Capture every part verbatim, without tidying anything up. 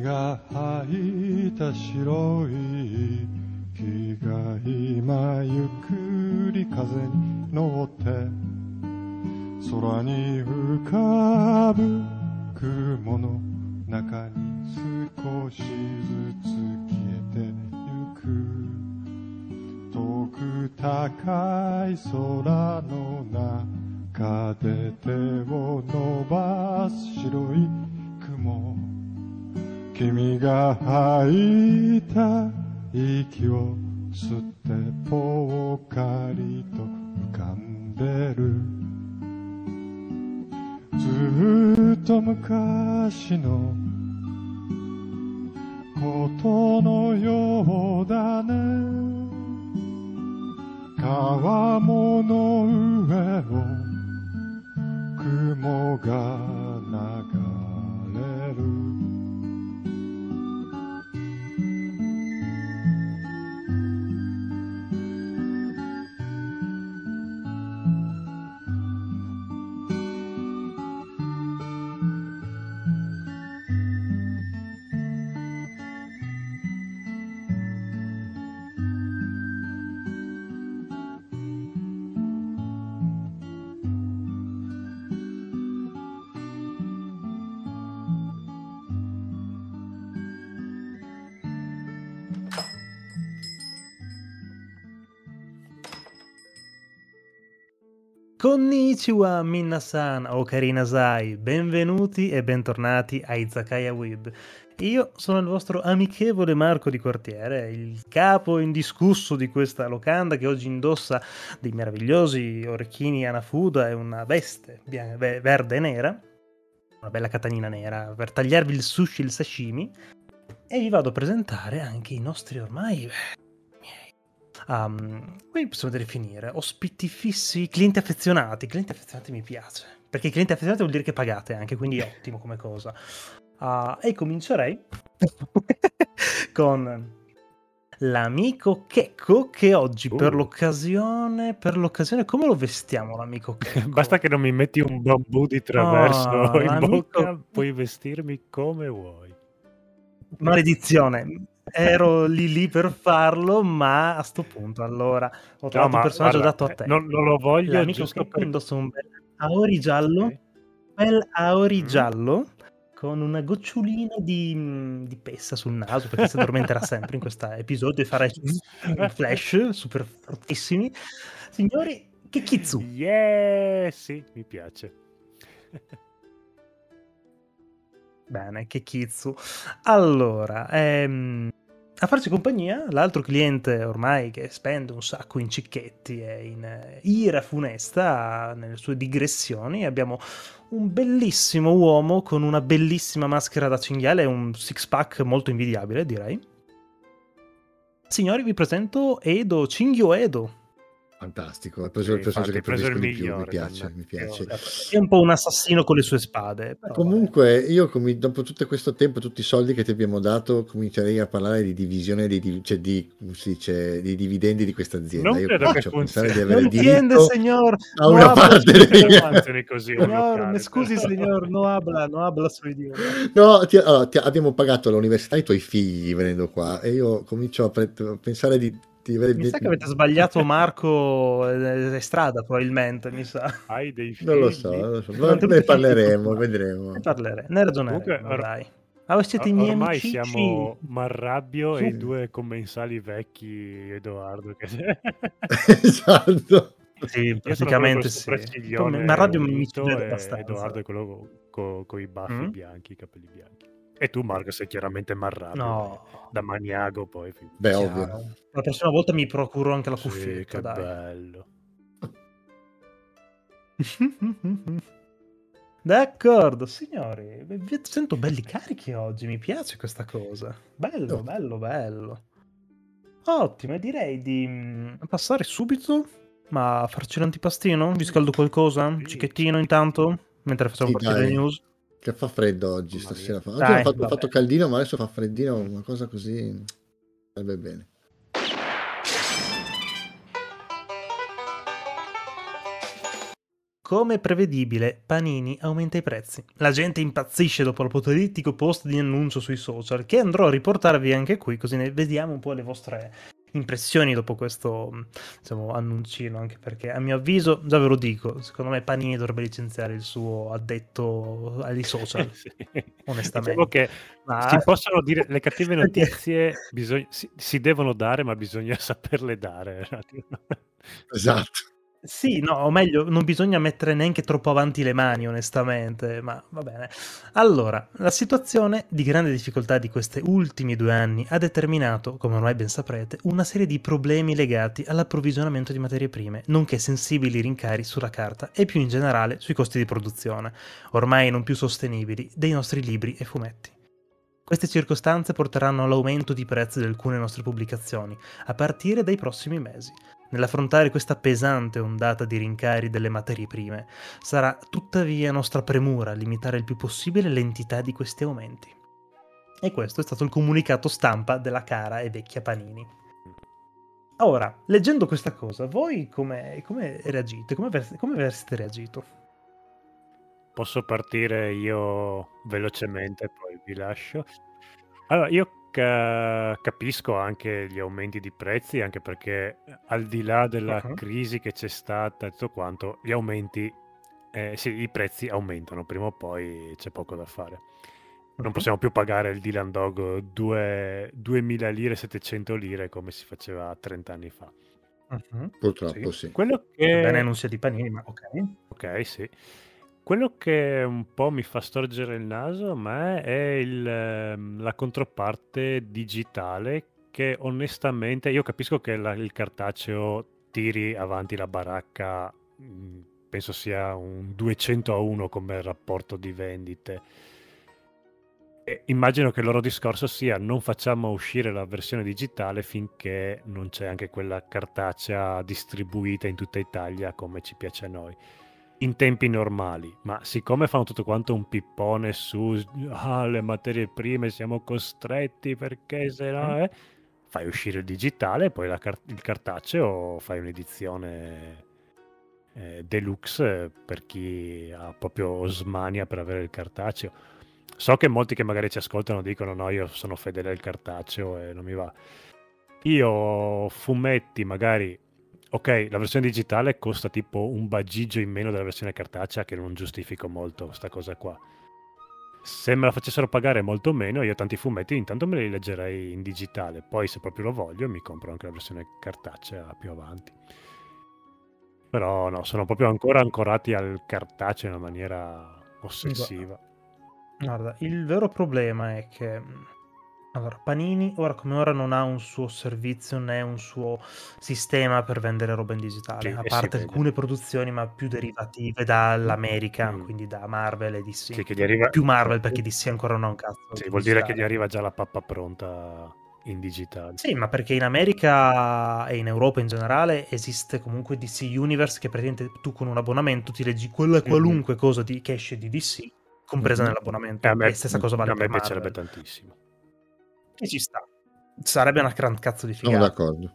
が吐いた白い木が今ゆっくり風に乗って空に浮かぶ雲の中に少しずつ消えてゆく遠く高い空の中で手を伸ばす白い雲君が吐いた息を吸ってぽっかりと浮かんでるずっと昔のことのようだね川面の上を雲が流れる Konnichiwa minasan o karinasai, benvenuti e bentornati a Izakaya Web. Io sono il vostro amichevole Marco Di Quartiere, il capo indiscusso di questa locanda che oggi indossa dei meravigliosi orecchini Hanafuda e una veste bian- ve- verde e nera, una bella catanina nera per tagliarvi il sushi e il sashimi, e vi vado a presentare anche i nostri ormai... Um, qui possiamo definire ospiti fissi, clienti affezionati. Clienti affezionati mi piace, perché i clienti affezionati vuol dire che pagate anche, quindi è ottimo come cosa. Uh, e comincerei con l'amico Checco, che oggi Uh. per l'occasione, per l'occasione, come lo vestiamo l'amico Checco? Basta che non mi metti un bambù di traverso Oh, in l'amico- bocca, puoi vestirmi come vuoi. Maledizione, ero lì lì per farlo, ma a sto punto allora ho trovato ma un personaggio guarda, adatto a te. Non, non lo voglio L'amico giusto Checco per... indossa un bel aori giallo, Ok. bel aori Mm. giallo con una gocciolina di, di pessa sul naso, perché si addormenterà sempre in questo episodio e farà i flash super fortissimi. Signori, Kekitsu. Yeah, sì, mi piace. Bene, Kekitsu. Allora, ehm, a farci compagnia, l'altro cliente ormai che spende un sacco in cicchetti e in eh, ira funesta nelle sue digressioni, abbiamo un bellissimo uomo con una bellissima maschera da cinghiale e un six pack molto invidiabile, direi. Signori, vi presento Edo, Cinghio Edo. Fantastico, hai preso Sì, il personaggio che infatti, hai preso preferisco il di più, mi migliore, piace, mi dannazione. piace. È un po' un assassino con le sue spade. Però Comunque io comi- dopo tutto questo tempo, tutti i soldi che ti abbiamo dato, comincerei a parlare di divisione, di, div- cioè di, come si dice, di dividendi di questa azienda. Non Io credo comincio che a pensare di funzioni. avere non entiende, diritto signor. a No una habla, parte Non credo dei... che funzioni così un Signor, locale, mi scusi, però. signor, no habla, no habla su idioma. No, ti- allora, ti- abbiamo pagato all'università i tuoi figli venendo qua e io comincio a, pre- a pensare di, di avere... Mi sa che avete sbagliato Marco eh, strada, probabilmente, mi sa. Hai dei figli? Non lo so, non lo so. Non Ma avete ne figli, parleremo, fortunati. vedremo. Ne parleremo, ne ragioneremo, Comunque, or- dai. Ah, voi siete i Or- miei ormai amici. siamo Marrabbio e i Sì. due commensali vecchi Edoardo che... Esatto. Sì, Io sono quello praticamente col sì. sopracciglione Ma Radio mi unito ci vede e abbastanza. Edoardo è quello con i baffi Mm? bianchi, i capelli bianchi. E tu Marco sei chiaramente Marrabbio, No, eh, da maniaco poi. Beh, chiaro. ovvio. La prossima volta mi procuro anche la Sì, cuffietta, che dai. bello. D'accordo, signori. Vi sento belli carichi oggi, mi piace questa cosa. Bello, Oh. bello, bello. Ottimo, e direi di mm, passare subito, ma a farci l'antipastino? Vi scaldo qualcosa? Un Sì, cicchettino sì. intanto? Mentre facciamo Sì, partire le dai. news? Che fa freddo oggi, Mamma stasera. mia. Oggi Dai, ho fatto, ho va fatto bene. caldino, ma adesso fa freddino, una cosa così sarebbe bene. Come prevedibile, Panini aumenta i prezzi. La gente impazzisce dopo l'apocalittico post di annuncio sui social, che andrò a riportarvi anche qui, così ne vediamo un po' le vostre impressioni dopo questo, diciamo, annuncino, anche perché a mio avviso, già ve lo dico, secondo me Panini dovrebbe licenziare il suo addetto agli social, Sì. onestamente. Diciamo che Ma- si possono dire le cattive Perché- notizie, bisogna- si, si devono dare, ma bisogna saperle dare. Esatto. Sì, no, o meglio, non bisogna mettere neanche troppo avanti le mani, onestamente, ma va bene. Allora, la situazione di grande difficoltà di questi ultimi due anni ha determinato, come ormai ben saprete, una serie di problemi legati all'approvvigionamento di materie prime, nonché sensibili rincari sulla carta e più in generale sui costi di produzione, ormai non più sostenibili, dei nostri libri e fumetti. Queste circostanze porteranno all'aumento di prezzi di alcune nostre pubblicazioni, a partire dai prossimi mesi. Nell'affrontare questa pesante ondata di rincari delle materie prime, sarà tuttavia nostra premura limitare il più possibile l'entità di questi aumenti. E questo è stato il comunicato stampa della cara e vecchia Panini. Ora, leggendo questa cosa, voi come, come reagite? Come, vers- come avreste reagito? Posso partire io velocemente, poi vi lascio. Allora, io ca- capisco anche gli aumenti di prezzi, anche perché eh, al di là della Uh-huh. crisi che c'è stata e tutto quanto, gli aumenti, eh, sì, i prezzi aumentano, prima o poi c'è poco da fare. Non Uh-huh. possiamo più pagare il Dylan Dog due- duemila lire, settecento lire come si faceva trenta anni fa. Uh-huh. Purtroppo Sì. sì. Quello Bene, che... non sia di Panini, ma ok. Ok, sì. Quello che un po' mi fa storgere il naso a me è il, ehm, la controparte digitale che onestamente io capisco che la- il cartaceo tiri avanti la baracca, mh, penso sia un duecento a uno come rapporto di vendite. E immagino che il loro discorso sia non facciamo uscire la versione digitale finché non c'è anche quella cartacea distribuita in tutta Italia come ci piace a noi in tempi normali, ma siccome fanno tutto quanto un pippone su ah, le materie prime siamo costretti perché se no eh, fai uscire il digitale e poi la car- il cartaceo fai un'edizione eh, deluxe per chi ha proprio smania per avere il cartaceo. So che molti che magari ci ascoltano dicono no, io sono fedele al cartaceo e non mi va. Io fumetti magari ok, la versione digitale costa tipo un bagigio in meno della versione cartacea, che non giustifico molto questa cosa qua. Se me la facessero pagare molto meno, io tanti fumetti intanto me li leggerei in digitale, poi se proprio lo voglio mi compro anche la versione cartacea più avanti. Però no, sono proprio ancora ancorati al cartaceo in una maniera ossessiva. Guarda, il vero problema è che mh, allora, Panini ora come ora non ha un suo servizio né un suo sistema per vendere roba in digitale, Sì, a e si parte vede. alcune produzioni ma più derivative dall'America, Mm. quindi da Marvel e D C. Sì, che gli arriva... Più Marvel perché D C ancora non ha un cazzo Sì, di vuol dire che digitale. gli arriva già la pappa pronta in digitale. Sì, ma perché in America e in Europa in generale esiste comunque D C Universe che praticamente tu con un abbonamento ti leggi quella qualunque cosa di, che esce di D C, compresa Mhm. nell'abbonamento. E a me, E stessa cosa vale a me per piacerebbe Marvel. tantissimo. E ci sta. Sarebbe una gran cazzo di Sono figata. d'accordo.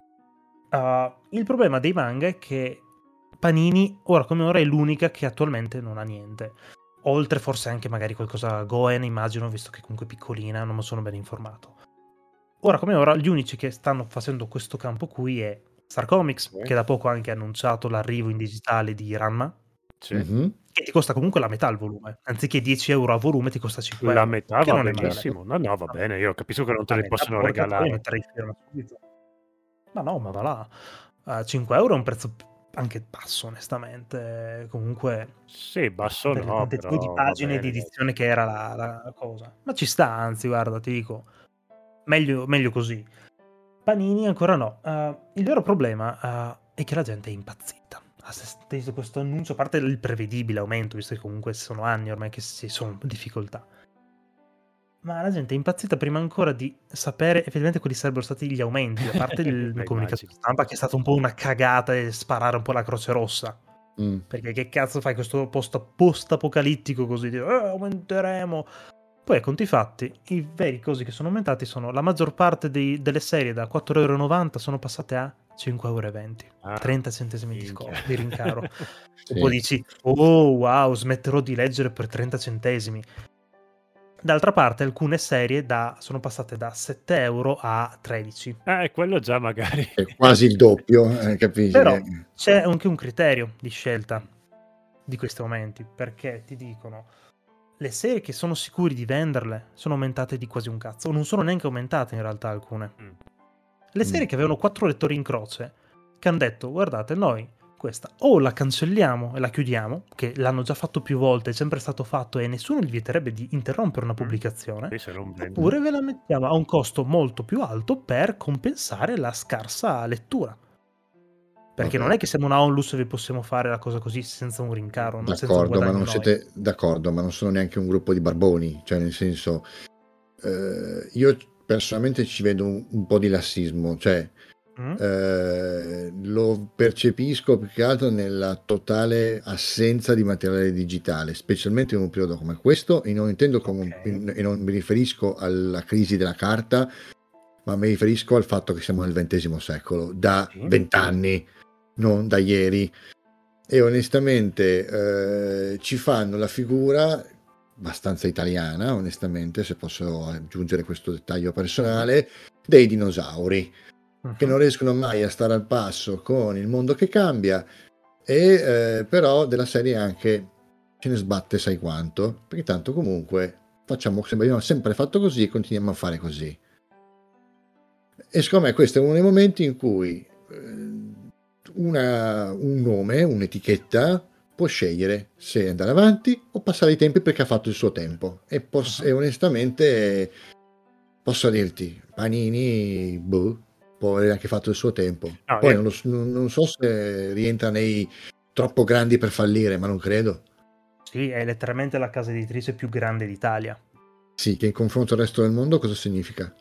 Uh, il problema dei manga è che Panini, ora come ora, è l'unica che attualmente non ha niente. Oltre forse anche magari qualcosa Goen, immagino, visto che comunque è piccolina, non mi sono ben informato. Ora come ora, gli unici che stanno facendo questo campo qui è Star Comics, Sì. che da poco ha anche annunciato l'arrivo in digitale di Ranma, Sì. Mhm. che ti costa comunque la metà al volume. Anziché dieci euro a volume ti costa cinque La euro. metà che va non è male. benissimo. No, no, va La bene. Io capisco che non te la le metà, possono porca troia, regalare. metterei firma subito. Ma no, ma va là. Uh, cinque euro è un prezzo anche basso, onestamente. Comunque, Sì, basso per le no, quantità di però va pagine di bene. edizione che era la, la cosa. Ma ci sta, anzi, guarda, ti dico, meglio, meglio così. Panini ancora no. Uh, il vero problema uh, è che la gente è impazzita. Ha steso questo annuncio, a parte il prevedibile aumento, visto che comunque sono anni ormai che si sono in difficoltà. Ma la gente è impazzita prima ancora di sapere effettivamente quali sarebbero stati gli aumenti, a parte il Beh, comunicato immagino. stampa che è stato un po' una cagata e sparare un po' la Croce Rossa. Mm. Perché che cazzo fai questo post- post-apocalittico così di eh, aumenteremo. Poi a conti fatti, i veri cosi che sono aumentati sono la maggior parte dei- delle serie da quattro euro e novanta sono passate a cinque e venti euro, Ah, trenta centesimi di, minchia. sco- di rincaro. Sì. Un po' dici, oh wow, smetterò di leggere per trenta centesimi. D'altra parte alcune serie da, sono passate da sette euro a tredici. Ah, e quello già magari. È quasi il doppio, eh, capisci? Però che- c'è anche un criterio di scelta di questi aumenti, perché ti dicono le serie che sono sicuri di venderle sono aumentate di quasi un cazzo, o non sono neanche aumentate in realtà alcune. Mm. Le serie Mm. che avevano quattro lettori in croce, che hanno detto guardate noi questa o la cancelliamo e la chiudiamo, che l'hanno già fatto più volte, è sempre stato fatto e nessuno gli vieterebbe di interrompere una pubblicazione, Sì, se non vende. oppure ve la mettiamo a un costo molto più alto per compensare la scarsa lettura. Perché Ok. non è che siamo una onlus e vi possiamo fare la cosa così senza un rincaro, no? senza un D'accordo, ma guadagno non noi. siete d'accordo, ma non sono neanche un gruppo di barboni, cioè nel senso, eh, io personalmente ci vedo un, un po' di lassismo, cioè Mm? eh, lo percepisco più che altro nella totale assenza di materiale digitale, specialmente in un periodo come questo, e non intendo come Ok. un- e non mi riferisco alla crisi della carta, ma mi riferisco al fatto che siamo nel ventesimo secolo, da Sì. vent'anni, non da ieri. E onestamente eh, ci fanno la figura abbastanza italiana, onestamente, se posso aggiungere questo dettaglio personale, dei dinosauri che Mhm. non riescono mai a stare al passo con il mondo che cambia, e eh, però della serie anche ce ne sbatte sai quanto, perché tanto comunque facciamo, abbiamo sempre fatto così e continuiamo a fare così. E secondo me questo è uno dei momenti in cui eh, una, un nome, un'etichetta può scegliere se andare avanti o passare i tempi perché ha fatto il suo tempo. E, poss- Uh-huh. e onestamente posso dirti, Panini, boh, può aver anche fatto il suo tempo. No, Poi io- non, lo s- non- non so se rientra nei troppo grandi per fallire, ma non credo. Sì, è letteralmente la casa editrice più grande d'Italia. Sì, che in confronto al resto del mondo cosa significa?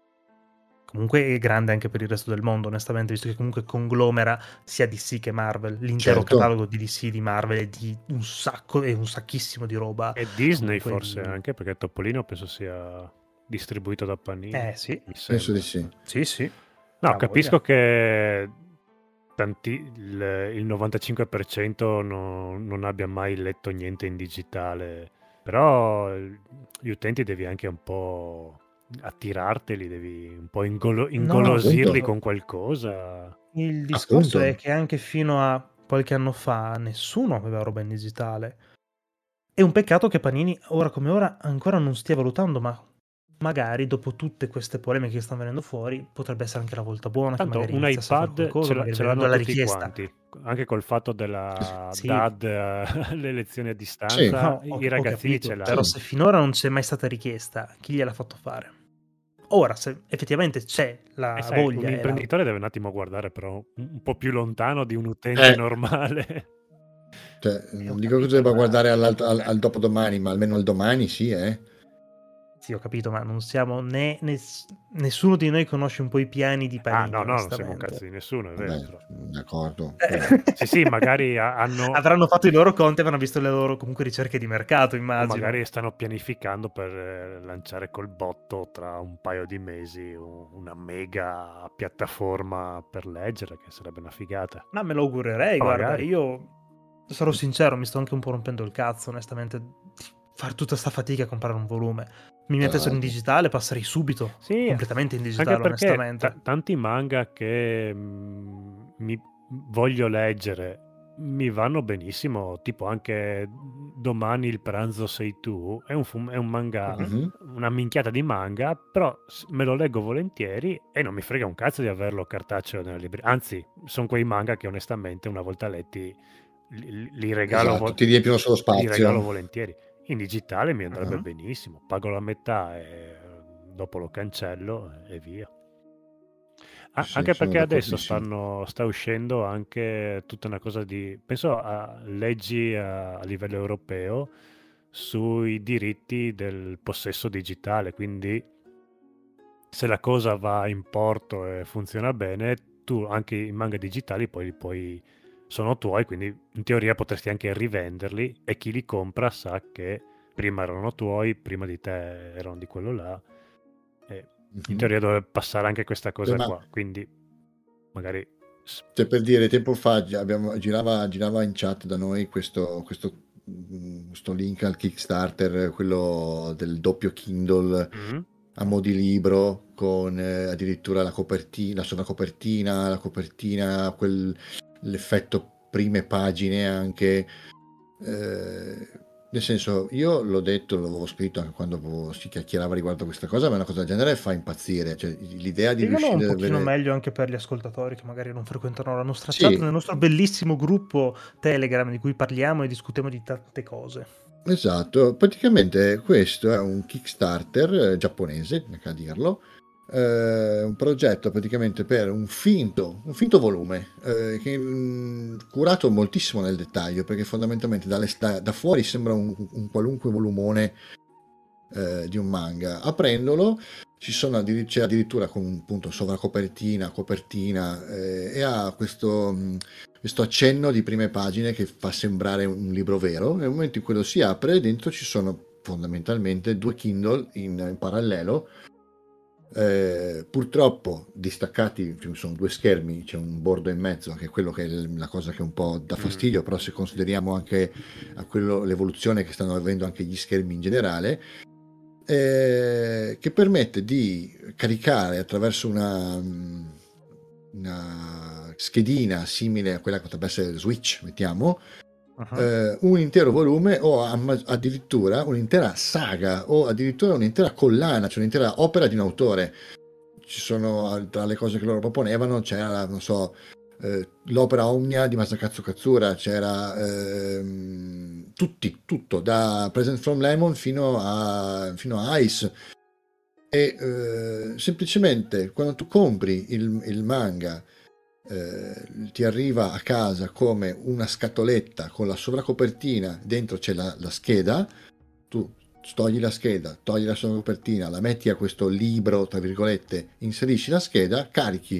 Comunque è grande anche per il resto del mondo, onestamente, visto che comunque conglomera sia D C che Marvel. L'intero Certo. catalogo di D C, di Marvel è di un sacco e un sacchissimo di roba. e Disney comunque forse di- anche, perché Topolino penso sia distribuito da Panini. Eh sì, mi Penso sembra. di sì. sì, sì. No, Ha capisco voglia. che tanti, il, il novantacinque per cento non, non abbia mai letto niente in digitale, però eh, gli utenti devi anche un po' attirarteli, devi un po' ingolo- ingolosirli appunto. con qualcosa. Il discorso Appunto. è che anche fino a qualche anno fa nessuno aveva roba in digitale. È un peccato che Panini, ora come ora, ancora non stia valutando, ma magari dopo tutte queste polemiche che stanno venendo fuori, potrebbe essere anche la volta buona che Tanto magari un iniziasse a fare iPad qualcosa, ce, l'ha- magari ce vedendo l'hanno la tutti richiesta. quanti, anche col fatto della Sì. D A D, eh, le lezioni a Sì. distanza, No, ho, i ho ragazzini capito, ce l'hanno. però Sì. se finora non c'è mai stata richiesta, chi gliel'ha fatto fare? Ora, se effettivamente c'è la E sai, un voglia e la... imprenditore deve un attimo guardare però un, un po' più lontano di un utente Eh. normale. Cioè, Eh, non ho dico che capito, debba ma- guardare al, al- al dopodomani, ma almeno al domani sì, eh. Sì, ho capito, ma non siamo né... ness- nessuno di noi conosce un po' i piani di Ah, Panini, no, no, non siamo un onestamente. cazzo di nessuno, è Vabbè, vero. Però. d'accordo. Eh. però- Sì, sì, magari ha- hanno... Avranno fatto i loro conti e avranno visto le loro comunque ricerche di mercato, o immagino. magari stanno pianificando per eh, lanciare col botto tra un paio di mesi un- una mega piattaforma per leggere, che sarebbe una figata. Ma me lo augurerei, Ma guarda, magari. io sarò sincero, mi sto anche un po' rompendo il cazzo, onestamente, di fare tutta sta fatica a comprare un volume. Mi Tra mettessero in l'altro. digitale, passerei subito, Sì, completamente in anche digitale, perché onestamente. ta- tanti manga che mm, mi voglio leggere mi vanno benissimo, tipo anche Domani il pranzo sei tu, è un, fum- è un manga, Mhm. Mhm. una minchiata di manga, però s- me lo leggo volentieri e non mi frega un cazzo di averlo cartaceo nella libreria. Anzi, sono quei manga che onestamente una volta letti li, li regalo, Esatto, vo- ti riempiono solo li regalo spazio. volentieri. In digitale mi andrebbe Mhm. benissimo, pago la metà e dopo lo cancello e via. A- Sì, anche sono perché adesso d'accordissimo. stanno, sta uscendo anche tutta una cosa di, penso a leggi a, a livello europeo sui diritti del possesso digitale, quindi se la cosa va in porto e funziona bene, tu anche i manga digitali poi li puoi, sono tuoi, quindi in teoria potresti anche rivenderli e chi li compra sa che prima erano tuoi, prima di te erano di quello là. E in Mhm. teoria dovrebbe passare anche questa cosa Sì, ma qua, quindi magari Cioè, per dire, tempo fa gi- abbiamo- girava, girava in chat da noi questo, questo, mm, questo link al Kickstarter, quello del doppio Kindle Mm. a mo' di libro, con eh, addirittura la copertina, la sovracopertina, la copertina, quel, l'effetto prime pagine anche. eh, Nel senso, io l'ho detto, l'avevo scritto anche quando avevo- si chiacchierava riguardo a questa cosa, ma una cosa del genere fa impazzire. Cioè, l'idea di Spiegalo un riuscire ad pochino avere... meglio anche per gli ascoltatori che magari non frequentano la nostra chat, Sì, nel nostro bellissimo gruppo Telegram di cui parliamo e discutiamo di tante cose. esatto, praticamente questo è un Kickstarter eh, giapponese, neanche a dirlo, eh, un progetto praticamente per un finto, un finto volume, eh, che, mh, curato moltissimo nel dettaglio, perché fondamentalmente dalle- da, da fuori sembra un, un qualunque volumone eh, di un manga. Aprendolo ci sono addir- c'è addirittura con un punto sovracopertina, copertina, eh, e ha questo, mh, questo accenno di prime pagine che fa sembrare un libro vero. Nel momento in cui lo si apre, dentro ci sono fondamentalmente due Kindle in, in parallelo. Eh, purtroppo distaccati, ci sono due schermi, c'è un bordo in mezzo che è quello che è la cosa che un po' dà Mm. fastidio, però se consideriamo anche a quello, l'evoluzione che stanno avendo anche gli schermi in generale, eh, che permette di caricare attraverso una, una schedina simile a quella che potrebbe essere Switch, mettiamo, Uh-huh. eh, un intero volume o am- addirittura un'intera saga o addirittura un'intera collana, cioè un'intera opera di un autore. Ci sono, tra le cose che loro proponevano, c'era, non so, eh, l'opera Omnia di Masakatsu Katsura, c'era ehm, tutti, tutto, da Present from Lemon fino a, fino a Ice. E eh, semplicemente quando tu compri il, il manga, eh, ti arriva a casa come una scatoletta con la sovracopertina, dentro c'è la, la scheda, tu togli la scheda, togli la sovracopertina, la metti a questo libro, tra virgolette, inserisci la scheda, carichi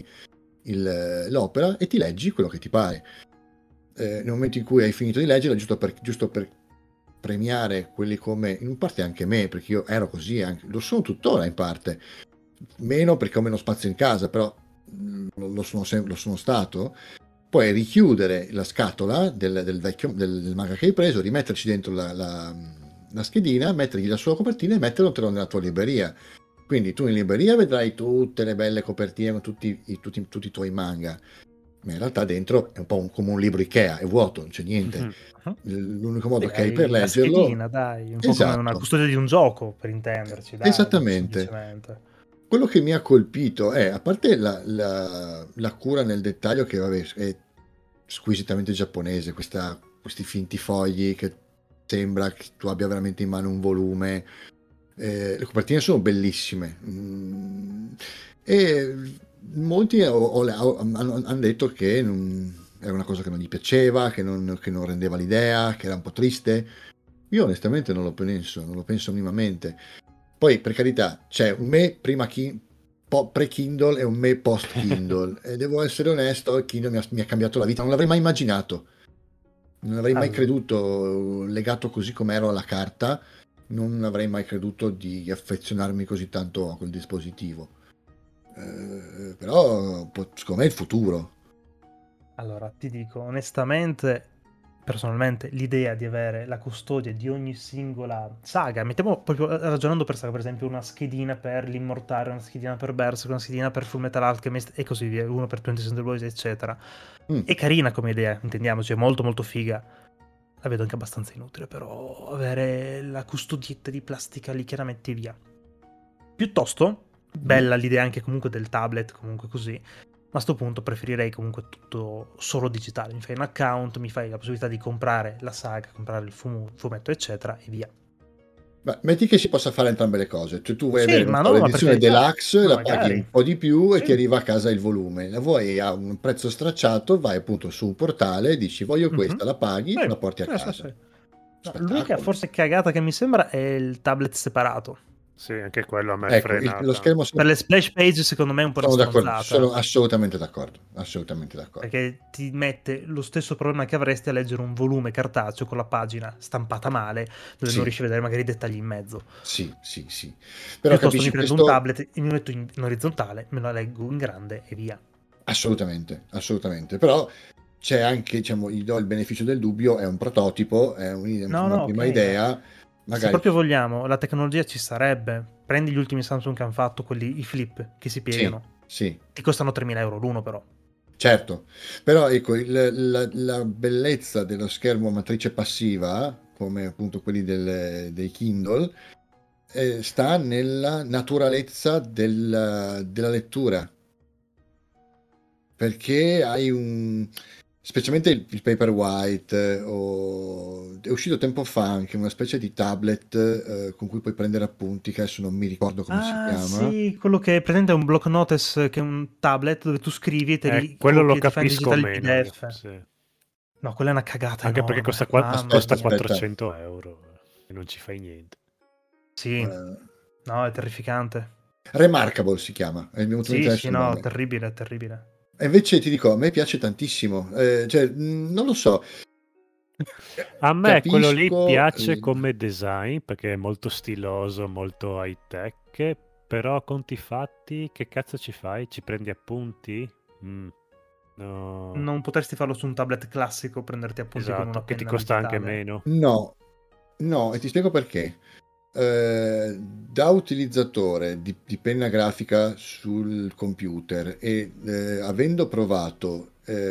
il- l'opera e ti leggi quello che ti pare. Eh, nel momento in cui hai finito di leggere, giusto per, giusto per premiare quelli come, in parte anche me, perché io ero così, anche, lo sono tuttora in parte, meno perché ho meno spazio in casa, però mh, lo sono, sem- lo sono stato. Puoi richiudere la scatola del, del vecchio del, del manga che hai preso, rimetterci dentro la, la, la schedina, mettergli la sua copertina e metterlo nella tua libreria. Quindi tu in libreria vedrai tutte le belle copertine con tutti i, tutti, tutti i tuoi manga, ma in realtà dentro è un po' un, come un libro Ikea, è vuoto, non c'è niente. Mhm. L'unico modo Sì, che hai per hai la leggerlo... schedina, dai, un po' come una Esatto, custodia di un gioco, per intenderci, dai, esattamente. semplicemente. Quello che mi ha colpito è, a parte la, la- la cura nel dettaglio, che vabbè, è squisitamente giapponese, questa- questi finti fogli che sembra che tu abbia veramente in mano un volume. Eh, le copertine sono bellissime. Mm, e molti ho- ho- ho- hanno, hanno detto che non- era una cosa che non gli piaceva, che non, che non rendeva l'idea, che era un po' triste. Io onestamente non lo penso, non lo penso minimamente. Poi, per carità, c'è un me prima Ki- po- pre-Kindle e un me post-Kindle. E devo essere onesto, il Kindle mi ha, mi ha cambiato la vita. Non l'avrei mai immaginato. Non avrei mai Allora, creduto, legato così come ero alla carta, non avrei mai creduto di affezionarmi così tanto a quel dispositivo. Eh, però, po- secondo me è il futuro. allora, ti dico, onestamente, personalmente, l'idea di avere la custodia di ogni singola saga, mettiamo proprio eh, ragionando per saga, per esempio, una schedina per l'Immortale, una schedina per Berserk, una schedina per Fullmetal Alchemist e così via, uno per venti Century Boys, eccetera. Mm. È carina come idea, intendiamoci, è molto molto figa. La vedo anche abbastanza inutile, però avere la custodietta di plastica lì che la metti via. Piuttosto, bella l'idea anche comunque del tablet, comunque così. Ma a sto punto preferirei comunque tutto solo digitale. Mi fai un account, mi fai la possibilità di comprare la saga, comprare il fumo- fumetto, eccetera, e via. Ma metti che si possa fare entrambe le cose, cioè tu vuoi Sì, avere, non ma so, no, ma per l'edizione carità. deluxe, Ma la paghi magari. un po' di più e Sì. ti arriva a casa il volume. La vuoi a un prezzo stracciato, vai appunto su un portale, dici voglio questa, Mhm. la paghi e Sì, la porti a sì, casa. sì, sì. No, l'unica Spettacolo. forse cagata che mi sembra è il tablet separato. Sì, anche quello a me Ecco, il- frena lo tanto. schermo Per sono, le splash page secondo me è un po' una sono d'accordo, stronzata. sono assolutamente d'accordo, assolutamente d'accordo. Perché ti mette lo stesso problema che avresti a leggere un volume cartaceo con la pagina stampata male, dove Sì. non riesci a vedere magari i dettagli in mezzo. Sì, sì, sì. Però Piuttosto capisci, mi prendo questo, un tablet e mi metto in, in orizzontale, me lo leggo in grande e via. Assolutamente, assolutamente. Però c'è anche, diciamo, gli do il beneficio del dubbio, è un prototipo, è un- No, una no, prima ok, idea, ma se magari proprio vogliamo, la tecnologia ci sarebbe. Prendi gli ultimi Samsung che hanno fatto, quelli, i flip, che si sì, piegano. sì, Ti costano tremila euro l'uno, però. certo. Però ecco, il- la, la bellezza dello schermo a matrice passiva, come appunto quelli del- dei Kindle, eh, sta nella naturalezza del- della lettura. Perché hai un... specialmente il, il Paperwhite, eh, o... è uscito tempo fa anche una specie di tablet eh, con cui puoi prendere appunti, che adesso non mi ricordo come si Ah, chiama. sì, quello che è presente è un block notice, che è un tablet dove tu scrivi e te Eh, li quello lo copi e ti fa in capisco digitale il meno io, P D F. sì. No, quella è una cagata Anche perché costa, enorme. qua- Mamma Aspetta, costa mia. aspetta. quattrocento euro e non ci fai niente. Sì, Eh, no, è terrificante. Remarkable si chiama, è il mio Sì, ultimo sì, il no, nome. terribile, terribile. E invece ti dico, a me piace tantissimo, eh, cioè, mh, non lo so. A me quello lì Capisco, piace eh, come design perché è molto stiloso, molto high tech, però a conti fatti che cazzo ci fai? Ci prendi appunti? Mm, no, Non potresti farlo su un tablet classico, prenderti appunti con una esatto, che ti penna costa anche digitale. meno. no, no, e ti spiego perché. Eh, da utilizzatore di, di penna grafica sul computer e eh, avendo provato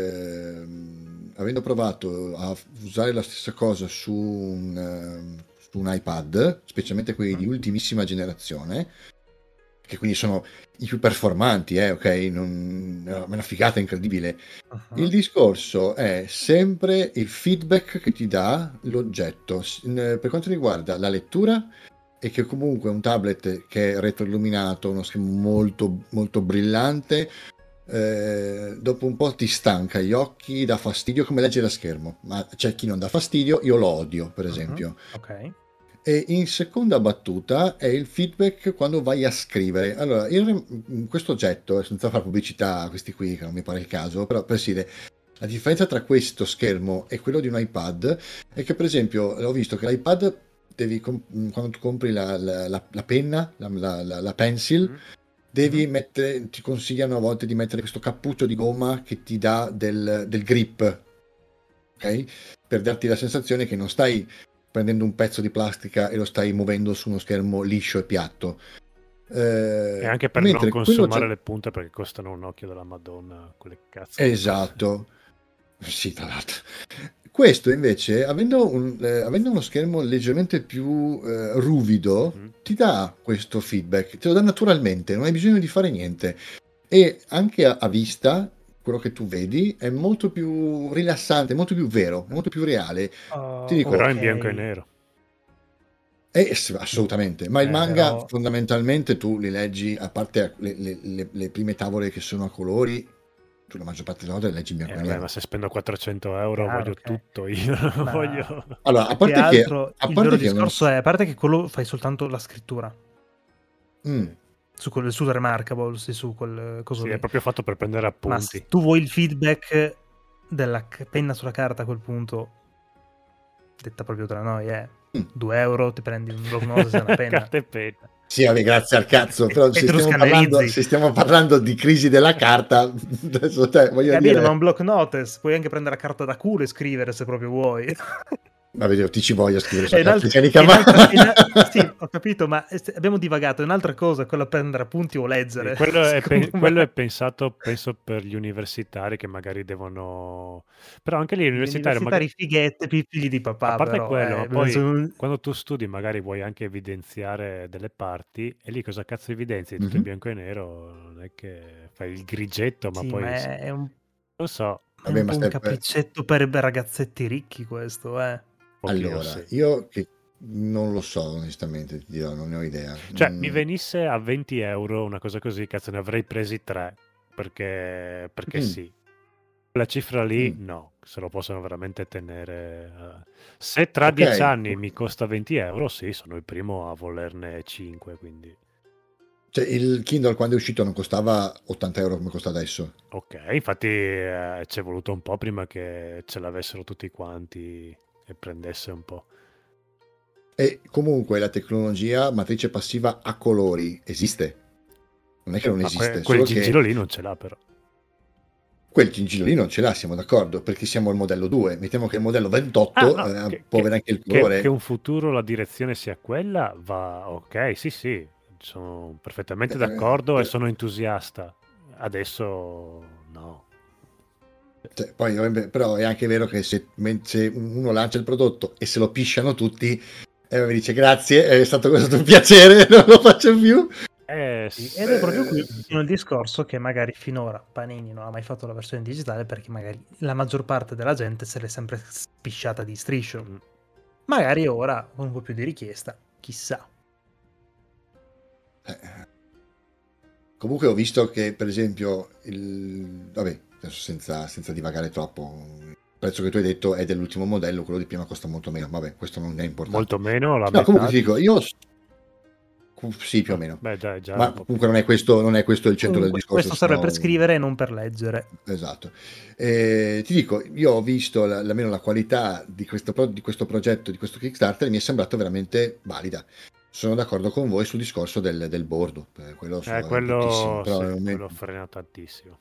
ehm, avendo provato a usare la stessa cosa su un, ehm, su un iPad, specialmente quelli di Mm. ultimissima generazione, che quindi sono i più performanti, eh, ok? Non, è una figata incredibile. Uh-huh. Il discorso è sempre il feedback che ti dà l'oggetto. S- in- Per quanto riguarda la lettura, e che comunque è un tablet che è retroilluminato, uno schermo molto, molto brillante, eh, dopo un po' ti stanca gli occhi, dà fastidio come leggere a schermo. Ma c'è chi non dà fastidio, io lo odio, per Uh-huh. esempio. Ok. E in seconda battuta è il feedback quando vai a scrivere. Allora, il, questo oggetto, senza fare pubblicità a questi qui, che non mi pare il caso, però per dire, la differenza tra questo schermo e quello di un iPad è che, per esempio, ho visto che l'iPad, devi comp- quando tu compri la, la- la- la penna, la, la- la- la pencil, Mm. devi Mhm. mettere, ti consigliano a volte di mettere questo cappuccio di gomma che ti dà del, del grip, ok? Per darti la sensazione che non stai prendendo un pezzo di plastica e lo stai muovendo su uno schermo liscio e piatto. Eh, E anche per non mentre quello consumare c'è... le punte perché costano un occhio della Madonna, quelle cazzo. Esatto. Sì, tra l'altro. Questo invece, avendo, un, eh, avendo uno schermo leggermente più eh, ruvido, Mhm. ti dà questo feedback, te lo dà naturalmente, non hai bisogno di fare niente. E anche a, a vista, quello che tu vedi è molto più rilassante, molto più vero, molto più reale. Oh, Ti dico, Però ok. in bianco e nero. eh, sì, assolutamente, ma il Eh, manga però... fondamentalmente tu li leggi, a parte le, le- le- le prime tavole che sono a colori, tu la maggior parte delle volte le leggi in Eh, bianco e vabbè, nero. ma se spendo quattrocento euro Chiaro, voglio ok. tutto io, non Ma voglio... Allora, a più che parte che, altro a il parte vero che non... discorso è, a parte che quello fai soltanto la scrittura Mm, su quel su Remarkable, sì, su quel coso Sì, lì. è proprio fatto per prendere Ma se appunti. tu vuoi il feedback della c- penna sulla carta a quel punto, detta proprio tra noi, è mm. due euro, ti prendi un block notice e una penna. Carta e penna. Sì, vabbè, grazie al cazzo, E- però e se te lo stiamo, parlando, scannerizzzi. se stiamo parlando di crisi della carta, adesso te, voglio Capito, dire... ma un block notice puoi anche prendere la carta da culo e scrivere se proprio vuoi. Vabbè, io ti ci voglio scrivere È sulla carta un'altra, igienica, è ma... un'altra- è una- sì, ho capito, ma est- abbiamo divagato. È un'altra cosa quella prendere appunti o Sì, leggere. quello, è secondo pe- me. quello è pensato, penso, per gli universitari che magari devono... Però anche lì gli Gli universitari, universitari magari... fighette, pi- figli di a papà, parte però. quello, ma Eh, poi penso- quando tu studi magari vuoi anche evidenziare delle parti e lì cosa cazzo evidenzi? Tutto in Mhm. bianco e nero, non è che fai il grigetto, ma Sì, poi... ma è, è un, Non so, è Vabbè, un ma po' un stai per- capriccetto per ragazzetti ricchi questo, eh. un pochino Allora, sì. io che non lo so onestamente, ti dirò, non ne ho idea. Cioè, Mm, mi venisse a venti euro una cosa così, cazzo, ne avrei presi tre, perché, perché Mm. sì. La cifra lì, Mm. no, se lo possono veramente tenere. eh. Se tra Ok. dieci anni mi costa venti euro, sì, sono il primo a volerne cinque, quindi Cioè, il Kindle quando è uscito non costava ottanta euro come costa adesso. ok. Infatti eh, ci è voluto un po' prima che ce l'avessero tutti quanti e prendesse un po'. E comunque la tecnologia matrice passiva a colori esiste. Non è che non Ma esiste, que- quel solo che gingillo lì non ce l'ha però. quel gingillo lì non ce l'ha, siamo d'accordo, perché siamo al modello due. Mettiamo che il modello ventotto Ah, no, eh, che, può che- avere anche il che- colore. che un futuro la direzione sia quella, va ok, sì, sì, sono perfettamente Eh, d'accordo e eh, sono entusiasta. Adesso no. cioè, poi, ovviamente, però è anche vero che se, men- se uno lancia il prodotto e se lo pisciano tutti, e mi dice grazie, è stato, è stato un piacere, non lo faccio più. Eh, Sì, sì. ed è proprio qui il discorso che magari finora Panini non ha mai fatto la versione digitale perché magari la maggior parte della gente se l'è sempre spisciata di striscio. Mm. Magari ora con un po' più di richiesta, chissà. Eh, Comunque ho visto che, per esempio, il... vabbè, adesso senza, senza divagare troppo, il prezzo che tu hai detto è dell'ultimo modello, quello di prima costa molto meno, vabbè, questo non è importante. Molto meno, la No, metà. comunque ti dico, dici? io... Sì, più o Ah, meno. beh, dai, già Ma un po' più. comunque non è questo, non è questo il centro del Comunque, discorso. questo serve sono- per scrivere e non per leggere. Esatto. Eh, ti dico, io ho visto la- almeno la qualità di questo, pro- di questo progetto, di questo Kickstarter, e mi è sembrato veramente valida. Sono d'accordo con voi sul discorso del, del bordo, eh, quello sono Eh, quello, però sì, è un- quello frena tantissimo.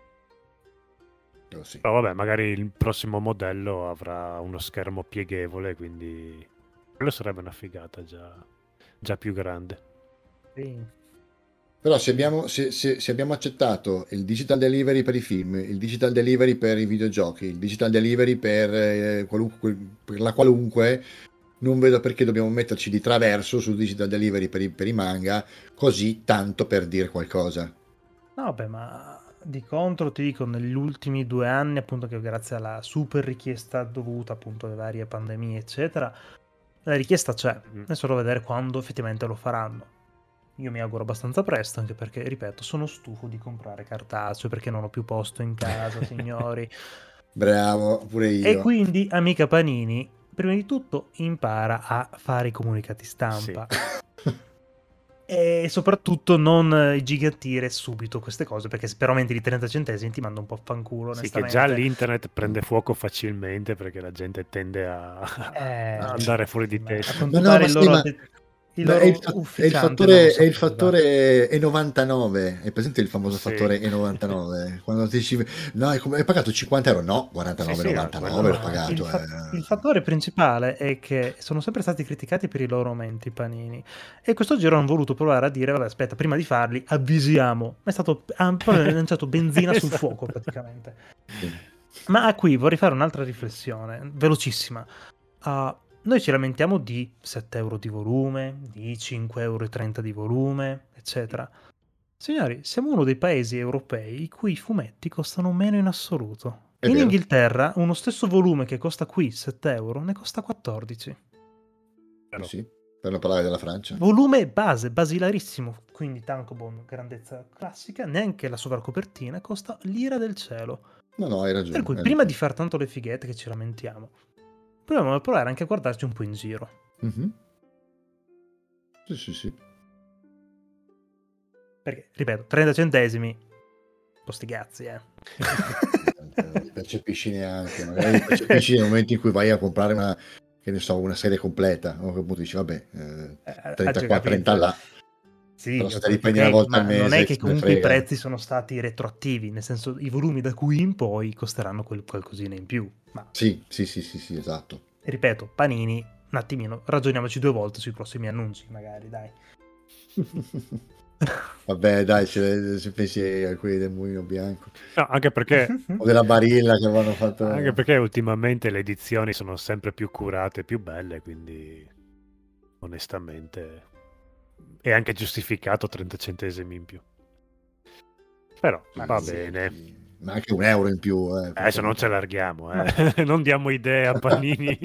però sì. Però vabbè, magari il prossimo modello avrà uno schermo pieghevole, quindi quello sarebbe una figata già, già più grande. Sì. Però se abbiamo, se, se- se abbiamo accettato il digital delivery per i film, il digital delivery per i videogiochi, il digital delivery per, eh, qualunque, per la qualunque, non vedo perché dobbiamo metterci di traverso sul digital delivery per i, per i manga, così tanto per dire qualcosa. No, beh, ma di contro ti dico, negli ultimi due anni, appunto, che grazie alla super richiesta dovuta appunto alle varie pandemie, eccetera, la richiesta c'è. Mm. È solo vedere quando effettivamente lo faranno. Io mi auguro abbastanza presto, anche perché, ripeto, sono stufo di comprare cartaceo perché non ho più posto in casa, signori. Bravo, pure io. E quindi, amica Panini, prima di tutto impara a fare i comunicati stampa. E soprattutto non eh, gigantire subito queste cose, perché se per aumenti di trenta centesimi ti manda un po' a fanculo, Sì, che onestamente. già l'internet prende fuoco facilmente perché la gente tende a, Eh, a andare fuori di ma a testa. quanto Ma no, pare ma il sì, loro, ma- adde- il Ma loro è il, fa- è il ufficiante non fattore, lo è il sapeva. fattore E novantanove, è presente il famoso Sì. fattore E novantanove? Quando ti dici, no, è come- hai pagato cinquanta euro? No, quarantanove Sì, sì, no, novantanove quello- l'ho pagato. Il, fa- eh. il fattore principale è che sono sempre stati criticati per i loro aumenti, Panini, e questo giro hanno voluto provare a dire, vabbè, aspetta, prima di farli avvisiamo. È stato, hanno proprio lanciato benzina sul Esatto. fuoco praticamente. Sì. Ma qui vorrei fare un'altra riflessione, velocissima. Uh, noi ci lamentiamo di sette euro di volume, di cinque euro e trenta di volume, eccetera. Signori, siamo uno dei paesi europei i cui fumetti costano meno in assoluto. È In vero. Inghilterra uno stesso volume che costa qui sette euro ne costa quattordici. Però- Sì, per non parlare della Francia. Volume base, basilarissimo, quindi tankobon, grandezza classica, neanche la sovracopertina costa l'ira del cielo. No, no, hai ragione. Per cui hai prima di ragione. far tanto le fighette che ci lamentiamo, proviamo a provare anche a guardarci un po' in giro. Mhm. Sì, sì, sì. Perché, ripeto, trenta centesimi, posti cazzi, eh. Non li percepisci neanche, magari li percepisci nel momento in cui vai a comprare una, che ne so, una serie completa, o che appunto dici, vabbè, eh, Eh, trenta eh, qua, capito. trenta là. Sì, Però se ok, te li prendi una ok, volta ma al mese, non è che chi se ne comunque i frega. prezzi sono stati retroattivi, nel senso i volumi da qui in poi costeranno quel qualcosina in più. Ma Sì, sì, sì, sì, sì, esatto. ripeto, Panini, un attimino, ragioniamoci due volte sui prossimi annunci, magari, dai. Vabbè, dai, se, se pensi a quelli del Mulino Bianco No, anche perché, o della Barilla che avevano fatto. anche perché ultimamente le edizioni sono sempre più curate, più belle, quindi onestamente è anche giustificato trenta centesimi in più. Però Ma va sì, bene. sì. Ma anche un euro in più. Eh, Adesso non ci allarghiamo, eh. Non diamo idee a Panini.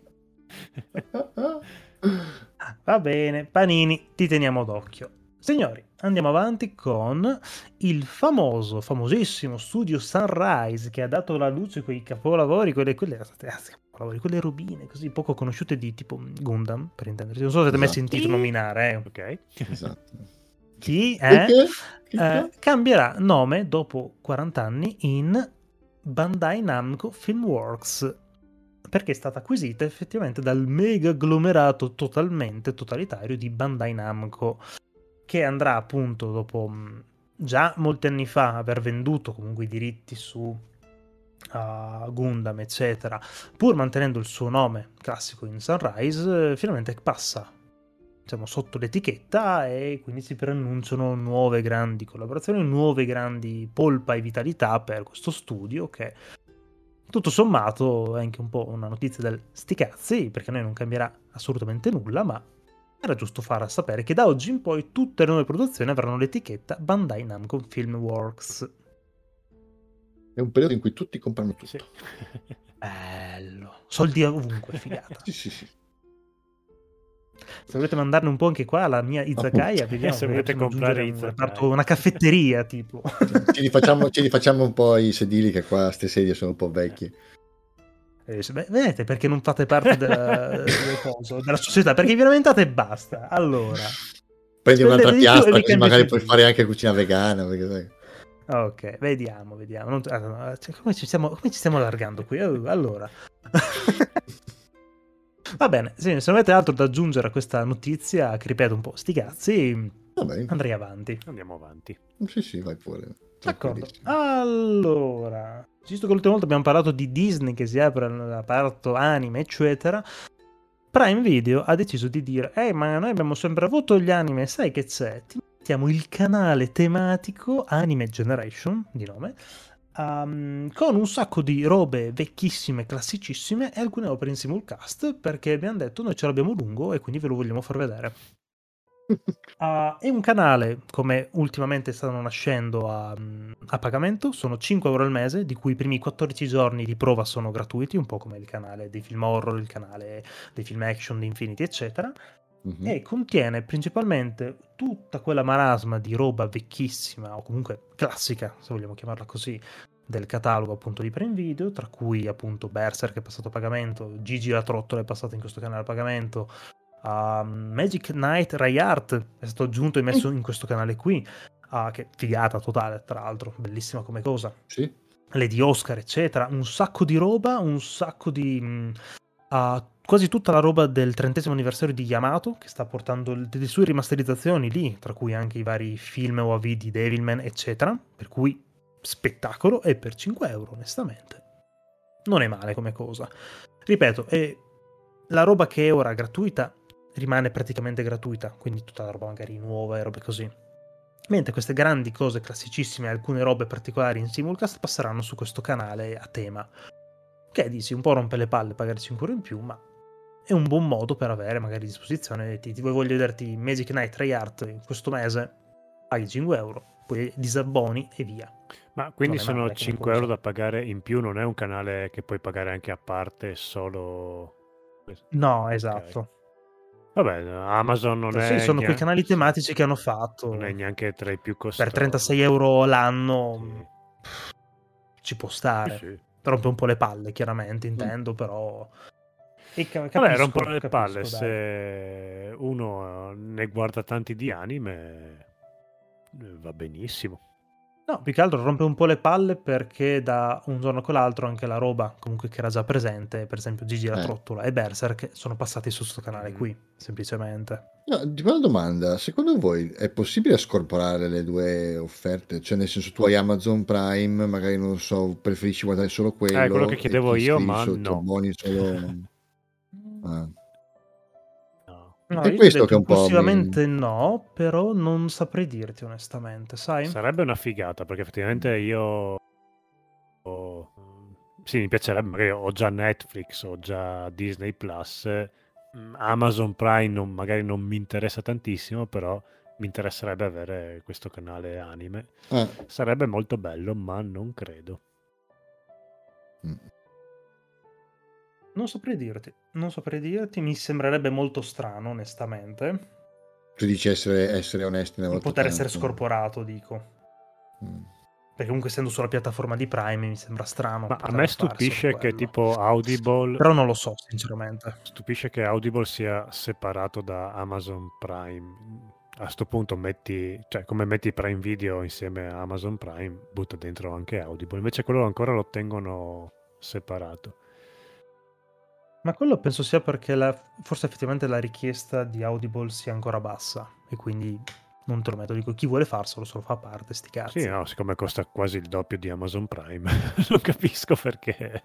Va bene, Panini, ti teniamo d'occhio. Signori, andiamo avanti con il famoso, famosissimo studio Sunrise che ha dato alla luce quei capolavori, quelle, quelle, capolavori, quelle robine così poco conosciute di tipo Gundam, per intenderci. Non so se avete mai Esatto. sentito nominare, eh. Ok. Esatto. Chi E è? che? Che Eh, cambierà nome dopo quaranta anni in Bandai Namco Filmworks, perché è stata acquisita effettivamente dal mega agglomerato totalmente totalitario di Bandai Namco, che andrà appunto dopo mh, già molti anni fa aver venduto comunque i diritti su uh, Gundam, eccetera, pur mantenendo il suo nome classico in Sunrise, eh, finalmente passa, diciamo, sotto l'etichetta, e quindi si preannunciano nuove grandi collaborazioni, nuove grandi polpa e vitalità per questo studio, che tutto sommato è anche un po' una notizia del sti cazzi, perché a noi non cambierà assolutamente nulla, ma era giusto far sapere che da oggi in poi tutte le nuove produzioni avranno l'etichetta Bandai Namco Filmworks. È un periodo in cui tutti comprano tutto. Sì. Bello, soldi ovunque, figata. Sì, sì, sì. Se volete mandarne un po' anche qua alla mia izakaya, vediamo se se volete comprare un izakaya. reparto, una caffetteria tipo. Ci rifacciamo, ci rifacciamo un po' i sedili, che qua ste sedie sono un po' vecchie. Eh, beh, vedete perché non fate parte della, del coso, della società, perché vi lamentate e basta. Allora prendi un'altra spendete di più e piastra, vi così cambio magari i puoi sedili. fare anche cucina vegana, perché sai. Ok, vediamo, vediamo. Non- allora, cioè, come, ci stiamo, come ci stiamo allargando qui? Oh, allora. Va bene, sì, se non avete altro da aggiungere a questa notizia, che ripeto un po', sti cazzi, Vabbè, andrei avanti. Andiamo avanti. sì, sì, vai pure. D'accordo. Tranquillissimo. Allora, visto che l'ultima volta abbiamo parlato di Disney che si apre la parte anime, eccetera, Prime Video ha deciso di dire: ehi, ma noi abbiamo sempre avuto gli anime, sai che c'è? Ti mettiamo il canale tematico Anime Generation, di nome, um, con un sacco di robe vecchissime, classicissime e alcune opere in simulcast, perché abbiamo detto noi ce l'abbiamo lungo e quindi ve lo vogliamo far vedere. Uh, è un canale, come ultimamente stanno nascendo, a, a pagamento, sono cinque euro al mese, di cui i primi quattordici giorni di prova sono gratuiti, un po' come il canale dei film horror, il canale dei film action di Infinity, eccetera, Mhm. e contiene principalmente tutta quella marasma di roba vecchissima, o comunque classica, se vogliamo chiamarla così, del catalogo appunto di Prime Video, tra cui appunto Berserk è passato a pagamento, Gigi la Trottola è passato in questo canale a pagamento, Uh, Magic Knight Rayart è stato aggiunto e messo in questo canale qui, uh, che figata totale, tra l'altro, bellissima come cosa. Sì. Lady Oscar, eccetera, un sacco di roba, un sacco di mh, uh, quasi tutta la roba del trentesimo anniversario di Yamato, che sta portando le, le sue rimasterizzazioni lì, tra cui anche i vari film O A V di Devilman, eccetera, per cui spettacolo, e per cinque euro onestamente non è male come cosa. Ripeto, è la roba che è ora gratuita rimane praticamente gratuita, quindi tutta la roba magari nuova e robe così. Mentre queste grandi cose classicissime e alcune robe particolari in simulcast passeranno su questo canale a tema. Che dici, un po' rompe le palle pagare cinque euro in più, ma è un buon modo per avere magari a disposizione. Ti, ti voglio vederti Magic Knight Rayart in questo mese, paghi cinque euro, poi disabboni e via. Ma quindi Non è sono male come cinque cosa. euro da pagare in più, non è un canale che puoi pagare anche a parte solo... No, esatto. Vabbè, Amazon non Sì, è sono quei neanche- canali sì, tematici che hanno fatto. non è neanche tra i più costosi. Per trentasei euro l'anno Sì. ci può stare. Sì, sì. Rompe un po' le palle, chiaramente, intendo, però... E ca- Vabbè, capisco, rompono le capisco, palle dai. se uno ne guarda tanti di anime, eh, va benissimo. No, più che altro rompe un po' le palle perché da un giorno con l'altro anche la roba comunque che era già presente, per esempio Gigi la Eh. Trottola e Berserk, sono passati su questo canale Mm. qui, semplicemente. No, ti fa una domanda, secondo voi è possibile scorporare le due offerte? Cioè nel senso, tu hai Amazon Prime, magari non so, preferisci guardare solo quello, Eh, quello che chiedevo e ti io, iscrivi ma sotto, no. abboni solo... Ah. No. No, È io ti ho questo detto che un po' mi... impulsivamente no, però non saprei dirti onestamente, sai? Sarebbe una figata, perché effettivamente io... ho- Sì, mi piacerebbe, magari ho già Netflix, ho già Disney Plus, mm, Amazon Prime non- magari non mi interessa tantissimo, però mi interesserebbe avere questo canale anime. Ah. Sarebbe molto bello, ma non credo. Mm. Non saprei dirti, non saprei dirti, mi sembrerebbe molto strano, onestamente, Tu dici essere, essere onesti una volta poter tanto. essere scorporato, dico. Mm. Perché comunque essendo sulla piattaforma di Prime mi sembra strano. Ma a poterlo me fare solo stupisce che quello. tipo Audible... Però non lo so, sinceramente. Stupisce che Audible sia separato da Amazon Prime. A sto punto metti, cioè come metti Prime Video insieme a Amazon Prime, butta dentro anche Audible. Invece quello ancora lo tengono separato. Ma quello penso sia perché la, forse effettivamente la richiesta di Audible sia ancora bassa e quindi non te lo metto. Dico, chi vuole farselo se lo fa a parte, sti cazzi. Sì, no, siccome costa quasi il doppio di Amazon Prime, non capisco perché.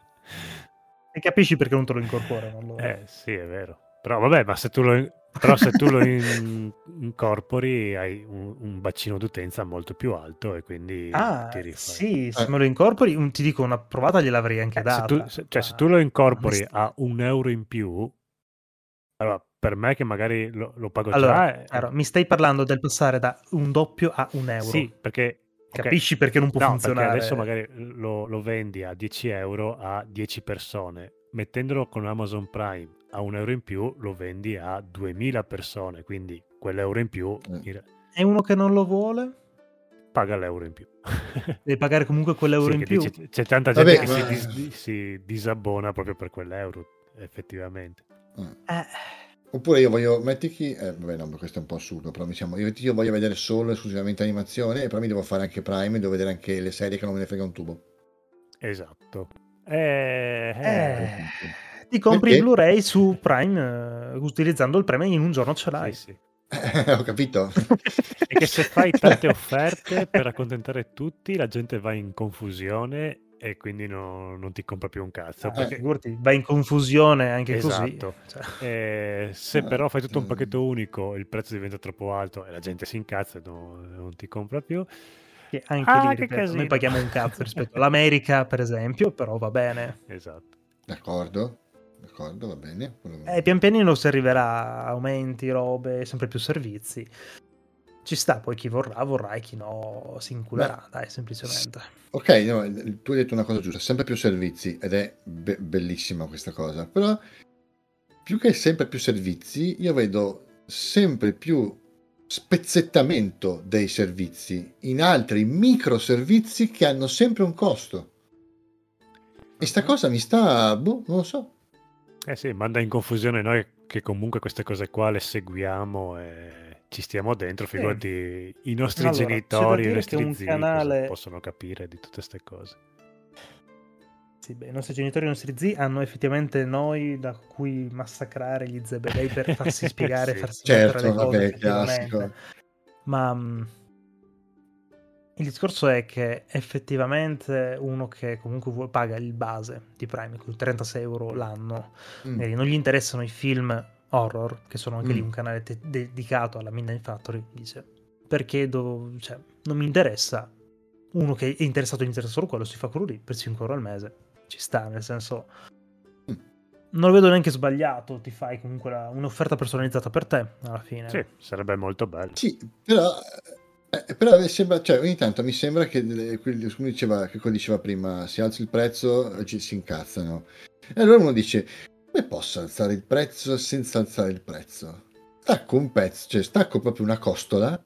E capisci perché non te lo incorporano allora. Eh sì, è vero. Però vabbè, ma se tu lo, però se tu lo in- incorpori hai un, un bacino d'utenza molto più alto e quindi Ah, ti rifai. sì, se Eh. me lo incorpori, un- ti dico, una provata gliel'avrei anche Eh, se data. tu, se- cioè, se Ma- tu lo incorpori onest- a un euro in più, allora per me che magari lo, lo pago Allora, già, è- chiaro, mi stai parlando del passare da un doppio a un euro. sì, perché ok, Capisci perché non può no, funzionare? perché adesso magari lo, lo vendi a dieci euro a dieci persone, mettendolo con Amazon Prime a un euro in più lo vendi a duemila persone, quindi quell'euro in più Mm. in- E uno che non lo vuole? paga l'euro in più. Devi pagare comunque quell'euro Sì, in che più? dice- c'è tanta gente Vabbè, che si, ma- dis- di- si disabbona proprio per quell'euro, effettivamente. Mm. Eh, Oppure io voglio, metti chi, eh, vabbè no, ma questo è un po' assurdo, però mi sembra, io, io voglio vedere solo esclusivamente animazione e però mi devo fare anche Prime e devo vedere anche le serie che non me ne frega un tubo. Esatto. Eh, eh, eh, ti compri Perché? il Blu-ray su Prime eh, utilizzando il Prime e in un giorno ce l'hai. sì, sì. Ho capito. E che se fai tante offerte per accontentare tutti, la gente va in confusione e quindi no- non ti compra più un cazzo. Ah, perché- figurati, vai in confusione anche Esatto. così. Cioè, Eh, se Ah, però fai tutto un mm. pacchetto unico, il prezzo diventa troppo alto e la gente si incazza e no- non ti compra più. che anche Ah, lì, che ripeto, casino. noi paghiamo un cazzo rispetto all'America, per esempio, però va bene. Esatto. D'accordo, d'accordo, va bene. Quello- Eh, pian pianino si arriverà a aumenti, robe, sempre più servizi. Ci sta, poi chi vorrà, vorrà e chi no si inculerà, dai, semplicemente. Ok, no, tu hai detto una cosa giusta, sempre più servizi ed è be- bellissima questa cosa, però più che sempre più servizi, io vedo sempre più spezzettamento dei servizi in altri micro servizi che hanno sempre un costo. E sta cosa mi sta, boh, non lo so. Eh sì, manda in confusione noi che comunque queste cose qua le seguiamo e ci stiamo dentro, figurati i nostri Allora, c'è da genitori e i dire nostri che un zii canale- cosa possono capire di tutte queste cose. Sì, beh, i nostri genitori e i nostri zii hanno effettivamente noi da cui massacrare gli zebedei per farsi spiegare, Sì. farsi Certo, mettere le cose vabbè, effettivamente. classico. Ma mh, il discorso è che effettivamente uno che comunque vuole- paga il base di Prime, quindi trentasei euro l'anno, Mm. magari non gli interessano i film horror, che sono anche lì Mm. un canale te- dedicato alla Midnight Factory, dice, perché do- cioè, non mi interessa. Uno che è interessato e interessa solo quello, si fa quello lì per cinque euro al mese. Ci sta, nel senso... Mm. Non lo vedo neanche sbagliato, ti fai comunque la- un'offerta personalizzata per te, alla fine. Sì, sarebbe molto bello. Sì, però, eh, però mi sembra, cioè, ogni tanto mi sembra che, delle- quelli- come diceva, che quello diceva prima, si alza il prezzo e ci si incazzano. E allora uno dice, come posso alzare il prezzo senza alzare il prezzo? Stacco un pezzo, cioè stacco proprio una costola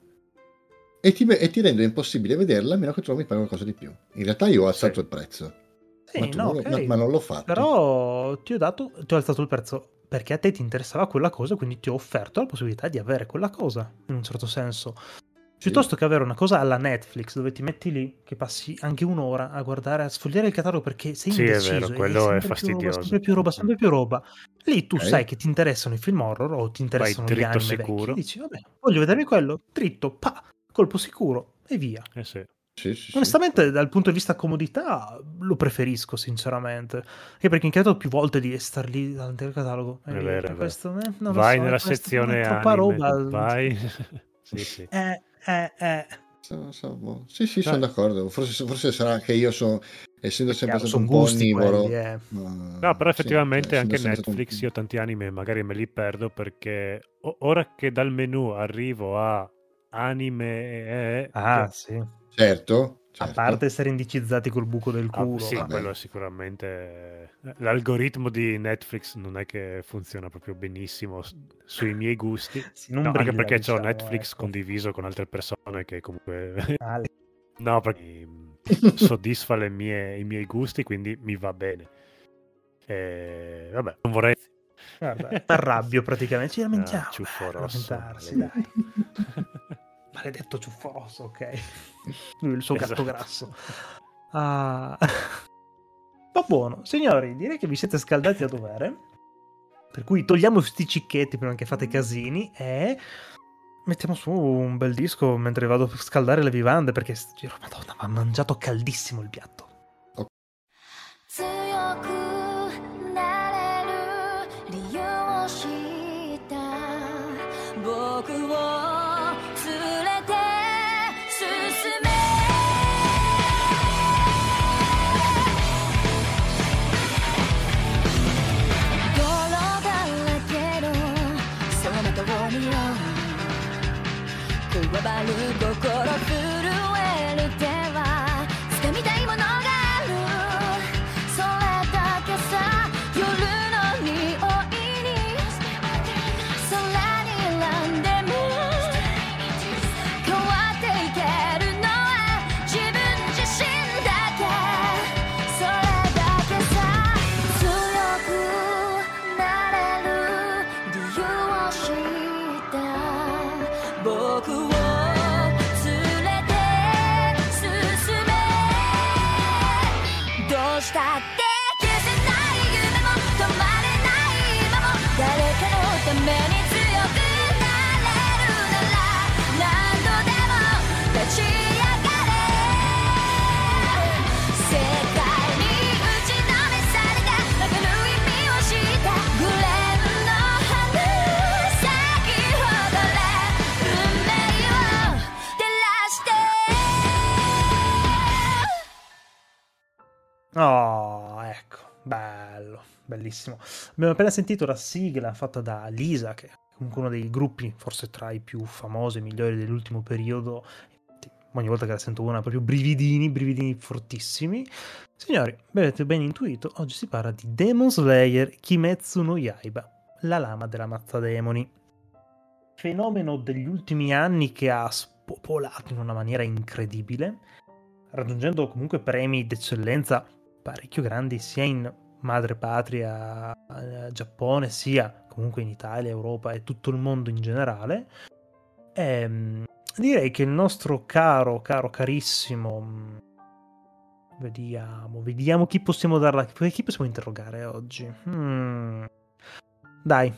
e ti, e ti rendo impossibile vederla a meno che tu non mi paghi qualcosa di più. In realtà io ho alzato Sì. il prezzo, Sì, ma, tu no, non- ok. ma- ma non l'ho fatto. Però ti ho dato, ti ho alzato il prezzo perché a te ti interessava quella cosa, quindi ti ho offerto la possibilità di avere quella cosa, in un certo senso. Piuttosto che avere una cosa alla Netflix dove ti metti lì, che passi anche un'ora a guardare, a sfogliare il catalogo perché sei Sì, è indeciso. vero, e quello sempre è più roba, fastidioso. sempre più roba, sempre più roba. Lì tu Ok. sai che ti interessano i film horror o ti interessano gli dritto anime sicuro. vecchi. Dici, vabbè, voglio vedermi quello, dritto, pa, colpo sicuro e via. Eh sì. Sì, sì, sì. Onestamente, dal punto di vista comodità, lo preferisco, sinceramente. Anche perché incarico più volte di star lì davanti al catalogo. È E vero, è vero. questo, eh, non lo Vai so, nella questo, sezione è troppa anime, roba. vai. Sì, sì. Eh, eh, eh. So- so- boh. Sì, sì, Eh. sono d'accordo. Forse, forse sarà che io sono, essendo sempre Chiaro, stato son un po' gusti onnivoro. quelli, eh. ma- No, però sì, effettivamente cioè, anche essendo sempre stato un- Netflix io tanti anime magari me li perdo perché o- ora che dal menu arrivo a anime eh, Ah, cioè, sì. Certo, A certo. parte essere indicizzati col buco del ah, culo. sì, ma- vabbè. quello sicuramente l'algoritmo di Netflix non è che funziona proprio benissimo s- sui miei gusti. Sì, non No, anche brilla, perché diciamo, ho Netflix ecco. condiviso con altre persone che comunque Ah, le- no, perché mm, soddisfa le mie- i miei gusti, quindi mi va bene. E, vabbè, non vorrei. Guarda, mi arrabbio praticamente. Ci lamentiamo. Ah, ciuffo eh, rosso, lamentarsi, maledetto. dai. Maledetto ciufforoso, ok. Lui il suo gatto Esatto. grasso. Ah. Va buono. Signori, direi che vi siete scaldati a dovere. Per cui togliamo sti cicchetti prima che fate casini e mettiamo su un bel disco mentre vado a scaldare le vivande, perché giro, madonna, mi ha mangiato caldissimo il piatto. 強くなれる理由を知った僕を連れて進め泥だらけのその通りをくわばる心震える手は掴みたいものがあるそれだけさ夜の匂いに空にらんでも変わっていけるのは自分自身だけそれだけさ強くなれる理由を知った僕を連れて進めどうしたって消せない夢も止まれない今も誰かのために強くなれるなら何度でも立ち上がれ世界に打ちのめされた明るい意味を知ったグレンの花咲き誇れ運命を照らして Oh, ecco, bello, bellissimo. Abbiamo appena sentito la sigla fatta da Lisa, che è comunque uno dei gruppi forse tra i più famosi e migliori dell'ultimo periodo. Infatti, ogni volta che la sento una proprio brividini, brividini fortissimi. Signori, avete ben intuito, oggi si parla di Demon Slayer Kimetsu no Yaiba, la lama della Mazzademoni. Fenomeno degli ultimi anni che ha spopolato in una maniera incredibile, raggiungendo comunque premi d'eccellenza parecchio grandi sia in madrepatria eh, Giappone, sia comunque in Italia, Europa e tutto il mondo in generale. E, direi che il nostro caro, caro, carissimo, vediamo, vediamo chi possiamo darla, chi possiamo interrogare oggi. Hmm. Dai,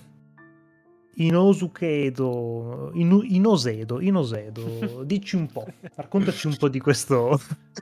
Inosukedo, Inu, Inosedo, Inosedo, dici un po', raccontaci un po' di questo,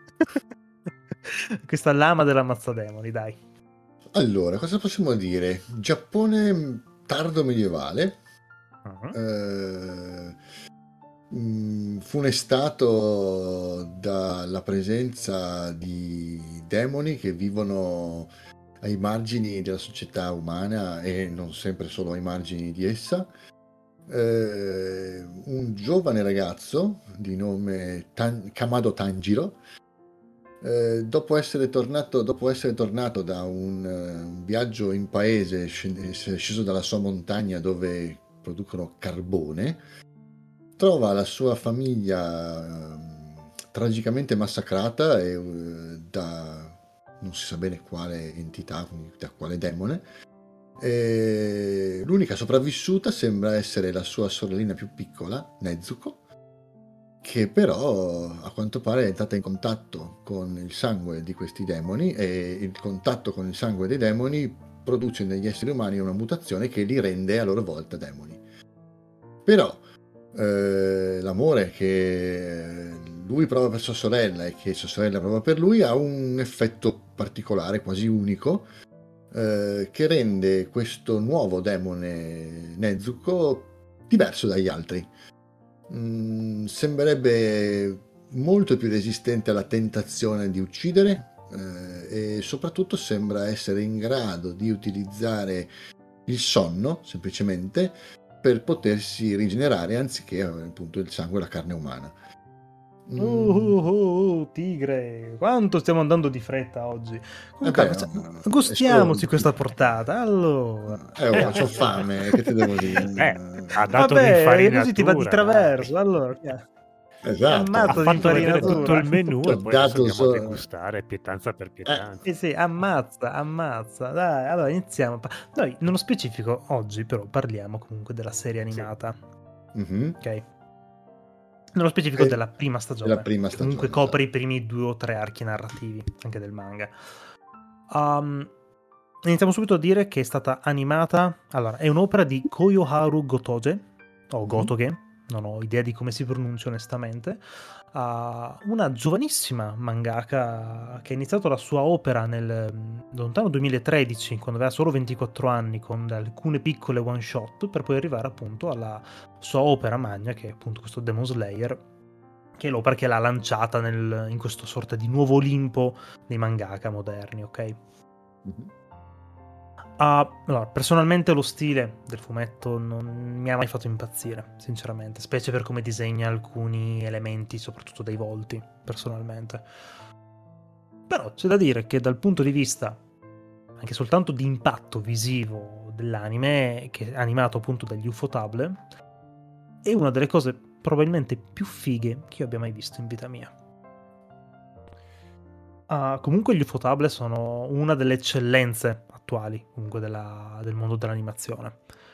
questa lama della Mazzademoni, dai. Allora, cosa possiamo dire? Giappone tardo medievale, Uh-huh. eh, mh, funestato dalla presenza di demoni che vivono ai margini della società umana e non sempre solo ai margini di essa. Eh, un giovane ragazzo di nome Tan- Kamado Tanjiro, eh, dopo essere tornato, dopo essere tornato da un, uh, un viaggio in paese, scende- sceso dalla sua montagna dove producono carbone, trova la sua famiglia uh, tragicamente massacrata e, uh, da non si sa bene quale entità, quindi da quale demone. E l'unica sopravvissuta sembra essere la sua sorellina più piccola, Nezuko, che però a quanto pare è entrata in contatto con il sangue di questi demoni e il contatto con il sangue dei demoni produce negli esseri umani una mutazione che li rende a loro volta demoni. Però eh, l'amore che lui prova per sua sorella e che sua sorella prova per lui ha un effetto particolare, quasi unico, eh, che rende questo nuovo demone Nezuko diverso dagli altri. Mm, sembrerebbe molto più resistente alla tentazione di uccidere eh, e soprattutto sembra essere in grado di utilizzare il sonno semplicemente per potersi rigenerare anziché appunto il sangue e la carne umana. Uh, uh, uh, uh, tigre, quanto stiamo andando di fretta oggi. Comunque, Eh beh, faccia- gustiamoci questa portata. Allora, Eh, oh, c'ho fame, che ti devo dire? Eh, ha dato vabbè, così ti va di l'infarinatura, traverso. dai. Allora, chi- Esatto. ammazza Ha di fatto vedere infarinatura. tutto il menù Ti ho e poi dato adesso andiamo solo- a degustare pietanza per pietanza. Eh sì, ammazza, ammazza. Dai, allora iniziamo. Noi, nello specifico, oggi però parliamo comunque della serie animata, Mhm. ok? Nello specifico Eh, della prima stagione. della prima che comunque stagione, copre i primi due o tre archi narrativi, anche del manga. Um, iniziamo subito a dire che è stata animata. Allora, è un'opera di Koyoharu Gotoge, o Gotoge, non ho idea di come si pronuncia onestamente, a una giovanissima mangaka che ha iniziato la sua opera nel mm, lontano duemilatredici, quando aveva solo ventiquattro anni, con alcune piccole one shot, per poi arrivare appunto alla sua opera magna, che è appunto questo Demon Slayer, che è l'opera che l'ha lanciata nel- in questo sorta di nuovo Olimpo dei mangaka moderni, ok? Mhm. Ah, allora, personalmente lo stile del fumetto non mi ha mai fatto impazzire, sinceramente, specie per come disegna alcuni elementi, soprattutto dei volti, personalmente. Però c'è da dire che dal punto di vista anche soltanto di impatto visivo dell'anime, che è animato appunto dagli Ufotable, è una delle cose probabilmente più fighe che io abbia mai visto in vita mia. Ah, comunque gli Ufotable sono una delle eccellenze attuali comunque della- del mondo dell'animazione,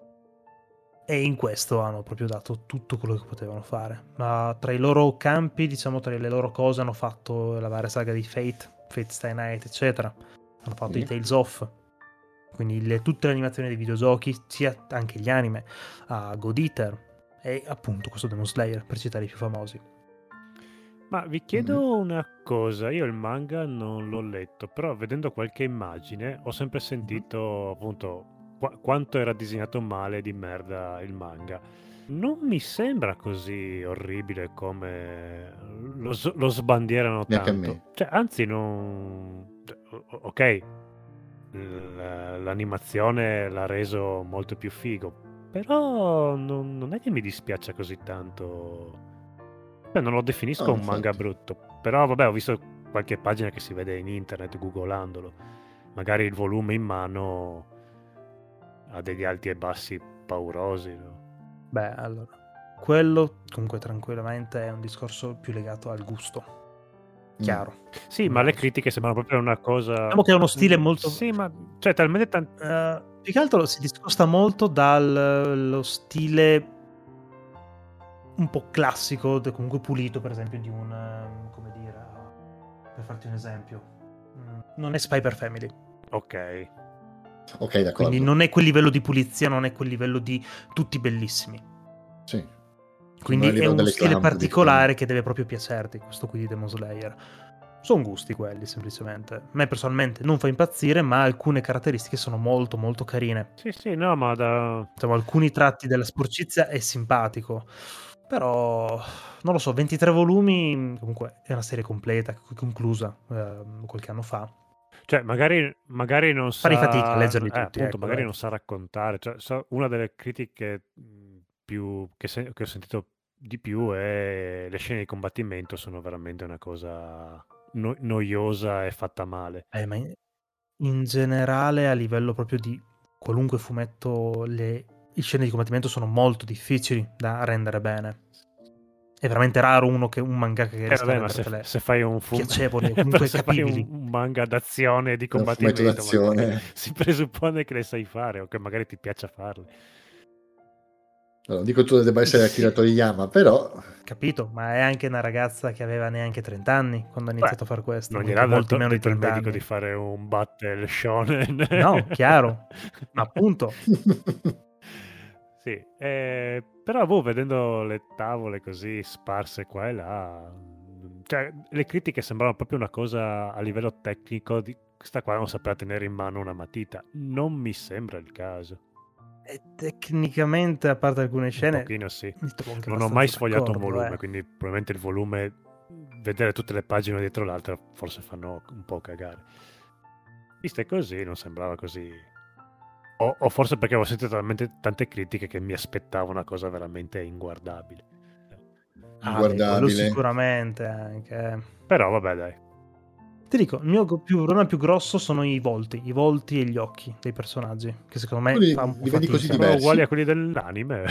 e in questo hanno proprio dato tutto quello che potevano fare. Ma tra i loro campi, diciamo, tra le loro cose, hanno fatto la varia saga di Fate, Fate Stay Night, eccetera. Hanno fatto Sì. i Tales of, quindi le- tutte le animazioni dei videogiochi, sia anche gli anime, a God Eater e appunto questo Demon Slayer, per citare i più famosi. Ma vi chiedo una cosa, io il manga non l'ho letto, però vedendo qualche immagine ho sempre sentito appunto qua- quanto era disegnato male di merda il manga. Non mi sembra così orribile come lo, s- lo sbandierano Neanche a tanto. me. Cioè, anzi, non... cioè, o- ok, l- l'animazione l'ha reso molto più figo, però non, non è che mi dispiaccia così tanto. Beh, non lo definisco No, un manga infatti. brutto, però vabbè, ho visto qualche pagina che si vede in internet googlandolo. Magari il volume in mano ha degli alti e bassi paurosi, no? Beh, allora, quello comunque tranquillamente è un discorso più legato al gusto, chiaro. Sì, ma le critiche sembrano proprio una cosa... Diciamo che è uno stile Mm, molto... Sì, ma... Cioè, talmente tanto... Eh, più che altro si discosta molto dallo stile un po' classico, de- comunque pulito, per esempio, di un... ehm, come dire... Per farti un esempio. mm, Non è Spy per Family. Ok. Ok, d'accordo. Quindi non è quel livello di pulizia, non è quel livello di tutti bellissimi. Sì. Quindi Non è livello uno delle stile clamp di particolare che deve proprio piacerti, questo qui di Demon Slayer. Sono gusti quelli, semplicemente. A me personalmente non fa impazzire, ma alcune caratteristiche sono molto molto carine. Sì, sì, no, ma da... Diciamo, alcuni tratti della sporcizia è simpatico. Però, non lo so, ventitré volumi, comunque è una serie completa, conclusa eh, qualche anno fa. Cioè, magari, magari non Farei fatica a sa... leggerli Eh, tutti, appunto, ecco, magari dai. non sa raccontare. Cioè, so- una delle critiche mh, più... che, se- che ho sentito di più è le scene di combattimento sono veramente una cosa no- noiosa e fatta male. Eh, ma in, in generale, a livello proprio di qualunque fumetto, le, le scene di combattimento sono molto difficili da rendere bene. È veramente raro uno che un mangaka che Eh riesca a vabbè, ma se, rendertele se fai un fum- piacevoli o però comunque se fai un, capibili. un manga d'azione e di un fumetto combattimento, magari d'azione. si presuppone che le sai fare o che magari ti piaccia farle. Allora, non dico tu debba essere Akira Toriyama, però Capito? Ma è anche una ragazza che aveva neanche trenta anni quando ha Beh, iniziato a fare questo, non gli molti, era molti detto, meno di detto il trenta medico anni. di fare un battle shonen. No, chiaro, ma appunto, Sì, eh, però boh, vedendo le tavole così sparse qua e là, mm, cioè le critiche sembravano proprio una cosa a livello tecnico di questa qua non sapeva tenere in mano una matita. Non mi sembra il caso. e tecnicamente, a parte alcune Un scene, pochino sì. mi trovo anche Non ho mai abbastanza sfogliato un d'accordo, volume, eh. quindi probabilmente il volume, vedere tutte le pagine dietro l'altra, forse fanno un po' cagare. Viste così, non sembrava così. O, o forse perché avevo sentito talmente tante critiche che mi aspettavo una cosa veramente inguardabile. Ah, beh, quello inguardabile. sicuramente anche. eh. Però vabbè, dai. Ti dico, il mio go- più- problema più grosso sono i volti, i volti e gli occhi dei personaggi, che secondo me Tu li- fa un po' li vedi così fatica. Sono uguali diversi? a quelli dell'anime.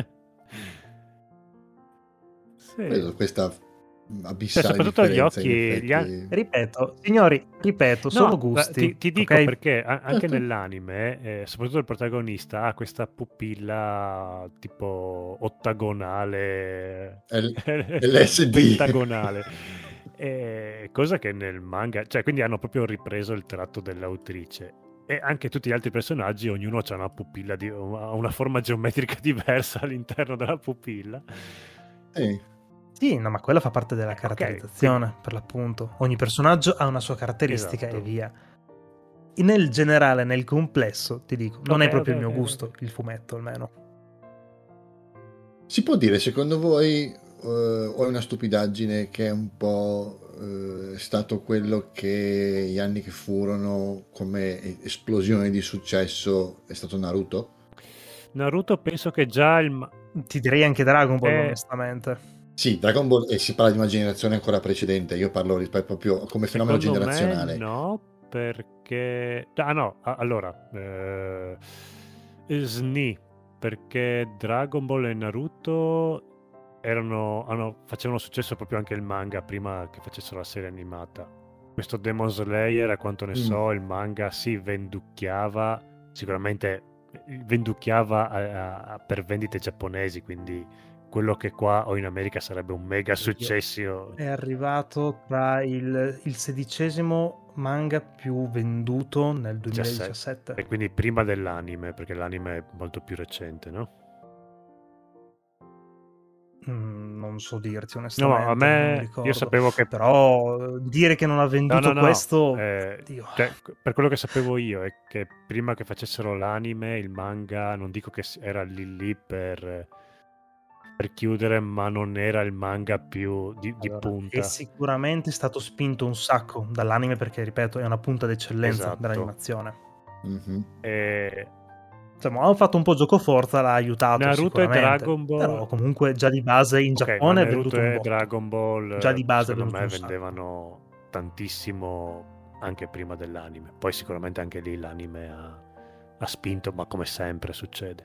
Sì. Vedo questa Cioè, abissale soprattutto gli differenza in occhi. Gli a- effetti. Ripeto, signori, ripeto, sono No, gusti. ti, ti dico ok? perché a- anche Certo. nell'anime, eh, soprattutto il protagonista ha questa pupilla tipo ottagonale, L- L S D. pentagonale, eh, cosa che nel manga, cioè quindi hanno proprio ripreso il tratto dell'autrice. e anche tutti gli altri personaggi, ognuno ha una pupilla, di, ha una forma geometrica diversa all'interno della pupilla. Sì. Sì, no, ma quella fa parte della Eh, ok, caratterizzazione, quindi- per l'appunto. Ogni personaggio ha una sua caratteristica Esatto. e via. Nel generale, nel complesso, ti dico, non Ok, è proprio ok, il mio ok, gusto, ok. il fumetto almeno. Si può dire, secondo voi, eh, o è una stupidaggine, che è un po' eh, stato quello che gli anni che furono come esplosione di successo è stato Naruto? Naruto penso che già il... ma- Ti direi anche Dragon Ball, Eh, onestamente. Sì, Dragon Ball, e si parla di una generazione ancora precedente, io parlo rispetto proprio come fenomeno Secondo me generazionale. no, perché... Ah no, a- allora... Eh... S N I, perché Dragon Ball e Naruto erano, hanno- facevano successo proprio anche il manga prima che facessero la serie animata. Questo Demon Slayer, a quanto ne Mm. so, il manga si venducchiava, sicuramente eh, venducchiava a- a- per vendite giapponesi, quindi quello che qua o in America sarebbe un mega successo. È arrivato tra il, il sedicesimo manga più venduto nel duemiladiciassette. E quindi prima dell'anime, perché l'anime è molto più recente, no? Mm, non so dirti No, onestamente, ma a non mi me ricordo. io sapevo che Però eh, dire che non ha no, venduto no, no, questo, eh, Dio. cioè, per quello che sapevo io è che prima che facessero l'anime, il manga, non dico che s- era lì lì per, per chiudere, ma non era il manga più di, di Allora, è punta. sicuramente stato spinto un sacco dall'anime perché, ripeto, è una punta d'eccellenza Esatto. dell'animazione. Mhm. E Insomma, hanno fatto un po' gioco forza, l'ha aiutato Naruto e sicuramente. Dragon Ball, Però comunque già di base in ok, ma Giappone è Naruto venduto un e botto. Dragon Ball Già di base è secondo venuto me un sacco. vendevano tantissimo anche prima dell'anime. Poi sicuramente anche lì l'anime ha, ha spinto, ma come sempre succede.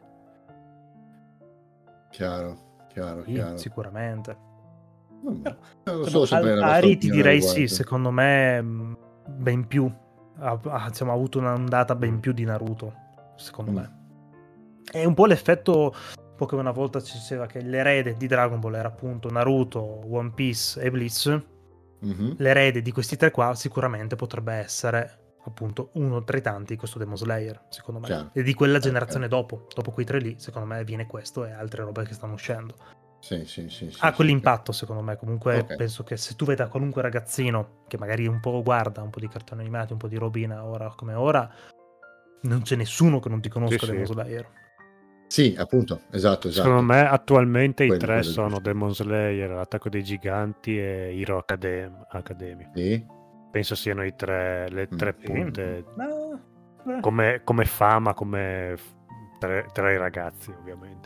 Chiaro, chiaro, Sì, chiaro. sicuramente. Vabbè, non Insomma, so sapere al la vostra pari ti opinione direi riguardo. sì, secondo me mh, ben più. Ha, ha, diciamo, ha avuto un'ondata ben Mm. più di Naruto, secondo Mm. me. È un po' l'effetto, un po' che una volta si diceva che l'erede di Dragon Ball era appunto Naruto, One Piece e Blitz. Mhm. L'erede di questi tre qua sicuramente potrebbe essere appunto uno tra i tanti questo Demon Slayer, secondo me. Chiaro. E di quella Chiaro, generazione dopo, dopo quei tre lì, secondo me viene questo e altre robe che stanno uscendo. Sì, sì, sì, sì, Ha sì, quell'impatto secondo me, comunque Ok. penso che se tu veda qualunque ragazzino che magari un po' guarda un po' di cartoni animati, un po' di robina ora come ora, non c'è nessuno che non ti conosca Sì, Demon sì. Slayer. Sì, appunto, esatto, esatto. Secondo me attualmente Quello- i tre quello è sono giusto. Demon Slayer, L'attacco dei giganti e Hero Academ- Academy. Sì. Penso siano i tre, le Mm. tre Sì. punte Ma, eh, come, come fama, come f- tra, tra i ragazzi ovviamente.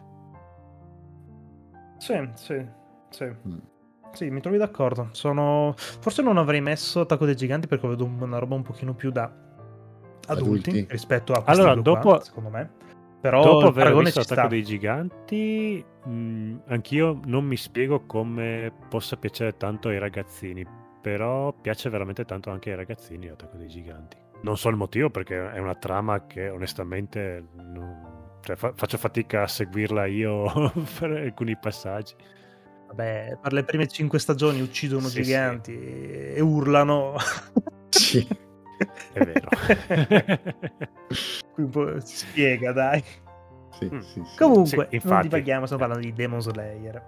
sì, sì, sì. Mm. Sì, mi trovi d'accordo. Sono... Forse non avrei messo Attacco dei Giganti perché vedo una roba un pochino più da adulti, Adulti. rispetto a questi Allora, due dopo, qua, secondo me. Però dopo il aver paragone visto ci L'attacco sta. dei giganti, mh, anch'io non mi spiego come possa piacere tanto ai ragazzini, però piace veramente tanto anche ai ragazzini L'attacco dei giganti. Non so il motivo, perché è una trama che onestamente non- cioè, fa- faccio fatica a seguirla io per alcuni passaggi. Vabbè, per le prime cinque stagioni uccidono Sì, giganti e e urlano. Sì. È vero. Qui un po' si spiega, dai. Sì, Mm. sì, sì. Comunque, Sì, non infatti. divaghiamo, stiamo parlando di Demon Slayer.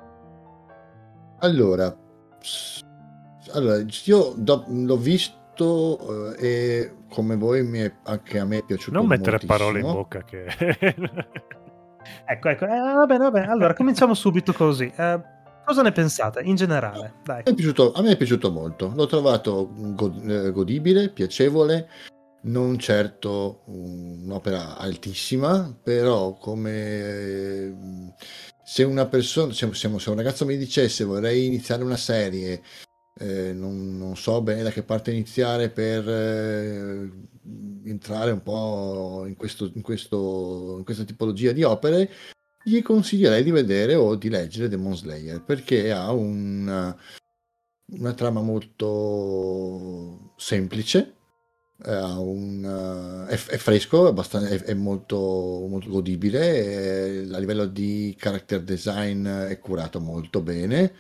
Allora, s- allora, io do- l'ho visto eh, e come voi mi è- anche a me è piaciuto Non mettere moltissimo. parole in bocca che... Ecco, ecco, eh, va bene, va bene. Allora, cominciamo subito così. Eh, cosa ne pensate in generale? Dai. Mi è piaciuto- a me è piaciuto molto, l'ho trovato go- eh, godibile, piacevole, non certo un'opera altissima, però come eh, se una persona, se, se- se un ragazzo mi dicesse vorrei iniziare una serie, eh, non, non so bene da che parte iniziare per eh, entrare un po' in questo, in questo, in questa tipologia di opere, gli consiglierei di vedere o di leggere Demon Slayer perché ha un una trama molto semplice, eh, ha un, eh, è, è fresco, è, abbastanza, è, è molto, molto godibile, e a livello di character design è curato molto bene.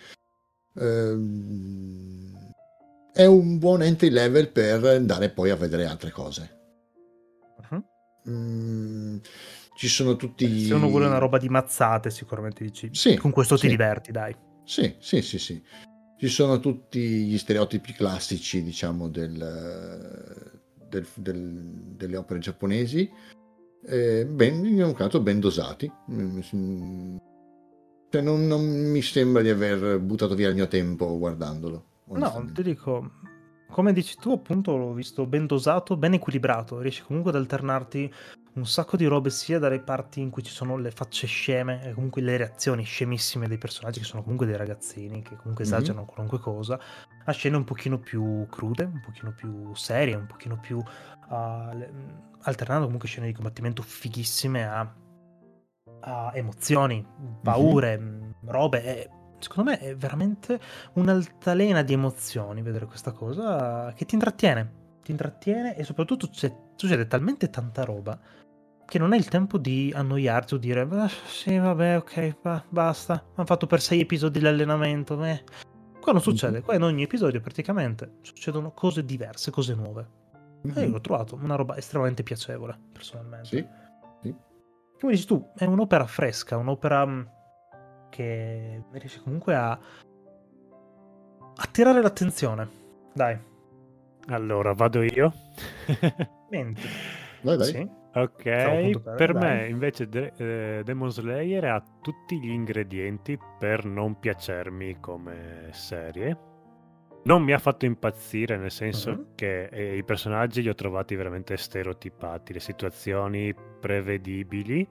Ehm, è un buon entry level per andare poi a vedere altre cose. mm, ci sono tutti... Se uno vuole una roba di mazzate, sicuramente dici, Sì, con questo sì. ti diverti, dai. Sì, sì, sì, sì. Ci sono tutti gli stereotipi classici, diciamo, del, del- del- delle opere giapponesi, eh, ben, in un caso ben dosati. Mm, mm, Cioè, non, non mi sembra di aver buttato via il mio tempo guardandolo, No, onestamente. ti dico, come dici tu, appunto, l'ho visto ben dosato, ben equilibrato. Riesci comunque ad alternarti un sacco di robe, sia dalle parti in cui ci sono le facce sceme e comunque le reazioni scemissime dei personaggi, che sono comunque dei ragazzini, che comunque Mhm. esagerano qualunque cosa, a scene un pochino più crude, un pochino più serie, un pochino più... ah, le- alternando comunque scene di combattimento fighissime a, a emozioni, paure, mh, robe. E secondo me è veramente un'altalena di emozioni vedere questa cosa che ti intrattiene. Ti intrattiene e soprattutto c'è- succede talmente tanta roba che non hai il tempo di annoiarti o dire "Ah, sì, vabbè, ok, va- basta. Hanno fatto per sei episodi l'allenamento. eh." Qua non succede, qua in ogni episodio praticamente succedono cose diverse, cose nuove. E io Mhm. l'ho trovato una roba estremamente piacevole, personalmente. Sì, sì. Come dici tu, è un'opera fresca, un'opera mh, che riesce comunque a attirare l'attenzione. Dai, Allora, vado io. mente. Vai, vai. Sì, Ok, stavo appunto per... per dai. me invece De- eh, Demon Slayer ha tutti gli ingredienti per non piacermi come serie. Non mi ha fatto impazzire, nel senso Mhm. che eh, i personaggi li ho trovati veramente stereotipati, le situazioni prevedibili.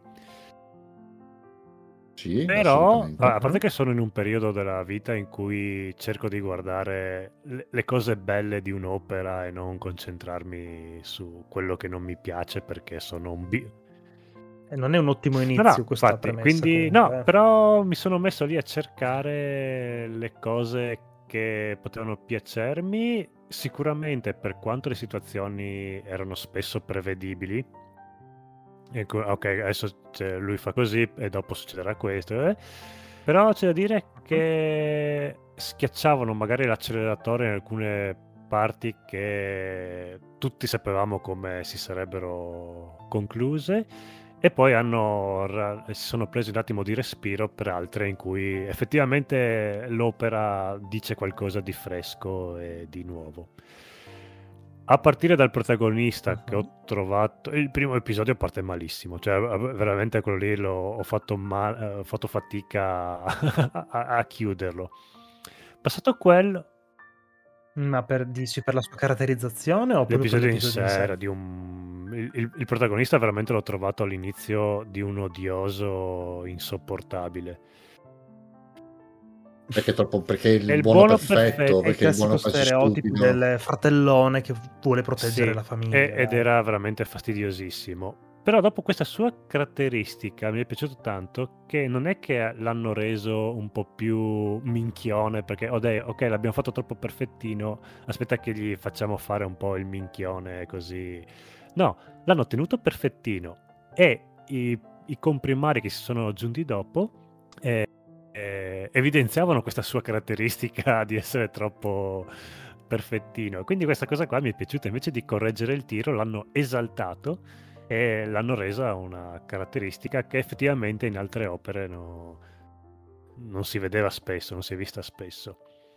Sì, Però, assolutamente. a parte Mhm. che sono in un periodo della vita in cui cerco di guardare le le cose belle di un'opera e non concentrarmi su quello che non mi piace perché sono un bi... E non è un ottimo No, inizio no, questa infatti, premessa quindi no, comunque. eh. però mi sono messo lì a cercare le cose che potevano piacermi, sicuramente per quanto le situazioni erano spesso prevedibili. Ecco, ok, adesso cioè, lui fa così e dopo succederà questo, eh. Però c'è da dire che schiacciavano magari l'acceleratore in alcune parti che tutti sapevamo come si sarebbero concluse e poi hanno, ra- si sono presi un attimo di respiro per altre in cui effettivamente l'opera dice qualcosa di fresco e di nuovo. A partire dal protagonista che Mhm. ho trovato, il primo episodio parte malissimo, cioè eh, veramente quello lì l'ho, ho fatto, ma- eh, ho fatto fatica a, a- a chiuderlo. Passato quello, Ma per, dici per la sua caratterizzazione o proprio per l'episodio in l'episodio sé in sé? era di un... Il, il- il protagonista veramente l'ho trovato all'inizio di un odioso insopportabile. Perché è troppo, perché è È il il buono buono perfetto, È il perfetto. perché è il buono classico quasi stereotipo stupido. del fratellone che vuole proteggere Sì, la e- famiglia. ed dai. era veramente fastidiosissimo. Però dopo questa sua caratteristica mi è piaciuto tanto che non è che l'hanno reso un po' più minchione perché oh dai, ok, l'abbiamo fatto troppo perfettino, aspetta che gli facciamo fare un po' il minchione così. No, l'hanno tenuto perfettino e i, i comprimari che si sono aggiunti dopo eh, eh, evidenziavano questa sua caratteristica di essere troppo perfettino. Quindi questa cosa qua mi è piaciuta, invece di correggere il tiro l'hanno esaltato e l'hanno resa una caratteristica che effettivamente in altre opere no- non si vedeva spesso, non si è vista spesso.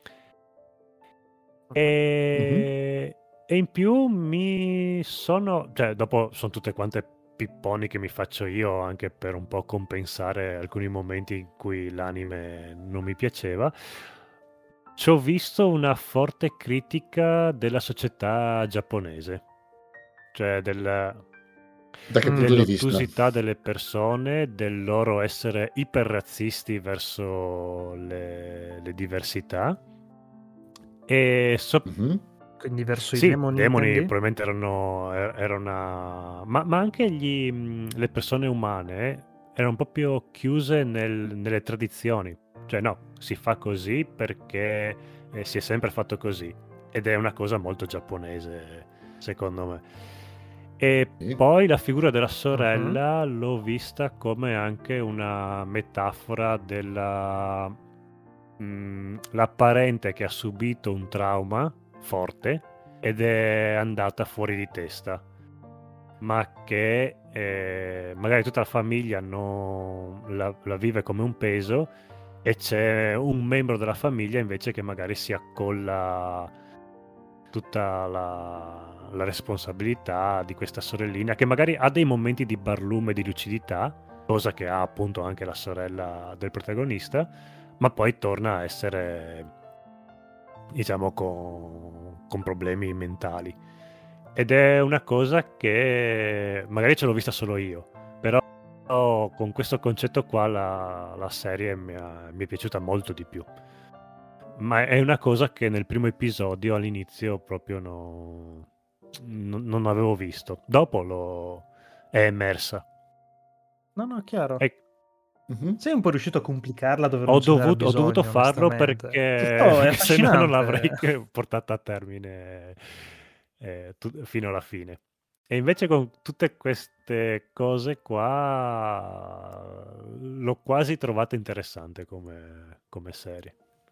Mhm. E, e in più mi sono, cioè dopo sono tutte quante pipponi che mi faccio io anche per un po' compensare alcuni momenti in cui l'anime non mi piaceva. Ci ho visto una forte critica della società giapponese, cioè del, Da che Mm. punto di vista? dell'ottusità delle persone, del loro essere iperrazzisti verso le, le diversità. E so- Mhm. Quindi verso i sì, demoni, demoni intendi? probabilmente erano, er- era una... Ma, ma anche gli, mh, le persone umane erano proprio chiuse nel- nelle tradizioni. Cioè no, si fa così perché eh, si è sempre fatto così. Ed è una cosa molto giapponese, secondo me. E Sì. poi la figura della Mhm. sorella l'ho vista come anche una metafora della... mh, la parente che ha subito un trauma forte ed è andata fuori di testa, ma che eh, magari tutta la famiglia non la, la vive come un peso, e c'è un membro della famiglia invece che magari si accolla tutta la, la responsabilità di questa sorellina, che magari ha dei momenti di barlume, di lucidità, cosa che ha appunto anche la sorella del protagonista, ma poi torna a essere, diciamo, con, con problemi mentali. Ed è una cosa che magari ce l'ho vista solo io, però con questo concetto qua la, la serie mi, ha- mi è piaciuta molto di più. Ma è una cosa che nel primo episodio all'inizio proprio no- non, non avevo visto. Dopo lo è emersa. No, no, chiaro. E Mhm. Sei un po' riuscito a complicarla dove ho non ce n'era dovuto, ho dovuto bisogno, farlo onestamente. perché, No, è perché se no non l'avrei affascinante. portata a termine eh, tu- fino alla fine. E invece con tutte queste cose qua l'ho quasi trovata interessante come, come serie.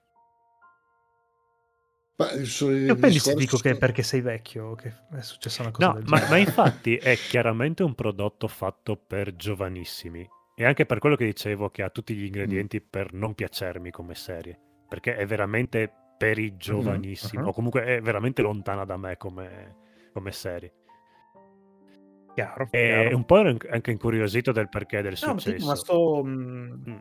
Ma sul Io pensi dico discorso... che è perché sei vecchio che è successa una cosa No, del ma, genere. ma infatti è chiaramente un prodotto fatto per giovanissimi, e anche per quello che dicevo che ha tutti gli ingredienti per non piacermi come serie, perché è veramente per i giovanissimi, mhm. o comunque è veramente lontana da me come, come serie. Chiaro, E chiaro. un po' ero anche incuriosito del perché del No, ma ti dico, ma successo. sto... mm, Mm.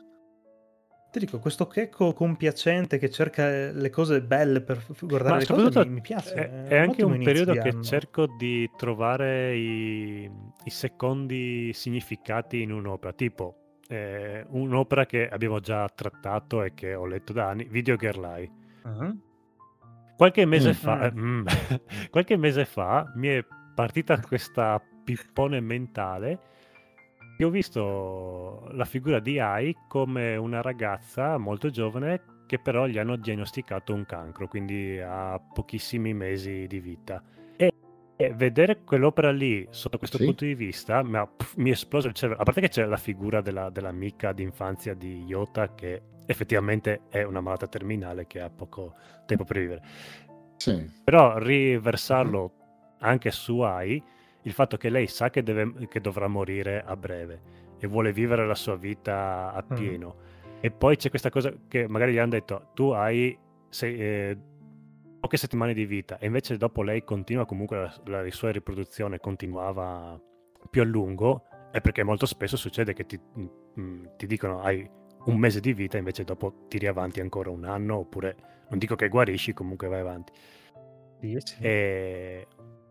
Ti dico, questo checco compiacente che cerca le cose belle per f- guardare Ma le cose mi, soprattutto mi piace. è, È è un anche ottimo un inizio periodo di che anno. cerco di trovare i, i secondi significati in un'opera, tipo eh, un'opera che abbiamo già trattato e che ho letto da anni, Video Girl Lie. Mhm. Qualche mese Mm. fa, eh, Mm. mm, qualche mese fa mi è partita questa pippone mentale che ho visto la figura di Ai come una ragazza molto giovane che però gli hanno diagnosticato un cancro, quindi ha pochissimi mesi di vita. E, e vedere quell'opera lì sotto questo Sì. punto di vista mi, ha, pff, mi è esploso il cervello. A parte che c'è la figura della, dell'amica d'infanzia di Yota, che effettivamente è una malata terminale che ha poco tempo per vivere. Sì. Però riversarlo anche su Ai, il fatto che lei sa che, deve, che dovrà morire a breve e vuole vivere la sua vita a pieno. E poi c'è questa cosa che magari gli hanno detto, tu hai sei, eh, poche settimane di vita, e invece dopo lei continua comunque, la, la sua riproduzione continuava più a lungo, è perché molto spesso succede che ti, mm, ti dicono hai un mese di vita, invece dopo tiri avanti ancora un anno, oppure non dico che guarisci, comunque vai avanti. Sì, sì. E...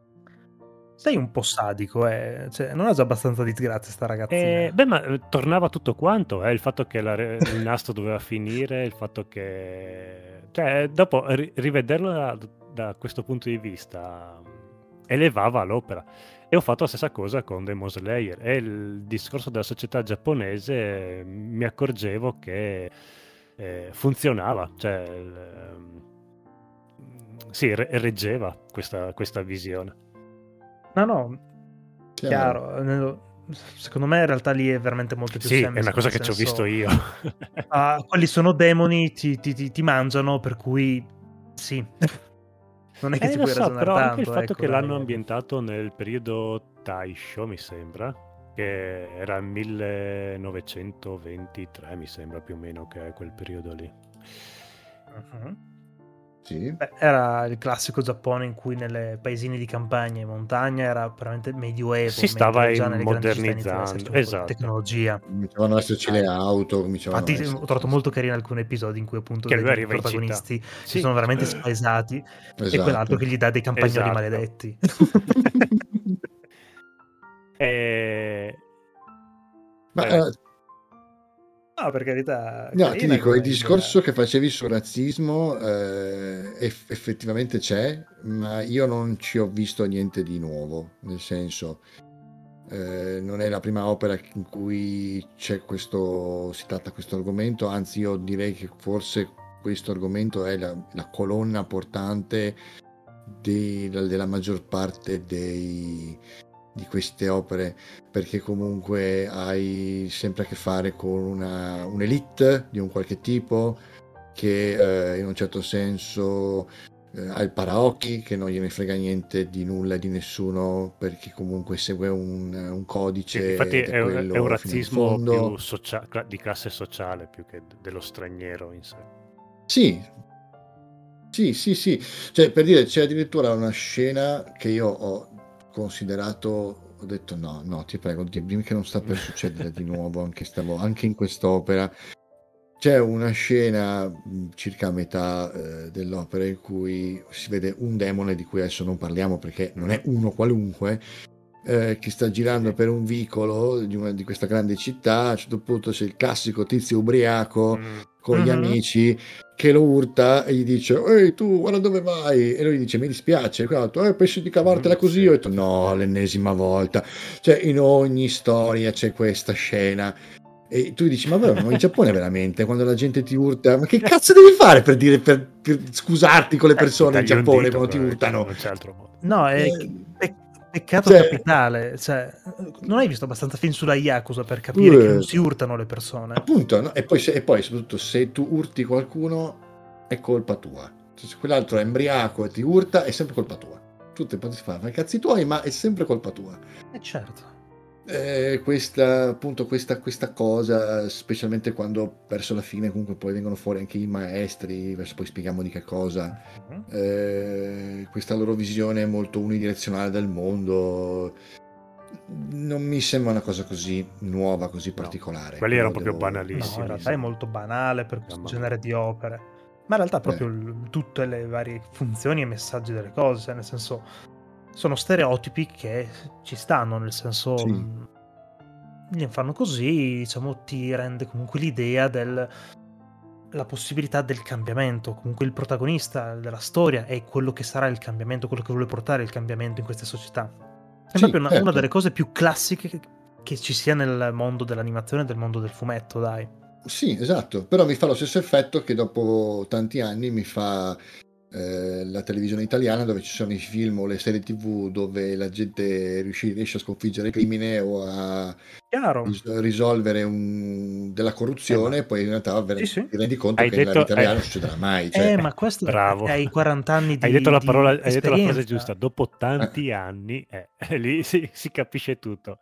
Sei un po' sadico, eh. Cioè, non ha già abbastanza disgrazia sta ragazzina. E, beh, ma eh, tornava tutto quanto, eh? Il fatto che la re- il nastro doveva finire, il fatto che... Cioè, dopo ri- rivederlo da, da questo punto di vista elevava l'opera. E ho fatto la stessa cosa con Demon Slayer. E il discorso della società giapponese, mi accorgevo che eh, funzionava, cioè... il- ehm, sì, re- reggeva questa, questa visione. No, no, Chiaro. chiaro. Nello- Secondo me in realtà lì è veramente molto più Sì, semplice. è una cosa nel che ci ho senso, visto io. ah, quelli sono demoni, ti, ti- ti- ti mangiano, per cui sì. Non è che Eh, ci lo puoi so, ragionare però anche il tanto, fatto ecco, che dai. l'hanno ambientato nel periodo Taisho, mi sembra, che era il millenovecentoventitré, mi sembra più o meno, che è quel periodo lì. Mhm. Sì. Beh, era il classico Giappone in cui nelle paesini di campagna e montagna era veramente medioevo, Si stava mentre già nelle grandi città iniziava ad modernizzando, esserci un po' di esatto. tecnologia. Cominciavano ad esserci le auto, cominciavano Infatti a ho esserci... trovato molto carino alcuni episodi in cui appunto Che lui vedi i arriva in città. protagonisti che Sì. sono veramente spaesati e Esatto. quell'altro che gli dà dei campagnoli Esatto. maledetti. E... Ma Vai, vai. eh, No, per carità, no, ti carina dico, come il discorso idea. che facevi sul razzismo eh, eff- effettivamente c'è, ma io non ci ho visto niente di nuovo, nel senso, eh, non è la prima opera in cui c'è questo, si tratta questo argomento, anzi io direi che forse questo argomento è la, la colonna portante dei- della maggior parte dei, di queste opere, perché comunque hai sempre a che fare con una, un'elite di un qualche tipo che eh, in un certo senso eh, ha il paraocchi che non gliene frega niente di nulla e di nessuno perché comunque segue un, un Sì, codice infatti ed è, è un- quello è un fino in razzismo fondo. più socia- cla- di classe sociale più che d- dello straniero in sé. Sì, sì, sì, sì. Cioè, per dire, c'è addirittura una scena che io ho considerato, ho detto no, no, ti prego, di- dimmi che non sta per succedere di nuovo anche, stavo, anche in quest'opera. C'è una scena mh, circa a metà eh, dell'opera in cui si vede un demone di cui adesso non parliamo perché non è uno qualunque, eh, che sta girando Sì. per un vicolo di, una, di questa grande città. A un certo punto c'è il classico tizio ubriaco Mm. con gli Mhm. amici che lo urta e gli dice ehi tu guarda dove vai, e lui dice mi dispiace, e quell'altro, eh, pensi di cavartela Mm, così? sì. Io ho detto no, l'ennesima volta. Cioè in ogni storia c'è questa scena e tu dici ma vero, ma in Giappone veramente quando la gente ti urta, ma che cazzo devi fare per dire per, per scusarti con le Eh, persone in Dagli un Giappone dito, quando ti probabilmente, urtano? non c'è altro modo. No, è Eh, pe- peccato cioè, capitale. Cioè, non hai visto abbastanza film sulla Yakuza per capire che non eh, si urtano le persone? appunto, no? E poi, se- e poi soprattutto se tu urti qualcuno è colpa tua. Cioè, se quell'altro è embriaco e ti urta è sempre colpa tua. Tu ti potresti fare i cazzi tuoi, ma è sempre colpa tua. Eh certo. Eh, questa, appunto, questa, questa cosa, specialmente quando verso la fine comunque poi vengono fuori anche i maestri, verso poi spieghiamo di che cosa, Mhm. eh, questa loro visione molto unidirezionale del mondo, non mi sembra una cosa così nuova, così particolare. quelli erano proprio Quello devo- No, banalissimi. in realtà è molto banale per questo Mamma genere mia. di opere. Ma in realtà Eh. proprio il- tutte le varie funzioni e messaggi delle cose, cioè, nel senso, sono stereotipi che ci stanno, nel senso, Sì. mh, li fanno così, diciamo, ti rende comunque l'idea del la possibilità del cambiamento. Comunque il protagonista della storia è quello che sarà il cambiamento, quello che vuole portare il cambiamento in queste società. È Sì, proprio una, una certo. delle cose più classiche che, che ci sia nel mondo dell'animazione e del mondo del fumetto, dai. Sì, esatto, però mi fa lo stesso effetto che dopo tanti anni mi fa eh, la televisione italiana, dove ci sono i film o le serie tv dove la gente riusci- riesce a sconfiggere il crimine o a Chiaro? ris- risolvere un- della corruzione, Eh, e poi in realtà ver- Sì, sì. ti rendi conto Hai che nella detto- vita reale hai- non succederà mai. Cioè, Eh, ma questo Bravo. è ai quaranta anni di Hai detto la di parola, hai detto la frase esperienza. giusta. Dopo tanti anni, eh, lì si, si capisce tutto.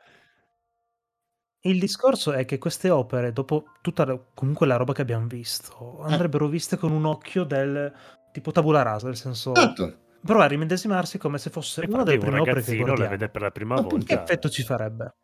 Il discorso è che queste opere, dopo tutta la- comunque la roba che abbiamo visto, andrebbero viste con un occhio del tipo tabula rasa, nel senso esatto, provare a rimedesimarsi come se fosse una Infatti delle un prime opere che ragazzino la guardiamo. vede per la prima Appunto. Che volta. effetto ci farebbe?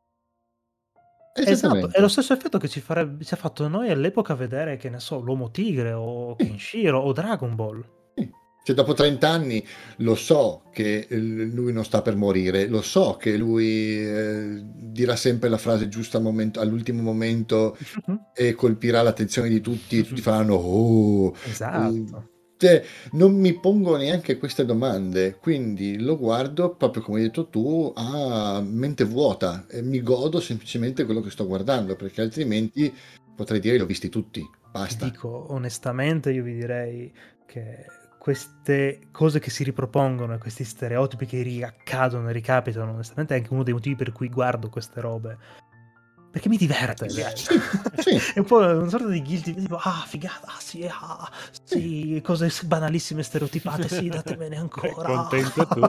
Esatto, esattamente. è lo stesso effetto che ci, farebbe, ci ha fatto noi all'epoca vedere, che ne so, l'Uomo Tigre o Sì. Kenshiro o Dragon Ball. Cioè, dopo trenta anni lo so che eh, lui non sta per morire, lo so che lui eh, dirà sempre la frase giusta al momento- all'ultimo momento e colpirà l'attenzione di tutti e tutti faranno oh. Esatto. Cioè, non mi pongo neanche queste domande, quindi lo guardo proprio come hai detto tu a mente vuota e mi godo semplicemente quello che sto guardando, perché altrimenti potrei dire li ho visti tutti, Ti basta. dico onestamente, io vi direi che queste cose che si ripropongono e questi stereotipi che riaccadono e ricapitano, onestamente è anche uno dei motivi per cui guardo queste robe. Perché mi diverte. Ti piace. Sì, sì. È un po' una sorta di guilty, tipo, ah, figata, ah, sì, ah, sì, cose banalissime, stereotipate, sì, datemene ancora. Contento tu.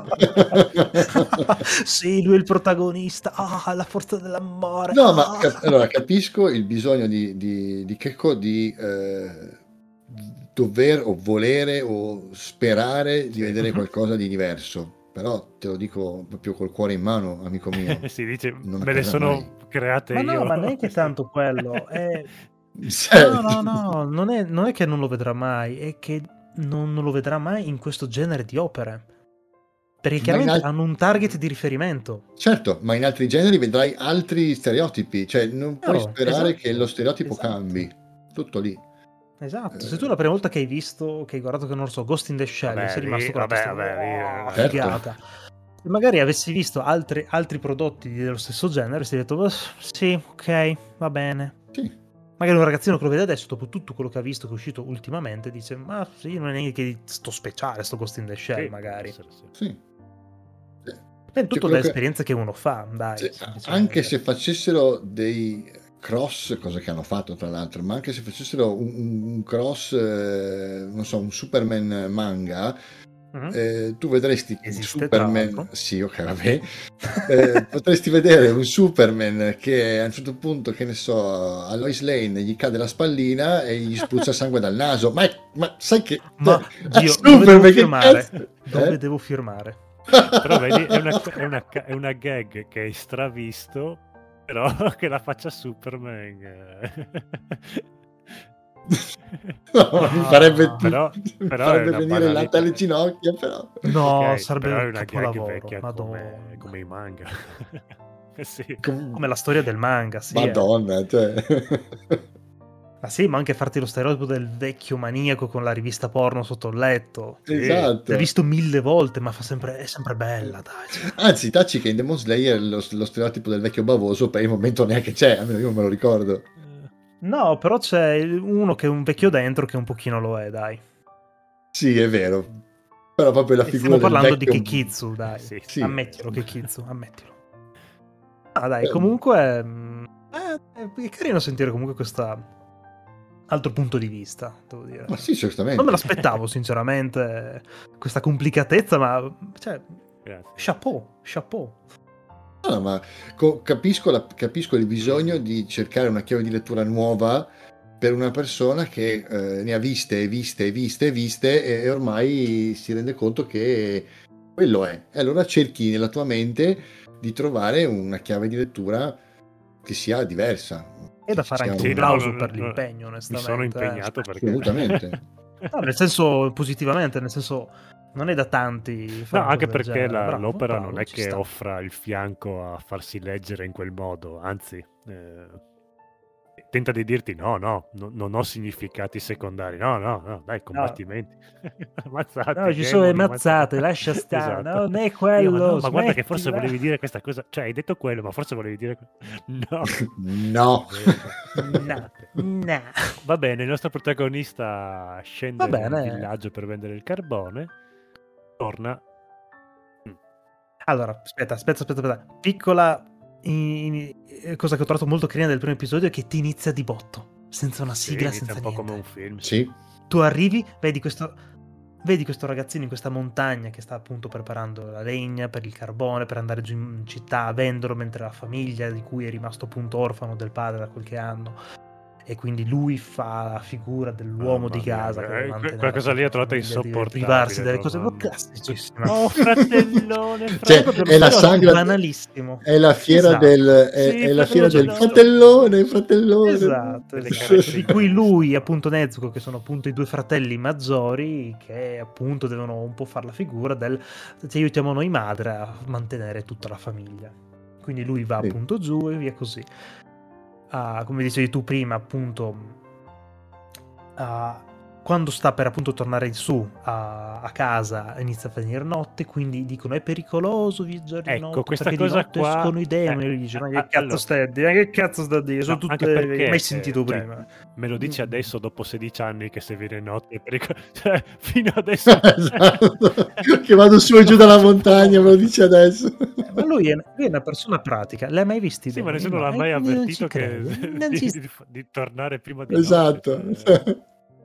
Sì, lui è il protagonista, ah, la forza dell'amore. No, ma ah. cap- allora capisco il bisogno di, di, di Checco di eh, dover o volere o sperare di vedere Mhm. qualcosa di diverso, però te lo dico proprio col cuore in mano, amico mio. si dice, Non me le accadrà sono mai. create Ma io. no, ma neanche queste- tanto quello. È... Cioè, No, no, no, non è, non è che non lo vedrà mai, è che non, non lo vedrà mai in questo genere di opere. Perché Ma chiaramente in al- hanno un target di riferimento. certo, ma in altri generi vedrai altri stereotipi, cioè non puoi Chiaro, sperare esatto, che lo stereotipo esatto. cambi, tutto lì. Esatto, Eh. se tu la prima volta che hai visto, che hai guardato, che non lo so, Ghost in the Shell, Vabbè, sei lì- rimasto con la vabbè, testa, vabbè, lì, "Oh, eh, Certo. figata." Se magari avessi visto altri, altri prodotti dello stesso genere, si è detto, "Oh, sì, ok, va bene." Sì, Magari un ragazzino che lo vede adesso, dopo tutto quello che ha visto, che è uscito ultimamente, dice, ma sì, non è neanche sto speciale, sto Ghost in the Shell, sì, magari. può essere, sì. sì. È Cioè, tutto quello che- dall'esperienza che uno fa, dai. Sì, semplicemente. anche se facessero dei cross, cosa che hanno fatto tra l'altro, ma anche se facessero un, un- un cross, eh, non so, un Superman manga, Mhm. eh, tu vedresti un Esiste, tra Superman, l'altro. sì, ok, vabbè, eh, potresti vedere un Superman che a un certo punto, che ne so, a Lois Lane gli cade la spallina e gli spruzza sangue dal naso. Ma, è- ma sai che... Ma è Gio, dove devo Superman, che firmare? cazzo? Dove Eh? devo firmare? Però vedi, è una, è una ca- è una gag che hai stravisto, però che la faccia Superman. eh. No, mi Ah, farebbe, però, mi però è farebbe una venire il latte banalità. alle ginocchia, però. No, Ok, sarebbe però è un una gag capolavoro. vecchia come, Madonna. come i manga. Eh sì. Com- Come la storia del manga, sì. eh. Madonna, cioè. Ma sì, ma anche farti lo stereotipo del vecchio maniaco con la rivista porno sotto il letto. Sì. Esatto. L'hai visto mille volte, ma fa sempre, è sempre bella, dai. cioè. Anzi, taci che in Demon Slayer lo, lo stereotipo del vecchio bavoso per il momento neanche c'è, almeno io non me lo ricordo. Eh, No, però c'è uno che è un vecchio dentro che un pochino lo è, dai. Sì, è vero. Però proprio la E figura stiamo del parlando di vecchio... Kekitsu, dai. Sì. Sì. Ammettilo, Kekitsu, ammettilo. Ah, dai, Eh, comunque... mm, eh, è carino sentire comunque questa... altro punto di vista, devo dire. Ma sì, certamente. Non me l'aspettavo, sinceramente, questa complicatezza, ma... Cioè, Grazie. chapeau, chapeau. No, ma co- capisco, la- capisco il bisogno di cercare una chiave di lettura nuova per una persona che eh, ne ha viste e viste e viste e viste e, e ormai si rende conto che quello è. E allora cerchi nella tua mente di trovare una chiave di lettura che sia diversa. E da Che fare sia anche Sì, un un- no, plauso no, per no, no. l'impegno, Mi onestamente. sono eh. impegnato perché... Assolutamente. No, nel senso positivamente, nel senso non è da tanti fare No, una anche cosa del perché genere. la- Bravo, l'opera bravo, non è ci che sta. offra il fianco a farsi leggere in quel modo, anzi, eh, tenta di dirti no, no, no- non ho significati secondari, no, no, no, dai, combattimenti, ammazzati, No, ci sono le demoni, mazzate, ammazzati. lascia stare. Esatto. No, non è Io, ma quello, no, ma guarda che forse smettila. volevi dire questa cosa, cioè hai detto quello, ma forse volevi dire... que- No. No. No, no. Va bene, il nostro protagonista scende Va nel bene. villaggio per vendere il carbone, torna... Allora, aspetta, aspetta, aspetta, aspetta. Piccola in- in- cosa che ho trovato molto carina del primo episodio è che ti inizia di botto, senza una Sì, sigla, inizia senza un po' niente. come un film. Sì. Tu arrivi, vedi questo, vedi questo ragazzino in questa montagna che sta appunto preparando la legna per il carbone, per andare giù in città a venderlo, mentre la famiglia di cui è rimasto appunto orfano del padre da qualche anno. E quindi lui fa la figura dell'uomo Mamma di casa mia, che deve eh, mantenere quella cosa lì appunto ho trovato la famiglia, deve insopportabile, privarsi delle cose mamma. classicissime. Oh, fratellone, Cioè, È proprio è lo la stereotipo sagra, banalissimo. è la fiera Esatto. del, è, Sì, è la fiera del fratellone. fratellone, fratellone. Esatto, Delle esatto. carezze Di di cui bambino. lui, appunto Nezuko, che sono appunto i due fratelli maggiori, che appunto devono un po' fare la figura del ti aiutiamo noi madre a mantenere tutta la famiglia. Quindi lui va Sì. appunto giù e via così. Ah, come dicevi tu prima, appunto, ah, quando sta per appunto tornare su a, a casa inizia a venire notte, quindi dicono è pericoloso viaggiare di Ecco, notte questa perché cosa di notte qua- escono i demoni. eh, E lui dice ma eh, che cazzo allora- stai a dire? Ma che cazzo sta a dire? Sono No, anche tutte perché, mai sentito eh, cioè, prima. me lo dici Mm. adesso dopo sedici anni che se viene notte è pericoloso. Cioè, fino adesso... Esatto. Che vado su e giù dalla montagna, me lo dici adesso. Eh, ma lui è, lui è una persona pratica, l'hai mai visti? Sì, ma demoni? nessuno No, l'ha e mai quindi non avvertito ci che... credo. di, Non ci- di- di tornare prima di Esatto. notte. Cioè...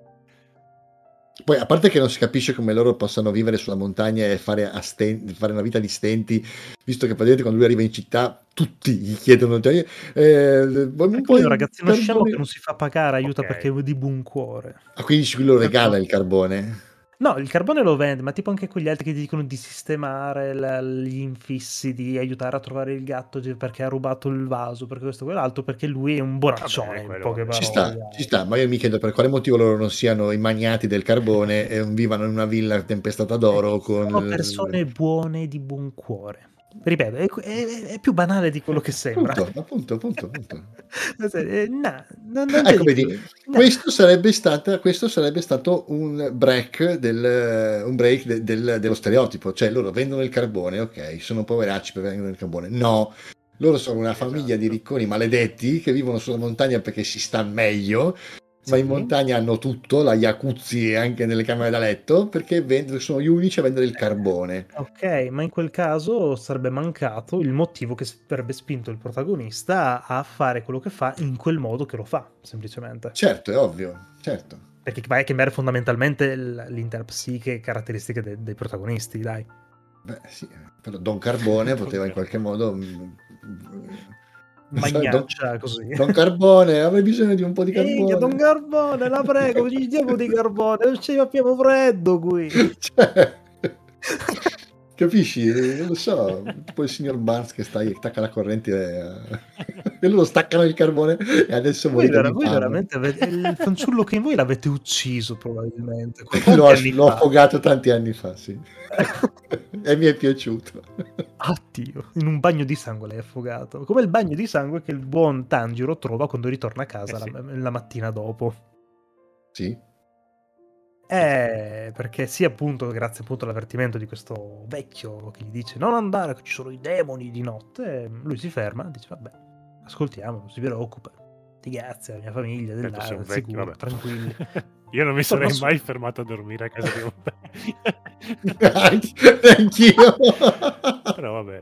Poi, a parte che non si capisce come loro possano vivere sulla montagna e fare, a sten- fare una vita di stenti, visto che praticamente quando lui arriva in città tutti gli chiedono cioè, eh, un Perché po' lui è di un ragazzino scemo carbone. che non si fa pagare, aiuta Ok. perché è di buon cuore. Ah, quindi lui lo regala il carbone. No, il carbone lo vende, ma tipo anche quegli altri che ti dicono di sistemare la- gli infissi, di aiutare a trovare il gatto di- perché ha rubato il vaso, perché questo e quell'altro, perché lui è un bonaccione, Vabbè, in quello poche vabbè. parole. Ci sta, ci sta, ma io mi chiedo per quale motivo loro non siano i magnati del carbone e non vivano in una villa tempestata d'oro con... Sono persone buone di buon cuore. Ripeto, è, è- è più banale di quello che sembra. Appunto, appunto, appunto, appunto. Eh, no, non, non Ecco, c'è di vedi, più. No. questo sarebbe, stata, questo sarebbe stato un break, del, un break de- del- dello stereotipo, cioè loro vendono il carbone, ok, sono poveracci per vendere il carbone. No, loro sono una famiglia di Esatto. ricconi maledetti che vivono sulla montagna perché si sta meglio ma in Sì. montagna hanno tutto, la jacuzzi anche nelle camere da letto, perché vend- sono gli unici a vendere il carbone. Ok, ma in quel caso sarebbe mancato il motivo che avrebbe spinto il protagonista a fare quello che fa in quel modo che lo fa, semplicemente. Certo, è ovvio, certo. Perché vai a cambiare fondamentalmente l- l'intera psiche e caratteristiche de- dei protagonisti, dai. Beh, sì, però Don Carbone poteva in qualche modo... mm, Don, Magnaccia così. Don Carbone, avrei bisogno di un po' di Ehi, Don carbone. Carbone, la prego, ci diamo di carbone, non ci abbiamo freddo qui. Cioè, capisci? Non lo so, tipo il signor Barnes che sta, attacca la corrente e, e loro staccano il carbone e adesso Voi, morite vera- di voi fame. veramente avete, il fanciullo che in voi l'avete ucciso probabilmente. Quanti L'ho, anni l'ho fa? affogato tanti anni fa, sì. E mi è piaciuto. Addio, in un bagno di sangue l'hai affogato. Come il bagno di sangue che il buon Tanjiro trova quando ritorna a casa Eh sì. la, la mattina dopo. Sì. Eh, perché sì, appunto, grazie appunto all'avvertimento di questo vecchio che gli dice non andare, che ci sono i demoni di notte, lui si ferma e dice vabbè, ascoltiamo, non si preoccupa. Ti grazie alla mia famiglia, Certo, dell'area, sei un del vecchio, sicuro, vabbè. tranquilli. Io non mi Torna sarei su. mai fermato a dormire a casa di un Anch'io. Però vabbè.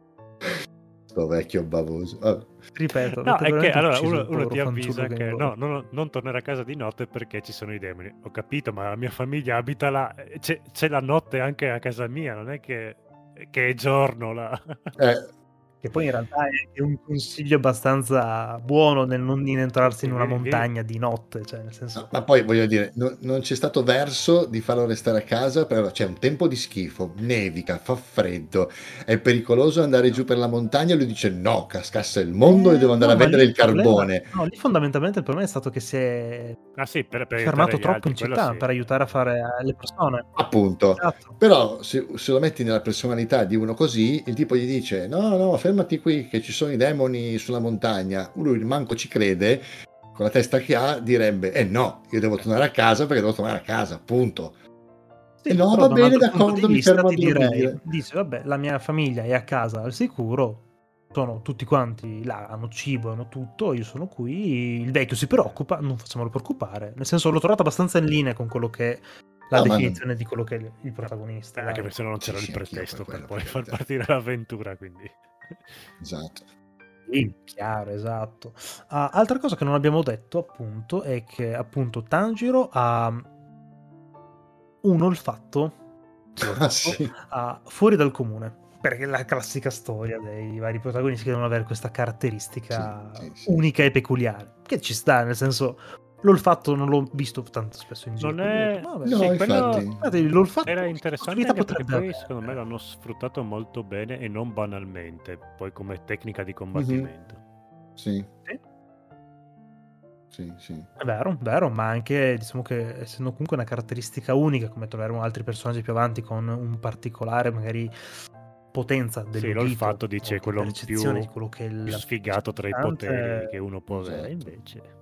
Sto vecchio bavoso. Vabbè. Ripeto, No, avete è che veramente allora ucciso uno, il uno povero ti fanciullo avvisa che che in no, voi. no, non tornare a casa di notte perché ci sono i demoni. Ho capito, ma la mia famiglia abita là, eh, c'è, c'è la notte anche a casa mia, non è che, che è giorno là. Eh, Che poi in realtà è un consiglio abbastanza buono nel non entrarsi Sì, in una vieni- vieni- montagna di notte, cioè nel senso... no, ma poi voglio dire, no- non c'è stato verso di farlo restare a casa, però c'è un tempo di schifo, nevica, fa freddo, è pericoloso andare giù per la montagna. Lui dice no, cascasse il mondo Eh, e devo andare no, a ma vendere lì il problema- carbone. no, lì fondamentalmente il problema è stato che si è Ah sì, per, per fermato aiutare gli troppo altri, in quello città sì. per aiutare a fare eh, le persone. Appunto, Esatto. però se, se lo metti nella personalità di uno così, il tipo gli dice no, no, fermati qui che ci sono i demoni sulla montagna. Lui manco ci crede, con la testa che ha direbbe eh no, io devo tornare a casa perché devo tornare a casa, punto. Sì, E no, però va da un bene, altro punto d'accordo, di mi vista fermo a ti direi, dormire. dice vabbè, la mia famiglia è a casa al sicuro, sono tutti quanti là, hanno cibo, hanno tutto, io sono qui, il vecchio si preoccupa, non facciamolo preoccupare, nel senso l'ho trovato abbastanza in linea con quello che è la No, ma definizione di quello che è il protagonista. Eh, anche dai. perché se no non Sì, c'era sì, il anch'io pretesto per per quello, poi per far carità. partire l'avventura, quindi... Esatto. Sì, chiaro, esatto. Ah, altra cosa che non abbiamo detto, appunto, è che appunto Tanjiro ha un olfatto, sì, olfatto, Ah, sì. ah, fuori dal comune. Perché è la classica storia dei vari protagonisti che devono avere questa caratteristica Sì, sì, sì, unica e peculiare. Che ci sta, nel senso, l'olfatto non l'ho visto tanto spesso in giro. Non quindi ho è... detto, "Ma vabbè, No, sì, infatti. quello guardate, l'olfatto era che interessante possibilità anche perché potrebbe poi secondo me avere?" l'hanno sfruttato molto bene e non banalmente, poi come tecnica Mhm. di combattimento. Sì, Sì. sì, sì. È vero, vero, ma anche diciamo che essendo comunque una caratteristica unica, come troveremo altri personaggi più avanti con un particolare magari potenza Sì, dell'udito, l'olfatto o dice di quello percezione più, di quello che è più la sfigato tra i poteri che uno può avere, Esatto. invece...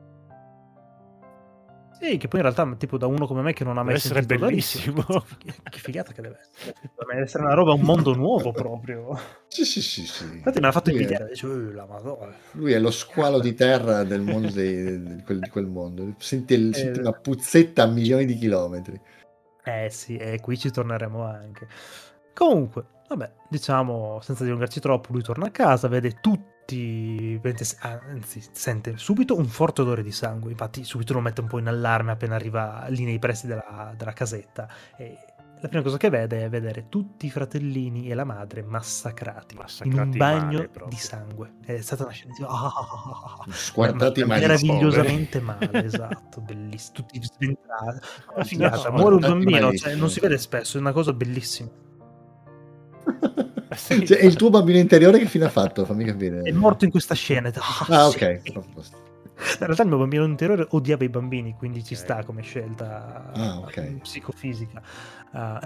Sì, che poi in realtà tipo da uno come me che non ha mai Deve essere sentito da lì, dice, bellissimo. "Cazzo, che fig- che figata che deve essere. Deve essere una roba, un mondo nuovo proprio. Sì, sì, sì, sì. Infatti me l'ha fatto Lui è, invidiare, dice, "Eh, la madonna." lui è lo squalo di terra del mondo dei- di, quel, di quel mondo. Senti, il- senti Eh, una puzzetta a milioni di chilometri. Eh sì, e qui ci torneremo anche. Comunque, vabbè, diciamo, senza dilungarci troppo, lui torna a casa, vede tutti, anzi, sente subito un forte odore di sangue, infatti subito lo mette un po' in allarme appena arriva lì nei pressi della, della casetta. E la prima cosa che vede è vedere tutti i fratellini e la madre massacrati, Massacrati in un bagno male, proprio. di sangue. È stata una scena di... ah, Squartati ma- malissimo. meravigliosamente male, esatto, bellissimo, tutti sventrati. Una figata, No, muore un guardate bambino, malissimo. cioè, non si vede spesso, è una cosa bellissima. Sì, Cioè, è il tuo bambino interiore che fine ha fatto? Fammi capire. È morto in questa scena. Ah, sì. ok. In realtà il mio bambino interiore odiava i bambini, quindi ci Ok. sta come scelta Ah, ok. psicofisica. Ah.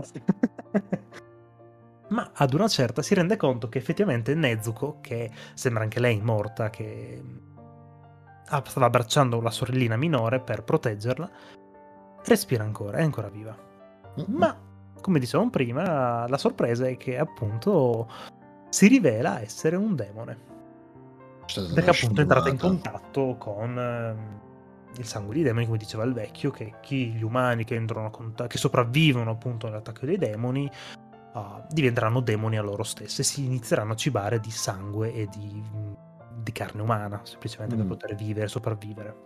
Ma ad una certa si rende conto che effettivamente Nezuko, che sembra anche lei morta, che ah, stava abbracciando la sorellina minore per proteggerla, respira ancora, è ancora viva. Ma, come dicevamo prima, la sorpresa è che appunto si rivela essere un demone. Perché appunto è entrata in contatto con ehm, il sangue dei demoni, come diceva il vecchio, che chi gli umani che entrano a contatto, che sopravvivono appunto all'attacco dei demoni, uh, diventeranno demoni a loro stessi e si inizieranno a cibare di sangue e di, di carne umana, semplicemente Mm. per poter vivere, sopravvivere.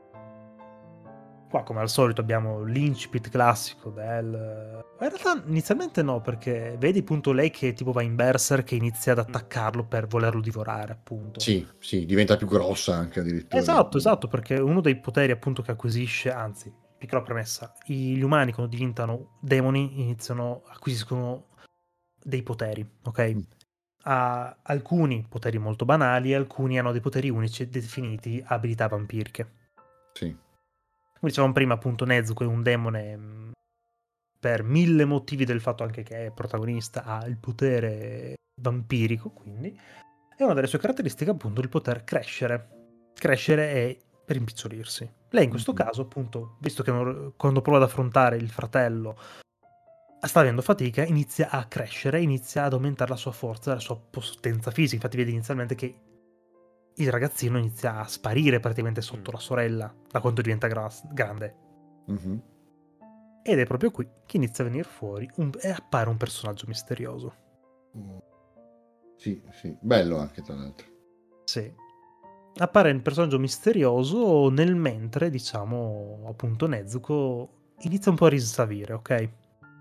Qua, come al solito, abbiamo l'incipit classico del... In realtà inizialmente no, perché vedi appunto lei che tipo va in berserk che inizia ad attaccarlo per volerlo divorare, appunto. Sì, sì, diventa più grossa anche addirittura. Esatto, esatto, perché uno dei poteri appunto che acquisisce, anzi, piccola premessa, gli umani quando diventano demoni iniziano, acquisiscono dei poteri, ok? Mm. Ha alcuni poteri molto banali, alcuni hanno dei poteri unici e definiti abilità vampiriche. Sì. Come dicevamo prima, appunto, Nezuko è un demone mh, per mille motivi, del fatto anche che è protagonista, ha il potere vampirico, quindi è una delle sue caratteristiche appunto il poter crescere. Crescere e per impicciolirsi. Lei in questo Mhm. caso, appunto, visto che non- quando prova ad affrontare il fratello sta avendo fatica, inizia a crescere, inizia ad aumentare la sua forza, la sua potenza fisica. Infatti vedi inizialmente che il ragazzino inizia a sparire praticamente sotto Mm. la sorella da quanto diventa gra- grande. Mhm. Ed è proprio qui che inizia a venire fuori un- e appare un personaggio misterioso. Mm. Sì, sì, bello anche tra l'altro. Sì. Appare un personaggio misterioso nel mentre, diciamo, appunto Nezuko inizia un po' a rinsavire, ok?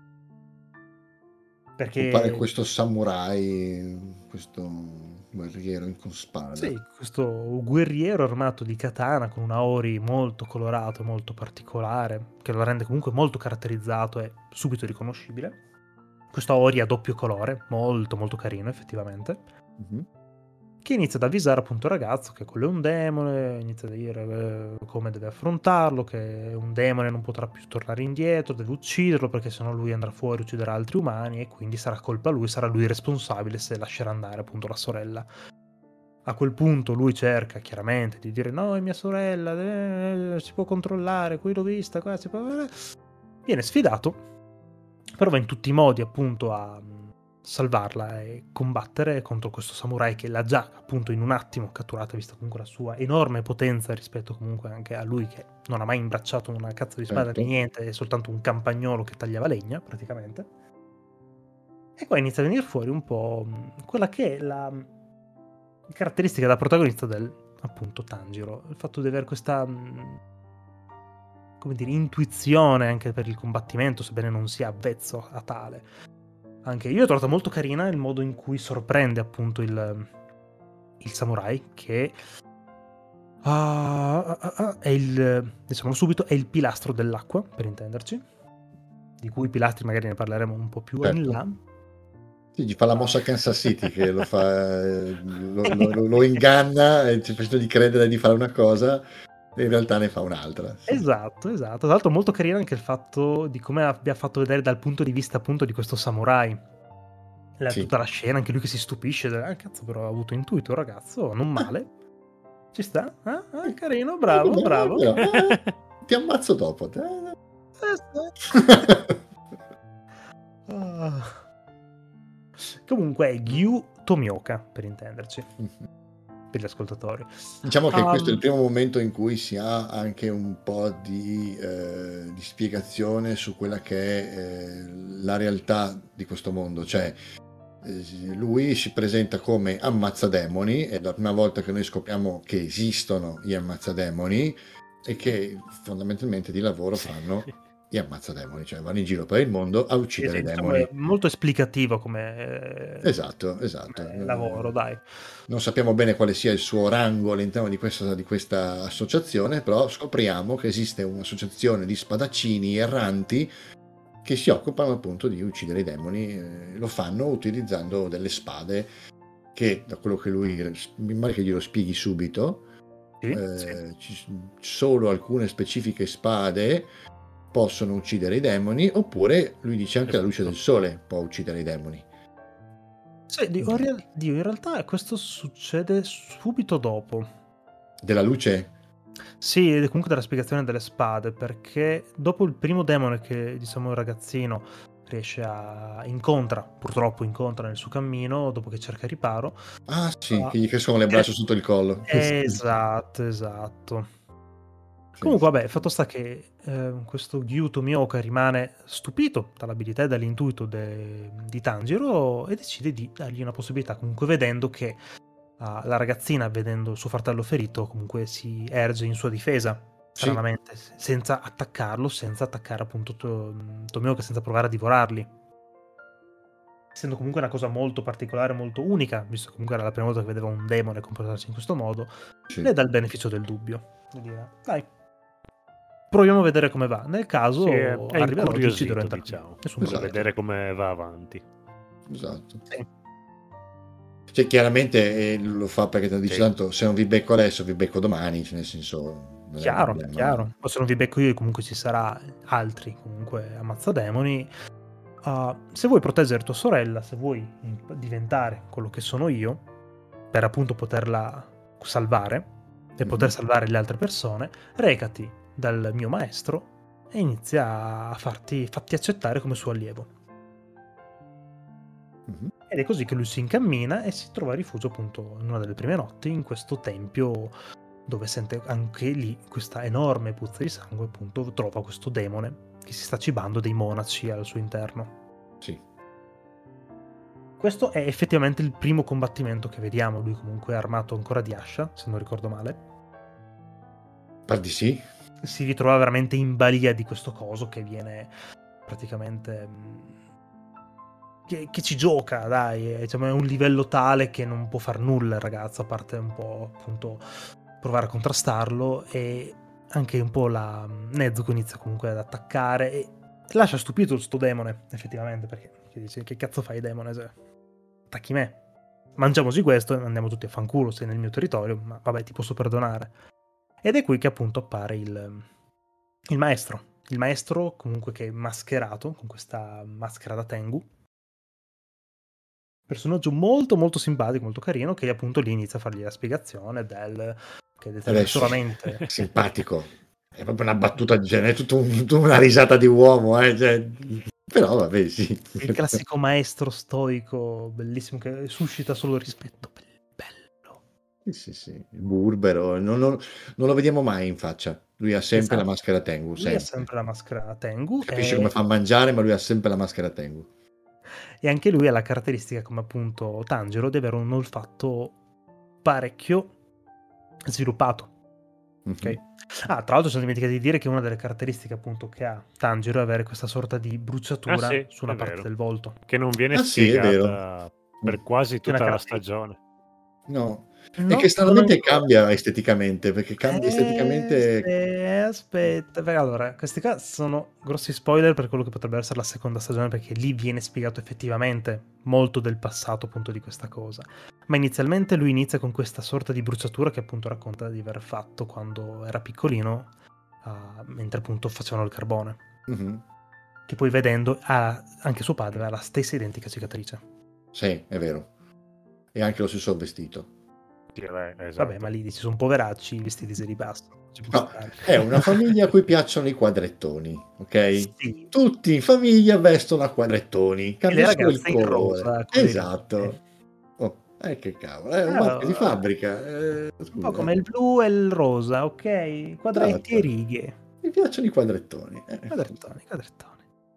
Compare Perché questo samurai, questo guerriero con spada. sì, questo guerriero armato di katana con un aori molto colorato, molto particolare, che lo rende comunque molto caratterizzato e subito riconoscibile. Questo aori a doppio colore, molto molto carino effettivamente, Mhm. che inizia ad avvisare appunto il ragazzo che quello è un demone, inizia a dire eh, come deve affrontarlo, che un demone non potrà più tornare indietro, deve ucciderlo perché sennò lui andrà fuori e ucciderà altri umani e quindi sarà colpa lui, sarà lui responsabile se lascerà andare appunto la sorella. A quel punto lui cerca chiaramente di dire no, è mia sorella, eh, si può controllare, qui l'ho vista, qua si può... Viene sfidato, prova in tutti i modi appunto a salvarla e combattere contro questo samurai che l'ha già appunto in un attimo catturata, vista comunque la sua enorme potenza rispetto comunque anche a lui che non ha mai imbracciato una cazzo di spada Certo. né niente, è soltanto un campagnolo che tagliava legna praticamente. E qua inizia a venire fuori un po' mh, quella che è la caratteristica da protagonista del appunto Tanjiro, il fatto di avere questa mh, come dire intuizione anche per il combattimento, sebbene non sia avvezzo a tale. Anche io ho trovato molto carina il modo in cui sorprende appunto il, il samurai che ah, ah, ah, è il, diciamo subito, è il pilastro dell'acqua, per intenderci, di cui pilastri magari ne parleremo un po' più in Certo. là. Sì, gli fa la mossa a Kansas City che lo fa, eh, lo, lo- lo inganna e ci facendo di credere di fare una cosa e in realtà ne fa un'altra. Sì. Esatto, esatto. Tra l'altro molto carino anche il fatto di come abbia fatto vedere dal punto di vista appunto di questo samurai. La- Sì. Tutta la scena, anche lui che si stupisce, ah cazzo però ha avuto intuito il ragazzo, non male. Ci sta? Ah, ah, carino, bravo, Eh, bravo. però, eh, ti ammazzo dopo. te. Eh, sì. Ah. Comunque è Gyu Tomioka, per intenderci, per gli ascoltatori. Diciamo che Um, questo è il primo momento in cui si ha anche un po' di, eh, di spiegazione su quella che è eh, la realtà di questo mondo. Cioè, eh, lui si presenta come ammazzademoni, è la prima volta che noi scopriamo che esistono gli ammazzademoni e che fondamentalmente di lavoro fanno gli ammazzademoni, cioè vanno in giro per il mondo a sì, uccidere sì, i diciamo, demoni. è molto esplicativo come, Esatto, esatto. come lavoro, dai. Non sappiamo bene quale sia il suo rango all'interno di questa, di questa associazione, però scopriamo che esiste un'associazione di spadaccini erranti che si occupano appunto di uccidere i demoni. Eh, lo fanno utilizzando delle spade che, da quello che lui, mi pare che glielo spieghi subito, Sì, eh, sì. ci- solo alcune specifiche spade possono uccidere i demoni, oppure lui dice anche la luce Esatto. del sole può uccidere i demoni. Sì, Dio, in real- Dio, in realtà questo succede subito dopo. Della luce? Sì, ed è comunque della spiegazione delle spade, perché dopo il primo demone che, diciamo, il ragazzino riesce a... incontra, purtroppo incontra nel suo cammino, dopo che cerca riparo. Ah sì, Ah, che gli crescono le eh, braccia sotto il collo. Esatto, esatto. Comunque, sì. vabbè, fatto sta che eh, questo Gyu Tomioka rimane stupito dall'abilità e dall'intuito de- di Tanjiro e decide di dargli una possibilità, comunque vedendo che ah, la ragazzina, vedendo suo fratello ferito, comunque si erge in sua difesa, Sì, stranamente, s- senza attaccarlo, senza attaccare appunto To- Tomioka, senza provare a divorarli. Essendo comunque una cosa molto particolare, molto unica, visto che comunque era la prima volta che vedeva un demone comportarsi in questo modo, sì. le dà il beneficio del dubbio. E dire, dai, proviamo a vedere come va. Nel caso Sì, è, è arriverò di uccidere incuriosito, entrambi. diciamo, Nessun per Esatto. problema. vedere come va avanti. Esatto. Sì. Cioè, chiaramente eh, lo fa perché ti dice Sì. tanto se non vi becco adesso vi becco domani, cioè, nel senso non è un Chiaro, problema. chiaro. O se non vi becco io, comunque ci sarà altri, comunque ammazzademoni. Uh, se vuoi proteggere tua sorella, se vuoi imp- diventare quello che sono io, per appunto poterla salvare e Mhm. poter salvare le altre persone, recati dal mio maestro e inizia a farti, fatti accettare come suo allievo. Mhm. Ed è così che lui si incammina e si trova rifugio appunto in una delle prime notti in questo tempio dove sente anche lì questa enorme puzza di sangue, appunto trova questo demone che si sta cibando dei monaci al suo interno. Sì. Questo è effettivamente il primo combattimento che vediamo, lui comunque è armato ancora di ascia, se non ricordo male. Par di sì. Si ritrova veramente in balia di questo coso che viene praticamente... mh, Che, che ci gioca, dai, è, diciamo, è un livello tale che non può far nulla il ragazzo, a parte un po' appunto provare a contrastarlo, e anche un po' la Nezuko inizia comunque ad attaccare e lascia stupito sto demone, effettivamente, perché che dice, che cazzo fai demone se attacchi me? Mangiamoci questo e andiamo tutti a fanculo, sei nel mio territorio, ma vabbè, ti posso perdonare. Ed è qui che appunto appare il, il maestro, il maestro comunque che è mascherato con questa maschera da Tengu, personaggio molto molto simpatico, molto carino, che appunto lì inizia a fargli la spiegazione del che determina Adesso solamente simpatico. È proprio una battuta di genere, è tutta un- tutta una risata di uomo, eh, cioè, però vabbè, sì. il classico maestro stoico bellissimo che suscita solo rispetto. Bello. Sì, sì, sì. Il burbero, non, non- non lo vediamo mai in faccia. Lui ha sempre la Esatto. maschera Tengu, Lui ha sempre. sempre la maschera Tengu Capisce e, come fa a mangiare, ma lui ha sempre la maschera Tengu. e anche lui ha la caratteristica, come appunto Tanjiro, di avere un olfatto parecchio sviluppato. Mhm. Ok. Ah, tra l'altro sono dimenticato di dire che una delle caratteristiche appunto che ha Tanjiro è avere questa sorta di bruciatura Ah, sì, su una è parte vero. del volto. Che non viene Ah, sì, è vero. spiegata per Mm. quasi È una tutta la caratteristica. stagione. No, e No, che stranamente non ancora. cambia esteticamente, perché cambia Eh, esteticamente. se- aspetta, perché allora, questi qua sono grossi spoiler per quello che potrebbe essere la seconda stagione, perché lì viene spiegato effettivamente molto del passato appunto di questa cosa. Ma inizialmente lui inizia con questa sorta di bruciatura che appunto racconta di aver fatto quando era piccolino, ah, mentre appunto facevano il carbone. Mhm. Che poi vedendo ha, anche suo padre ha la stessa identica cicatrice. Sì, è vero. E anche lo stesso vestito. Sì, beh, esatto. Vabbè, ma lì dici sono poveracci vestiti di basso. Ci può No, stare. è una famiglia a cui piacciono i quadrettoni, ok? Sì. Tutti in famiglia vestono a quadrettoni, E cambia le solo il ragazze in colore. rosa, con le Esatto. righe. Oh, eh, che cavolo, è un Ah, marchio di fabbrica. eh, un scusa, po' come eh. il blu e il rosa, ok? Quadretti e Esatto. righe. Mi piacciono i quadrettoni. eh. Quadrettoni, quadrettoni.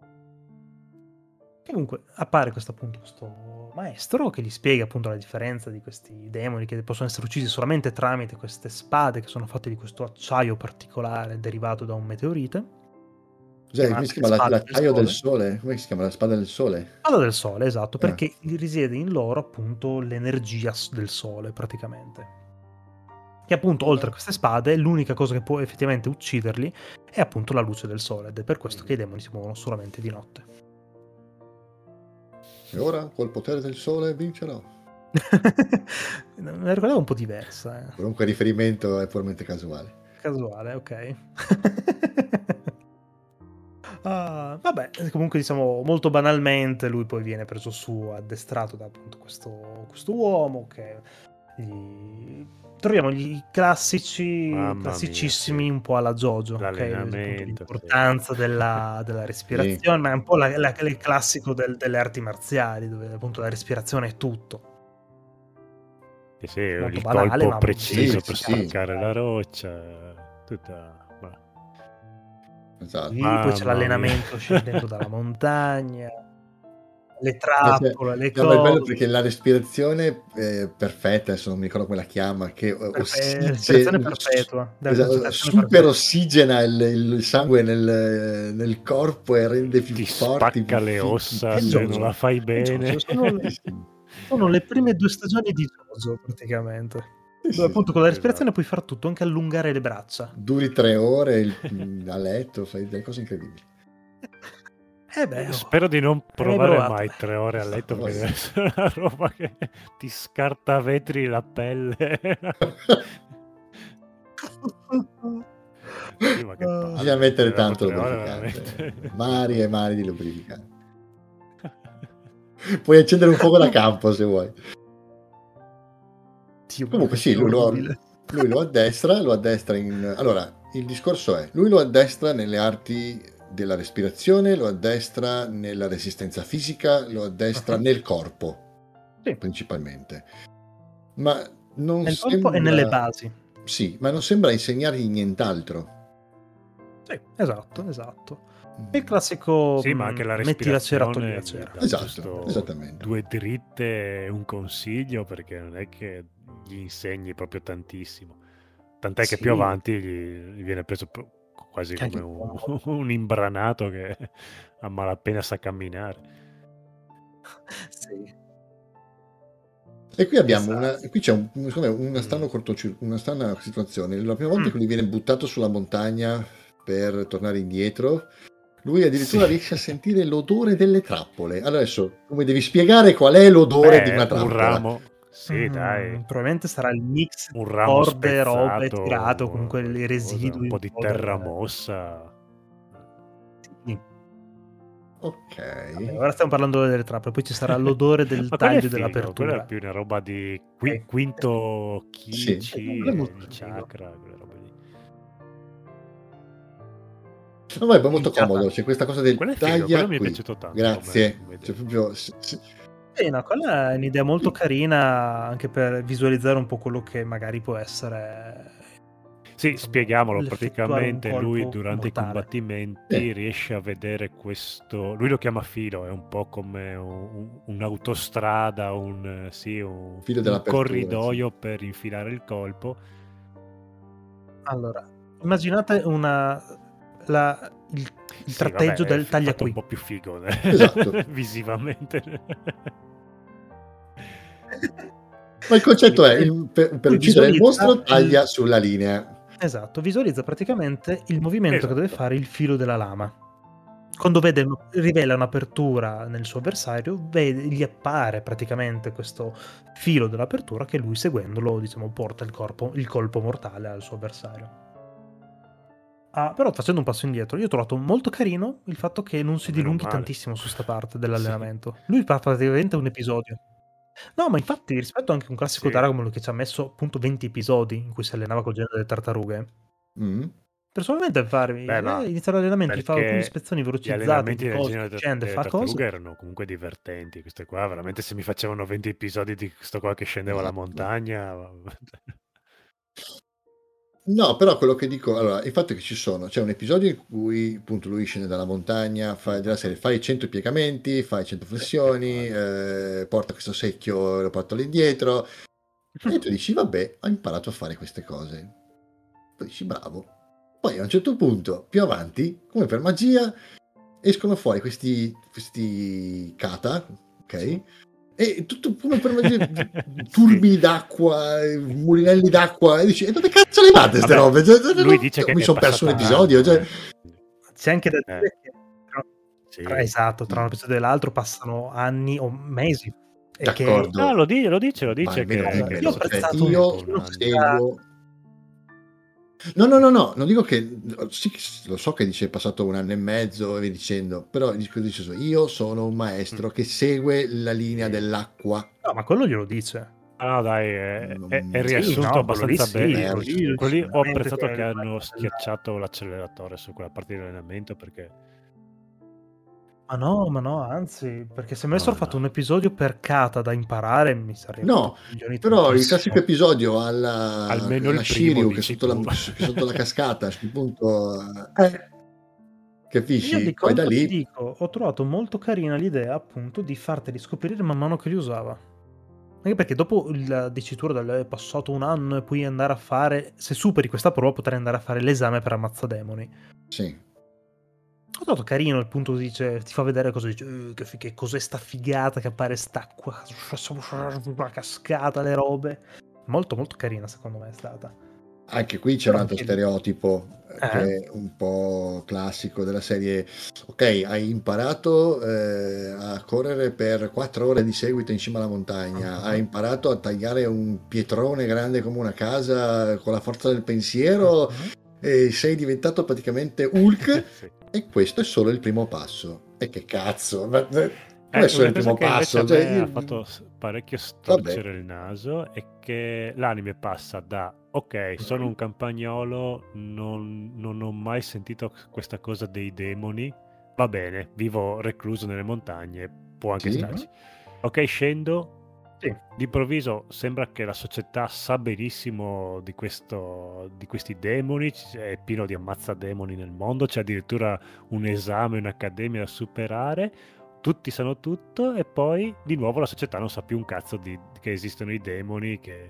Comunque appare questo appunto questo maestro che gli spiega appunto la differenza di questi demoni che possono essere uccisi solamente tramite queste spade che sono fatte di questo acciaio particolare derivato da un meteorite. Cos'è, come si chiamate chiama la- spade del l'acciaio del sole. sole? Come si chiama la spada del sole? Spada del sole, esatto, Ah. perché risiede in loro appunto l'energia s- del sole praticamente. Che appunto oltre a queste spade l'unica cosa che può effettivamente ucciderli è appunto la luce del sole ed è per questo che i demoni si muovono solamente di notte. E ora, col potere del sole, vincerò. Me la ricordavo un po' diversa, eh. Comunque il riferimento è puramente casuale. Casuale, ok. Ah, vabbè, comunque diciamo molto banalmente lui poi viene preso su, addestrato da appunto questo, questo uomo che gli... troviamo gli classici, Mamma mia, classicissimi sì. un po' alla JoJo, ok? L'allenamento, Appunto, l'importanza della, della Sì. respirazione, ma è un po' la- la- il classico del- delle arti marziali, dove appunto la respirazione è tutto. Sì, sì, Molto il banale, colpo ma preciso sì, per sì, sì. spaccare la roccia, tutta... ma- esatto. Sì, Mamma poi c'è mia. l'allenamento scendendo dalla montagna, le Ma c'è- trappole, le no, ma è bello cose. perché la respirazione eh, perfetta, adesso non mi ricordo come la chiama, che eh, Perfe- ossigena, respirazione perpetua, della esatto, concentrazione super perpetua. ossigena il, il sangue nel, nel corpo e rende più Ti forti, più spacca le fi- ossa È se Jojo, non la fai è bene. Jojo, sono, Sì, sì. sono le prime due stagioni di Jojo praticamente, Sì, dove sì, appunto sì. con la Esatto. respirazione puoi far tutto, anche allungare le braccia. Duri tre ore il- a letto, fai delle cose incredibili. Eh beh, oh, Spero di non hai mai provare provato? mai tre ore a letto, Oh, perché sì. deve essere una roba che ti scarta vetri la pelle. Sì, ma che palle. Bisogna mettere Dopo tanto tre ore, lubrificante, veramente. mari e mari di lubrificante. Puoi accendere un fuoco da campo se vuoi. Dio mio, Comunque che sì, lui lo, orribile. lui lo addestra, lo addestra in... Allora, il discorso è, lui lo addestra nelle arti della respirazione, lo addestra nella resistenza fisica, lo addestra Uh-huh. nel corpo, Sì. principalmente. Ma non Nel sembra... corpo e nelle basi. Sì, ma non sembra insegnargli nient'altro. Sì, esatto, esatto. Il classico Sì, ma anche la mm, metti la cera, togli respirazione la gli cera. dà Esatto, giusto esattamente. due dritte e un consiglio, perché non è che gli insegni proprio tantissimo. Tant'è che Sì. più avanti gli, gli viene preso pro- quasi Che anche come un, comodo. un imbranato che a malapena sa camminare. Sì. E qui abbiamo Esatto. una, qui c'è un, secondo me, una, Mm. strana cortocir- una strana situazione. La prima volta Mm. che lui viene buttato sulla montagna per tornare indietro, lui addirittura Sì. riesce a sentire l'odore delle trappole. Allora adesso, come devi spiegare qual è l'odore Beh, di una un trappola? ramo, sì, Mm, dai, probabilmente sarà il mix un di ramo corde, robe spezzato, tirato, comunque i qualcosa, residui un po' un di po' terra del... mossa. Sì. Ok. Vabbè, ora stiamo parlando delle trappole, poi ci sarà l'odore del Ma quello è taglio figo, quella dell'apertura. è più una roba di qui- Eh, quinto Sì. chi, Eh, quello è chi, molto il figo. chakra, quelle robe lì. No, ma è molto Minchiata. comodo, c'è questa cosa del Quello è figo, taglia quello mi è qui. piaciuto tanto. Grazie. come- come Cioè, idea. proprio, s- s- Sì, no, quella è un'idea molto carina anche per visualizzare un po' quello che magari può essere. Sì, insomma, spieghiamolo, l'effettuare un praticamente lui colpo durante mortale. i combattimenti Sì. riesce a vedere questo, lui lo chiama filo, è un po' come un- un'autostrada, un, sì, un, Filo un dell'apertura, corridoio per infilare il colpo. Allora, immaginate una la, il, il Sì, tratteggio vabbè, è del f- taglia fatto qui. un po' più figo Esatto. visivamente. Ma il concetto è, Lui il- per, per uccidere il visualizza mostro taglia il- sulla linea. Esatto, visualizza praticamente il movimento che deve Esatto. fare il filo della lama. Quando vede, rivela un'apertura nel suo avversario, vede, gli appare praticamente questo filo dell'apertura che lui, seguendolo, diciamo, porta il, corpo, il colpo mortale al suo avversario. Ah, però facendo un passo indietro, io ho trovato molto carino il fatto che non si Meno dilunghi male. tantissimo su sta parte dell'allenamento. Lui fa praticamente un episodio. No, ma infatti rispetto anche a un classico Sì. Dragon Ball che ci ha messo appunto venti episodi in cui si allenava col genere delle tartarughe. Mm. Personalmente farmi Beh, ma eh, iniziare l'allenamento, gli fa alcune perché ispezioni gli velocizzate allenamenti di del cose, genere de- scende, delle fa tartarughe cose. erano comunque divertenti. Queste qua, veramente, se mi facevano venti episodi di questo qua che scendeva la Esatto. montagna. No, però quello che dico, allora, il fatto è che ci sono, c'è un episodio in cui appunto lui scende dalla montagna, fa della serie, fai cento piegamenti, fai cento flessioni, eh, porta questo secchio e lo porta all'indietro, e tu dici, vabbè, ho imparato a fare queste cose. Poi dici, bravo. Poi a un certo punto, più avanti, come per magia, escono fuori questi, questi kata, ok? E tutto come per magia, turbini d'acqua, mulinelli d'acqua, e dici, e dove cazzo le fate queste Vabbè, robe? Cioè, lui dice che mi è sono perso un passata episodio, tanto, cioè, eh. C'è anche da Eh. dire che tra, Sì. tra- esatto, tra un episodio e l'altro passano anni o mesi. E che d'accordo. No, lo, di- lo dice, lo Ma dice che, almeno che io ho è apprezzato passato un- io tipo un anno. seguo. No, no, no, no, non dico che sì, lo so che dice è passato un anno e mezzo e via dicendo, però dico, dice so, io sono un maestro che segue la linea dell'acqua. No, ma quello glielo dice. Ah, no, dai, è, è- è Sì, riassunto no, quello lì abbastanza sì, bene. quello Quelli, lì quelli ho sicuramente apprezzato che che il hanno maestro della- schiacciato l'acceleratore su quella parte di allenamento, perché Ma no, ma no, anzi, perché se avessero No, fatto no. un episodio per kata da imparare mi sarei No, rotto i coglioni però il tantissimo. classico episodio alla, Almeno alla il primo, Shiryu che è dici sotto la, tu. che è sotto la cascata, a sul punto, eh, capisci? Io di Poi da contro ti lì dico, ho trovato molto carina l'idea appunto di farteli scoprire man mano che li usava. Anche perché dopo la dicitura del è passato un anno e puoi andare a fare, se superi questa prova potrai andare a fare l'esame per ammazzademoni. sì. Ho trovato carino il punto, dice, ti fa vedere cosa dice, "Eh, che, fi- che cos'è sta figata che appare st'acqua, una cascata, le robe. Molto molto carina secondo me è stata. Anche qui c'è Però un altro anche lì- stereotipo eh, Eh? che è un po' classico della serie. Ok, hai imparato eh, a correre per quattro ore di seguito in cima alla montagna, Mhm. hai imparato a tagliare un pietrone grande come una casa con la forza del pensiero Mhm. e sei diventato praticamente Hulk Sì. e questo è solo il primo passo. E che cazzo? Ma- ma- Eh, Non è solo una il cosa primo che invece passo. a Cioè, me io- ha fatto s- parecchio Vabbè, storcere il naso è che l'anime passa da ok, sono un campagnolo, non, non ho mai sentito questa cosa dei demoni, va bene, vivo recluso nelle montagne, può anche sì, starci. Ok, scendo, Sì. d'improvviso sembra che la società sa benissimo di, questo, di questi demoni, c- è pieno di ammazzademoni nel mondo, c'è addirittura un esame, un'accademia da superare, tutti sanno tutto e poi di nuovo la società non sa più un cazzo di, che esistono i demoni, che...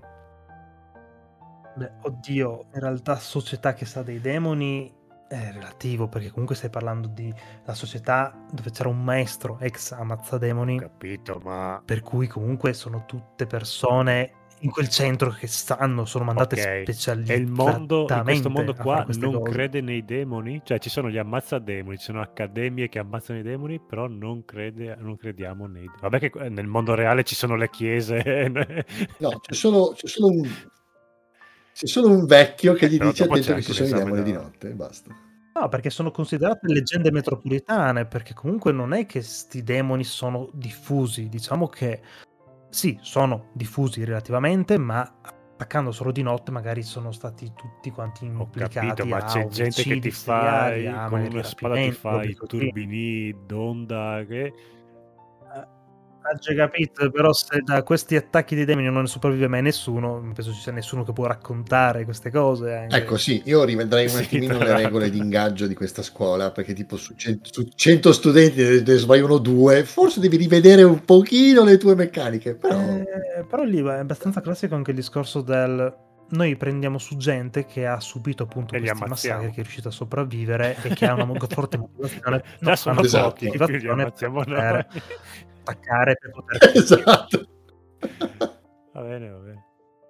Beh, oddio, in realtà società che sa dei demoni è relativo, perché comunque stai parlando di la società dove c'era un maestro ex ammazzademoni, Capito, ma... per cui comunque sono tutte persone in quel centro che sanno, sono mandate Ok, e il mondo, in specializzatamente questo mondo a fare qua queste non cose. crede nei demoni? Cioè ci sono gli ammazzademoni, ci sono accademie che ammazzano i demoni, però non, crede, non crediamo nei demoni. Vabbè che nel mondo reale ci sono le chiese. no, c'è solo, c'è solo un, c'è solo un vecchio che Eh, gli però dice dopo c'è attento che anche ci un sono i esame demoni di da... notte e basta. No, perché sono considerate leggende metropolitane, perché comunque non è che sti demoni sono diffusi, diciamo che sì, sono diffusi relativamente, ma attaccando solo di notte magari sono stati tutti quanti Ho capito, implicati ma a c'è gente che omicidi ti fa seriali, i- a con magari una spada ti rapimenti, fa robe i così. turbini d'onda che... Ha già capito, però se da questi attacchi di demoni non ne sopravvive mai nessuno, non penso ci sia nessuno che può raccontare queste cose anche. Ecco, sì, io rivedrei un Sì, attimino tra le regole l'altro. di ingaggio di questa scuola, perché tipo su, cen- su cento studenti ne, ne sbagliano due, forse devi rivedere un pochino le tue meccaniche, però... Eh, però lì è abbastanza classico anche il discorso del noi prendiamo su gente che ha subito appunto E li questi ammazziamo. massacri, che è riuscita a sopravvivere e che ha una mo- forte motivazione, Già no, sono ha una Esatto. forte pochi, quindi li motivazione per ammazziamo poter noi. attaccare, per poter colpire. Esatto. Va bene, va bene.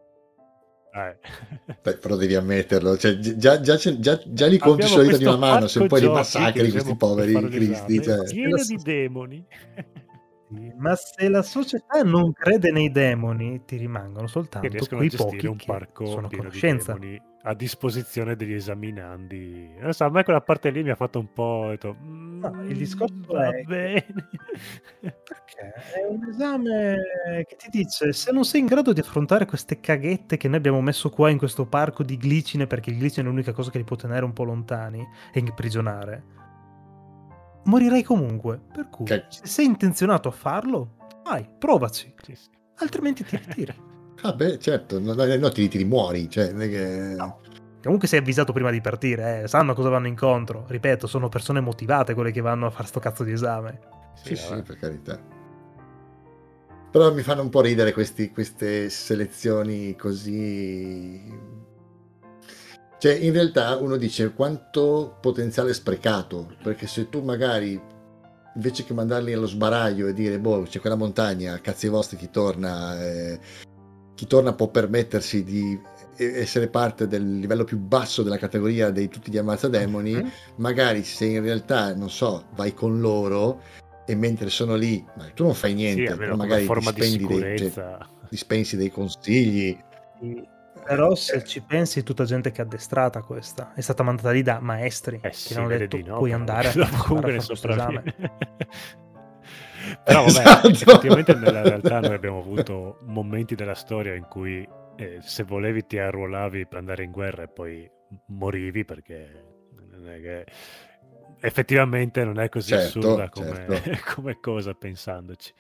Eh. Beh, però devi ammetterlo, cioè, già, già, c'è- già, già li conti Abbiamo sulla dita di questo una mano, se parco poi li giochi che massacri questi usiamo per poveri fare cristi, l'esame, cioè... pieno di demoni. Sì, ma se la società non crede nei demoni, ti rimangono Che soltanto riescono a quei gestire pochi un che parco sono a pieno di conoscenza. demoni a disposizione degli esaminandi. Non so, a me quella parte lì mi ha fatto un po'... ho detto, No, il "Mm, discorso va è che bene." perché è un esame che ti dice se non sei in grado di affrontare queste caghette che noi abbiamo messo qua in questo parco di glicine, perché il glicine è l'unica cosa che li può tenere un po' lontani e imprigionare, morirai comunque. Per cui, Che- se sei intenzionato a farlo, vai, provaci, Sì, sì. altrimenti ti ritiri. Ah beh, certo, no, no, no, ti, ti rimuori, cioè, non è che... No. Comunque sei avvisato prima di partire, eh, sanno cosa vanno incontro. Ripeto, sono persone motivate quelle che vanno a fare sto cazzo di esame. Sì, sì, vabbè. per carità. Però mi fanno un po' ridere questi, queste selezioni così... Cioè, in realtà uno dice quanto potenziale sprecato, perché se tu magari, invece che mandarli allo sbaraglio e dire, boh, c'è quella montagna, cazzi vostri, chi torna, eh, chi torna può permettersi di essere parte del livello più basso della categoria dei tutti gli ammazzademoni, Mm? magari se in realtà, non so, vai con loro e mentre sono lì, ma tu non fai Sì, niente, almeno però come magari forma di dispendi dei, cioè, sicurezza. dispensi dei consigli. Sì, però Eh, se ci pensi è tutta gente che è addestrata questa, è stata mandata lì da maestri Eh che sì, le hanno vede detto di no, puoi però andare a dopo partecipare comunque a ne fare questo esame. sopravvive. Però vabbè, Esatto. effettivamente nella realtà noi abbiamo avuto momenti della storia in cui eh, se volevi ti arruolavi per andare in guerra e poi morivi, perché non è che... effettivamente non è così Certo, assurda come, certo. come cosa pensandoci.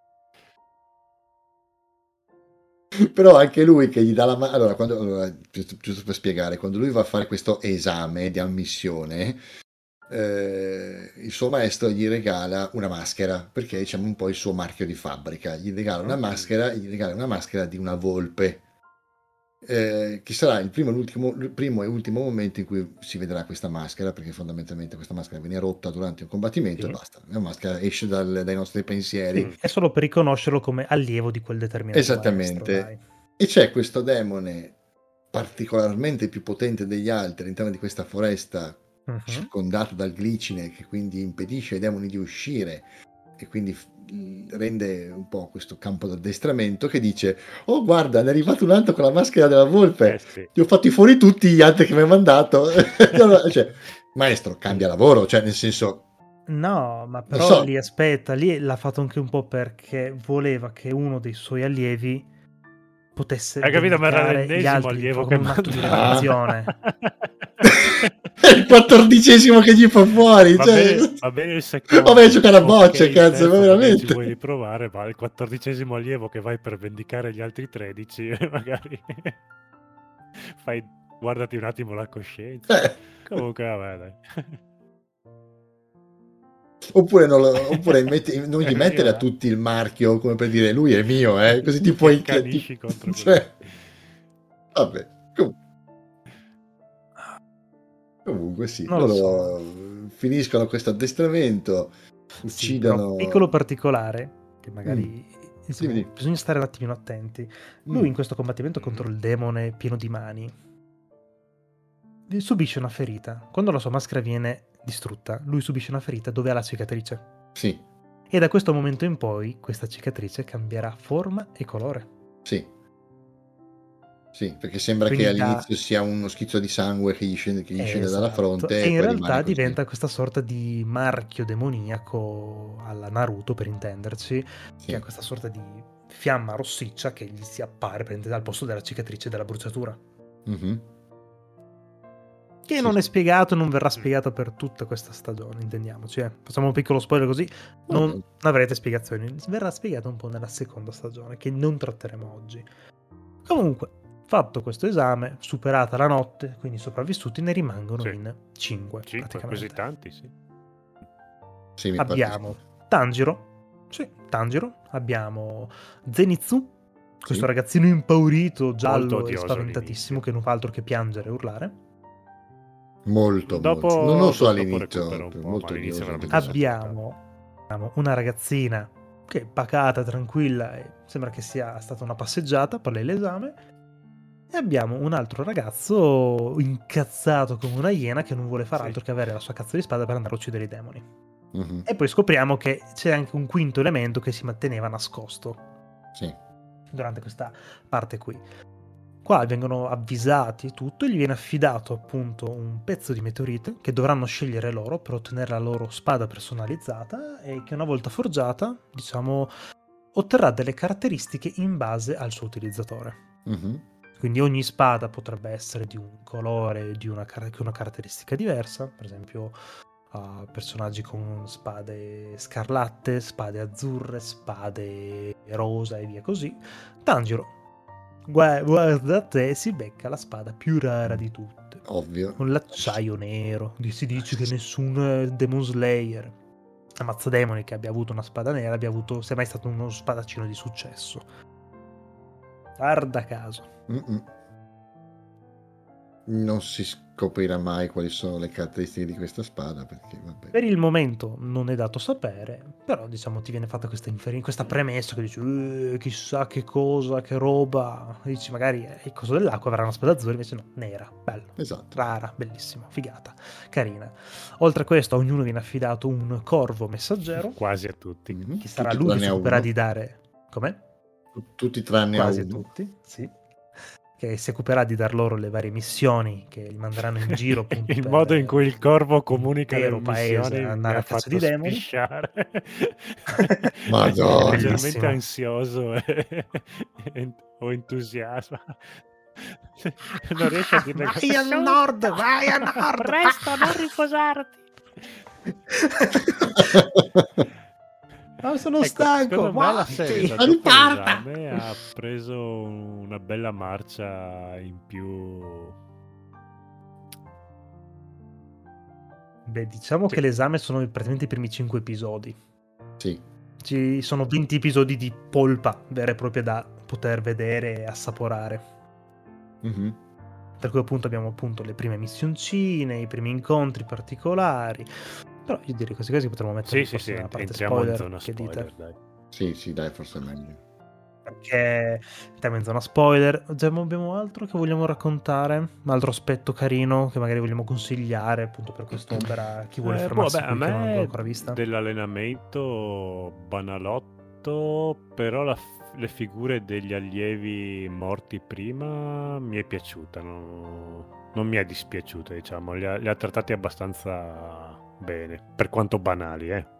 Però anche lui che gli dà la mano, allora, quando, allora, giusto, giusto per spiegare, quando lui va a fare questo esame di ammissione, eh, il suo maestro gli regala una maschera, perché diciamo un po' il suo marchio di fabbrica. Gli regala una Ok. maschera, gli regala una maschera di una volpe. Eh, che sarà il primo, e l'ultimo, il primo e ultimo momento in cui si vedrà questa maschera, perché fondamentalmente questa maschera viene rotta durante un combattimento Sì. e basta. La maschera esce dal- dai nostri pensieri. Mm. È solo per riconoscerlo come allievo di quel determinato Esattamente. maestro, dai. E c'è questo demone particolarmente più potente degli altri all'interno di questa foresta, Mhm. circondato dal glicine, che quindi impedisce ai demoni di uscire e quindi f- rende un po' questo campo d'addestramento, che dice: oh guarda, ne è arrivato un altro con la maschera della volpe, Eh sì. ti ho fatti fuori tutti gli altri che mi hai mandato. Cioè, maestro, cambia lavoro, cioè nel senso, No, ma non però so, lì aspetta, lì l'ha fatto anche un po' perché voleva che uno dei suoi allievi potesse Hai capito? Ma era vendicare gli l'ennesimo altri allievo con che un atto di mandava. redenzione. è il quattordicesimo che gli fa fuori, Va cioè... bene, va bene il secondo. Vabbè, giocare a bocce, Ok, il cazzo, terzo ma magari ci veramente. vuoi riprovare, ma il quattordicesimo allievo che vai per vendicare gli altri tredici, magari fai, guardati un attimo la coscienza. Eh, Comunque, vabbè, dai. oppure non, lo- oppure metti- non gli Eh, mettere a io- tutti il marchio come per dire lui è mio, eh, così ti Ti puoi... accanisci ti- contro cioè, vabbè, com- comunque sì, Non lo loro so. finiscono questo addestramento, Sì, però uccidono... piccolo particolare, che Mm, magari insomma, dimmi, dimmi. bisogna stare un attimino attenti. Lui Mm, in questo combattimento contro il demone pieno di mani subisce una ferita. Quando la sua maschera viene distrutta, lui subisce una ferita dove ha la cicatrice. sì, E da questo momento in poi questa cicatrice cambierà forma e colore. sì, sì, perché sembra Quindi che da- all'inizio sia uno schizzo di sangue che gli scende, che gli scende dalla Esatto. fronte E e in poi realtà rimane così. diventa questa sorta di marchio demoniaco alla Naruto, per intenderci, Sì. che ha questa sorta di fiamma rossiccia che gli si appare prende al posto della cicatrice della bruciatura. Mhm. Che Sì, non è sì. spiegato e non verrà spiegato per tutta questa stagione, intendiamoci. Eh. Facciamo un piccolo spoiler così non Vabbè. avrete spiegazioni. Verrà spiegato un po' nella seconda stagione, che non tratteremo oggi. Comunque, fatto questo esame, superata la notte, quindi sopravvissuti, ne rimangono Sì. in cinque, Cinque, praticamente. così tanti, sì. Sì, mi pare Abbiamo che sì. Tanjiro, sì, Tanjiro, abbiamo Zenitsu, questo Sì. ragazzino impaurito, Molto giallo e odioso spaventatissimo, all'inizio. che non fa altro che piangere e urlare. Molto, Dopo, molto. Non, non solo dopo all'inizio, recupera un po', molto ma all'inizio odioso. veramente esagerato. Abbiamo, abbiamo una ragazzina che è pacata, tranquilla, e sembra che sia stata una passeggiata per lei l'esame. E abbiamo un altro ragazzo incazzato come una iena che non vuole far Sì. altro che avere la sua cazzo di spada per andare a uccidere i demoni. Mhm. E poi scopriamo che c'è anche un quinto elemento che si manteneva nascosto Sì. durante questa parte qui. Qua vengono avvisati e tutto, e gli viene affidato appunto un pezzo di meteorite che dovranno scegliere loro per ottenere la loro spada personalizzata, e che una volta forgiata, diciamo, otterrà delle caratteristiche in base al suo utilizzatore. Mhm. Quindi ogni spada potrebbe essere di un colore, di una, car- una caratteristica diversa, per esempio uh, personaggi con spade scarlatte, spade azzurre, spade rosa e via così. Tanjiro, gua- guarda te, si becca la spada più rara di tutte, Ovvio. con l'acciaio nero. Di- Si dice che nessun eh, Demon Slayer, ammazzademoni, che abbia avuto una spada nera abbia avuto, sia mai stato uno spadaccino di successo. Guarda caso. Mm-mm. Non si scoprirà mai quali sono le caratteristiche di questa spada, perché vabbè. Per il momento non è dato sapere, però diciamo ti viene fatta questa, infer- questa premessa che dici "Eh, chissà che cosa, che roba", e dici magari eh, il coso dell'acqua avrà una spada azzurra, invece no, nera, bello, Esatto. rara, bellissima, figata, carina. Oltre a questo a ognuno viene affidato un corvo messaggero Quasi a tutti. Mhm. che sarà Tutti lui che tranne si a occuperà uno. di dare... Com'è? Tutti tranne Quasi a uno. tutti, sì. Che si occuperà di dar loro le varie missioni che li manderanno in giro appunto Il per modo in cui il corvo comunica le l'intero paese missioni a mi andare ha a cazzo fatto di demoni. spisciare. Madonna. Leggermente Bellissimo. ansioso e- e- o entusiasma. Non riesci a dire Vai a nord, vai a nord. Presto, non riposarti. Ma sono Ecco, stanco. secondo me la Morti. serie da dopo l'esame ha preso una bella marcia in più. Beh, diciamo Sì. che l'esame sono praticamente i primi cinque episodi. Sì. Ci sono venti episodi di polpa vera e propria da poter vedere e assaporare. Mhm. Per cui appunto abbiamo appunto le prime missioncine, i primi incontri particolari. Però io direi questi casi potremmo metterli Sì, sì, forse sì, nella ent- parte entriamo spoiler. in zona Che spoiler, dite? dai. Sì, sì, dai, forse è meglio. Perché siamo in zona spoiler. Già abbiamo altro che vogliamo raccontare? Un altro aspetto carino che magari vogliamo consigliare appunto per quest'opera a chi vuole Eh, boh, fermarsi beh, a qui che non l'ha me ancora vista? dell'allenamento banalotto, però la f- le figure degli allievi morti prima mi è piaciuta, no- non mi è dispiaciuta, diciamo, li ha, li ha trattati abbastanza bene, per quanto banali, eh.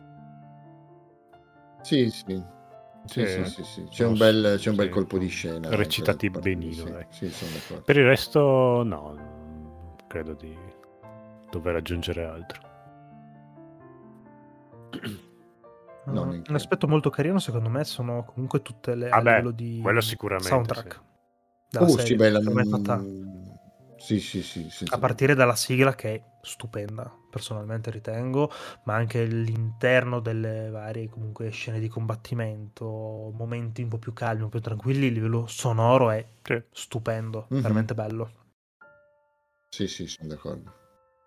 Sì, sì. Sì, sì, Sì, sì, sì. C'è non un s- bel, c'è un bel sì, colpo di scena anche recitati da parte di- benino, sì, dai. sì, sono d'accordo. Per il resto no, non credo di dover aggiungere altro. No, Uh, neanche un io. aspetto molto carino secondo me sono comunque tutte le a Ah beh, livello di quello sicuramente, soundtrack sì. della Oh, sì, serie. bella. Per me è fatta mm, Sì, sì, sì, a senza partire dubbio. dalla sigla che è stupenda, personalmente ritengo, ma anche l'interno delle varie comunque scene di combattimento, momenti un po' più calmi, un po' più tranquilli, il livello sonoro è Sì. stupendo, Mhm. veramente bello. Sì, sì, sono d'accordo.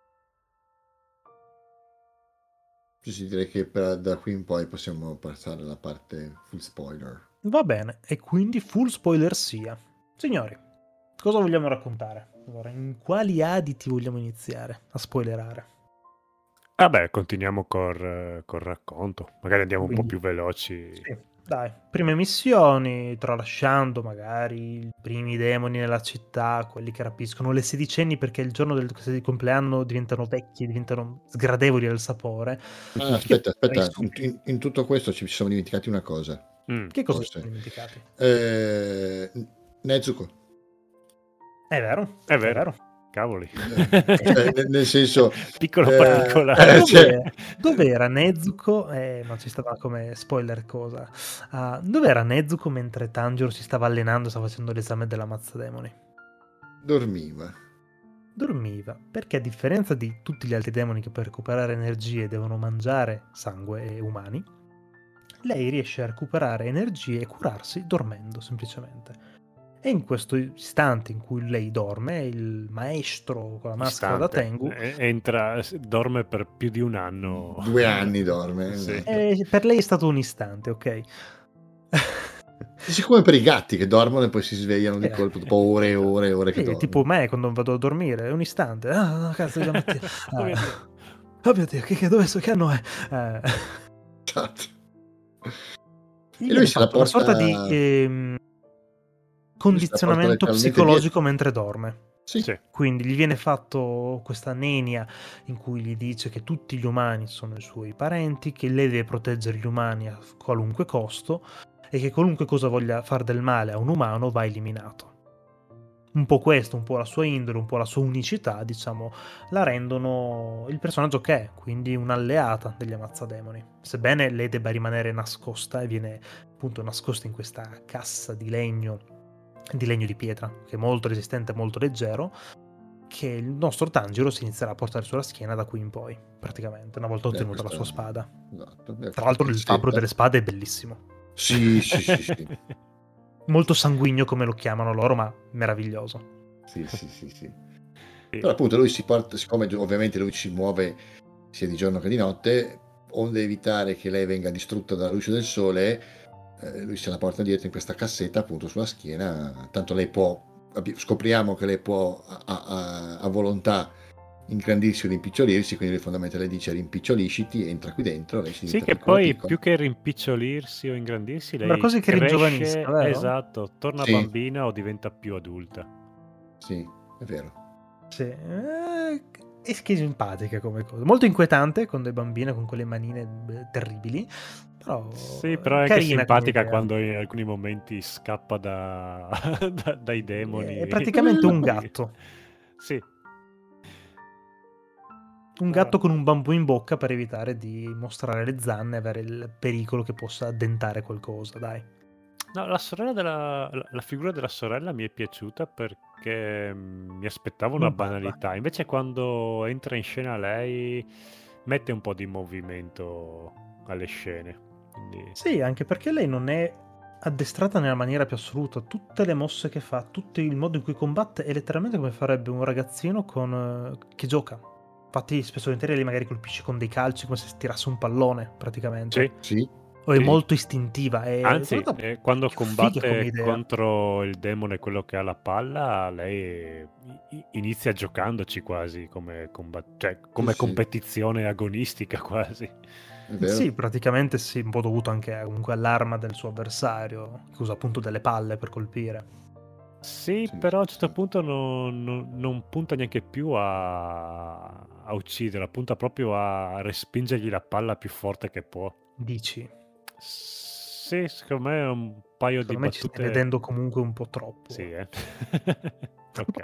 Sì, sì, direi che per- da qui in poi possiamo passare alla parte full spoiler. Va bene, e quindi full spoiler sia. Signori, cosa vogliamo raccontare? Allora, in quali aditi vogliamo iniziare a spoilerare? Vabbè, continuiamo col, col racconto. Magari andiamo un po' Quindi, più veloci. sì, dai, prime missioni, tralasciando magari i primi demoni nella città, quelli che rapiscono le sedicenni perché il giorno del del compleanno diventano vecchi, diventano sgradevoli al sapore. Ah, Che aspetta, poi aspetta, su- in, in- in tutto questo ci siamo dimenticati una cosa, Mm, Che cosa ci siamo forse. dimenticati? Eh, Nezuko. È vero, è è vero, vero. cavoli. Eh, cioè, nel, nel senso... Piccolo eh, particolare. eh, cioè, Dove, dov'era Nezuko? Eh, non ci stava come spoiler cosa. Ah, dov'era Nezuko mentre Tanjiro si stava allenando e stava facendo l'esame della mazza demoni? dormiva. Dormiva, perché a differenza di tutti gli altri demoni che per recuperare energie devono mangiare sangue e umani, lei riesce a recuperare energie e curarsi dormendo semplicemente. E in questo istante in cui lei dorme, il maestro con la maschera da Istante. Tengu, Eh, Entra, s- dorme per più di un anno. Due anni dorme, Sì. esatto. eh, per lei è stato un istante, ok? Siccome per i gatti che dormono e poi si svegliano di Eh. colpo dopo ore e ore e ore che Sì, dormono. tipo me quando vado a dormire, è un istante. Ah, no, cazzo, è la mattina. Oh mio Ah. Dio. Oh mio Dio, che, che, dove so, che anno è? Eh. Esatto. Gli E viene lui se la fatto una porta... sorta di ehm, lui se la porta condizionamento letteralmente psicologico dietro. mentre dorme. Sì. Sì. Quindi gli viene fatto questa nenia in cui gli dice che tutti gli umani sono i suoi parenti, che lei deve proteggere gli umani a qualunque costo e che qualunque cosa voglia far del male a un umano va eliminato. Un po' questo, un po' la sua indole, un po' la sua unicità, diciamo, la rendono il personaggio che è, quindi un'alleata degli Ammazzademoni. Sebbene lei debba rimanere nascosta e viene appunto nascosta in questa cassa di legno, di legno di pietra, che è molto resistente e molto leggero, che il nostro Tanjiro si inizierà a portare sulla schiena da qui in poi, praticamente, una volta Beh, ottenuta la questa- sua spada. Esatto. Beh, Tra l'altro il questa fabbro cassetta- delle spade è bellissimo. Sì, sì, sì, sì. Molto sanguigno come lo chiamano loro, ma meraviglioso. Sì, sì, sì, sì. Sì. Però appunto lui si porta, siccome ovviamente lui si muove sia di giorno che di notte, onde evitare che lei venga distrutta dalla luce del sole, eh, lui se la porta dietro in questa cassetta appunto sulla schiena, tanto lei può, scopriamo che lei può a, a, a volontà ingrandirsi o rimpicciolirsi, quindi lui fondamentalmente le dice rimpicciolisciti, entra qui dentro, lei si Sì, diventa che piccola poi piccola. più che rimpicciolirsi o ingrandirsi, Sembra lei quasi che cresce, ringiovanisca, vero? esatto, torna Sì. bambina o diventa più adulta. Sì, è vero. Sì, eh, è che è simpatica come cosa. Molto inquietante con le bambine con quelle manine beh, terribili. Però Sì, però è anche carina come simpatica idea. quando in alcuni momenti scappa da, da- dai demoni. È praticamente un gatto. Sì. Un gatto con un bambù in bocca per evitare di mostrare le zanne e avere il pericolo che possa addentare qualcosa, dai. No, la sorella della, la, la figura della sorella mi è piaciuta perché mm, mi aspettavo una Non parla. banalità. Invece, quando entra in scena lei, mette un po' di movimento alle scene. Quindi, Sì, anche perché lei non è addestrata nella maniera più assoluta. Tutte le mosse che fa, tutto il modo in cui combatte è letteralmente come farebbe un ragazzino con, eh, che gioca. Infatti spesso e volentieri lei magari colpisce con dei calci come se tirasse un pallone praticamente. sì, Sì, O è sì. molto istintiva. E Anzi, guarda, eh, quando che figa come combatte idea. contro il demone, quello che ha la palla, lei i- inizia giocandoci quasi come, combat- cioè, come sì. competizione agonistica quasi. è vero. Sì, praticamente sì, un po' dovuto anche comunque all'arma del suo avversario, che usa appunto delle palle per colpire. Sì, Sì, però a un sì, certo sì. punto non, non- non punta neanche più a, a uccidere, punta proprio a respingergli la palla più forte che può. Dici? Sì, secondo me un paio di Secondo me ci stai battute. vedendo comunque un po' troppo. Sì, eh. Ok.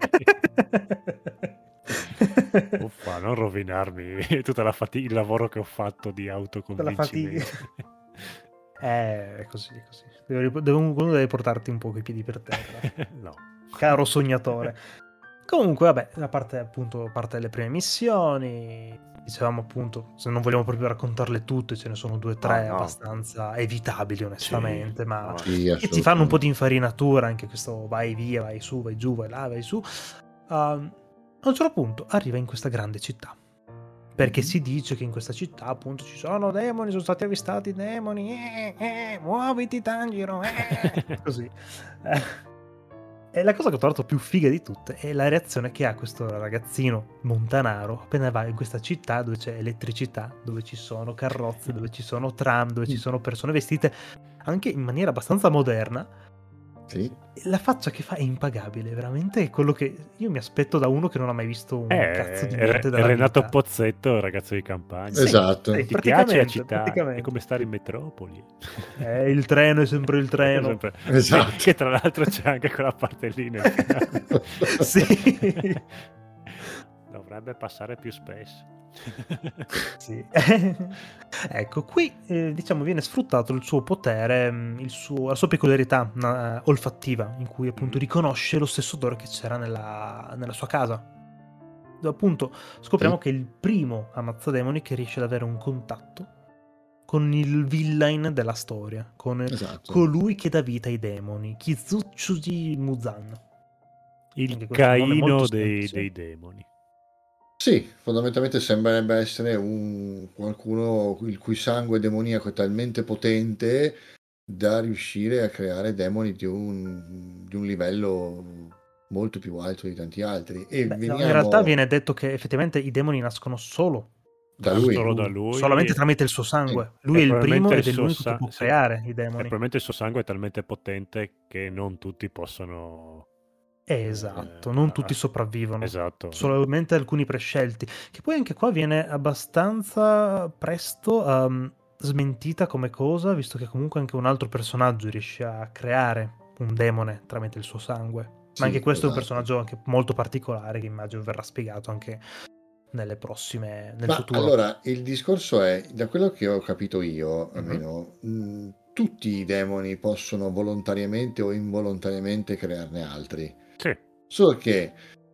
Uffa, non rovinarmi tutta la fatica, il lavoro che ho fatto di Tutta la autoconvincimento. fatica. Eh, è così, è così. Devo, devo, uno deve portarti un po' coi piedi per terra. No. Caro sognatore. Comunque, vabbè, a parte appunto parte delle prime missioni, dicevamo appunto, se non vogliamo proprio raccontarle tutte, ce ne sono due o tre No, no. abbastanza evitabili onestamente, Sì, ma no. Sì, che ti fanno un po' assolutamente. di infarinatura, anche questo vai via, vai su, vai giù, vai là, vai su. Um, a un certo punto arriva in questa grande città, perché Mhm. si dice che in questa città appunto ci sono demoni, sono stati avvistati demoni, eh, eh, muoviti Tanjiro, eh, così. Eh. E la cosa che ho trovato più figa di tutte è la reazione che ha questo ragazzino montanaro appena va in questa città dove c'è elettricità, dove ci sono carrozze, dove ci sono tram, dove ci sono persone vestite anche in maniera abbastanza moderna. Sì. La faccia che fa è impagabile, veramente è quello che io mi aspetto da uno che non ha mai visto un Eh, cazzo di è niente Re- dalla Renato vita. Pozzetto, ragazzo di campagna. Sì, Esatto. sì, Ti piace la praticamente, città? È praticamente. come stare in metropoli. Eh, il treno è sempre il treno. Sempre- Esatto. Che, che tra l'altro c'è anche quella parte lì nel finale. Sì. Dovrebbe passare più spesso. Sì. Ecco, qui eh, diciamo viene sfruttato il suo potere, mh, il suo- la sua peculiarità na- olfattiva, in cui appunto Mm. riconosce lo stesso odore che c'era nella, nella sua casa. Dove appunto scopriamo Sì. che è il primo Amazzademoni che riesce ad avere un contatto con il villain della storia, con Esatto. colui che dà vita ai demoni, Kizutsuji Muzan. Il Anche questo nome Caino molto dei, semplice. dei demoni. Sì, fondamentalmente sembrerebbe essere un qualcuno il cui sangue demoniaco è talmente potente da riuscire a creare demoni di un, di un livello molto più alto di tanti altri. E Beh, no, veniamo in realtà viene detto che effettivamente i demoni nascono solo da tramite lui. Solo da lui, lui. solamente tramite il suo sangue. E Lui è il primo probabilmente il ed è suo l'unico che sa- può sì. creare i E demoni. probabilmente il suo sangue è talmente potente che non tutti possono. Eh, esatto, eh, non a- tutti sopravvivono, Esatto. solamente alcuni prescelti. Che poi anche qua viene abbastanza presto um, smentita come cosa, visto che comunque anche un altro personaggio riesce a creare un demone tramite il suo sangue. Ma Sì, anche questo è un esatto. personaggio anche molto particolare che immagino verrà spiegato anche nelle prossime, nel Ma futuro. allora il discorso è, da quello che ho capito io, Mhm. almeno, mh, tutti i demoni possono volontariamente o involontariamente crearne altri. Sì. Solo che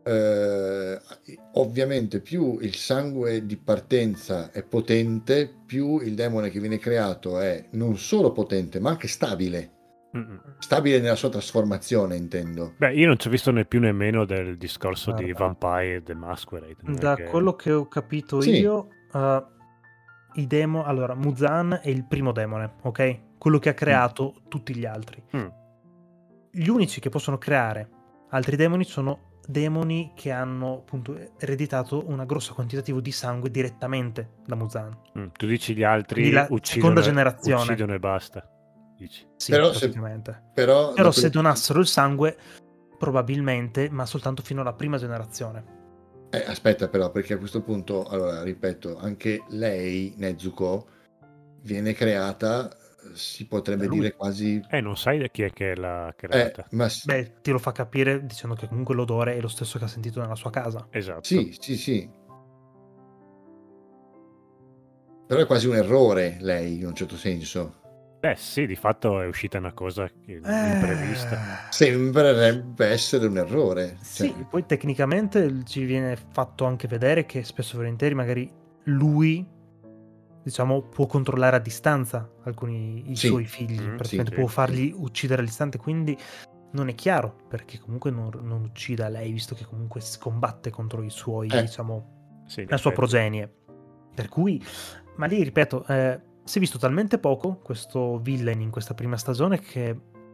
eh, ovviamente più il sangue di partenza è potente, più il demone che viene creato è non solo potente, ma anche stabile. Mm-mm. Stabile nella sua trasformazione, intendo. Beh, io non ci ho visto né più né meno del discorso di Guarda, Vampire the Masquerade. non è da che- quello che ho capito Sì. io, uh, i demo, allora, Muzan è il primo demone, ok? Quello che ha creato tutti gli altri. Mm. Gli unici che possono creare altri demoni sono demoni che hanno appunto ereditato una grossa quantitativo di sangue direttamente da Muzan. Mm. Tu dici gli altri Quindi la uccidono, seconda generazione. uccidono e basta. Dici. Sì, Però se- praticamente. Però, Però da se quel- donassero il sangue, probabilmente, ma soltanto fino alla prima generazione. Eh, aspetta però, perché a questo punto, allora, ripeto, anche lei, Nezuko, viene creata, si potrebbe Da lui. dire quasi... Eh, non sai chi è che l'ha Eh, creata. ma s- Beh, ti lo fa capire dicendo che comunque l'odore è lo stesso che ha sentito nella sua casa. Esatto. sì, sì, sì. Però è quasi un errore lei, in un certo senso. Beh, sì, di fatto è uscita una cosa che- imprevista. Eh, Sembrerebbe essere un errore. Sì, Cioè, poi tecnicamente ci viene fatto anche vedere che spesso e volentieri magari lui, diciamo, può controllare a distanza alcuni i Sì. suoi figli, Mm, praticamente sì, può sì. farli uccidere all'istante, quindi non è chiaro perché comunque non, non uccida lei, visto che comunque si combatte contro i suoi, Eh. diciamo, Sì, in la sua effetti. progenie. Per cui, ma lì ripeto, eh, si è visto talmente poco questo villain in questa prima stagione che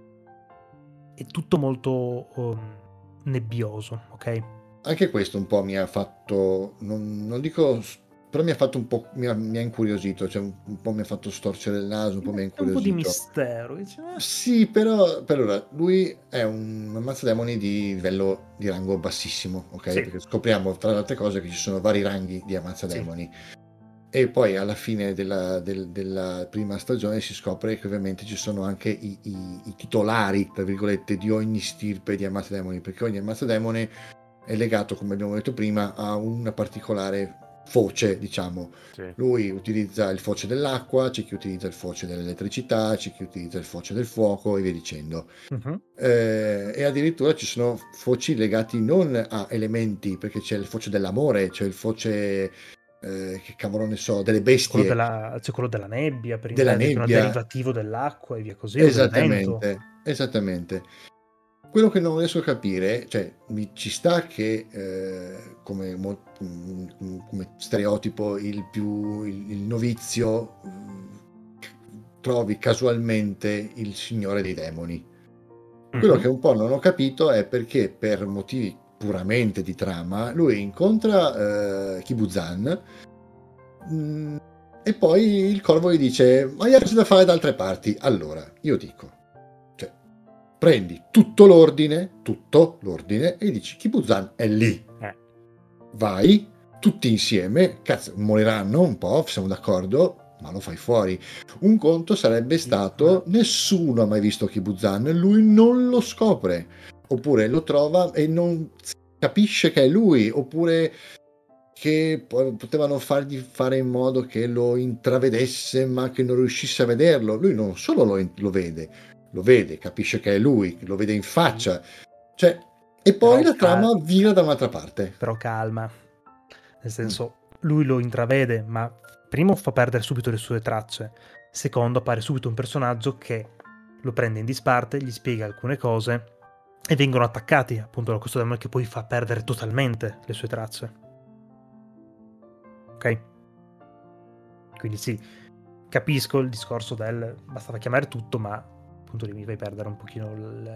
è tutto molto um, nebbioso, ok? Anche questo un po' mi ha fatto, non, non dico, però mi ha fatto un po', mi ha, mi ha incuriosito, cioè un, un po' mi ha fatto storcere il naso, un po' mi ha C'è un po' di incuriosito. mistero. Dice, eh, Sì, però per ora lui è un ammazzademoni di livello di rango bassissimo, ok? Sì. Perché scopriamo tra le altre cose che ci sono vari ranghi di ammazzademoni. E poi alla fine della, del- della prima stagione si scopre che ovviamente ci sono anche i, i- i titolari, tra virgolette, di ogni stirpe di ammazzademoni, perché ogni ammazzademone è legato, come abbiamo detto prima, a una particolare foce, diciamo. Sì. Lui utilizza il foce dell'acqua, c'è chi utilizza il foce dell'elettricità, c'è chi utilizza il foce del fuoco e via dicendo. mhm. Eh, e addirittura ci sono foci legati non a elementi, perché c'è il foce dell'amore, c'è il foce, eh, che cavolo ne so, delle C'è quello bestie, della, c'è quello della nebbia, per della intenderci, un nebbia. derivativo dell'acqua e via così, o del vento. Esattamente, esattamente. Quello che non riesco a capire, cioè mi, ci sta che eh, come, mo- mm, come stereotipo il più il, il novizio mm, trovi casualmente il signore dei demoni. Quello Mhm. che un po' non ho capito è perché per motivi puramente di trama lui incontra eh, Kibuzan, mm, e poi il corvo gli dice ma io ho cosa da fare da altre parti. Allora io dico, cioè, prendi tutto l'ordine, tutto l'ordine e gli dici Kibuzan è lì, Eh. vai tutti insieme, cazzo, moriranno un po', siamo d'accordo, ma lo fai fuori. Un conto sarebbe stato nessuno ha mai visto Kibuzan, lui non lo scopre, oppure lo trova e non capisce che è lui, oppure che poi potevano fargli fare in modo che lo intravedesse ma che non riuscisse a vederlo. Lui non solo lo, in- lo vede, lo vede, capisce che è lui, lo vede in faccia, cioè, e poi Però la trama cal- vira da un'altra parte. Però calma, nel senso, lui lo intravede, ma primo fa perdere subito le sue tracce, secondo appare subito un personaggio che lo prende in disparte, gli spiega alcune cose e vengono attaccati appunto da questo demone che poi fa perdere totalmente le sue tracce. Ok? Quindi sì, capisco il discorso del bastava chiamare tutto, ma appunto lì mi fai perdere un pochino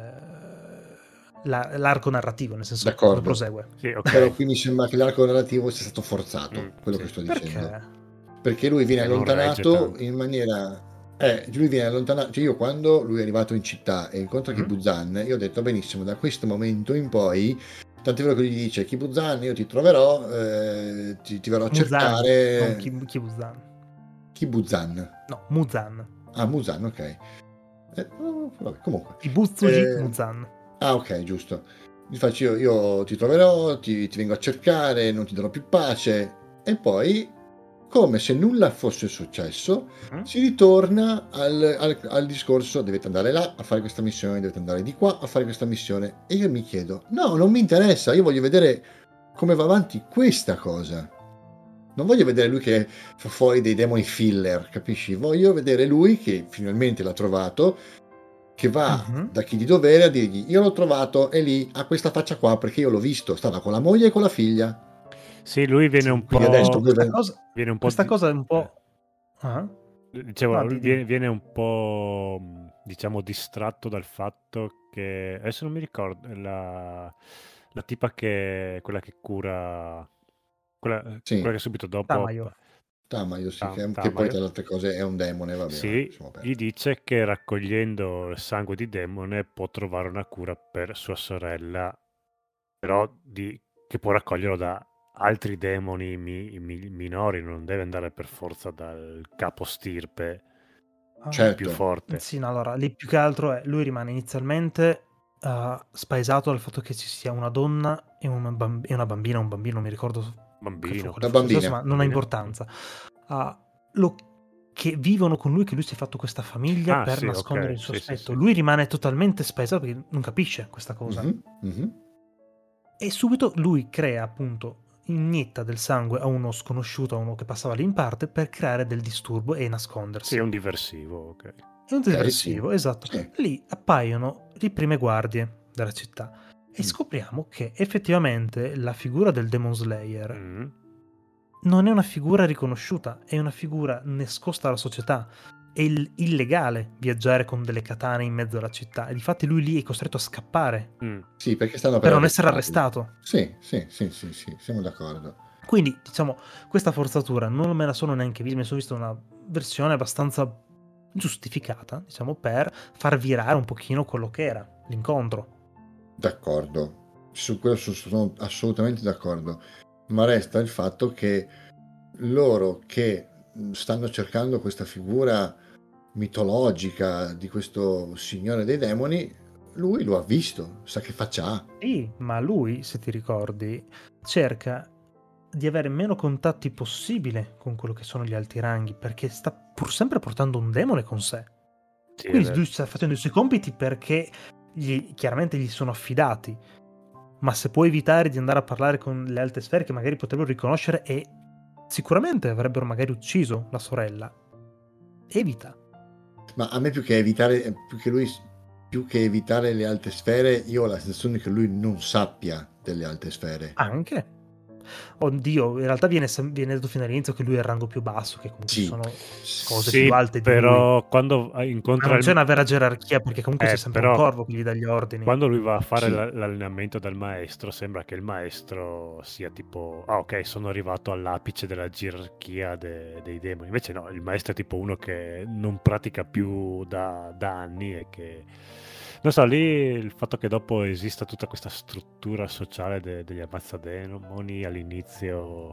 il- la- l'arco narrativo, nel senso D'accordo. come prosegue. Sì, ok. Però qui mi sembra che l'arco narrativo sia stato forzato, Mm, quello sì. che sto dicendo. Perché? Perché lui viene Che non regge allontanato tanto. in maniera... Eh, lui viene allontanato, cioè io quando lui è arrivato in città e incontra Mhm. Kibuzan, io ho detto benissimo, da questo momento in poi, tant'è vero che gli dice Kibuzan, io ti troverò, eh, ti, ti verrò a Muzan, cercare... non Ki- Kibuzan. Kibuzan. No, Muzan. Ah, Muzan, ok. Eh, oh, vabbè, comunque. Kibutsuji Eh, Muzan. Ah, ok, giusto. Gli faccio io, io ti troverò, ti, ti vengo a cercare, non ti darò più pace. E poi, come se nulla fosse successo, Mhm. si ritorna al, al- al discorso, dovete andare là a fare questa missione, dovete andare di qua a fare questa missione. E io mi chiedo, no, non mi interessa, io voglio vedere come va avanti questa cosa. Non voglio vedere lui che fa fuori dei demoni filler, capisci? Voglio vedere lui che finalmente l'ha trovato, che va Mhm. da chi di dovere a dirgli io l'ho trovato, è lì, ha questa faccia qua perché io l'ho visto, stava con la moglie e con la figlia. Sì, lui viene Sì, un quindi po'... adesso questa dove- cosa, Viene un po' questa di- cosa è un eh. po'... Ah? Dicevo, No, di- di- viene, viene un po', mh, diciamo, distratto dal fatto che adesso non mi ricordo la, la tipa che quella che cura quella, Sì. quella che subito dopo Tamayo. Tamayo, sì, Tam- che, che Tamayo. poi tra le altre cose è un demone, va bene. sì, lasciamo perdere. gli dice che raccogliendo il sangue di demone può trovare una cura per sua sorella, però di, che può raccoglierlo da altri demoni mi- mi- minori, non deve andare per forza dal capo stirpe Ah, Certo. più forte. Sì, no, allora, lì più che altro è, lui rimane inizialmente eh, spaesato dal fatto che ci sia una donna e una, bamb- e una bambina, un bambino, non mi ricordo che Bambino. fu- La fosse successo, bambina. ma non ha Bambina. importanza. Ah, lo che vivono con lui, che lui si è fatto questa famiglia Ah, per sì, nascondere ok, il sì, sì, sospetto. sì. Lui rimane totalmente speso perché non capisce questa cosa. Mhm, mhm. E subito lui crea, appunto, inietta del sangue a uno sconosciuto, a uno che passava lì in parte, per creare del disturbo e nascondersi. Sì, è un diversivo, ok. È un diversivo, sì. esatto. Sì. Lì appaiono le prime guardie della città e Mm. scopriamo che effettivamente la figura del Demon Slayer Mm. non è una figura riconosciuta, è una figura nascosta alla società. È il- illegale viaggiare con delle katane in mezzo alla città e difatti lui lì è costretto a scappare Mm. Sì, perché stanno per per non essere arrestarlo. arrestato. Sì, sì, sì, sì, sì, siamo d'accordo. Quindi, diciamo, questa forzatura non me la sono neanche vista, mi sono visto una versione abbastanza giustificata, diciamo, per far virare un pochino quello che era l'incontro. D'accordo, su questo sono assolutamente d'accordo, ma resta il fatto che loro che stanno cercando questa figura mitologica di questo signore dei demoni, lui lo ha visto, sa che faccia ha. Sì, ma lui, se ti ricordi, cerca di avere meno contatti possibile con quello che sono gli alti ranghi, perché sta pur sempre portando un demone con sé. Sì, è Quindi vero. lui sta facendo i suoi compiti perché gli, chiaramente gli sono affidati, ma se può evitare di andare a parlare con le alte sfere che magari potrebbero riconoscere e sicuramente avrebbero magari ucciso la sorella, evita. Ma a me più che evitare, più che lui, più che evitare le alte sfere, io ho la sensazione che lui non sappia delle alte sfere. Anche. Oddio, in realtà viene, sem- viene detto fino all'inizio che lui è il rango più basso, che comunque Sì. sono cose Sì, più alte di lui. però quando Ma incontra non il... c'è una vera gerarchia perché comunque Eh, c'è sempre però un corvo che gli dà gli ordini. Quando lui va a fare Sì. la- l'allenamento dal maestro, sembra che il maestro sia tipo, ah ok, sono arrivato all'apice della gerarchia de- dei demoni. Invece no, il maestro è tipo uno che non pratica più da, da anni e che... Non so, lì il fatto che dopo esista tutta questa struttura sociale de- degli ammazzademoni all'inizio...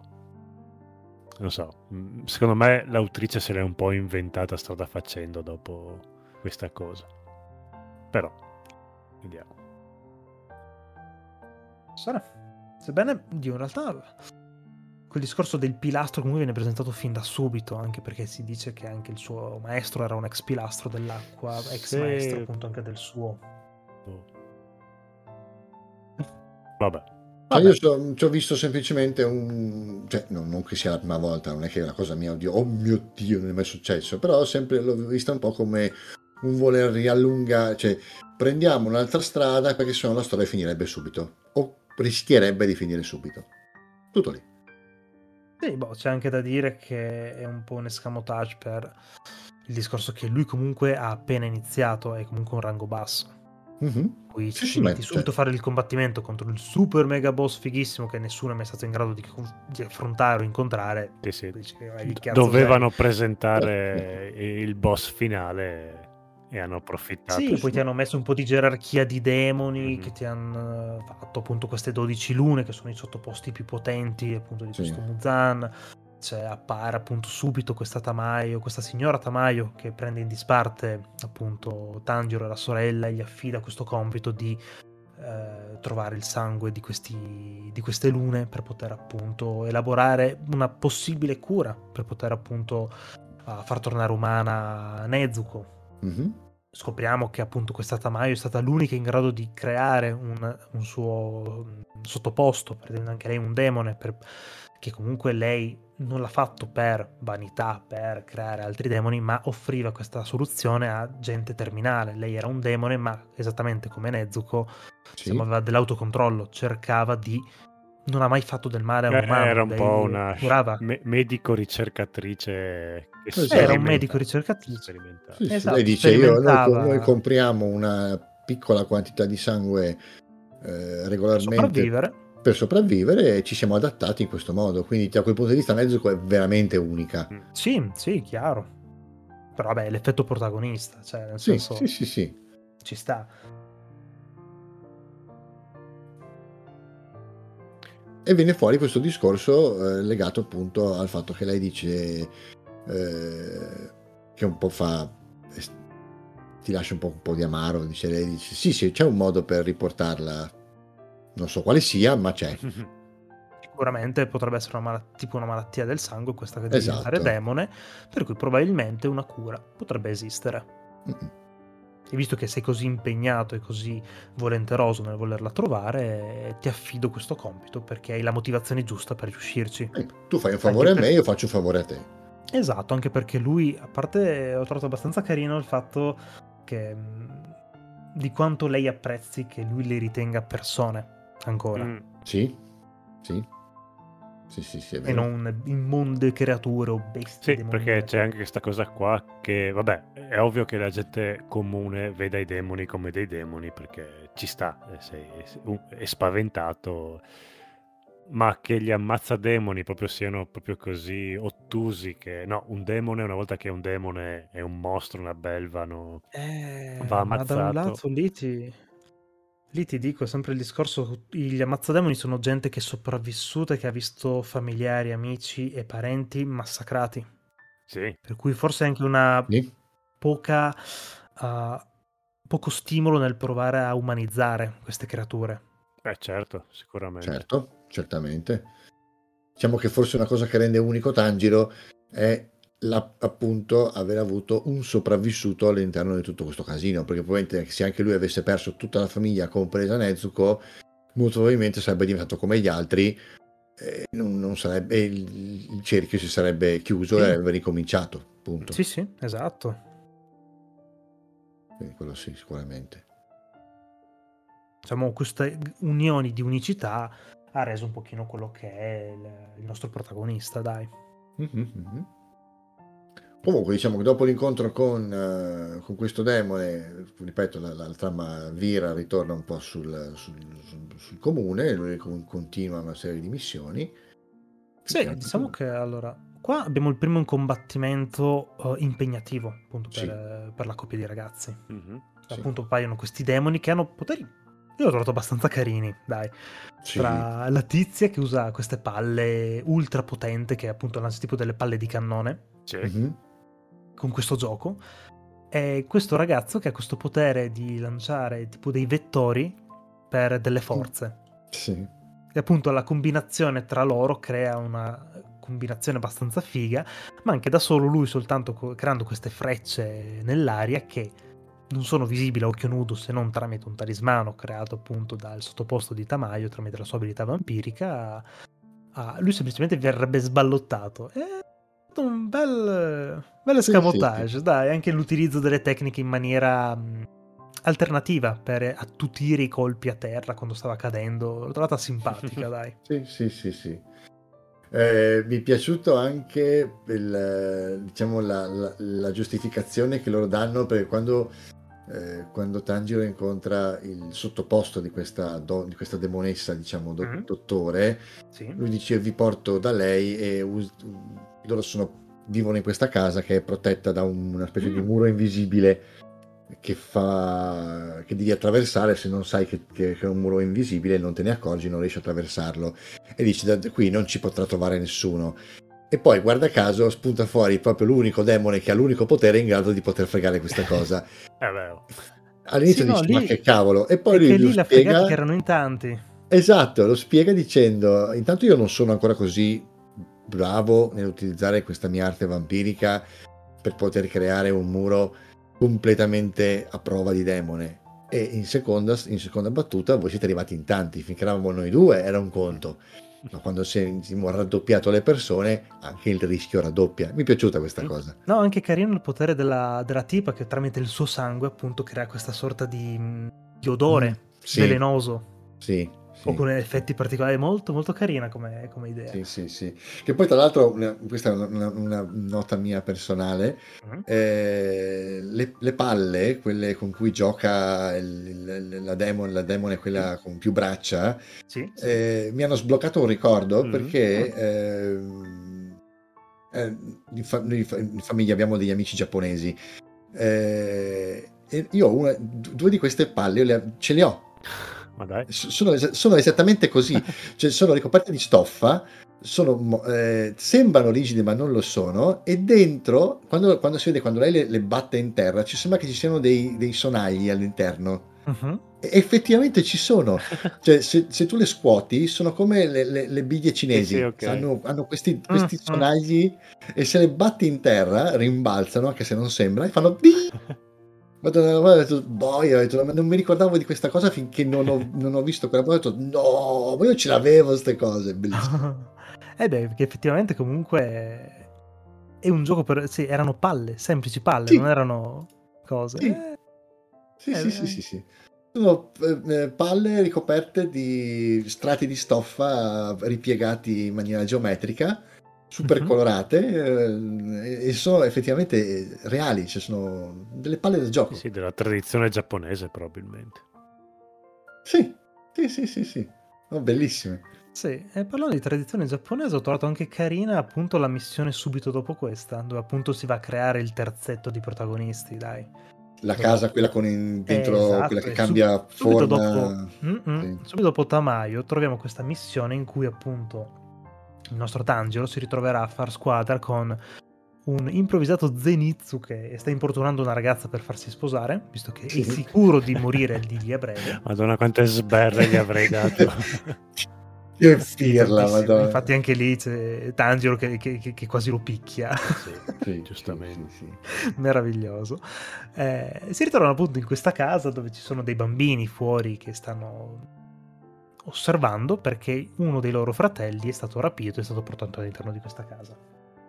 Non so, mm, secondo me l'autrice se l'è un po' inventata strada facendo dopo questa cosa. Però... Vediamo. Sarà. Sebbene, Dio, in realtà quel discorso del pilastro comunque viene presentato fin da subito, anche perché si dice che anche il suo maestro era un ex pilastro dell'acqua, ex Sì. maestro appunto anche del suo. Vabbè. Cioè, Vabbè. io so- ci ho visto semplicemente un... cioè, non, non che sia la prima volta, non è che è una cosa mia, oddio, oh mio Dio, non è mai successo, però sempre l'ho vista un po' come un voler riallungare, cioè prendiamo un'altra strada perché sennò la storia finirebbe subito, o rischierebbe di finire subito. Tutto lì. Sì, boh, c'è anche da dire che è un po' un escamotage per il discorso che lui comunque ha appena iniziato, è comunque un rango basso. Mhm. Poi Sì, se sì, ti ma- metti subito a fare il combattimento contro il super mega boss fighissimo che nessuno è mai stato in grado di, di affrontare o incontrare, Sì, sì. dici che vai, che cazzo Dovevano sei? presentare il boss finale e hanno approfittato. Sì, poi ti hanno messo un po' di gerarchia di demoni Mhm. che ti hanno eh, fatto appunto queste dodici lune che sono i sottoposti più potenti appunto di Sì. questo Muzan. Cioè appare appunto subito questa Tamayo, questa signora Tamayo che prende in disparte appunto Tanjiro e la sorella e gli affida questo compito di eh, trovare il sangue di, questi, di queste lune per poter appunto elaborare una possibile cura per poter appunto uh, far tornare umana Nezuko. Mhm. Scopriamo che appunto questa Tamayo è stata l'unica in grado di creare un, un suo sottoposto, per anche lei un demone, per, che comunque lei non l'ha fatto per vanità, per creare altri demoni, ma offriva questa soluzione a gente terminale. Lei era un demone, ma esattamente come Nezuko, Sì. diciamo, aveva dell'autocontrollo, cercava di... non ha mai fatto del male a un Eh, umano. Era un lei po' una curava. me- medico ricercatrice che Esatto. Era un sperimen- medico ricercativo. sperimentava. Sì, sì. Esatto, Lei dice, io, noi, sperimentava- noi compriamo una piccola quantità di sangue eh, regolarmente sopravvivere. per sopravvivere e ci siamo adattati in questo modo, quindi da quel punto di vista Nezuko è veramente unica. Mm. Sì, sì, chiaro. Però vabbè, l'effetto protagonista, cioè nel Sì, senso sì, sì, sì. ci sta. E viene fuori questo discorso eh, legato appunto al fatto che lei dice eh, che un po' fa eh, ti lascia un po', un po' di amaro, dice lei, dice sì sì c'è un modo per riportarla, non so quale sia, ma c'è. sicuramente potrebbe essere una malat- tipo una malattia del sangue, questa che deve diventare Esatto. demone, per cui probabilmente una cura potrebbe esistere. Mm-mm. E visto che sei così impegnato e così volenteroso nel volerla trovare, ti affido questo compito perché hai la motivazione giusta per riuscirci. Eh, Tu fai un favore Anche a per- me, io faccio un favore a te. Esatto, anche perché lui, a parte ho trovato abbastanza carino il fatto che mh, di quanto lei apprezzi che lui le ritenga persone ancora Mm. Sì? Sì? Sì, sì, sì, è e vero. non immonde creature o bestie Sì, perché demoniache. c'è anche questa cosa qua che, vabbè, è ovvio che la gente comune veda i demoni come dei demoni perché ci sta, eh, sei- è spaventato, ma che gli ammazzademoni proprio siano proprio così ottusi che, no, un demone una volta che è un demone è un mostro, una belva, no, Eh, va ma da un ammazzato. lato lì ti, lì ti dico, è sempre il discorso, gli ammazzademoni sono gente che è sopravvissuta e che ha visto familiari, amici e parenti massacrati, Sì, per cui forse anche una Sì? poca, uh, poco stimolo nel provare a umanizzare queste creature. eh certo, sicuramente. Certo, certamente. Diciamo che forse una cosa che rende unico Tanjiro è la- appunto aver avuto un sopravvissuto all'interno di tutto questo casino, perché probabilmente se anche lui avesse perso tutta la famiglia, compresa Nezuko, molto probabilmente sarebbe diventato come gli altri, e non, non sarebbe, il, il cerchio si sarebbe chiuso Sì. e avrebbe ricominciato, appunto. Sì, sì, esatto. Quindi quello sì, sicuramente. Diciamo, queste unioni di unicità ha reso un pochino quello che è il, il nostro protagonista, dai. Mhm, mhm. Comunque diciamo che dopo l'incontro con, eh, con questo demone, ripeto, la, la- la trama vira, ritorna un po' sul, sul- sul- sul comune, lui con- continua una serie di missioni. Sì, Finché- diciamo che allora, qua abbiamo il primo combattimento eh, impegnativo, appunto, per, Sì. eh, per la coppia di ragazzi. Mhm. Sì. Appunto, appaiono questi demoni che hanno poteri, io l'ho trovato abbastanza carini, dai. Sì. Tra la tizia che usa queste palle ultra potente, che appunto lancia tipo delle palle di cannone, Sì. Mhm. con questo gioco, e questo ragazzo che ha questo potere di lanciare tipo dei vettori per delle forze. Sì. E appunto la combinazione tra loro crea una combinazione abbastanza figa, ma anche da solo lui soltanto co- creando queste frecce nell'aria che non sono visibili a occhio nudo se non tramite un talismano creato appunto dal sottoposto di Tamayo tramite la sua abilità vampirica, a- lui semplicemente verrebbe sballottato. È stato un bel, bel Sì, sì, escamotage, dai, anche l'utilizzo delle tecniche in maniera mh, alternativa per attutire i colpi a terra quando stava cadendo. L'ho trovata simpatica, dai. Sì, sì, sì, sì. Eh, mi è piaciuto anche il, diciamo, la, la- la giustificazione che loro danno perché quando, eh, quando Tanjiro incontra il sottoposto di questa, don- di questa demonessa, diciamo, do- Mm. dottore, Sì. lui dice vi porto da lei e us- loro sono, vivono in questa casa che è protetta da un- una specie di Mm. muro invisibile che fa che devi attraversare. Se non sai che, che- che è un muro invisibile non te ne accorgi, non riesci a attraversarlo e dici da qui non ci potrà trovare nessuno, e poi guarda caso spunta fuori proprio l'unico demone che ha l'unico potere in grado di poter fregare questa cosa. Eh beh, oh. All'inizio Sì, no, dici ma lì- che cavolo, e poi è lui che lo lì l'ha fregati spiega. che erano in tanti. Esatto, lo spiega dicendo intanto io non sono ancora così bravo nell'utilizzare questa mia arte vampirica per poter creare un muro completamente a prova di demone, e in seconda, in seconda battuta voi siete arrivati in tanti, finché eravamo noi due era un conto, ma quando siamo raddoppiato le persone anche il rischio raddoppia. Mi è piaciuta questa Mm. cosa. No, anche carino il potere della, della tipa che tramite il suo sangue appunto crea questa sorta di, di odore Mm, sì, velenoso sì, o sì. con effetti particolari. Molto molto carina come, come idea. Sì, sì, sì. Che poi tra l'altro, una- questa è una, una- una nota mia personale, Mm. eh, le, le palle, quelle con cui gioca il- il- la demon, la demone, quella con più braccia, Sì, sì. eh, mi hanno sbloccato un ricordo Mm. perché ehm, eh, in, fa- noi in fa- in famiglia abbiamo degli amici giapponesi, eh, e io una- due di queste palle io le- ce le ho. Ma dai. Sono, es- sono esattamente così, cioè sono ricoperte di stoffa, sono, mo- eh, sembrano rigide ma non lo sono, e dentro, quando, quando si vede, quando lei le, le batte in terra, ci sembra che ci siano dei, dei sonagli all'interno. Mhm. E effettivamente ci sono, cioè se, se tu le scuoti sono come le, le- le biglie cinesi, sì, ok. hanno, hanno questi, questi Mm, mm. sonagli e se le batti in terra rimbalzano, anche se non sembra, e fanno di. Madonna, guarda, ho detto, boia, ho detto, non mi ricordavo di questa cosa finché non ho, non ho visto quella cosa, ho detto no, ma io ce l'avevo queste cose, bellissime. Eh beh, perché effettivamente comunque è un gioco per... Sì, erano palle, semplici palle, Sì, non erano cose. sì, Eh, sì, eh, sì, sì, eh. sì, sì. Sono eh, eh, palle ricoperte di strati di stoffa ripiegati in maniera geometrica, super Mhm. colorate, eh, e sono effettivamente reali, cioè sono delle palle da Sì, gioco. sì, della tradizione giapponese probabilmente. Sì, sì, sì, sì, sì. Oh, bellissime. Sì, e parlando di tradizione giapponese, ho trovato anche carina appunto la missione subito dopo questa, dove appunto si va a creare il terzetto di protagonisti, dai. La Dove casa, quella appunto... con in- Eh, dentro, quella esatto, che e su- cambia subito dopo... forma. Mm-mm, Sì. subito dopo Tamayo troviamo questa missione in cui appunto il nostro Tanjiro si ritroverà a far squadra con un improvvisato Zenitsu che sta importunando una ragazza per farsi sposare, visto che è Sì. sicuro di morire di lì a breve. Madonna, quante sberre gli avrei dato. Che Sì, pirla, tantissimo. madonna. Infatti anche lì c'è Tanjiro che, che- che- che quasi lo picchia. Sì, Sì, sì, giustamente. sì, sì. Meraviglioso. Eh, si ritrovano appunto in questa casa dove ci sono dei bambini fuori che stanno osservando perché uno dei loro fratelli è stato rapito e è stato portato all'interno di questa casa.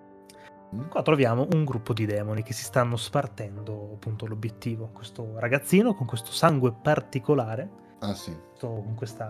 Mm? Qua troviamo un gruppo di demoni che si stanno spartendo appunto l'obiettivo. Questo ragazzino con questo sangue particolare, Ah, sì. questo- con questa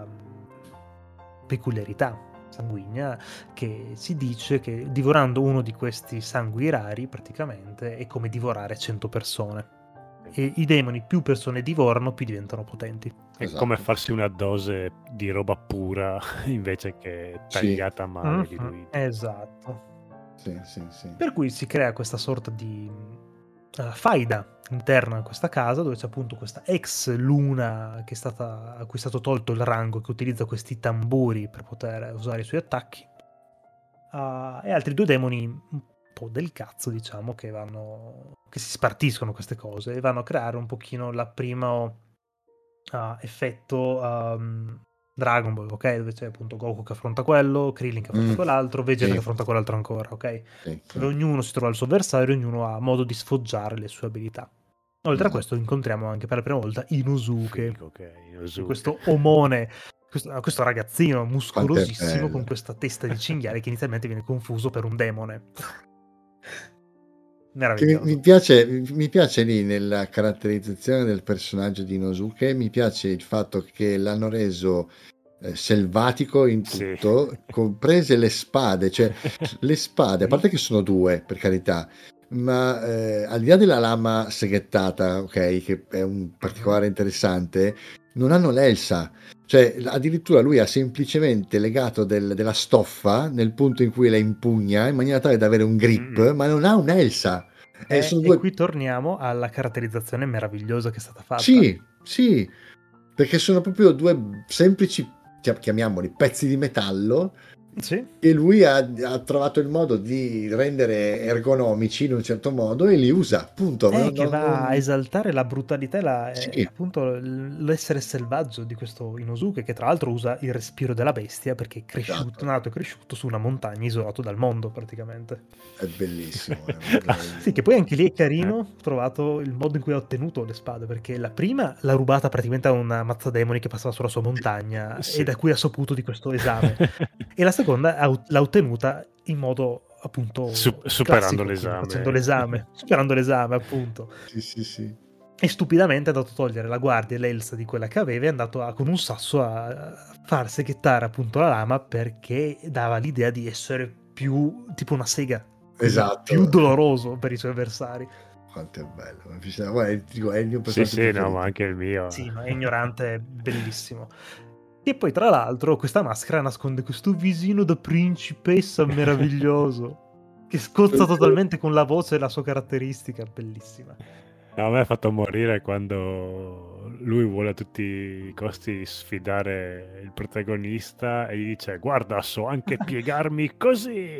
mm, peculiarità sanguigna, che si dice che divorando uno di questi sangui rari praticamente è come divorare cento persone. E i demoni più persone divorano più diventano potenti. È Esatto. come farsi una dose di roba pura invece che Sì. tagliata male, Mhm, diluita. esatto. Sì, sì, sì. Per cui si crea questa sorta di uh, faida interna a questa casa dove c'è appunto questa ex luna che è stata, a cui è stato tolto il rango, che utilizza questi tamburi per poter usare i suoi attacchi, uh, e altri due demoni un po' del cazzo, diciamo, che vanno che si spartiscono queste cose e vanno a creare un pochino la prima uh, effetto um, Dragon Ball, ok? Dove c'è appunto Goku che affronta quello, Krillin che affronta Mm, quell'altro, Vegeta sì. che affronta quell'altro ancora, ok? Sì, sì. Dove ognuno si trova il suo avversario, ognuno ha modo di sfoggiare le sue abilità. Oltre a Esatto. questo incontriamo anche per la prima volta Inosuke, Figo che è Inosuke. questo omone, questo, questo ragazzino Quanto è muscolosissimo bello. con questa testa di cinghiale che inizialmente viene confuso per un demone. Che mi, Meraviglioso. mi piace, mi piace lì nella caratterizzazione del personaggio di Inosuke, mi piace il fatto che l'hanno reso eh, selvatico in Sì. tutto, comprese le spade, cioè le spade, a parte che sono due, per carità, ma eh, al di là della lama seghettata, ok, che è un particolare interessante, non hanno l'elsa. Cioè, addirittura lui ha semplicemente legato del- della stoffa nel punto in cui la impugna in maniera tale da avere un grip, Mm-mm. ma non ha un'elsa. Eh, Eh, sono e due... qui torniamo alla caratterizzazione meravigliosa che è stata fatta. Sì, sì, perché sono proprio due semplici, chia- chiamiamoli, pezzi di metallo Sì. che lui ha, ha trovato il modo di rendere ergonomici in un certo modo e li usa, appunto. Eh, Non- che non- va a non- esaltare la brutalità e la- eh, Sì, appunto l- l'essere selvaggio di questo Inosuke, che tra l'altro usa il respiro della bestia perché è cresciuto, esatto. nato e cresciuto su una montagna isolato dal mondo praticamente. È bellissimo. È proprio- Sì, che poi anche lì è carino, ho trovato il modo in cui ha ottenuto le spade, perché la prima l'ha rubata praticamente a una mazzademoni che passava sulla sua montagna Sì. e da cui ha saputo di questo esame. E la seconda ha- l'ha ottenuta in modo appunto Su- superando classico, quindi l'esame. facendo l'esame, superando l'esame appunto. Sì, sì, sì. E stupidamente è andato a togliere la guardia e l'elsa di quella che aveva e è andato a- con un sasso a far seghettare appunto la lama perché dava l'idea di essere più tipo una sega, quindi Esatto. più doloroso per i suoi avversari. Quanto è bello. Mi piace- guarda, ti dico, è il mio Sì, personaggio sì, no, preferito. ma anche il mio. Sì, ma è ignorante, è bellissimo. E poi tra l'altro questa maschera nasconde questo visino da principessa meraviglioso che scozza totalmente con la voce e la sua caratteristica, bellissima. No, a me ha fatto morire quando lui vuole a tutti i costi sfidare il protagonista e gli dice guarda, so anche piegarmi così.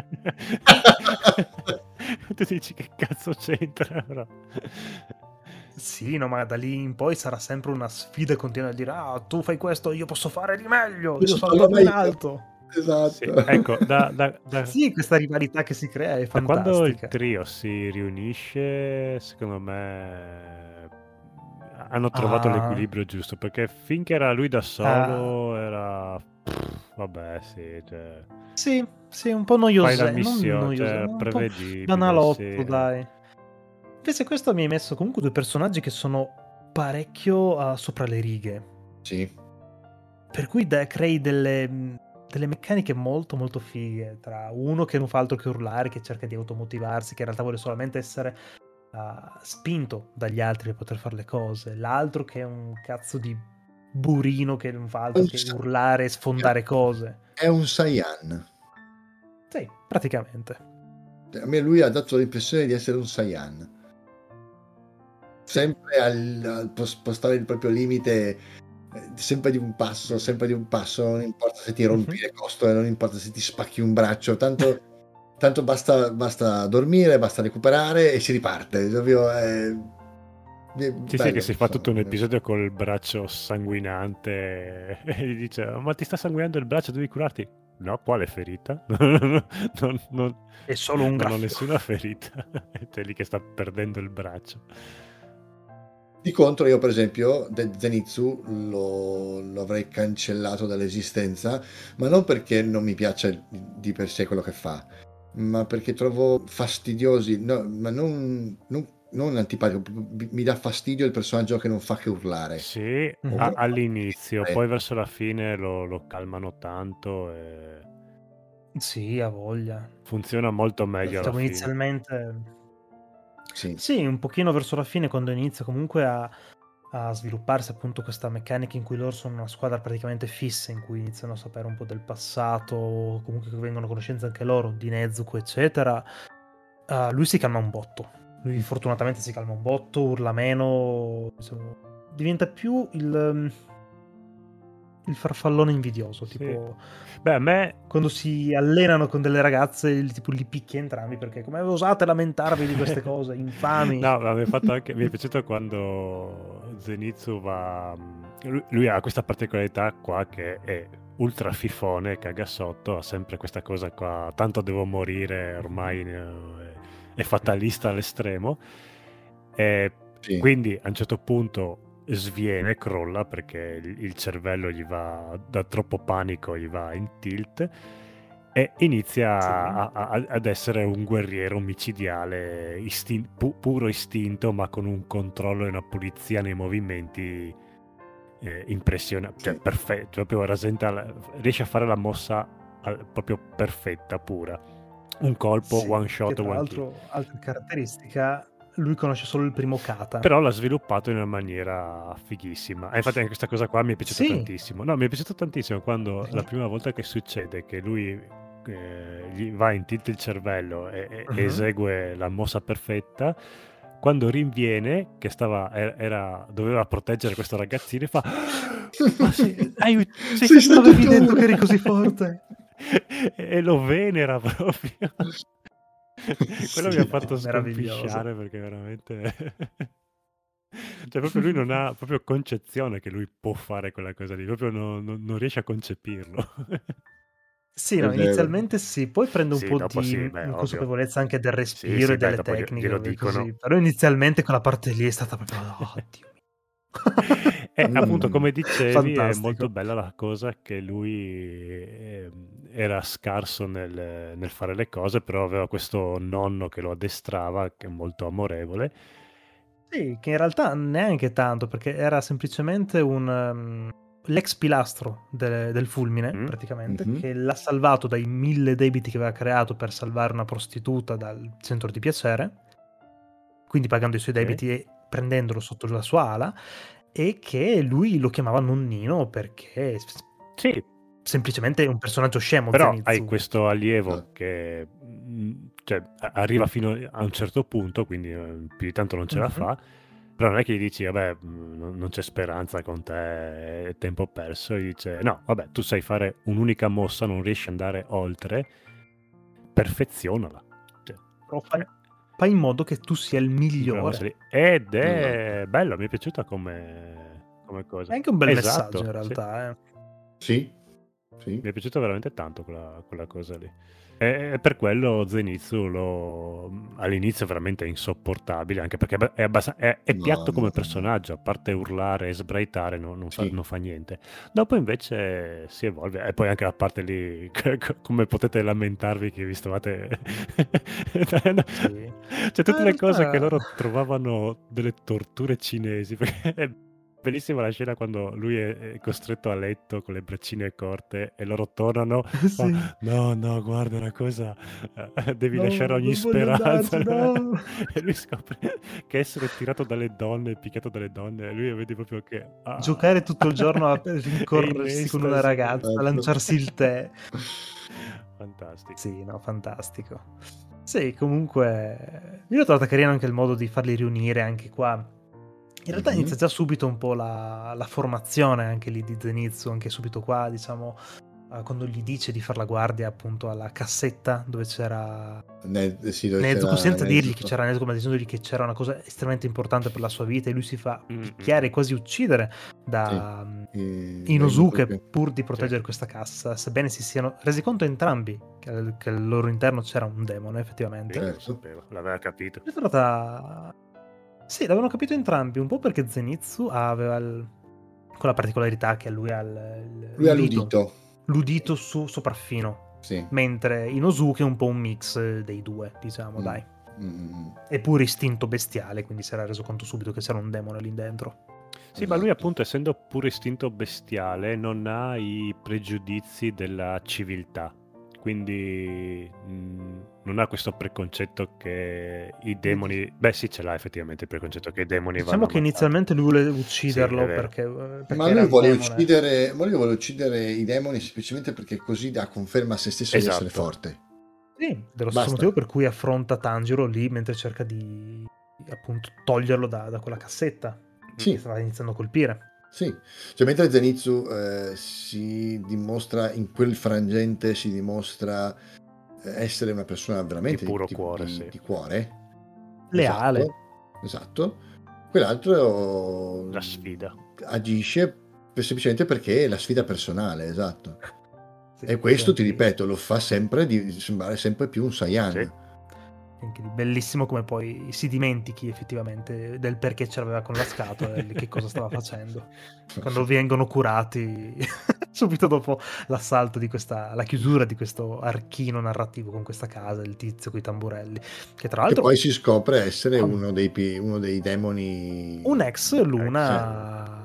Tu dici che cazzo c'entra? Però. Sì, no, ma da lì in poi sarà sempre una sfida continua a dire ah, tu fai questo, io posso fare di meglio, io Ci sono parla proprio in meglio. alto. Esatto. Sì, ecco, da, da- da- Sì, questa rivalità che si crea è da quando il fantastica. trio si riunisce, secondo me hanno trovato Ah, l'equilibrio giusto, perché finché era lui da ah, solo era... pff, vabbè, sì, cioè, sì, sì, un po' fai la noioso, non missione, noioso, cioè, un po' prevedibile, banalotto, sì. dai. Invece questo mi hai messo comunque due personaggi che sono parecchio ah, sopra le righe. Sì. Per cui da- crei delle, mh, delle meccaniche molto molto fighe tra uno che non fa altro che urlare, che cerca di automotivarsi, che in realtà vuole solamente essere ah, spinto dagli altri per poter fare le cose, l'altro che è un cazzo di burino che non fa altro Un che sa- urlare e sfondare cose. È un Saiyan. Sì, praticamente. A me lui ha dato l'impressione di essere un Saiyan. Sì. Sempre al, al pos- postare il proprio limite, eh, sempre di un passo, sempre di un passo, non importa se ti rompi Mhm. le costole, non importa se ti spacchi un braccio, tanto, tanto basta, basta dormire, basta recuperare e si riparte. Proprio, eh, è Sì, sì, che bello, si fa tutto un insomma. episodio col braccio sanguinante e gli dice, ma ti sta sanguinando il braccio, devi curarti. No, quale ferita? Non, non- È solo un non ho graffio. nessuna ferita. C'è lì che sta perdendo il braccio. Di contro io per esempio De- Zenitsu lo, lo avrei cancellato dall'esistenza, ma non perché non mi piace di per sé quello che fa, ma perché trovo fastidiosi, no, ma non, non, non antipatico, mi mi dà fastidio il personaggio che non fa che urlare. Sì, O Mhm. a- che non fa che all'inizio, gridare. poi verso la fine lo, lo calmano tanto e Sì, ha voglia. funziona molto meglio alla Diciamo fine. inizialmente... Sì, Sì, un pochino verso la fine quando inizia comunque a, a svilupparsi appunto questa meccanica in cui loro sono una squadra praticamente fissa, in cui iniziano a sapere un po' del passato, comunque che vengono a conoscenza anche loro di Nezuko, eccetera. Uh, lui si calma un botto. Lui fortunatamente si calma un botto, urla meno, insomma, diventa più il, um, il farfallone invidioso, Sì. tipo Beh, a me quando si allenano con delle ragazze, il tipo li picchia entrambi perché come osate lamentarvi di queste cose infami? No, ma mi, è fatto anche, mi è piaciuto quando Zenitsu va... Lui, lui ha questa particolarità qua che è ultra fifone, caga sotto, ha sempre questa cosa qua, tanto devo morire, ormai eh, è fatalista all'estremo. E sì. quindi a un certo punto sviene, crolla perché il, il cervello gli va da troppo panico, gli va in tilt e inizia Sì. a- a- ad essere un guerriero micidiale, istin- pu- puro istinto, ma con un controllo e una pulizia nei movimenti eh, impressionante, cioè Sì. perfetto, proprio rasenta la- riesce a fare la mossa al- proprio perfetta, pura. Un colpo, Sì, one che shot, tra one kill. l'altro, altra caratteristica, lui conosce solo il primo kata. Però l'ha sviluppato in una maniera fighissima. E infatti anche questa cosa qua mi è piaciuta Sì. tantissimo. No, mi è piaciuto tantissimo quando Sì. la prima volta che succede che lui eh, gli va in tilt il cervello e, e- Mhm. esegue la mossa perfetta. Quando rinviene, che stava, era, era- doveva proteggere questo ragazzino, e fa: Ma sei, hai, sei Sei stato Non avevi stato detto tu! che eri così forte. e lo venera proprio. Quello Sì. mi ha fatto Meraviglioso. scompisciare perché veramente. Cioè, proprio lui non ha proprio concezione che lui può fare quella cosa lì, proprio non, non- non riesce a concepirlo. Sì, È no, vero. inizialmente sì, poi prende un Sì, po' dopo di sì, mm, beh, ovvio. consapevolezza anche del Sì, respiro sì, e beh, delle dopo gli- tecniche, glielo vabbè, dicono. così. Però inizialmente quella parte lì è stata proprio, oh, Dio mio. E appunto, Mm. come dicevi, è molto Fantastico. bella la cosa che lui eh, era scarso nel, nel fare le cose, però aveva questo nonno che lo addestrava, che è molto amorevole. Sì, che in realtà neanche tanto, perché era semplicemente un, um, l'ex pilastro de- del fulmine, Mm? praticamente, Mhm. che l'ha salvato dai mille debiti che aveva creato per salvare una prostituta dal centro di piacere, quindi pagando i suoi Sì. debiti e prendendolo sotto la sua ala, e che lui lo chiamava nonnino perché s- Sì, semplicemente è un personaggio scemo, però Zenitsu. hai questo allievo Ah. che mm, cioè, a- arriva fino a un certo punto, quindi eh, più di tanto non ce la Mhm. fa, però non è che gli dici, vabbè, mm, non non c'è speranza con te, è tempo perso, gli dice, no, vabbè, tu sai fare un'unica mossa, non riesci ad andare oltre, perfezionala. Cioè, Però fai- fa in modo che tu sia il Bravo, migliore. sì. Ed è Esatto. bello, mi è piaciuta come, come È cosa. anche un bel Esatto, messaggio in sì. realtà, eh. Sì, sì. Mi è piaciuta veramente tanto quella, quella cosa lì. E, e per quello Zenitsu lo, all'inizio veramente è insopportabile, anche perché è, abbast- è, è No, piatto come no, personaggio, a parte urlare e sbraitare no- non, fa, sì. non fa niente. Dopo invece si evolve, e poi anche la parte lì, come potete lamentarvi che vi stavate... Sì. Cioè tutte Ma in le cose che realtà- loro trovavano delle torture cinesi, perché è bellissima la scena quando lui è, è costretto a letto con le braccine corte e loro tornano, Sì. fa, no, no, guarda una cosa, eh, devi No, lasciare ogni non voglio speranza. andarci, no. E lui scopre che essere tirato dalle donne, picchiato dalle donne, lui vede proprio che... ah, Giocare tutto il giorno a è in rincorrersi con una estasi. ragazza, a lanciarsi il tè. Fantastico. Sì, no, fantastico. Sì, comunque io l'ho trovata carina anche il modo di farli riunire anche qua. In realtà Mhm. inizia già subito un po' la, la formazione anche lì di Zenitsu, anche subito qua, diciamo, eh, quando gli dice di far la guardia appunto alla cassetta dove c'era Ne- sì, dove Nezuko, c'era senza dirgli che Nezuko. c'era Nezuko, ma dicendogli che c'era una cosa estremamente importante per la sua vita e lui si fa Mm, picchiare e mm, quasi uccidere da mm, I- Inosuke dai- pur di proteggere questa cassa, sebbene si siano resi conto entrambi che al, che al loro interno c'era un demone Sì, effettivamente. lo Certo. sapevo, l'aveva capito. È stata... Sì, l'avevano capito entrambi, un po' perché Zenitsu aveva il- quella particolarità che lui ha il, il- Lui ha l'udito, l'udito. l'udito su sopraffino, Sì. mentre Inosuke è un po' un mix dei due, diciamo, Mm. dai. Mm. È pure istinto bestiale, quindi si era reso conto subito che c'era un demone lì dentro. Sì, ma lui Esatto. appunto essendo pure istinto bestiale non ha i pregiudizi della civiltà, quindi mh, non ha questo preconcetto che i demoni... Beh sì, ce l'ha effettivamente il preconcetto che i demoni Diciamo vanno che ammazzati. inizialmente lui vuole Sì, ucciderlo è vero. perché, perché Ma era lui il vuole demone. uccidere, ma lui vuole uccidere i demoni semplicemente perché così dà conferma a se stesso di essere Esatto. forte. Sì, dello stesso Basta. motivo per cui affronta Tanjiro lì mentre cerca di appunto toglierlo da, da quella cassetta Sì. che stava iniziando a colpire. Sì, cioè mentre Zenitsu eh, si dimostra in quel frangente, si dimostra eh, essere una persona veramente Di puro di, cuore, di- sì. di cuore. Leale. Esatto, esatto. Quell'altro La sfida. agisce per- semplicemente perché è la sfida personale, esatto. Sì, E questo, ti anche- ripeto, lo fa sempre di sembrare sempre più un Saiyan. Sì. anche lì bellissimo come poi si dimentichi effettivamente del perché ce l'aveva con la scatola e di che cosa stava facendo. Quando vengono curati subito dopo l'assalto di questa, la chiusura di questo archino narrativo con questa casa, il tizio con i tamburelli, che tra Che l'altro poi si scopre essere Ah. uno dei, pi- uno dei demoni. un ex Luna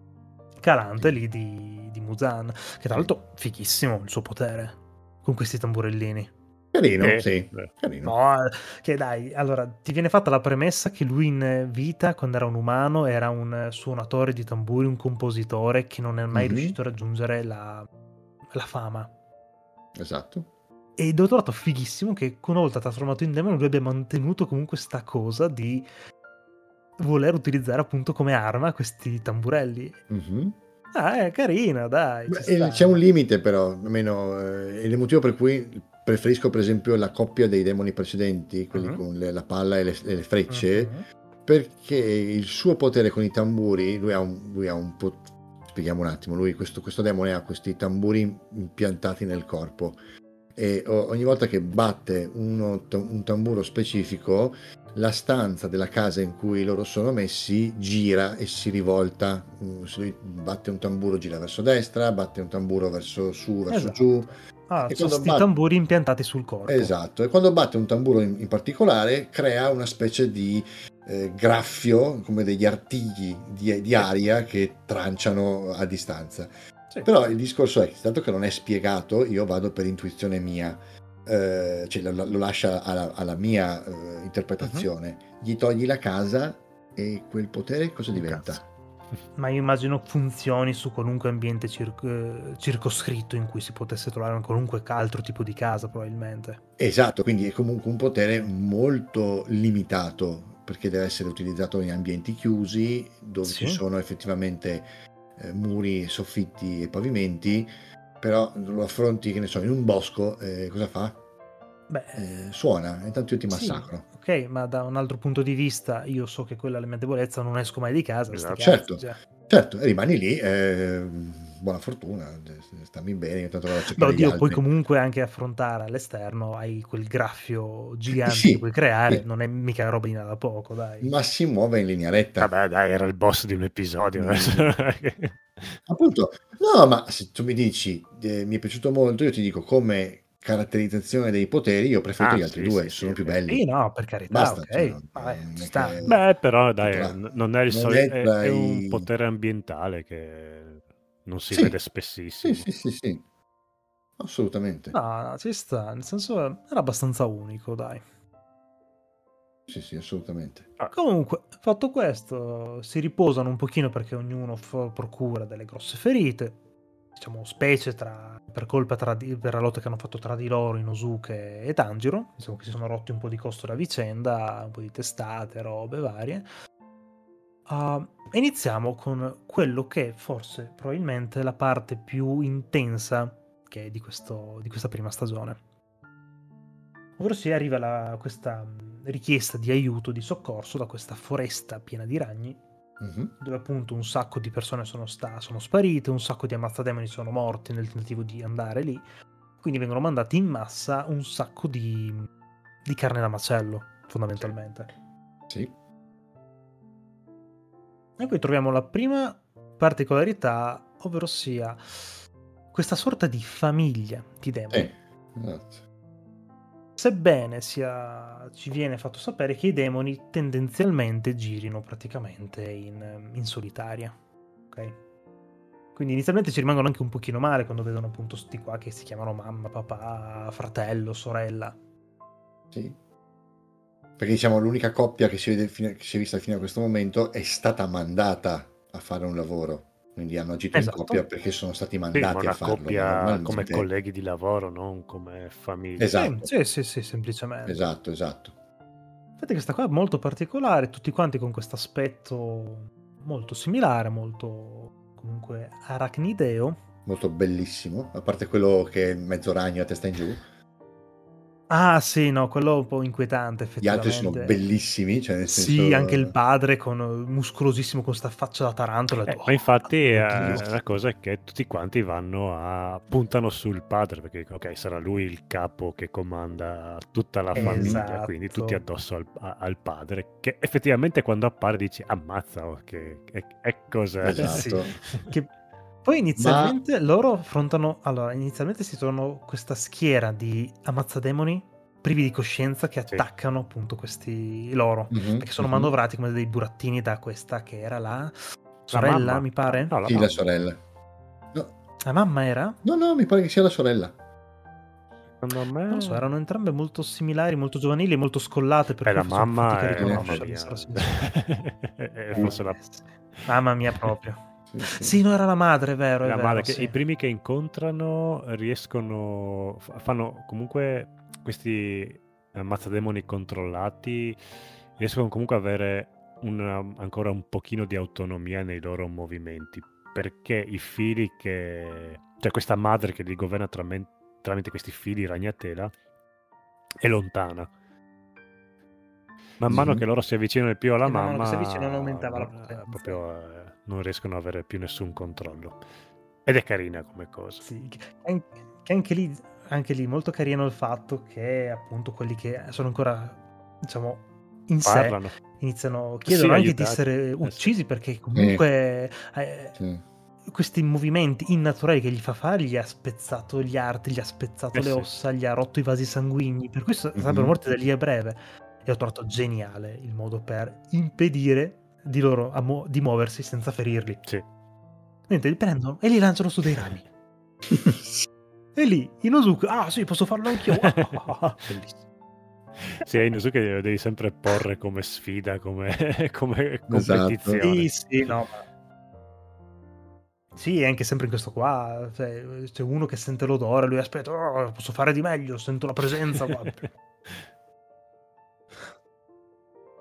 calante lì di, di Muzan, che tra l'altro fighissimo il suo potere con questi tamburellini. Carino, Eh, sì, beh. carino. No, che dai, allora ti viene fatta la premessa che lui in vita, quando era un umano, era un suonatore di tamburi, un compositore che non è mai Mhm. riuscito a raggiungere la, la fama. Esatto. Ed ho trovato fighissimo che una volta trasformato in demone lui abbia mantenuto comunque sta cosa di voler utilizzare appunto come arma questi tamburelli. Mhm. Ah, è carina, dai. Beh, ci eh, sta. c'è un limite però, almeno eh, è il motivo per cui preferisco per esempio la coppia dei demoni precedenti, quelli Mhm. con le- la palla e le, e le frecce, Mhm. perché il suo potere con i tamburi, lui ha un, lui ha un po', spieghiamo un attimo, lui questo, questo demone ha questi tamburi impiantati nel corpo e o- ogni volta che batte uno, un tamburo specifico, la stanza della casa in cui loro sono messi gira e si rivolta. Mm, se lui batte un tamburo gira verso destra, batte un tamburo verso su, verso Esatto. giù. Ah, E sono quando sti bat- tamburi impiantati sul corpo. Esatto, e quando batte un tamburo in, in particolare crea una specie di eh, graffio, come degli artigli di, di aria che tranciano a distanza. Sì. Però il discorso è che, tanto che non è spiegato, io vado per intuizione mia, eh, cioè lo, lo lascia alla, alla mia eh, interpretazione. Gli togli la casa e quel potere cosa Un diventa? cazzo. Ma io immagino funzioni su qualunque ambiente cir- eh, circoscritto in cui si potesse trovare un qualunque altro tipo di casa, probabilmente. Esatto, quindi è comunque un potere molto limitato, perché deve essere utilizzato in ambienti chiusi, dove Sì. ci sono effettivamente eh, muri, soffitti e pavimenti, però lo affronti, che ne so, in un bosco, eh, cosa fa? Beh, Eh, suona, intanto io ti sì, massacro. ok, ok, ma da un altro punto di vista io so che quella è la mia debolezza, non esco mai di casa, sti Esatto. cazzi, Certo, cioè. certo, rimani lì, eh, buona fortuna, eh, stammi bene, intanto vado a Beh, cercare gli oddio, puoi altri. comunque anche affrontare all'esterno, hai quel graffio gigante Sì, che puoi creare, sì. non è mica roba di nada da poco, dai. Ma si muove in linea retta. Vabbè, dai, era il boss di un episodio. Mm. adesso non è che- Appunto, no, ma se tu mi dici eh, mi è piaciuto molto, io ti dico come caratterizzazione dei poteri, io preferisco Ah, gli altri sì, due, sì, sì, sono più ok. belli. Sì, no, per carità, Basta, ok, cioè, non, vabbè, non ci è sta. che Beh, però tutto dai, là. n- non è il Non solito, è è, tra è un i... potere ambientale che non si Sì, vede sì, spessissimo. sì, sì, sì, assolutamente. No, ci sta, nel senso era abbastanza unico, dai. Sì, sì, assolutamente. Ah, Comunque, fatto questo, si riposano un pochino perché ognuno f- procura delle grosse ferite, diciamo specie tra, per colpa tra di, per la lotta che hanno fatto tra di loro Inosuke e Tanjiro, diciamo che si sono rotti un po' di costo la vicenda, un po' di testate, robe varie. Uh, iniziamo con quello che è forse probabilmente la parte più intensa che è di, questo, di questa prima stagione. Ovvero si arriva la, questa mh, richiesta di aiuto, di soccorso da questa foresta piena di ragni, Mhm. dove appunto un sacco di persone sono, sta- sono sparite, un sacco di ammazzademoni sono morti nel tentativo di andare lì, quindi vengono mandati in massa un sacco di, di carne da macello, fondamentalmente. Sì, E qui troviamo la prima particolarità, ovvero sia questa sorta di famiglia di demoni. sì, esatto. Sebbene sia, ci viene fatto sapere che i demoni tendenzialmente girino praticamente in, in solitaria. Ok? Quindi inizialmente ci rimangono anche un pochino male quando vedono appunto sti qua che si chiamano mamma, papà, fratello, sorella. Sì. Perché diciamo l'unica coppia che si, vede fino- che si è vista fino a questo momento è stata mandata a fare un lavoro. Quindi hanno agito in Esatto. coppia perché sono stati sì, ma mandati a una farlo. Ma coppia come normalmente... colleghi di lavoro, non come famiglia. Esatto, Sì, sì, sì, sì, semplicemente. esatto, esatto. Infatti questa qua è molto particolare, tutti quanti con questo aspetto molto similare, molto comunque arachnideo. Molto bellissimo. A parte quello che è mezzo ragno a testa in giù. Ah sì, no, quello è un po' inquietante Gli altri sono effettivamente. bellissimi, cioè nel Sì, senso... anche il padre con eh, muscolosissimo con sta faccia da tarantola. Eh, Oh, ma infatti mio eh, Dio. la cosa è che tutti quanti vanno a puntano sul padre perché dicono, ok, sarà lui il capo che comanda tutta la famiglia, quindi tutti Esatto. addosso al, a- al padre, che effettivamente quando appare dici ammazza, oh, che, che, è cos'è? Esatto. Sì. Che poi inizialmente loro affrontano, allora inizialmente si trovano questa schiera di ammazzademoni privi di coscienza che Sì. attaccano appunto questi loro, Mhm, perché sono mhm. manovrati come dei burattini da questa che era la La sorella, mamma. mi pare. No, la Sì, la mamma. sorella. No, La mamma era? no, no, mi pare che sia la sorella. Secondo me... Non lo so, erano entrambe molto similari, molto giovanili e molto scollate, per Beh, cui la facciamo mamma fatica a è mamma riconoscerle, mia. sarò sincero. E Eh, forse la... sì. Mamma mia proprio. Sì, sì. Sì, no, era la madre, è vero, è la vero, madre che sì. i primi che incontrano riescono f- fanno comunque questi ammazzademoni controllati riescono comunque ad avere una- ancora un pochino di autonomia nei loro movimenti perché i fili che cioè questa madre che li governa tramen- tramite questi fili ragnatela è lontana. Man mano Mhm. che loro si avvicinano di più alla E man mano mamma che si avvicinano aumentava la non, potenza. proprio eh, non riescono ad avere più nessun controllo ed è carina come cosa. Sì, che an- che anche lì, anche lì molto carino il fatto che appunto quelli che sono ancora, diciamo, in sé Parlano. iniziano, chiedono Sì, anche di aiutati. essere Eh, uccisi sì. perché comunque eh, Sì. questi movimenti innaturali che gli fa fare gli ha spezzato gli arti, gli ha spezzato Eh, le sì. ossa, gli ha rotto i vasi sanguigni, per cui s- sarebbero Mhm. morti da lì a breve. E ho trovato geniale il modo per impedire di loro a mo- di muoversi senza ferirli. Sì. Niente, li prendono e li lanciano su dei rami. E lì Inosuke, ah sì, posso farlo anch'io. Bellissimo. Sì, è Inosuke che devi sempre porre come sfida, come, come Esatto. competizione. Sì, sì, no, ma... Sì, anche sempre in questo qua, cioè, c'è uno che sente l'odore, lui aspetta, oh, posso fare di meglio, sento la presenza qua.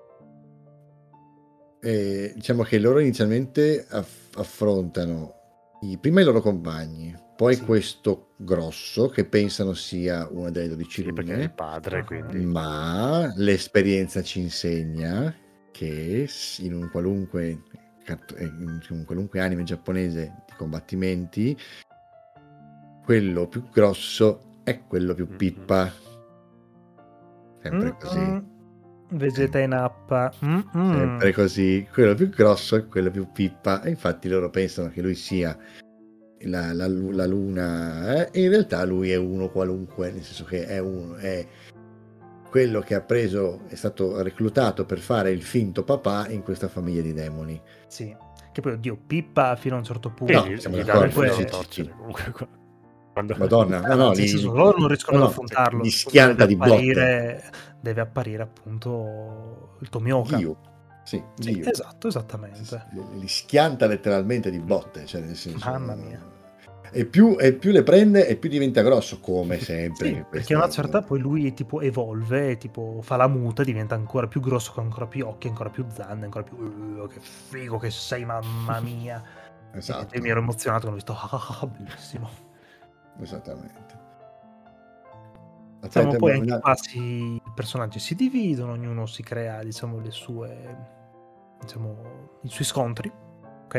E diciamo che loro inizialmente aff- affrontano i, prima i loro compagni, poi Sì. questo grosso che pensano sia una delle dodici Sì, perché è il lune, padre, Ah. quindi... ma l'esperienza ci insegna che s- in un qualunque cart- eh, in un qualunque anime giapponese di combattimenti, quello più grosso è quello più Mhm. pippa. Sempre così. Mm-mm. Vegeta in appa. Mm-mm. Sempre così, quello più grosso è quello più pippa, e infatti loro pensano che lui sia la, la lu- la luna, eh, e in realtà lui è uno qualunque, nel senso che è uno, è quello che ha preso, è stato reclutato per fare il finto papà in questa famiglia di demoni. Sì. Che poi, oddio, Pippa fino a un certo punto. No, Sì, siamo gli danno il d'accordo, filo sì, da sì, torcere sì. comunque qua. Quando... Madonna, no, no, Nel li, senso, loro non riescono no, ad no, affrontarlo. li Quindi schianta deve di botte. apparire, deve apparire appunto il Tomioka. Gyu, sì, Sì, Gyu. esatto, Sì, esattamente. sì, li, li schianta letteralmente di botte, cioè nel senso, Mamma mia. e più, e più le prende e più diventa grosso, come sempre. Sì, che perché a una queste- certa poi lui tipo evolve, tipo fa la muta, diventa ancora più grosso, con ancora più occhi, ancora più zanne, ancora più... "Uh, che figo che sei, mamma mia." E Esatto, niente, io mi ero emozionato quando ho visto, ah, bellissimo. esattamente. Diciamo, Aspetta, poi ma- anche ma- qua si, i personaggi si dividono, ognuno si crea, diciamo, le sue, diciamo, i suoi scontri, ok?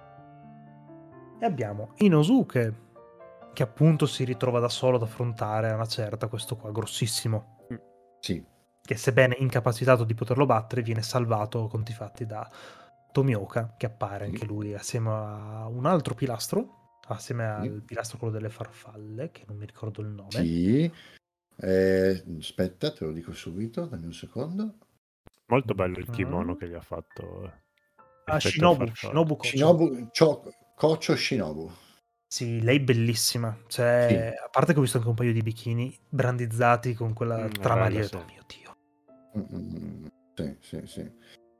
E abbiamo Inosuke, che appunto si ritrova da solo ad affrontare a una certa, questo qua grossissimo, sì, che sebbene incapacitato di poterlo battere, viene salvato a conti fatti da Tomioka, che appare Sì. anche lui assieme a un altro pilastro, assieme Sì. al pilastro quello delle farfalle, che non mi ricordo il nome. sì. Eh, aspetta, te lo dico subito, dammi un secondo. Molto bello il Mhm. kimono che gli ha fatto. Ah, effetto Shinobu, farfalla. Shinobu Kocho. Shinobu, Cho- Kocho Shinobu. Sì, lei bellissima. Cioè, a parte che ho visto anche un paio di bikini brandizzati con quella Mm, trama lì, bella, ho sì. detto, oh mio Dio. Mm, sì, sì, sì.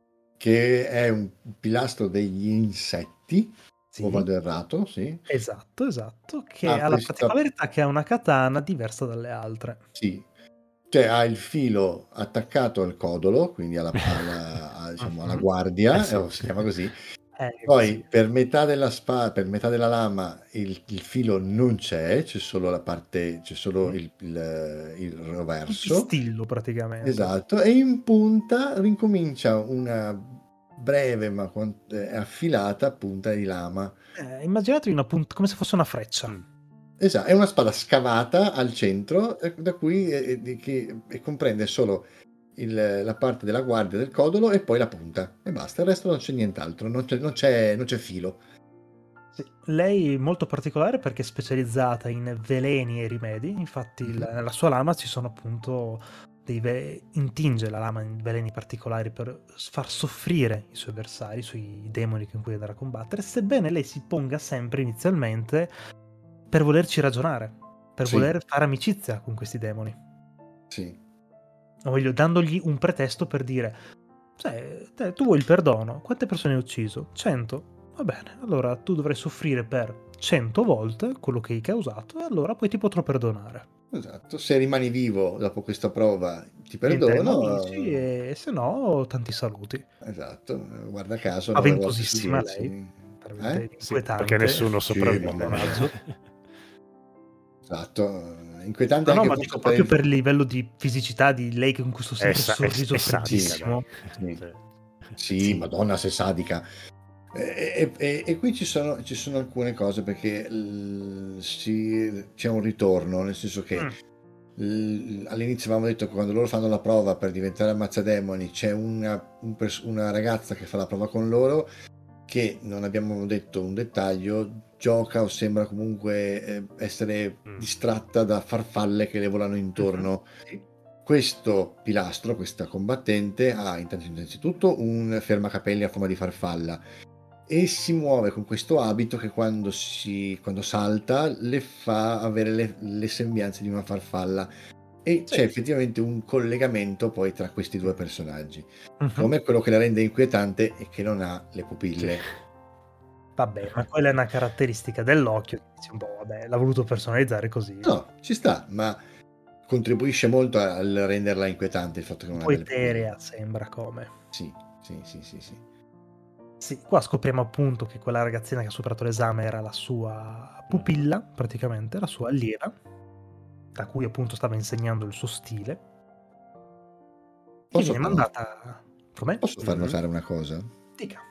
Che è un pilastro degli insetti, Sì, o vado errato, sì. esatto, esatto, che Ah, ha la questa- particolarità che ha una katana diversa dalle altre. Sì, cioè ha il filo attaccato al codolo, quindi alla, alla- a- diciamo, alla Mhm. guardia, Eh sì. eh, si chiama così. Eh, Poi sì. per metà della spada, per metà della lama il, il filo non c'è, c'è solo la parte, c'è solo Mm. il, il, il Un reverso. pistillo praticamente. Esatto, e in punta rincomincia una breve ma quant- eh, affilata punta di lama. Eh, immaginatevi una punt- come se fosse una freccia. Mm. Esatto, è una spada scavata al centro, eh, da cui eh, eh, di- che, e comprende solo il- la parte della guardia del codolo e poi la punta, e basta, il resto non c'è nient'altro, non c'è, non c'è, non c'è filo. Sì. Lei è molto particolare perché è specializzata in veleni e rimedi, infatti il- Mhm. nella sua lama ci sono appunto dei ve- intinge la lama in veleni particolari per far soffrire i suoi avversari, i suoi demoni con cui andrà a combattere, sebbene lei si ponga sempre inizialmente per volerci ragionare, per Sì. voler fare amicizia con questi demoni. Sì, O meglio, dandogli un pretesto per dire, cioè, te- tu vuoi il perdono, quante persone hai ucciso? cento? Va bene, allora tu dovrai soffrire per cento volte quello che hai causato e allora poi ti potrò perdonare. esatto. Se rimani vivo dopo questa prova ti Diventeremo perdono. amici e se no tanti saluti. Esatto, guarda caso nove volte su Spaventosissima dieci. lei, veramente Eh? Sì, inquietante. perché nessuno Sì, sopravvive. mamma mia. Personaggio. Esatto, inquietante No, no, anche ma forse dico per proprio il... per il livello di fisicità di lei con questo È, sempre sa- è, sorriso è sadica, freddissimo. dai. Sì. Sì. Sì, Sì. Madonna, sei sadica. E, e- e- e qui ci sono, ci sono alcune cose perché l- si- c'è un ritorno, nel senso che Mm. l- all'inizio avevamo detto che quando loro fanno la prova per diventare ammazzademoni c'è una, un pers- una ragazza che fa la prova con loro, che non abbiamo detto un dettaglio, gioca o sembra comunque eh, essere Mm. distratta da farfalle che le volano intorno. Sì. Questo pilastro, questa combattente, ha intanto- innanzitutto un fermacapelli a forma di farfalla e si muove con questo abito che quando, si, quando salta le fa avere le, le sembianze di una farfalla, e Sì. c'è effettivamente un collegamento poi tra questi due personaggi, Mhm. come quello che la rende inquietante e che non ha le pupille. Vabbè, ma quella è una caratteristica dell'occhio. che dici un po', vabbè, l'ha voluto personalizzare così. No, ci sta, ma contribuisce molto al renderla inquietante il fatto che Un non po' abbia le pupille. eterea sembra come. Sì, sì, sì, sì, sì. Sì, qua scopriamo appunto che quella ragazzina che ha superato l'esame era la sua pupilla, praticamente, la sua allieva, da cui appunto stava insegnando il suo stile, che Posso viene far, mandata... Come? posso far Mhm. notare una cosa? Dica.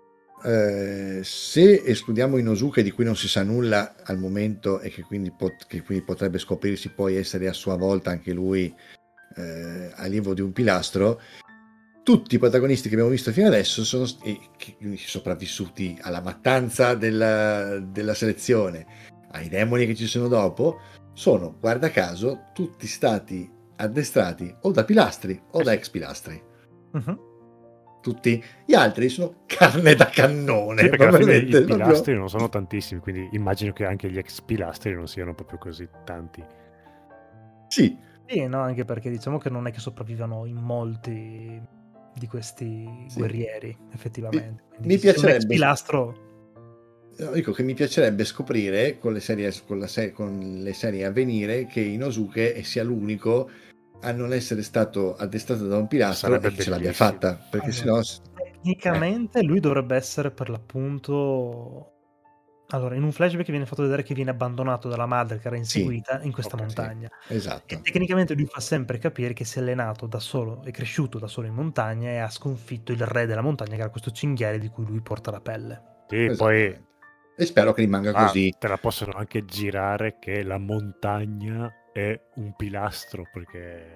Eh, se escludiamo Inosuke, di cui non si sa nulla al momento e che quindi, pot- che quindi potrebbe scoprirsi poi essere a sua volta anche lui eh, allievo di un pilastro, tutti i protagonisti che abbiamo visto fino adesso sono st- e che- quindi sopravvissuti alla mattanza della, della selezione, ai demoni che ci sono dopo, sono, guarda caso, tutti stati addestrati o da pilastri o Eh da sì. ex pilastri. Mhm. Tutti gli altri sono carne da cannone. Sì, perché alla fine i veramente, proprio- pilastri non sono tantissimi, quindi immagino che anche gli ex pilastri non siano proprio così tanti. Sì, Sì, no, anche perché diciamo che non è che sopravvivano in molti di questi Sì. guerrieri, effettivamente. Quindi mi se sei un ex piacerebbe- pilastro... no, dico che mi piacerebbe scoprire con le serie, con la se- con le serie a venire che Inosuke sia l'unico a non essere stato addestrato da un pilastro Sarebbe e che ce l'abbia bellissimo. fatta, perché Allora, sennò tecnicamente lui dovrebbe essere per l'appunto... Allora, in un flashback viene fatto vedere che viene abbandonato dalla madre che era inseguita in questa ok, sì. montagna. esatto. E tecnicamente lui fa sempre capire che si è allenato da solo, è cresciuto da solo in montagna e ha sconfitto il re della montagna, che era questo cinghiale di cui lui porta la pelle. Sì, poi Esattamente. E spero che rimanga ah, così. te la possono anche girare che la montagna è un pilastro, perché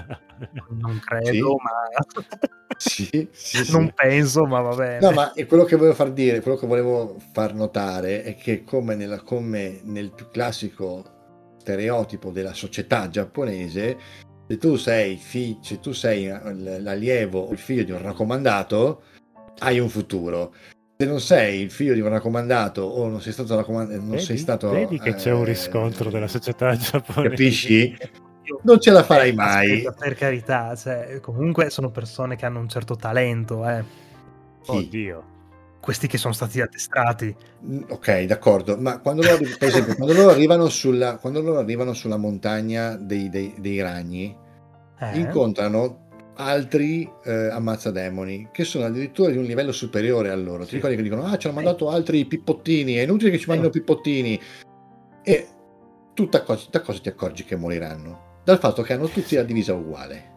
Non credo, ma... Sì, sì, sì. non penso, ma va bene. No, ma è quello che volevo far dire, quello che volevo far notare è che come, nella, come nel più classico stereotipo della società giapponese, se tu sei, fi- se tu sei l'allievo o il figlio di un raccomandato, hai un futuro. Se non sei il figlio di un raccomandato o non sei stato raccomandato, non vedi, sei stato... vedi che c'è un eh, riscontro della società giapponese. Capisci? Io- Non ce la farai Eh, mai. aspetta, per carità, cioè, comunque sono persone che hanno un certo talento, eh. Chi? Oddio. Questi che sono stati addestrati. Mm, Ok, d'accordo, ma quando loro, arri- per esempio, quando loro arrivano sulla, quando loro arrivano sulla montagna dei, dei- dei ragni, Eh? incontrano altri eh, ammazzademoni che sono addirittura di un livello superiore a loro. Ti Sì. ricordi che dicono: ah, ci hanno Sì. mandato altri pippottini, è inutile che ci Sì. mandino pippottini. E tu da cosa, da cosa ti accorgi che moriranno? Dal fatto che hanno tutti la divisa uguale.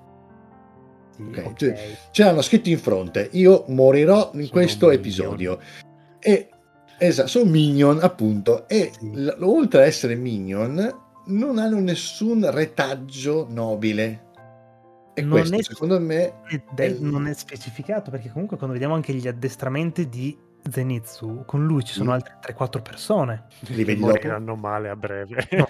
Sì, Ok, ok. cioè, ce l'hanno scritto in fronte: io morirò in Sono questo un episodio. E esatto, sono minion, appunto, e Sì. l- oltre a essere minion non hanno nessun retaggio nobile. E Non questo, è- secondo me, Ed è è- il- non è specificato, perché comunque quando vediamo anche gli addestramenti di Zenitsu, con lui ci sono Sì. altre tre quattro persone. li Che vedi dopo. moriranno male a breve. No.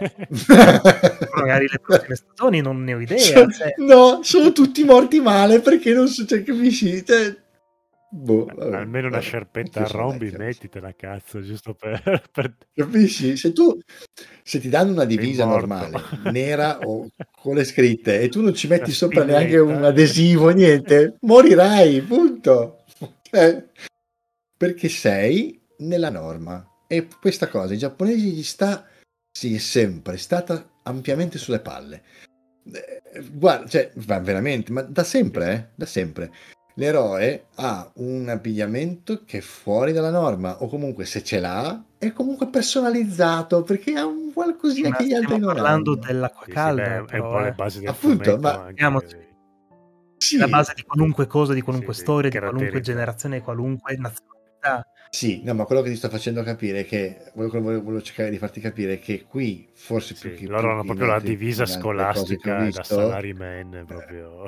Magari le prossime stagioni non ne ho idea. Sono- cioè, no, sono tutti morti male perché non so, cioè, capisci? Cioè, boh, vabbè, Almeno una vabbè, sciarpetta a anch'io sono rombi, vecchio. mettitela, cazzo, giusto per... per... Capisci? Se tu se ti danno una divisa morto. normale, nera o con le scritte, e tu non ci metti La sopra neanche spilletta. un adesivo, niente, morirai, punto. Cioè, perché sei nella norma. E questa cosa, i giapponesi gli sta, sì, è sempre stata ampiamente sulle palle. Eh, Guarda, cioè, va veramente, ma da sempre, eh, da sempre. L'eroe ha un abbigliamento che è fuori dalla norma, o comunque se ce l'ha è comunque personalizzato perché ha un qualcosina ma che gli altri stiamo non parlando hanno. dell'acqua Sì, sì, calda, beh, è un però, po' le eh. basi del Appunto, fumetto ma- anche. Vediamoci. Sì, È la base di qualunque cosa, di Sì, qualunque sì, storia, di qualunque caratterizza. generazione, di qualunque nazionalità. sì, no, ma quello che ti sto facendo capire è che quello che volevo, volevo cercare di farti capire è che qui, forse più Sì, che loro più hanno che in proprio la altri- divisa in altre cose che ho scolastica da visto, salaryman, proprio.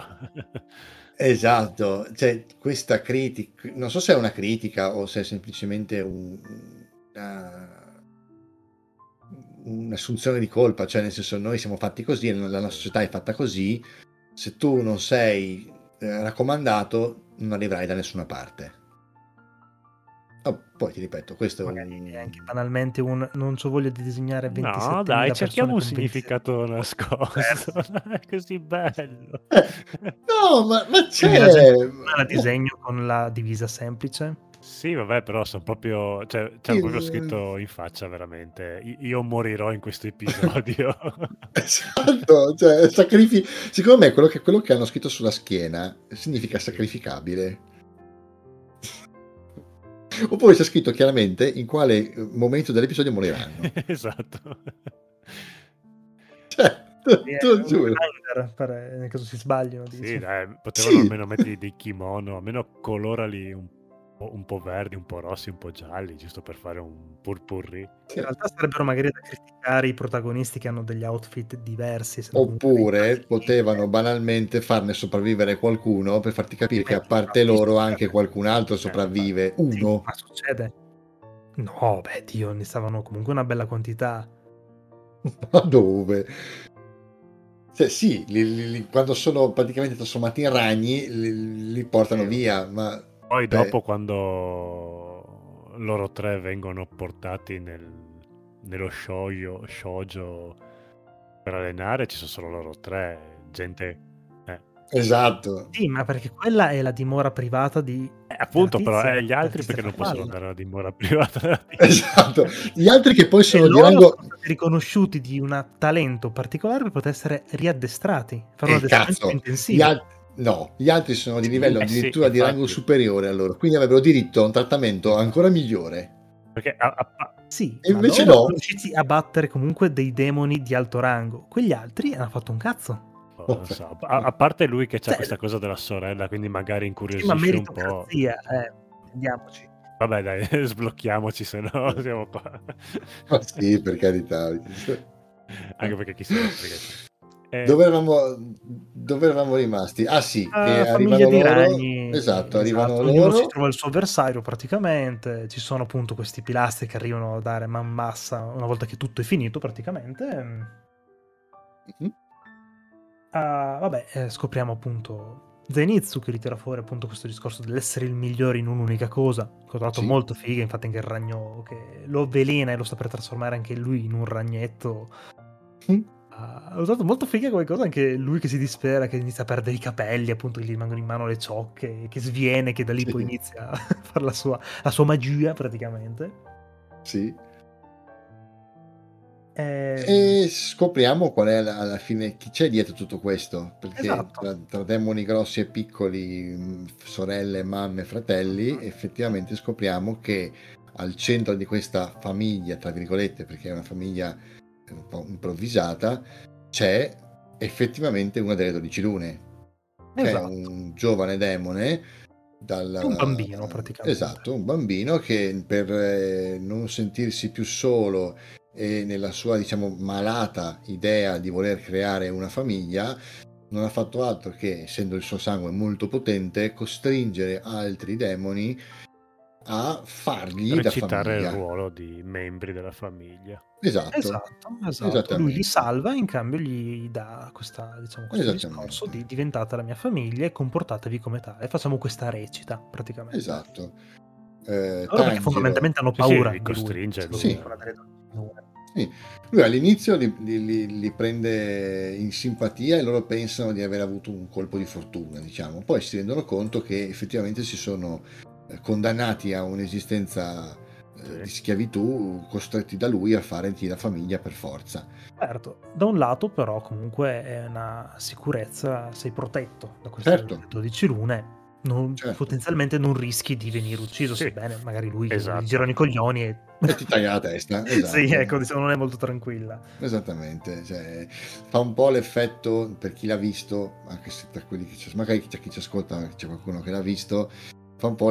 esatto, cioè questa critica, non so se è una critica o se è semplicemente un, una- un'assunzione di colpa, cioè nel senso noi siamo fatti così, la nostra società è fatta così, se tu non sei eh, raccomandato non arriverai da nessuna parte. Oh, poi ti ripeto, questo è Magari un... è anche banalmente un non c'ho voglia di disegnare ventisette No, dai, cerchiamo un significato nascosto. È così bello. Eh, no, ma, ma Quindi la c'è... gente la disegno con la divisa semplice. Sì, vabbè, però sono proprio, cioè, c'è Il- proprio scritto in faccia, veramente. I- Io morirò in questo episodio. Esatto, cioè, sacrifi... secondo me quello che, quello che hanno scritto sulla schiena significa Sì. sacrificabile. Oppure c'è scritto chiaramente in quale eh, momento dell'episodio moriranno. Esatto. Cioè, È te lo un giuro. reminder per, nel caso si sbagliano, Sì, dici. dai, potevano Sì. almeno mettergli dei kimono, almeno colorali un po', un po' verdi, un po' rossi, un po' gialli, giusto per fare un purpurri. In realtà sarebbero magari da criticare i protagonisti che hanno degli outfit diversi. essendo comunque dei Oppure maschili. potevano banalmente farne sopravvivere qualcuno per farti capire che Eh, a parte infatti loro succede. anche qualcun altro sopravvive. Sì, Uno. ma succede. No, beh, Dio, ne stavano comunque una bella quantità. Ma dove? Cioè, sì, li- li- li- quando sono praticamente trasformati in ragni, li, li portano Sì. via, ma Poi cioè, dopo, quando loro tre vengono portati nel, nello shoujo, shoujo per allenare, ci sono solo loro tre, gente... Eh, esatto. Sì, ma perché quella è la dimora privata di Eh, appunto, della però tizia, eh, gli altri della tizia perché non possono farfalla. andare alla dimora privata? Esatto. Gli altri che poi E sono di loro rango... sono stati riconosciuti di un talento particolare per poter essere riaddestrati, fare un Eh, addestramento cazzo, gli intensivo. al- no, gli altri sono di Sì, livello Eh sì, addirittura di rango infatti. superiore a loro, quindi avrebbero diritto a un trattamento ancora migliore. Perché a- a- a- Sì, E ma invece loro no. sono riusciti a battere comunque dei demoni di alto rango. Quegli altri hanno fatto un cazzo. oh, non so, a, a parte lui che c'ha Cioè, questa cosa della sorella, quindi magari sì, ma incuriosisce un po'. meritocrazia, eh, andiamoci. Vabbè, dai, sblocchiamoci, se no siamo qua. Ma sì, per carità. Anche perché chi se ne frega. Eh, Dove eravamo, dove eravamo rimasti? Ah sì, che Uh, famiglia arrivano di loro. ragni, Esatto, arrivano esatto, ognuno si loro. trova il suo avversario praticamente, ci sono appunto questi pilastri che arrivano a dare man massa una volta che tutto è finito praticamente. Mhm. Ah, vabbè, eh, scopriamo appunto Zenitsu che ritira fuori appunto questo discorso dell'essere il migliore in un'unica cosa, che ho trovato Sì. molto figa, infatti anche il ragno che lo avvelena e lo sta per trasformare anche lui in un ragnetto. Mm. Ah, ho trovato molto figa come cosa, anche lui che si dispera, che inizia a perdere i capelli, appunto che gli rimangono in mano le ciocche, che sviene, che da lì Sì. poi inizia a fare la sua, la sua magia praticamente. Sì. Ehm, E scopriamo qual è alla alla fine chi c'è dietro tutto questo, perché Esatto. tra, tra demoni grossi e piccoli, mh, sorelle, mamme, fratelli, effettivamente scopriamo che al centro di questa famiglia, tra virgolette, perché è una famiglia un po' improvvisata, c'è effettivamente una delle dodici lune, che Esatto. è un giovane demone dal, È un bambino praticamente. esatto, un bambino che per eh, non sentirsi più solo e nella sua, diciamo, malata idea di voler creare una famiglia, non ha fatto altro che, essendo il suo sangue molto potente, costringere altri demoni a fargli da recitare il famiglia. ruolo di membri della famiglia. Esatto. Esatto, esatto. Esattamente. Lui li salva e in cambio gli dà questa, diciamo, questo Esattamente. discorso di diventate la mia famiglia e comportatevi come tale. Facciamo questa recita praticamente. Esatto. Eh, Loro perché Tanjiro- fondamentalmente hanno Sì, sì, paura li di costringe, lui. lui. Sì. Una delle donne. Sì. Lui all'inizio li, li- li- li prende in simpatia e loro pensano di aver avuto un colpo di fortuna, diciamo. Poi si rendono conto che effettivamente si sono eh, condannati a un'esistenza eh, Sì. di schiavitù, costretti da lui a fare la famiglia per forza. Certo, da un lato però comunque è una sicurezza, sei protetto da queste Certo. dodici lune, non- Certo. potenzialmente non rischi di venire ucciso, Sì. sebbene magari lui Esatto. gli girano i coglioni e... E ti taglia la testa. Esatto. Sì, ecco, diciamo, non è molto tranquilla. Esattamente, cioè, fa un po' l'effetto per chi l'ha visto, anche se tra quelli che ci, magari c'è chi ci ascolta, c'è qualcuno che l'ha visto, fa un po'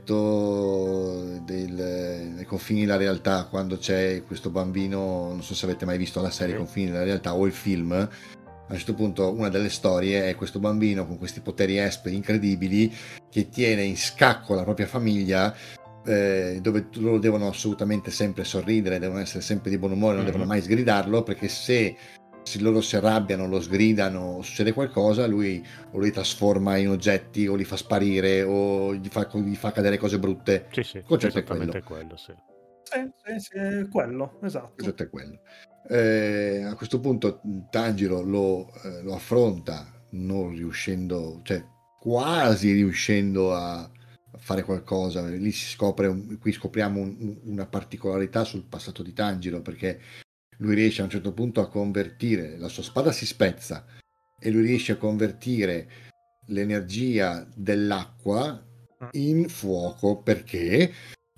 l'effetto del, dei confini della realtà, quando c'è questo bambino, non so se avete mai visto la serie Sì. Confini della realtà o il film, a un certo punto una delle storie è questo bambino con questi poteri esper incredibili che tiene in scacco la propria famiglia, eh, dove loro devono assolutamente sempre sorridere, devono essere sempre di buon umore, non Mhm. devono mai sgridarlo, perché se, se loro si arrabbiano, lo sgridano o succede qualcosa, lui o li trasforma in oggetti o li fa sparire o gli fa, gli fa cadere cose brutte. Sì, sì, Il concetto è esattamente quello, sì. Sì, sì, sì, è quello, esatto. Esatto, è quello. Eh, a questo punto Tanjiro lo, eh, lo affronta non riuscendo, cioè quasi riuscendo a fare qualcosa. Lì si scopre, un- qui scopriamo un- una particolarità sul passato di Tanjiro, perché lui riesce a un certo punto a convertire, la sua spada si spezza e lui riesce a convertire l'energia dell'acqua in fuoco, perché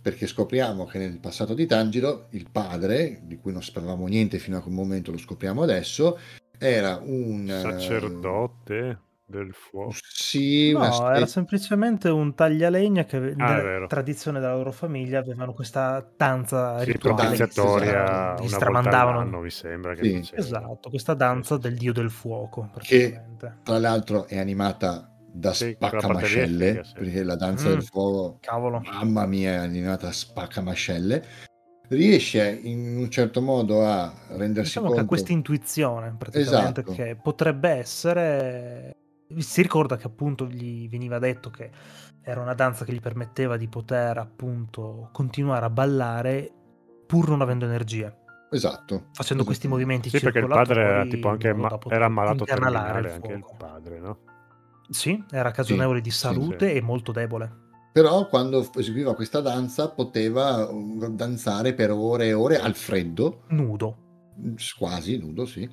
perché scopriamo che nel passato di Tanjiro il padre, di cui non sapevamo niente fino a quel momento, lo scopriamo adesso, era un eh, Sacerdote del fuoco. sì, una No, era specie semplicemente un taglialegna che ave- Ah, è nella vero. tradizione della loro famiglia avevano questa danza Sì, rituale che, propiziatoria che gli una volta stramandavano. all'anno, mi sembra che Sì. facevano. Esatto, questa Sì, danza sì, del sì. dio del fuoco, che praticamente. tra l'altro è animata da Sì, quella parte lì è spaccamascelle, figa, sì. perché la danza Mm, del fuoco, cavolo. mamma mia, è animata a spaccamascelle. Riesce in un certo modo a rendersi Diciamo che ha conto. questa intuizione praticamente Esatto. che potrebbe essere. Si ricorda che appunto gli veniva detto che era una danza che gli permetteva di poter appunto continuare a ballare pur non avendo energie, Esatto. facendo questi esattamente. movimenti Sì, perché il padre era circolatori tipo in anche modo ma- da poter era malato incanalare il terminale anche il fuoco. padre, no? Sì, era Sì, cagionevole di sì. salute e molto debole. Però quando f- eseguiva questa danza poteva uh, danzare per ore e ore al freddo, Nudo. mm, quasi nudo, sì.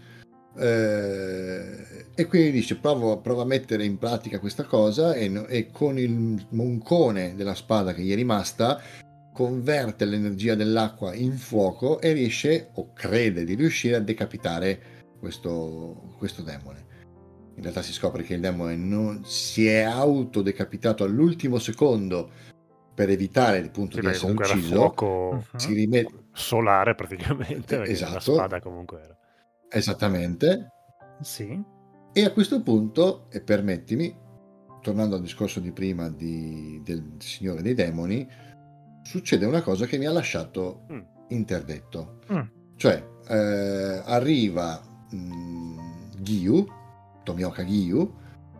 Eh, e quindi dice provo, provo a mettere in pratica questa cosa e, no- e con il moncone della spada che gli è rimasta converte l'energia dell'acqua in fuoco e riesce o crede di riuscire a decapitare questo, questo demone. In realtà si scopre che il demone non si è autodecapitato all'ultimo secondo per evitare appunto Sì, di perché essere comunque era ucciso. fuoco Mhm. Si rimette solare praticamente, Eh, perché la esatto. spada comunque era. esattamente. Sì. E a questo punto, e permettimi, tornando al discorso di prima di- del Signore dei Demoni, succede una cosa che mi ha lasciato Mm. interdetto. Mm. Cioè, eh, arriva mh, Giyu, Tomioka Giyu,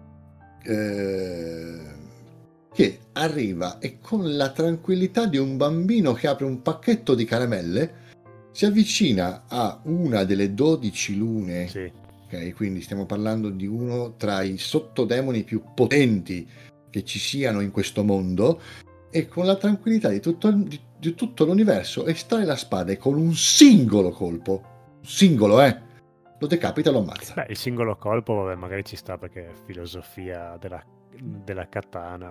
eh, che arriva e con la tranquillità di un bambino che apre un pacchetto di caramelle si avvicina a una delle dodici lune. Sì. Ok, quindi stiamo parlando di uno tra i sottodemoni più potenti che ci siano in questo mondo, e con la tranquillità di tutto, di, di tutto l'universo estrae la spada e con un singolo colpo, singolo eh, lo decapita e lo ammazza. Beh, il singolo colpo, vabbè, magari ci sta perché è filosofia della, della katana.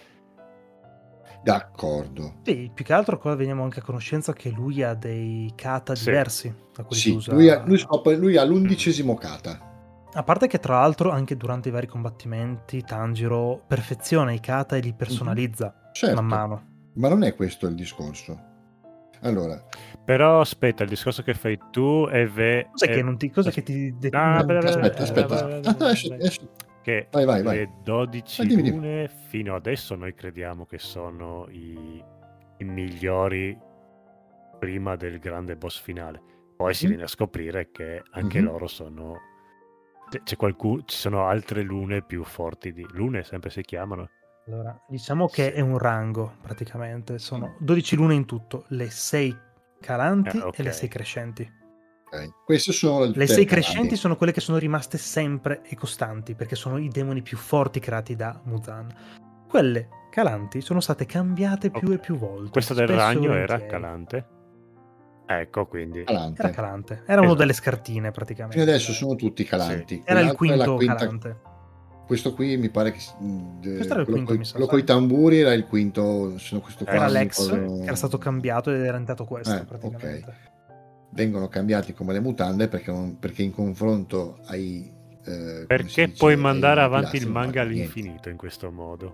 D'accordo. Sì, più che altro qua veniamo anche a conoscenza che lui ha dei kata Sì. diversi da quelli che Sì, usa. lui ha, lui scopre- lui ha l'undicesimo kata. A parte che tra l'altro anche durante i vari combattimenti Tanjiro perfeziona i kata e li personalizza Certo, man mano. ma non è questo il discorso. Allora, Però aspetta, il discorso che fai tu è ve- Cos'è è- che non ti cos'è che ti de- No, no, non beh, ti- beh, aspetta, eh, aspetta. beh, beh, Ah, beh, esce- beh. esce- Che Vai, vai, vai. le dodici Vai, dimmi, dimmi. lune fino adesso noi crediamo che sono i, i migliori prima del grande boss finale. Poi si Mhm. viene a scoprire che anche Mhm. loro sono c'è- c'è qualcuno, ci sono altre lune più forti di lune, sempre si chiamano. Allora, diciamo che Sì. è un rango praticamente, sono dodici lune in tutto, le sei calanti Ah, ok. e le sei crescenti. Ok. Queste sono Le tutte sei calanti. crescenti sono quelle che sono rimaste sempre e costanti, perché sono i demoni più forti creati da Muzan. Quelle calanti sono state cambiate più Ok. e più volte. Questa del spesso e ragno era volentieri. calante? Ecco, quindi Calante. Era calante, era uno Esatto. delle scartine praticamente. Fino adesso sono tutti calanti. Era il Quell'altro è la quinto quinta- calante. Questo qui mi pare che mh, de- Questo era il quello, quinto, coi, mi sa, quello sai? coi tamburi era il quinto. Sono questo qua, Era non mi l'ex, ricordo- che era stato cambiato ed era diventato questo Eh, praticamente. Vengono cambiati come le mutande perché, non- perché in confronto ai eh, come si perché dice, puoi mandare ai avanti pilastri il non manga fanno niente. all'infinito in questo modo.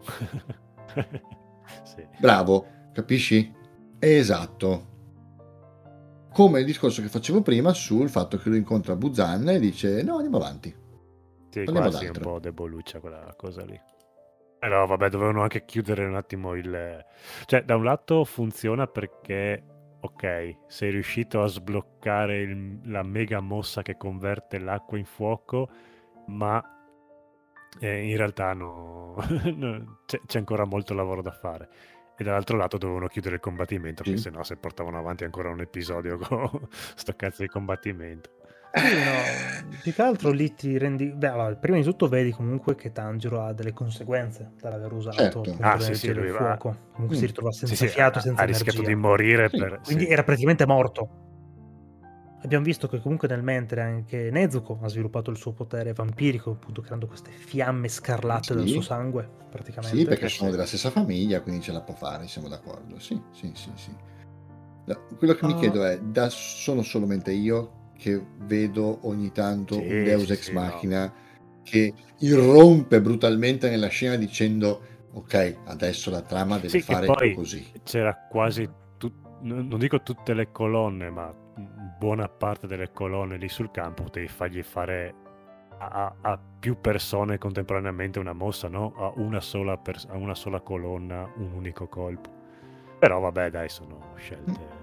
Sì. Bravo, capisci? Esatto. Come il discorso che facevo prima sul fatto che lui incontra Buzan e dice no, andiamo avanti. Sì, Parliamo qua sì, è un d'altro. po' deboluccia quella cosa lì. Però vabbè, dovevano anche chiudere un attimo il... Cioè, da un lato funziona perché, ok, sei riuscito a sbloccare il- la mega mossa che converte l'acqua in fuoco, ma eh, in realtà no, no, c'è, c'è ancora molto lavoro da fare. E dall'altro lato dovevano chiudere il combattimento, Sì. perché sennò se portavano avanti ancora un episodio con sto cazzo di combattimento. Sì, no, più che altro lì ti rendi... Beh, allora, prima di tutto vedi comunque che Tanjiro ha delle conseguenze dall'aver usato Certo. appunto Ah, sì, l'energia sì, del lui va- fuoco. Comunque Mm. si ritrova senza Sì, sì, fiato, ha, senza ha rischiato energia. di morire Sì, per... Quindi sì. era praticamente morto. abbiamo visto che comunque nel mentre anche Nezuko ha sviluppato il suo potere vampirico, appunto creando queste fiamme scarlatte Sì. dal suo sangue, praticamente. Sì, perché Eh, sono sì. della stessa famiglia, quindi ce la può fare, siamo d'accordo. Sì, sì, sì, sì. No, quello che mi Ah. chiedo è, da sono solamente io che vedo ogni tanto Sì, un Deus sì, Ex sì, no. Machina che irrompe brutalmente nella scena dicendo ok, adesso la trama deve Sì, che fare poi così. c'era quasi, tut- non non dico tutte le colonne, ma buona parte delle colonne lì sul campo potevi fargli fare a, a- a più persone contemporaneamente una mossa, no? A una sola, pers- a una sola colonna, un unico colpo. Però vabbè, dai, sono scelte...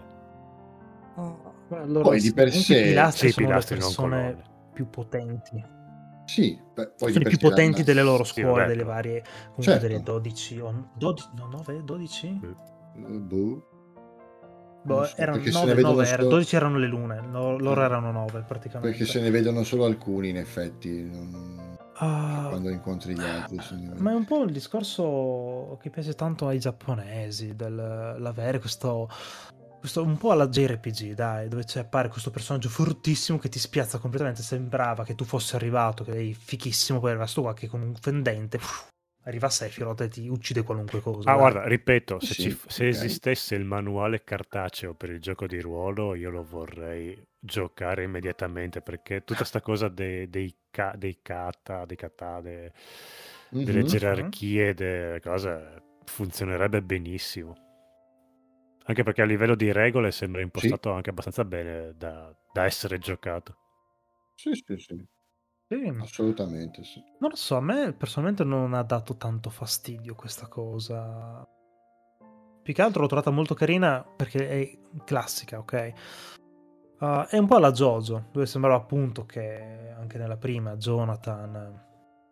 Beh, allora, Poi di sì, per comunque i sé, pilastri Sì, sono pilastri, le non persone colonne. più potenti. sì, beh, poi di Sono i per più sé la- potenti la- delle loro Sì, scuole, vabbè, delle però- varie, comunque certo. delle dodici o dodici, no, nove, dodici? Eh, Boh, Boh, non so, erano perché se ne nove, vedono nove, era- solo, dodici erano le lune, lo- loro eh, erano nove praticamente. perché se ne vedono solo alcuni in effetti, non- Ah, quando incontri gli altri. se ne ma è un po' il discorso che piace tanto ai giapponesi, dell'avere questo, questo un po' alla J R P G, dai, dove c'è appare questo personaggio fortissimo che ti spiazza completamente. Sembrava che tu fossi arrivato, che eri fichissimo, poi arriva sto qua che con un fendente uff, arriva Sephiroth e ti uccide qualunque cosa. Ah, dai. guarda, ripeto, se, Sì, ci f- se ok. esistesse il manuale cartaceo per il gioco di ruolo, io lo vorrei giocare immediatamente perché tutta sta cosa dei, dei, ka- dei kata, dei kata, de- delle Mhm. gerarchie, delle cose, funzionerebbe benissimo. Anche perché a livello di regole sembra impostato anche abbastanza bene da, da essere giocato. Sì, sì, sì, Sì. assolutamente sì. Non lo so, a me personalmente non ha dato tanto fastidio questa cosa. Più che altro l'ho trovata molto carina perché è classica, ok? Uh, è un po' alla JoJo, dove sembrava appunto che anche nella prima Jonathan...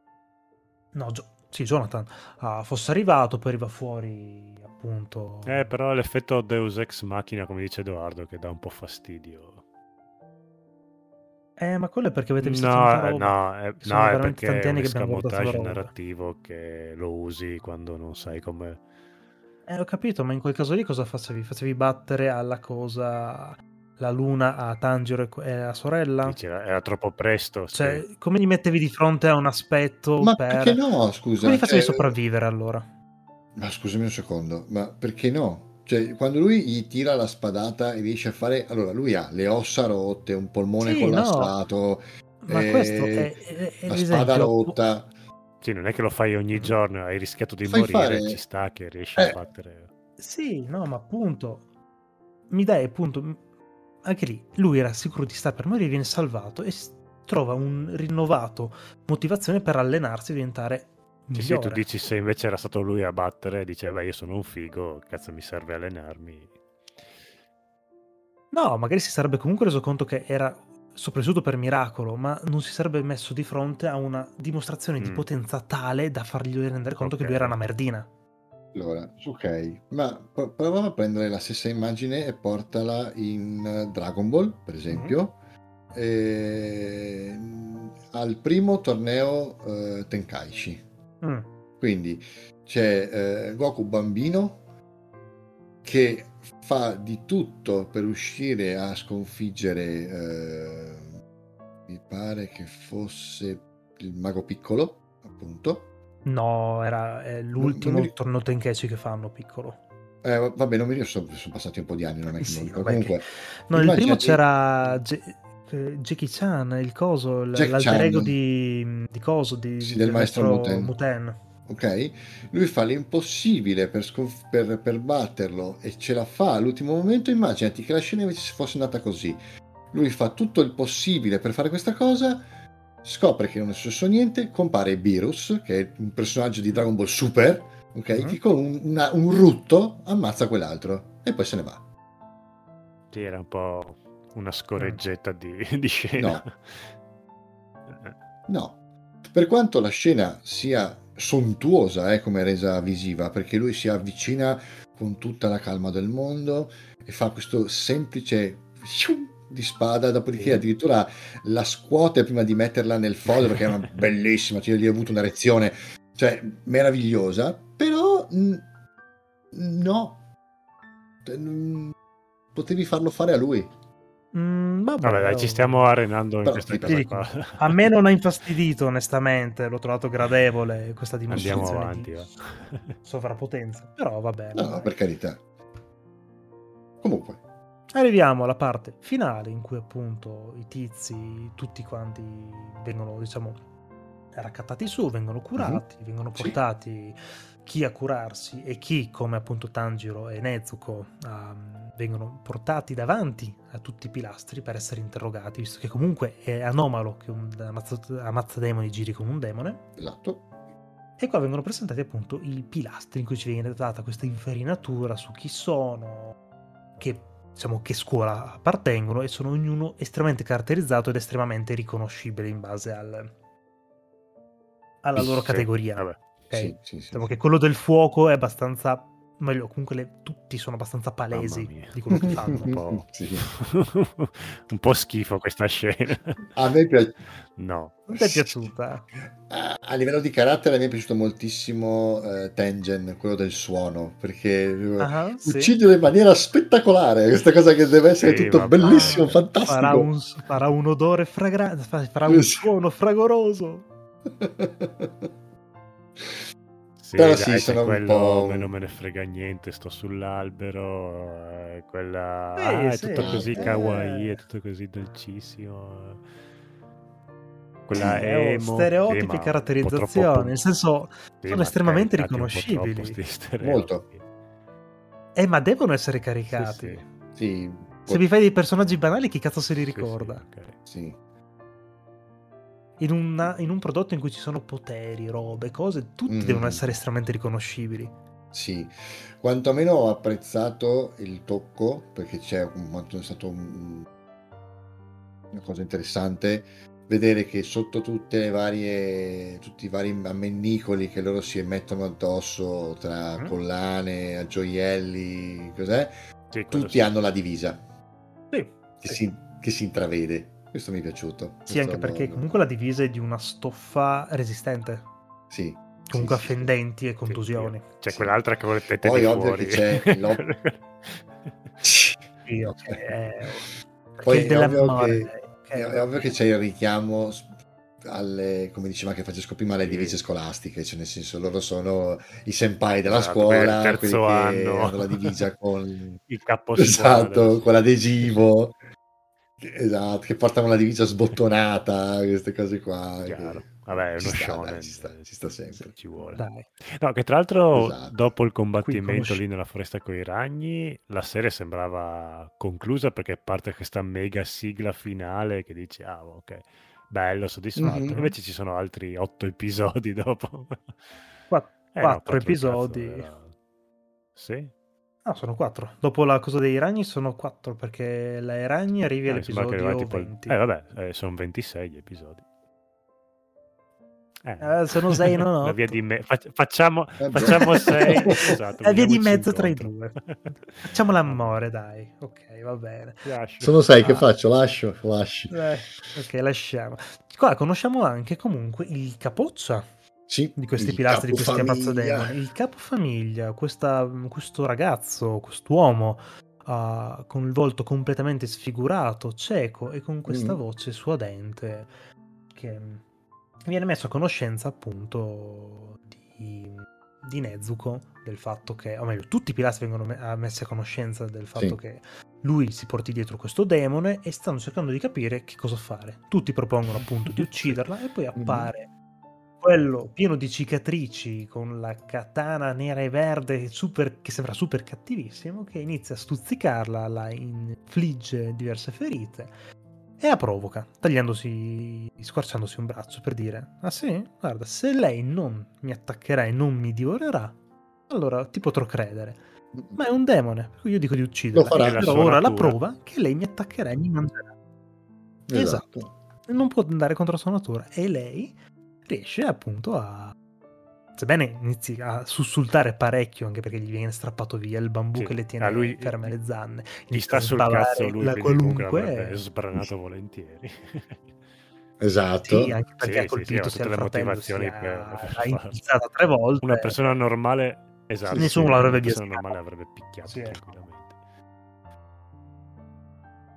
No, Gio- sì, Jonathan uh, fosse arrivato, poi arriva fuori appunto... Eh, però l'effetto Deus Ex Machina, come dice Edoardo, che dà un po' fastidio. Eh, ma quello è perché avete visto No, tanta eh, roba. no, eh, Che sono no, è veramente perché tanti è un anni che abbiamo guardato la escamotage roba. narrativo che lo usi quando non sai come... Eh, ho capito, ma in quel caso lì cosa facevi? Facevi battere alla cosa la luna a Tanjiro e e a sorella? Dici, era, era troppo presto, sì. Cioè, come li mettevi di fronte a un aspetto Ma perché per... no, Come scusa? li facevi Cioè, sopravvivere allora? ma scusami un secondo, ma perché no? Cioè, quando lui gli tira la spadata e riesce a fare... Allora, lui ha le ossa rotte, un polmone Sì, no, collassato, ma questo eh, è, è- è la spada l'esempio. rotta. Sì, non è che lo fai ogni giorno, hai rischiato di Fai morire, ci fare... sta che riesci a Eh, battere. Sì, no, ma appunto, mi dai appunto, m- anche lì, lui era sicuro di stare per morire, viene salvato e s- trova un rinnovato motivazione per allenarsi e diventare Sì, sì, tu migliore. dici se invece era stato lui a battere, dice, beh, io sono un figo, cazzo mi serve allenarmi. No, magari si sarebbe comunque reso conto che era sopravvissuto per miracolo, ma non si sarebbe messo di fronte a una dimostrazione di Mm. potenza tale da fargli rendere conto che lui era Ok. una merdina. allora, ok, ma pro- prova a prendere la stessa immagine e portala in eh, Dragon Ball, per esempio, e, al primo torneo eh, Tenkaichi. Mm. Quindi c'è eh, Goku bambino che fa di tutto per riuscire a sconfiggere, eh, mi pare che fosse il mago piccolo, appunto. No, era è non l'ultimo mi ric- torneo Tenkaichi che fanno piccolo. Eh, va- vabbè, non mi ricordo, sono, sono passati un po' di anni, non è che Sì, me lo ricordo. vabbè, che- Comunque, No, nel primo immaginati c'era Ge- eh, Jackie Chan, il coso, l- Jack l'alter Chan, ego di, di coso, di, sì, di- del del maestro maestro Muten, Muten. ok? Lui fa l'impossibile per, sconf- per, per batterlo e ce la fa all'ultimo momento. Immaginati che la scena invece fosse andata così. Lui fa tutto il possibile per fare questa cosa, scopre che non è successo niente, compare Beerus, che è un personaggio di Dragon Ball Super, ok? Mhm. Che con un, una- un rutto ammazza quell'altro e poi se ne va. Sì, era un po' una scorreggetta di, di scena. No. No, per quanto la scena sia sontuosa eh, come resa visiva, perché lui si avvicina con tutta la calma del mondo e fa questo semplice di spada, dopodiché Sì. addirittura la scuote prima di metterla nel fodero, che è una bellissima, cioè, gli ho avuto un'erezione, cioè meravigliosa, però mh, no, Cioè, mh, potevi farlo fare a lui. Mm, vabbè, Vabbè, dai, ci oh. stiamo arenando in Però, questa ti cosa dico, qua. a me non ha infastidito onestamente, l'ho trovato gradevole questa Andiamo dimostrazione avanti, di va. sovrappotenza, però va bene. No, no, dai. per carità. Comunque, Arriviamo alla parte finale in cui appunto i tizi, tutti quanti vengono, diciamo, raccattati su, vengono curati, vengono Sì. portati chi a curarsi e chi, come appunto Tanjiro e Nezuko, um, vengono portati davanti a tutti i pilastri per essere interrogati, visto che comunque è anomalo che un ammazza- ammazzademoni giri con un demone. esatto. E qua vengono presentati appunto i pilastri in cui ci viene data questa infarinatura su chi sono, che, diciamo, che scuola appartengono, e sono ognuno estremamente caratterizzato ed estremamente riconoscibile in base al, alla loro Sì, categoria. vabbè. ok? Sì, sì, sì, Diciamo sì. che quello del fuoco è abbastanza, meglio, comunque le- tutti sono abbastanza palesi Mamma mia. di quello che fanno. Un po'... Sì. un po' schifo questa scena. A me piace. No. Non ti è piaciuta? A, a livello di carattere mi è piaciuto moltissimo eh, Tengen, quello del suono, perché eh, Ah, sì. uccidere in maniera spettacolare, questa cosa che deve essere Sì, tutto vabbè. bellissimo, Ah, fantastico. farà un, farà un odore fragrante, farà un Sì. suono fragoroso. Sì, Però dai, sì, c'è sono un quello, po'... me non me ne frega niente, sto sull'albero, eh, quella... Sì, ah, è sì, tutto così eh. kawaii, è tutto così dolcissimo. Quella Sì, eh, oh, emo, stereotipi sì, ma e un po' caratterizzazioni, troppo- nel senso, sì, sono ma estremamente caricati un po' troppo riconoscibili. sti stereotipi. Molto. Eh, ma devono essere Sì, caricati. sì. Sì, Se mi fai dei personaggi banali, chi cazzo se li Sì, sì, ricorda? ok. sì. In, una- in un prodotto in cui ci sono poteri, robe, cose, tutti Mhm. devono essere estremamente riconoscibili. Sì, quantomeno ho apprezzato il tocco, perché c'è un, è stato un- una cosa interessante vedere che sotto tutte le varie, tutti i vari ammennicoli che loro si mettono addosso, tra Mm. collane, gioielli, cos'è, Sì, quello tutti sì. hanno la divisa Sì, che, sì. si, che si intravede. Questo mi è piaciuto. Sì, Questo anche lo- perché lo- comunque la divisa è di una stoffa resistente, Sì, comunque sì, a sì, sì. fendenti e Sì, contusioni. c'è Sì. quell'altra che volete Poi di ovvio fuori. che c'è l'op- Sì, ok. eh, perché Poi il è ovvio dell'amore, che, ok, è, è va ovvio che bene. c'è il richiamo s- alle, come diceva anche Francesco prima, alle Sì. divise scolastiche, cioè nel senso loro sono i senpai della Esatto, quelli del scuola, quelli terzo che anno. hanno la divisa con Il caposquadra. esatto, sì. con l'adesivo, che- esatto, che portano la divisa sbottonata, queste cose qua. Chiaro. Che... Vabbè, è Ci uno sta, shonen. dai, ci sta, ci sta sempre. Ci vuole. Dai, No, che tra l'altro Esatto. dopo il qui combattimento conosci... lì nella foresta con i ragni, la serie sembrava conclusa perché parte questa mega sigla finale che dice, ah, ok, bello, soddisfatto. Mhm. Invece ci sono altri otto episodi dopo. Qua- Eh no, quattro quattro il cazzo episodi. era- Sì? Ah, sono quattro. Dopo la cosa dei ragni sono quattro, perché lai ragni arrivi No, mi sembra che arriva all'episodio tipo... il- venti. Eh vabbè, eh, sono ventisei gli episodi. Eh, Eh, sono sei, non la via otto. di me- fac- facciamo, Vabbè. facciamo sei, esatto, La via di vediamoci mezzo tra i incontro. due. Facciamo Vabbè. l'amore, dai. Ok, va bene. Lascio. Sono sei, che Ah. faccio? Lascio? Lasci. Eh, ok, lasciamo. Qua conosciamo anche comunque il capoccia Sì, di questi il pilastri, di questi capofamiglia. ammazzademoni. Il capofamiglia, questa, questo ragazzo, quest'uomo ah, con il volto completamente sfigurato, cieco e con questa Mm. voce suadente che viene messo a conoscenza appunto di, di Nezuko, del fatto che, o meglio, tutti i pilastri vengono me- messi a conoscenza del fatto Sì. che lui si porti dietro questo demone e stanno cercando di capire che cosa fare. Tutti propongono appunto di ucciderla e poi appare quello pieno di cicatrici con la katana nera e verde super, che sembra super cattivissimo, che inizia a stuzzicarla, la infligge diverse ferite e la provoca, tagliandosi, squarciandosi un braccio per dire: ah sì? Guarda, se lei non mi attaccherà e non mi divorerà, allora ti potrò credere. Ma è un demone, per cui io dico di ucciderla. Lo farà. E È la però sua ora la natura. prova che lei mi attaccherà e mi mangerà. Esatto. Esatto. Non può andare contro la sua natura. E lei riesce appunto a... Sebbene inizi a sussultare parecchio, anche perché gli viene strappato via il bambù Sì, che le tiene a lui- ferme le zanne. Gli Inizia sta a sul sbavare cazzo lui, la quindi comunque qualunque. l'avrebbe sbranato volentieri. Esatto. Sì, anche perché Sì, ha sì, colpito sì, sia ha il tutte le fratello motivazioni sia per- per l'ha farlo. impicciata tre volte. Una persona normale, esatto, Nessuno sì, l'avrebbe una persona biasimato. normale avrebbe picchiato Sì. tranquillamente.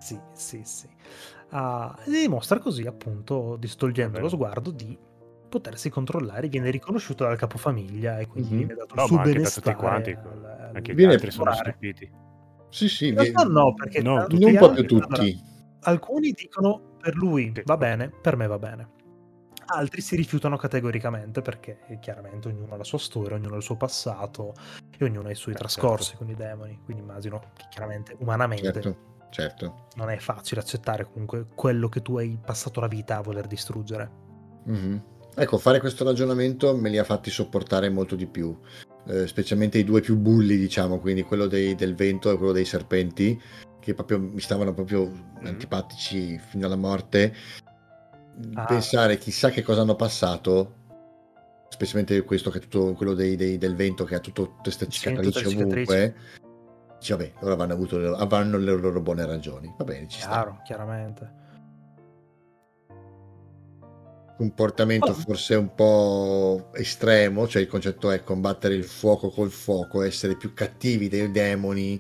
Sì, sì, sì. Ah, e dimostra così, appunto, distolgendo È lo vero. sguardo, di potersi controllare, viene riconosciuto dal capofamiglia e quindi Mhm. viene dato il No, suo ma anche da tutti quanti. benestare al, al Anche gli Viene- altri sono lavorare. stupiti. Sì, sì, In vi- realtà no, perché No, tanti tutti non altri, proprio allora, tutti. alcuni dicono per lui Sì, va ok. bene, per me va bene. Altri si rifiutano categoricamente perché chiaramente ognuno ha la sua storia, ognuno ha il suo passato e ognuno ha i suoi Beh, trascorsi certo. con i demoni. Quindi immagino che chiaramente umanamente Certo, certo. non è facile accettare comunque quello che tu hai passato la vita a voler distruggere. Mhm. Ecco, fare questo ragionamento me li ha fatti sopportare molto di più, eh, specialmente i due più bulli, diciamo, quindi quello dei- del vento e quello dei serpenti, che proprio mi stavano proprio Mhm. antipatici fino alla morte. Ah, Pensare chissà che cosa hanno passato, specialmente questo che è tutto quello dei, dei- del vento che ha tutto, tutte queste sì, tutte le cicatrici cicatrici. ovunque. Dice, vabbè, loro avranno avuto le, avranno le loro buone ragioni. Va bene, ci sta. Chiaro, chiaramente. Comportamento Oh, forse un po' estremo, cioè il concetto è combattere il fuoco col fuoco, essere più cattivi dei demoni.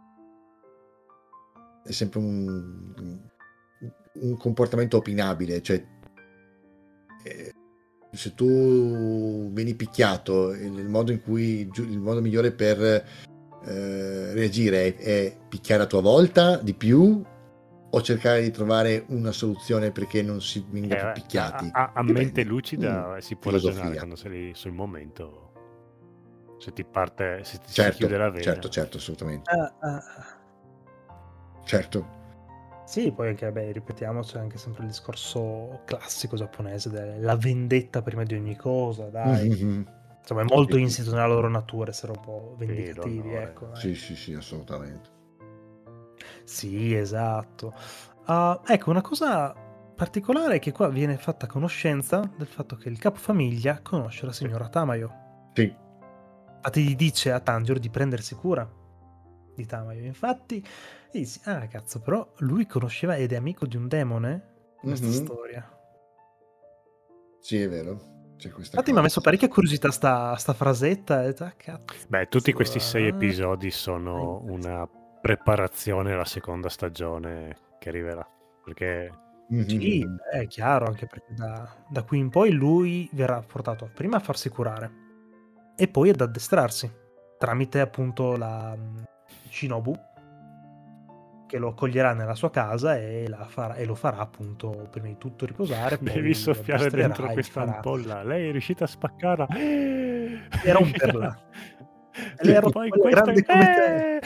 È sempre un, un comportamento opinabile, cioè eh, se tu vieni picchiato, il, il modo in cui giu- il modo migliore per eh, reagire è, è picchiare a tua volta di più o cercare di trovare una soluzione perché non si venga Eh, più beh, picchiati. a, a- a Dipende. mente lucida Mm, si può ragionare filosofia. quando sei lì sul momento. Se ti parte, se ti si chiude Certo, la vena. certo, certo, assolutamente. ah, ah. Certo. Sì, poi anche, beh, ripetiamo, c'è anche sempre il discorso classico giapponese della vendetta prima di ogni cosa, dai. Mhm. Insomma, è molto Sì, insito nella loro natura essere un po' Sì, vendicativi, no, no, ecco. eh. dai. sì, sì, sì, assolutamente. Sì, esatto. Ah, ecco, una cosa particolare è che qua viene fatta conoscenza del fatto che il capofamiglia conosce la signora Tamayo. Sì. Infatti gli dice a Tanjiro di prendersi cura di Tamayo. Infatti, gli dice, ah cazzo, però lui conosceva ed è amico di un demone? Questa Mhm. storia. Sì, è vero. C'è questa Infatti mi ha cosa. messo parecchia curiosità sta, sta frasetta. E ho detto, ah, cazzo. Beh, tutti questi sei Ah, episodi sono una preparazione alla seconda stagione che arriverà. Perché Sì, Mhm. è chiaro, anche perché da, da qui in poi lui verrà portato prima a farsi curare e poi ad addestrarsi tramite appunto la mm, Shinobu che lo accoglierà nella sua casa e, la farà, e lo farà appunto prima di tutto riposare, devi poi lo soffiare dentro addestrerà e gli questa farà ampolla. Lei è riuscita a spaccarla. e romperla. E lei E ha rotto poi quella questo grande è... come te.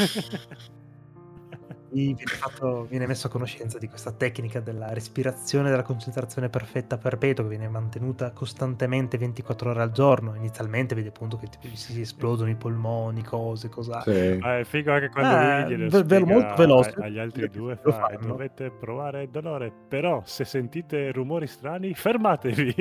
Quindi viene, fatto, viene messo a conoscenza di questa tecnica della respirazione, della concentrazione perfetta perpetua che viene mantenuta costantemente ventiquattro ore al giorno. Inizialmente vedi appunto che tipo, si esplodono i polmoni, cose, cosa. Sì. Ah, è figo anche quando lui Ah, glielo ve- ve- molto spiega veloce, a- agli altri due, lo fa, fanno. dovete provare il dolore, però se sentite rumori strani, fermatevi.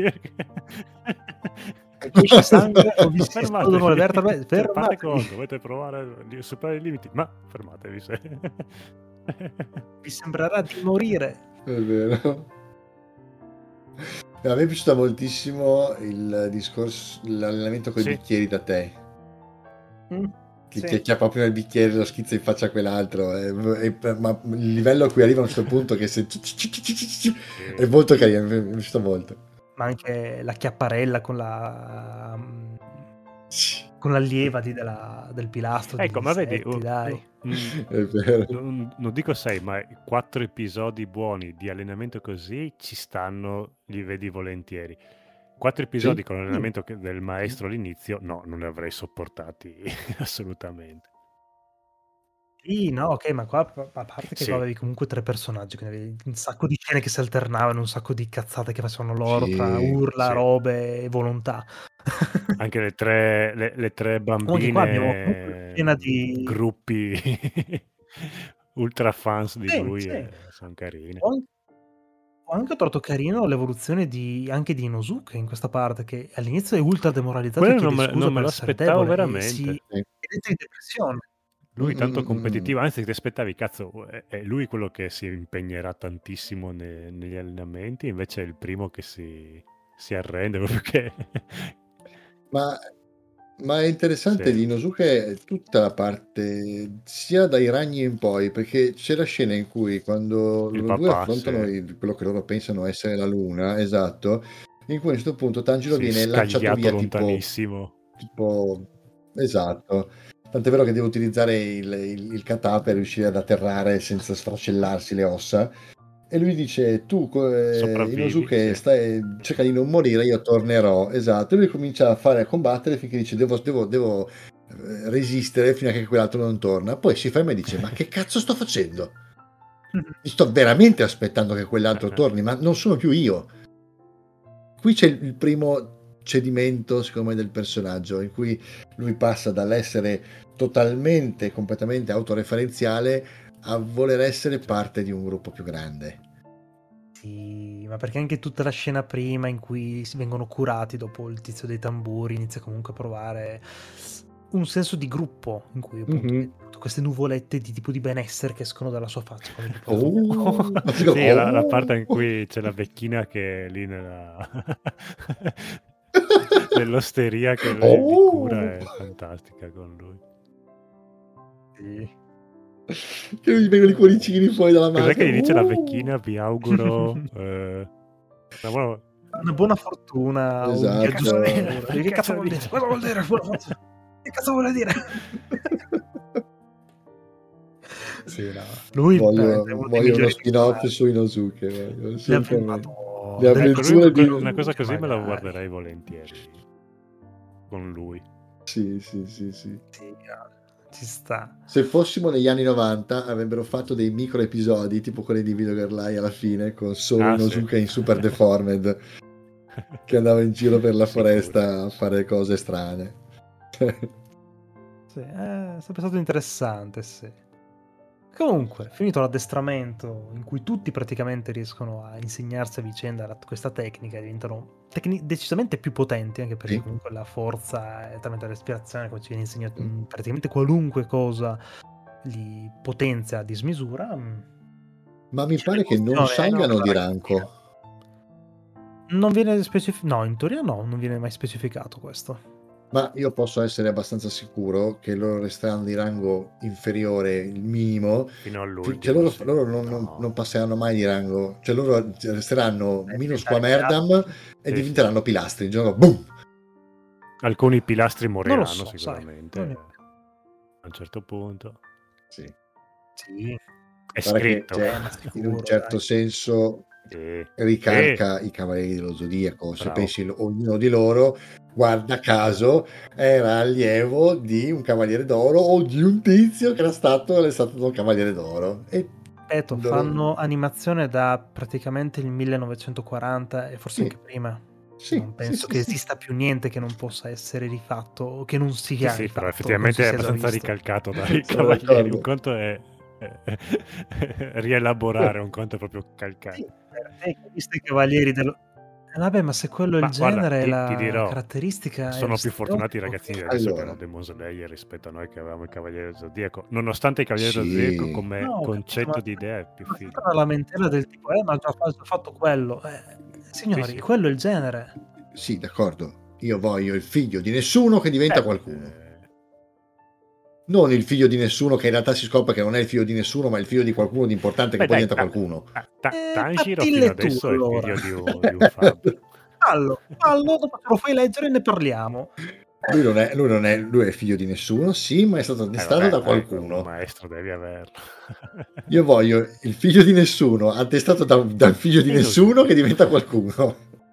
Ecco, esce sangue o vi si esplodono le Fermatevi. vertebre, Cioè, fate fermatevi. conto, dovete provare a superare i limiti, ma fermatevi. Se... Vi sembrerà di morire. È vero. A me è piaciuto moltissimo il discorso, l'allenamento con i Sì. bicchieri da tè. Mm, Che sì. ti acchiappa prima il bicchiere e lo schizza in faccia a quell'altro. E- e- ma il livello a cui arriva a un certo punto che se... è molto carino, mi è piaciuto molto. Ma anche la chiapparella con la mm, con l'allieva di- della- del pilastro Ecco, degli ma vedi, insetti, uh, dai. uh, mm, È vero. non, non dico sei, ma quattro episodi buoni di allenamento così ci stanno, li vedi volentieri. Quattro episodi Sì. con l'allenamento che- del maestro all'inizio, no, non li avrei sopportati assolutamente. Sì, no, ok, ma qua a parte che Sì. qua avevi comunque tre personaggi, quindi avevi un sacco di scene che si alternavano, un sacco di cazzate che facevano loro Sì, tra urla, sì. robe e volontà. Anche le tre, le, le tre O anche qua abbiamo comunque una bambine, scena mm, di... gruppi ultra fans di Sì, lui, sì. eh, sono carine. Ho an- ho anche trovato carino l'evoluzione di, anche di Inosuke in questa parte, che all'inizio è ultra demoralizzato e Quello non chiede me, scusa non me per lo essere aspettavo debole e si veramente. Sì. entra in depressione. Lui Mm, tanto mm, mm, competitivo, anzi ti aspettavi, cazzo, è, è lui quello che si impegnerà tantissimo ne- negli allenamenti, invece è il primo che si, si arrende, proprio che... Ma Ma è interessante Sì. di Inosuke tutta la parte, sia dai ragni in poi, perché c'è la scena in cui quando Il loro due papà, affrontano sì. il- quello che loro pensano essere la luna, esatto, in cui a un certo punto Tanjiro Sì, viene lanciato scagliato via tipo, lontanissimo. tipo, esatto, tant'è vero che deve utilizzare il, il, il kata per riuscire ad atterrare senza sfracellarsi le ossa. E lui dice: Tu, co- eh, Sopravvivi, Inosuke, sì. stai, cerca di non morire, io tornerò. Esatto. E lui comincia a fare a combattere finché dice: Devo, devo, devo eh, resistere fino a che quell'altro non torna. Poi si ferma e dice: Ma che cazzo sto facendo? Mi sto veramente aspettando che quell'altro torni, ma non sono più io. Qui c'è il il primo cedimento, secondo me, del personaggio, in cui lui passa dall'essere totalmente, completamente autoreferenziale a voler essere parte di un gruppo più grande. Sì, ma perché anche tutta la scena prima in cui si vengono curati dopo il tizio dei tamburi inizia comunque a provare un senso di gruppo in cui appunto Mhm. vedi tutte queste nuvolette di tipo di benessere che escono dalla sua faccia come tipo Oh, Sì, la, la parte in oh. cui c'è la vecchina che è lì nella... nell'osteria che li, li cura Oh. è fantastica con lui. Sì. Che gli vengono i cuoricini fuori dalla Cos'è che maschera. gli dice la Oh. vecchina? Vi auguro... eh, una buona- una buona fortuna, un Esatto. viaggio Cazzo di- sicuro. Che che cazzo cazzo vuol di- dire? Cosa vuol dire? Buona fortuna? Che cazzo vuole dire? Sì, no. Lui Voglio, veramente è uno dei voglio uno migliori spin-off personaggi. su Inosuke. Voglio, Le assolutamente. avventure, Le delle Ecco, lui avventure una, di... una cosa così me la magari. guarderei volentieri con lui. Sì, sì, sì, sì. Sì, no, ci sta. Se fossimo negli anni novanta avrebbero fatto dei micro episodi tipo quelli di Video Girl alla fine con solo Ah, Inosuke sì. in Super Deformed che andava in giro per la Sicuro. foresta a fare cose strane. Sì, è sempre stato interessante, sì. Comunque, finito l'addestramento in cui tutti praticamente riescono a insegnarsi a vicenda la- questa tecnica, diventano tecni- decisamente più potenti, anche perché Sì. comunque la forza è tramite la respirazione, come ci viene insegnato, mm, praticamente qualunque cosa li potenzia a dismisura. mm, Ma mi c'è pare che non l'evoluzione, eh, no, salgano per di la ragazzina. ranco. Non viene specificato, no, in teoria no, non viene mai specificato questo. Ma io posso essere abbastanza sicuro che loro resteranno di rango inferiore, il minimo. Fino Cioè all'ultimo, loro, sì. loro non, non- No. non passeranno mai di rango. Cioè loro resteranno Eh, minus qua diventare merdam e Sì, diventeranno pilastri. Il gioco, boom! Alcuni pilastri Non lo moriranno so, sai. sicuramente Non ne- a un certo punto. Sì. Sì, È Guarda che scritto. cioè, eh, ma in un sicuro, certo dai. senso Sì. ricalca i Cavalieri dello Zodiaco. Se Bravo. pensi ognuno di loro, guarda caso, era allievo di un Cavaliere d'Oro o di un tizio che era stato, è stato un Cavaliere d'Oro. E Ripeto, loro- fanno animazione da praticamente il millenovecentoquaranta e forse Sì. anche prima. Sì, Non sì, penso sì, che sì. esista più niente che non possa essere rifatto o che non Sì, sia sì, rifatto. però o che non effettivamente si è sia già abbastanza visto. ricalcato dai Sono cavalieri. d'accordo. Un conto è è- rielaborare, un conto è proprio calcare. Sì, per te che hai visto i Cavalieri dello... Eh, vabbè, ma se quello è il Ma guarda, genere, ti, la ti dirò, caratteristica è sono lo più fortunati i stereotipo ragazzini che... di adesso che Allora. hanno Demon Slayer rispetto a noi che avevamo il Cavaliere dello Zodiaco. Nonostante il Cavaliere dello Sì. Zodiaco come No, ho capito, concetto ma di idea è più ma figo. tutta una lamentela del tipo, eh, ma ho già fa- già fatto quello. Eh, signori, Sì, sì. quello è il genere. Sì, d'accordo. Io voglio il figlio di nessuno che diventa Eh, qualcuno. eh, Non il figlio di nessuno che in realtà si scopre che non è il figlio di nessuno, ma il figlio di qualcuno di importante che Beh, poi dai, diventa Ta- qualcuno. Ta- Ta- Eh, Tanjiro fatti fino le tu, adesso è il allora. figlio di un, di un fabbro. Fallo, fallo, dopo te lo fai leggere e ne parliamo. Lui non è, lui non è, lui è figlio di nessuno, sì, ma è stato Eh, addestato vabbè, da dai, un qualcuno. maestro devi averlo. Io voglio il figlio di nessuno, addestato da, dal figlio di E nessuno Inosuke. che diventa qualcuno.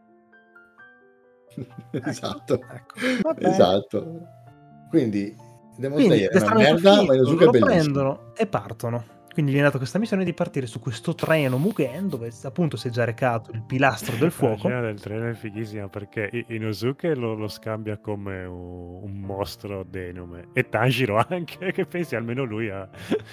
Ecco, Esatto. ecco, va bene. Esatto. Quindi Demon Quindi, Slayer è una addestramento merda, ma finito, Inosuke è lo bellissimo. prendono e partono. Quindi gli è data questa missione di partire su questo treno Mugen, dove appunto si è già recato il pilastro del La fuoco. scena del treno è fighissima perché I- Inosuke lo, lo scambia come un, un mostro denome e Tanjiro anche, che pensi almeno lui ha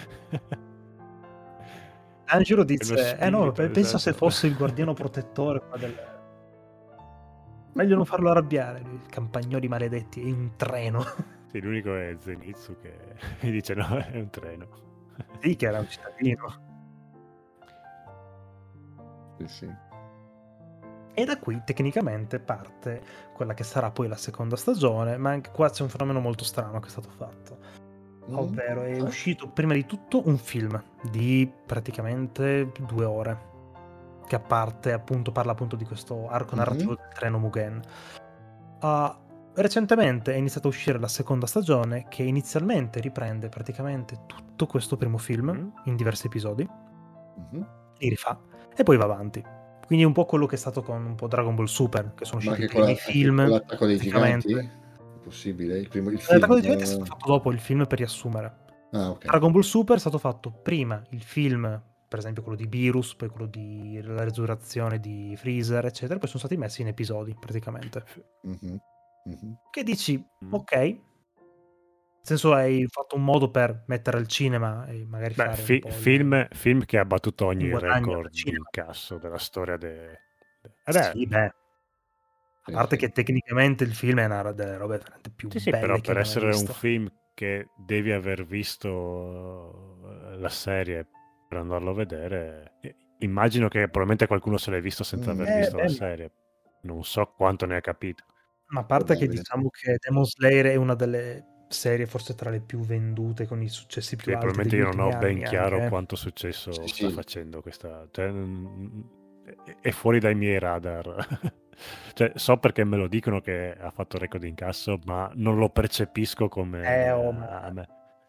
Tanjiro è uno dice, eh no, spirito, pe- pensa se esatto. fosse il guardiano protettore qua del... Meglio non farlo arrabbiare, lui, campagnoli maledetti, è un treno. Sì, l'unico è Zenitsu che gli dice no, è un treno. Sì, che era un cittadino. Sì, sì. E da qui tecnicamente parte quella che sarà poi la seconda stagione, ma anche qua c'è un fenomeno molto strano che è stato fatto, Mm. ovvero è Ah, uscito prima di tutto un film di praticamente due ore, che a parte appunto parla appunto di questo arco Mhm. narrativo del treno Mugen. Ah, recentemente è iniziata a uscire la seconda stagione, che inizialmente riprende praticamente tutto questo primo film Mm. in diversi episodi, Mhm. li rifà e poi va avanti. Quindi è un po' quello che è stato con un po' Dragon Ball Super, che sono Ma usciti i anche con, la- primi anche film. con l'attacco dei giganti? praticamente. È possibile? Il, primo, il L'attacco film? dei giganti è stato fatto dopo il film per riassumere. Ah, ok. Dragon Ball Super è stato fatto prima il film, per esempio quello di Beerus, poi quello di la resurrezione di Freezer, eccetera, poi sono stati messi in episodi praticamente. Mhm. Mhm. Che dici, Mm. ok, nel senso hai fatto un modo per mettere al cinema e magari Beh, fare fi- un po' il- film, film che ha battuto un ogni guadagno record dal di cinema. incasso della storia de... Eh beh, Sì, beh, a Sì, parte sì. che tecnicamente il film è una delle robe veramente più sì, sì, belle però che per abbia mai essere un visto. film che devi aver visto eh, la serie per andarlo a vedere, eh, immagino che probabilmente qualcuno se l'hai visto senza Mm. aver Eh, visto la beh, ma- serie. Non so quanto ne ha capito. Ma a parte che Probabile. diciamo che Demon Slayer è una delle serie forse tra le più vendute con i successi più Sì, alti probabilmente degli io non ultimi ho ben anni chiaro anche. eh. quanto successo Sì, sta sì. facendo questa. Cioè, mm, è- è fuori dai miei radar. Cioè, so perché me lo dicono che ha fatto record di incasso, ma non lo percepisco come Eh, oh, a, ma a me.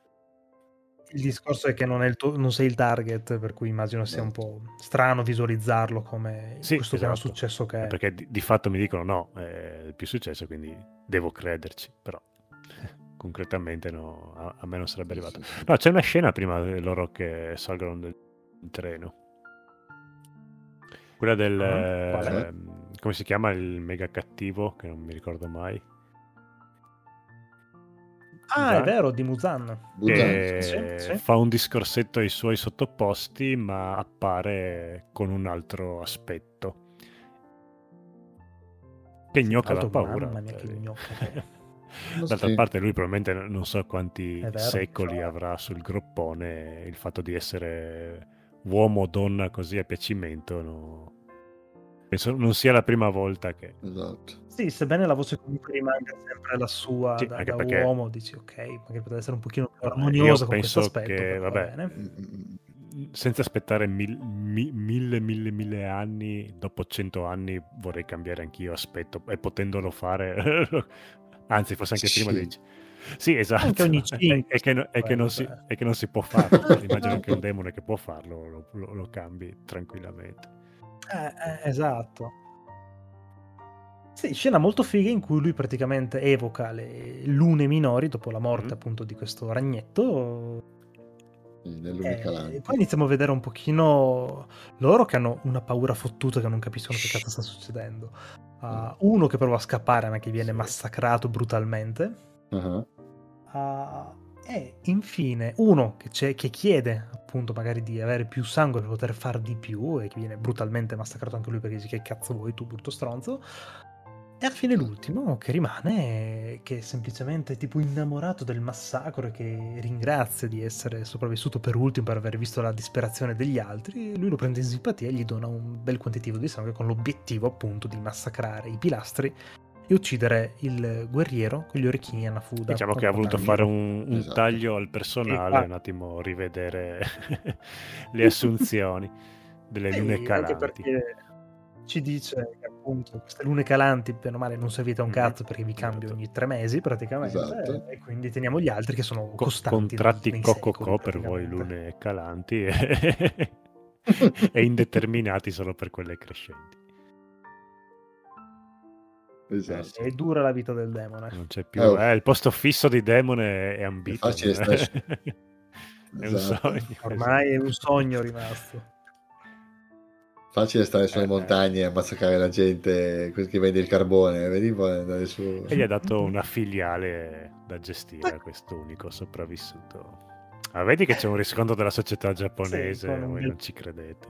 il discorso è che non, è il tuo- non sei il target, per cui immagino sia un Esatto. po' strano visualizzarlo come Sì, questo piano esatto. successo che Eh, è. Perché di, di fatto mi dicono no, è il più successo, quindi devo crederci, però concretamente no, a, a me non sarebbe Sì, arrivato. sì, sì. No, c'è una scena prima di loro che salgono nel treno. Quella del... Ah, quale? ehm, come si chiama il mega cattivo, che non mi ricordo mai. Ah, è Muzan, vero, di Muzan. Busan, Sì, sì. sì, che sì. fa un discorsetto ai suoi sottoposti, ma appare con un altro aspetto. Che Sì, gnocca tra da l'altro, paura. mamma mia, che cioè, gnocca che è. D'altra Sì. parte lui probabilmente non so quanti È vero. secoli avrà sul groppone, il fatto di essere uomo o donna così a piacimento, no? Penso non sia la prima volta che... Esatto. Sì, sebbene la voce comunque rimanga sempre la sua Sì, da, anche da perché uomo, dici ok, magari potrebbe essere un pochino più no, io armoniosa con questo penso aspetto, che, però va vabbè, bene. Mm. senza aspettare mil- mi- mille, mille, mille anni, dopo cento anni vorrei cambiare anch'io aspetto e potendolo fare, anzi forse anche prima Sì. dei... Sì, esatto, Anche ogni e, cinque e che, no- e che non si, e che non si può farlo. Immagino che un demone che può farlo lo, lo- lo cambi tranquillamente. Eh, eh, esatto. Sì, scena molto figa in cui lui praticamente evoca le lune minori dopo la morte Mhm. appunto di questo ragnetto. Sì, nell'unica E Calanti. poi iniziamo a vedere un pochino loro che hanno una paura fottuta, che non capiscono che cazzo sta succedendo. Uh, uno che prova a scappare ma che viene Sì. massacrato brutalmente. Ah, Uh, e infine uno che, c'è, che chiede appunto magari di avere più sangue per poter far di più e che viene brutalmente massacrato anche lui perché dice che cazzo vuoi tu brutto stronzo. E alla fine l'ultimo che rimane, che è semplicemente tipo innamorato del massacro e che ringrazia di essere sopravvissuto per ultimo, per aver visto la disperazione degli altri. Lui lo prende in simpatia e gli dona un bel quantitativo di sangue con l'obiettivo appunto di massacrare i pilastri e uccidere il guerriero con gli orecchini a Nafuda. Diciamo che ha voluto Ottantino. fare un, un Esatto. taglio al personale, E un attimo rivedere le assunzioni delle Sì, lune anche calanti. perché ci dice che appunto queste lune calanti, bene o male, non servite a un Mhm, cazzo perché vi cambio esatto. ogni tre mesi praticamente, Esatto. e quindi teniamo gli altri che sono Co- costanti contratti nei cococò secoli per voi praticamente. lune calanti e, e indeterminati solo per quelle crescenti. Esatto. È dura la vita del demone. Non c'è più... Oh. Eh, il posto fisso di demone è ambito. È facile stare su- È un Esatto. sogno. Ormai è un sogno rimasto. Facile stare sulle Eh, eh. montagne e ammazzare la gente, quel che vende il carbone, vedi poi andare su. E gli ha dato una filiale da gestire a questo unico sopravvissuto. Ah, vedi che c'è un riscontro della società giapponese, Sì, con un voi bel- non ci credete.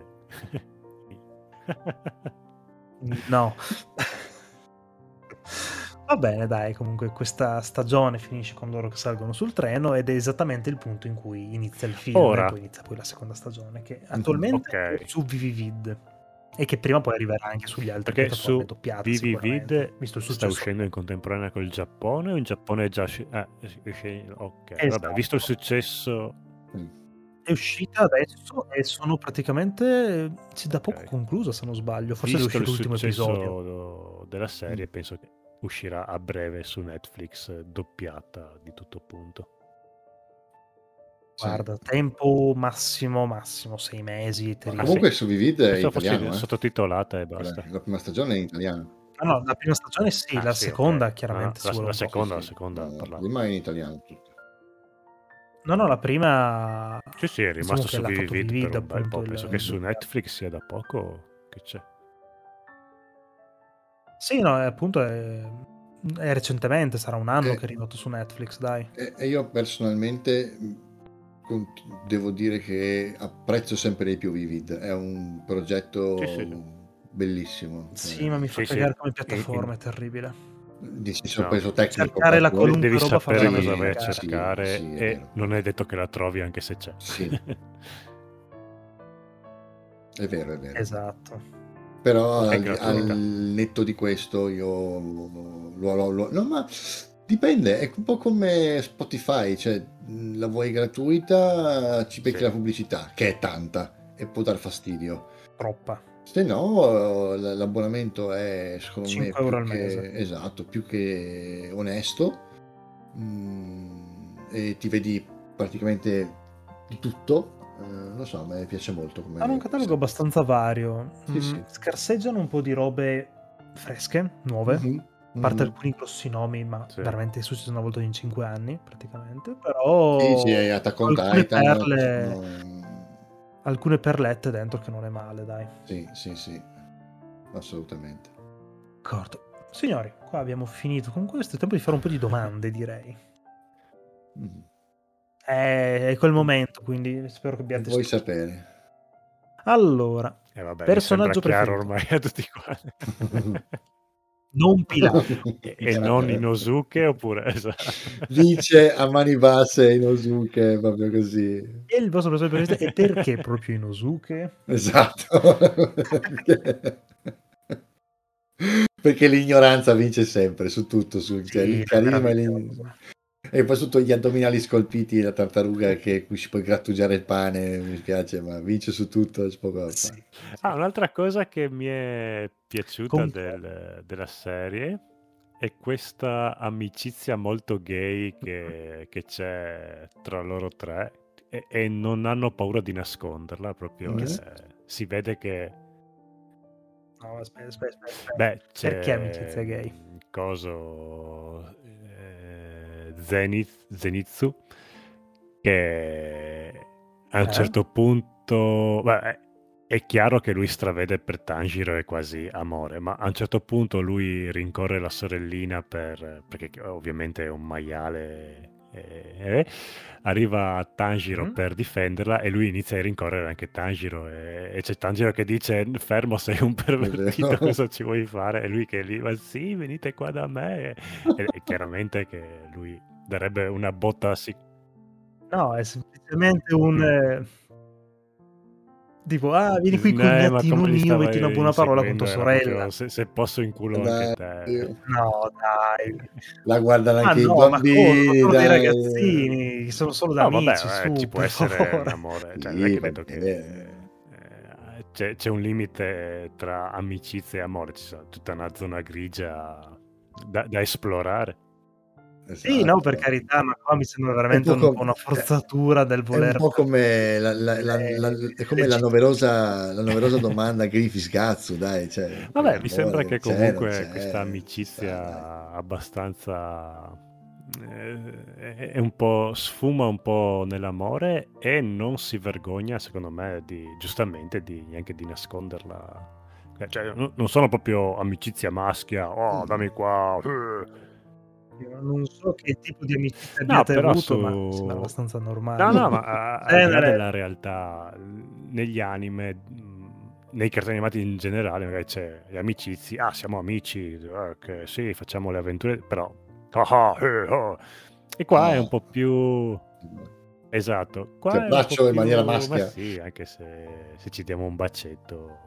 No. Va bene, dai, comunque questa stagione finisce con loro che salgono sul treno ed è esattamente il punto in cui inizia il film Ora. e poi inizia poi la seconda stagione che attualmente ok. è su Vivid. E che prima poi arriverà anche sugli altri Perché su piattaforme doppiate Vivi sicuramente, Vid visto il sta successo. uscendo in contemporanea col Giappone o in Giappone è già usci- ah, es- esce- ok, Esatto. vabbè, visto il successo È uscita adesso e sono praticamente sì, da poco Ok. conclusa, se non sbaglio. Forse è visto il uscito l'ultimo successo episodio. do- della serie, penso che uscirà a breve su Netflix eh, doppiata di tutto punto. Sì. Guarda, tempo massimo, massimo sei mesi. e ti Ah, arrivi. Comunque su Vivid è Pensavo fosse italiano, eh. sottotitolata e Quella- basta. La prima stagione è in italiano. Ah, no, la prima stagione sì, Ah, la sì, seconda ok. chiaramente Ah, la- si vuole la un po'. seconda- Sì, la sì. seconda No, la parlavo. prima è in italiano tutto. No, no, la prima Sì, sì, è diciamo rimasto che su l'ha Vivi fatto Vid Vivid, per un bel appunto, po'. il- Penso che su Netflix sia da poco che c'è. Sì, no, è, appunto è, è recentemente, sarà un anno Eh, che è arrivato su Netflix, dai. E, e io personalmente mh, cont- devo dire che apprezzo sempre di più Vivid. È un progetto Sì, sì, sì. bellissimo. Sì, ma mi fa Sì, sì. cagare come In- piattaforma, in- è terribile. Di senso No. preso tecnico. Cercare la proprio. De- qualunque devi roba fa sapere veramente cosa vai a cagare. cercare Sì, sì, è e vero. non è detto che la trovi anche se c'è. Sì. È vero, è vero. Esatto. Però È al, gratuita. al netto di questo io lo, lo- lo- no, ma dipende, è un po' come Spotify, cioè mh, la vuoi gratuita, ci becchi Sì. la pubblicità, che è tanta e può dar fastidio. Troppa. Se no, l- l'abbonamento è secondo me cinque euro più al che, mese. esatto, più che onesto. Mm, e ti vedi praticamente di tutto. Eh, non lo so, a me piace molto come Hanno un catalogo abbastanza vario. Sì, Mm, sì. Scarseggiano un po' di robe fresche, nuove. Mhm, A parte mhm. alcuni grossi nomi, ma Sì. veramente è successo una volta in cinque anni, praticamente. Però Sì, sì, è Attack on alcune Titan, perle, sono- alcune perlette dentro che non è male, dai. Sì, sì, sì, assolutamente. D'accordo. Signori, qua abbiamo finito con questo. È tempo di fare un po' di domande, direi. Mm. È, è quel momento, quindi spero che Che abbiate vuoi studiato. sapere? Allora, E vabbè, personaggio mi sembra chiaro preferito. ormai a tutti quanti. Non Pilaf. e, e non Inosuke oppure esatto. Vince a mani basse Inosuke, proprio così. E il vostro personaggio preferito e perché proprio Inosuke? Esatto. Perché l'ignoranza vince sempre su tutto, su, cioè, Sì, il è carisma e, meraviglioso. l'in- e poi sotto gli addominali scolpiti, la tartaruga che cui si può grattugiare il pane, mi spiace, ma vince su tutto, c'è poco da Sì. fare. Ah, un'altra cosa che mi è piaciuta Con- del- della serie è questa amicizia molto gay che, che c'è tra loro tre e, e non hanno paura di nasconderla, proprio Mm. eh, si vede che No, aspetta, aspetta, aspetta, aspetta. beh, c'è Perché amicizia gay? mm, coso eh, Zenith, Zenitsu che a un Eh? certo punto beh, è chiaro che lui stravede per Tanjiro è quasi amore, ma a un certo punto lui rincorre la sorellina per, perché ovviamente è un maiale e, e arriva a Tanjiro Mm. per difenderla e lui inizia a rincorrere anche Tanjiro e, e c'è Tanjiro che dice fermo, sei un pervertito, vero. cosa ci vuoi fare? E lui che lì ma sì, venite qua da me e, e chiaramente che lui darebbe una botta sic- No, è semplicemente un... eh, tipo, ah, vieni qui Eh, ma cognatino come li mio, metti stava una buona parola con inseguendo tua era sorella. proprio se, se posso in culo Dai, anche te. No, dai. la guardano Ma anche i no, ma cosa? bambini, Sono dei dai. ragazzini, sono solo da No, vabbè, amici, eh, su, ci può per essere un favore. amore, cioè Sì, non è che va vedo che bene. eh, c'è, c'è un limite tra amicizia e amore, ci sono tutta una zona grigia da, da esplorare. Sì, no, Esatto. per carità, ma qua mi sembra È un veramente po' un com- po' una forzatura del È un voler... po' come la, la- la- la- Eh, è come la noverosa, la noverosa domanda Griffiths Gazzu, dai, cioè, Vabbè, per mi sembra l'amore, che c'è, comunque non c'è, questa sta, dai. amicizia abbastanza eh, è è un po' sfuma un po' nell'amore e non si vergogna, secondo me, di giustamente di anche di nasconderla. Eh, Cioè, non non sono proprio amicizia maschia, oh, dammi qua. eh. Non so che tipo di amicizia No, abbiate però avuto, ma mi sembra su abbastanza normale. No, no, ma a- al di là Genere. della realtà, negli anime, mh, nei cartoni animati in generale, magari c'è le amicizie, ah, siamo amici, eh, che sì, facciamo le avventure, però ah, ah, eh, oh. E qua è un No. po' più esatto, Ti qua è un po' abbraccio in più maniera ma maschia. sì, anche se, se ci diamo un bacetto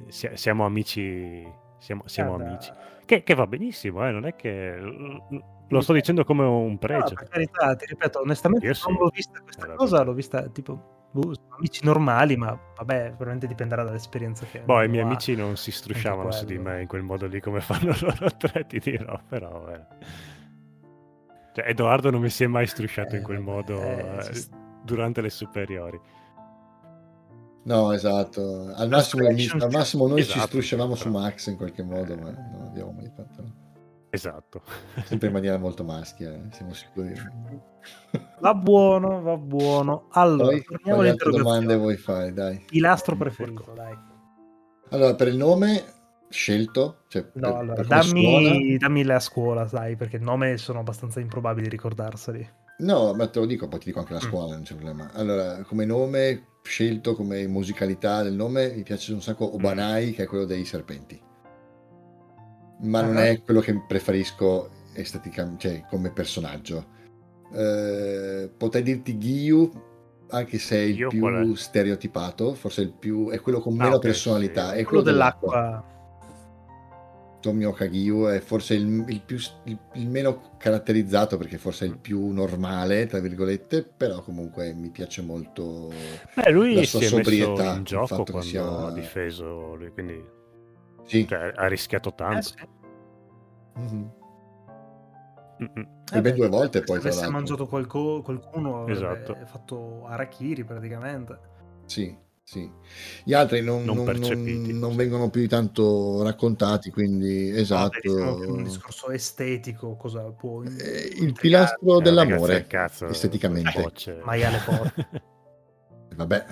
si- siamo amici, siamo, siamo Guarda, amici. Che, che va benissimo, eh, non è che lo sto dicendo come un no, pregio. per carità, ti ripeto, onestamente Io non sì, l'ho vista questa era cosa, così. l'ho vista tipo, boh, sono amici normali, ma vabbè, veramente dipenderà dall'esperienza che Boh, i ognuno miei ha, amici non si anche strusciavano su di quello. me in quel modo lì come fanno loro tre, ti dirò, però... eh. Cioè, Edoardo non mi si è mai strusciato in Eh, quel vabbè, modo eh, ci eh, sta. durante le superiori. No, esatto. Al massimo, mi- Frustration al sì. massimo noi ci Esatto, sì, strusciavamo su però... Max in qualche modo, ma eh, non abbiamo mai fatto. Esatto. Sempre in maniera molto maschia, eh, siamo sicuri. Va buono, va buono. Allora, Poi, torniamo quali altre domande all'interrogazione. vuoi fare? Dai. Pilastro preferito, dai. Allora, per il nome scelto, cioè No, per, allora, per come suona, dammi, dammi la scuola, sai, perché il nome sono abbastanza improbabili ricordarseli. no, ma te lo dico, poi ti dico anche la Mm. scuola, non c'è problema. Allora, come nome scelto, come musicalità del nome, mi piace un sacco Obanai, che è quello dei serpenti. Ma non Ah, è quello che preferisco esteticamente, cioè come personaggio. Eh, potrei dirti Gyu, anche se è il Io qual è? più stereotipato, forse il più, è quello con Ah, meno ok, personalità, sì. è quello quello dell'acqua. dell'acqua. Tomioka Gyu è forse il, il più, il, il meno caratterizzato, perché forse è il più normale, tra virgolette, però comunque mi piace molto Beh, lui la sua si è messo sobrietà, in il gioco fatto che quando ha sia... difeso lui, quindi Sì. cioè, ha rischiato Eh tanto. sì. Mhm. Mm-mm. E Eh ben beh, due volte se poi, tra avesse l'altro. mangiato qualco- qualcuno avrebbe Esatto. fatto Harakiri praticamente. Sì, sì. Gli altri non, Non non- percepiti, non- non sì. vengono più di tanto raccontati, quindi No, vabbè, lì siamo più in un esatto. discorso estetico, cosa può in- Eh, il intrigare. pilastro Eh, vabbè, grazie al dell'amore, cazzo, esteticamente. bocce. Maiale forte. Vabbè.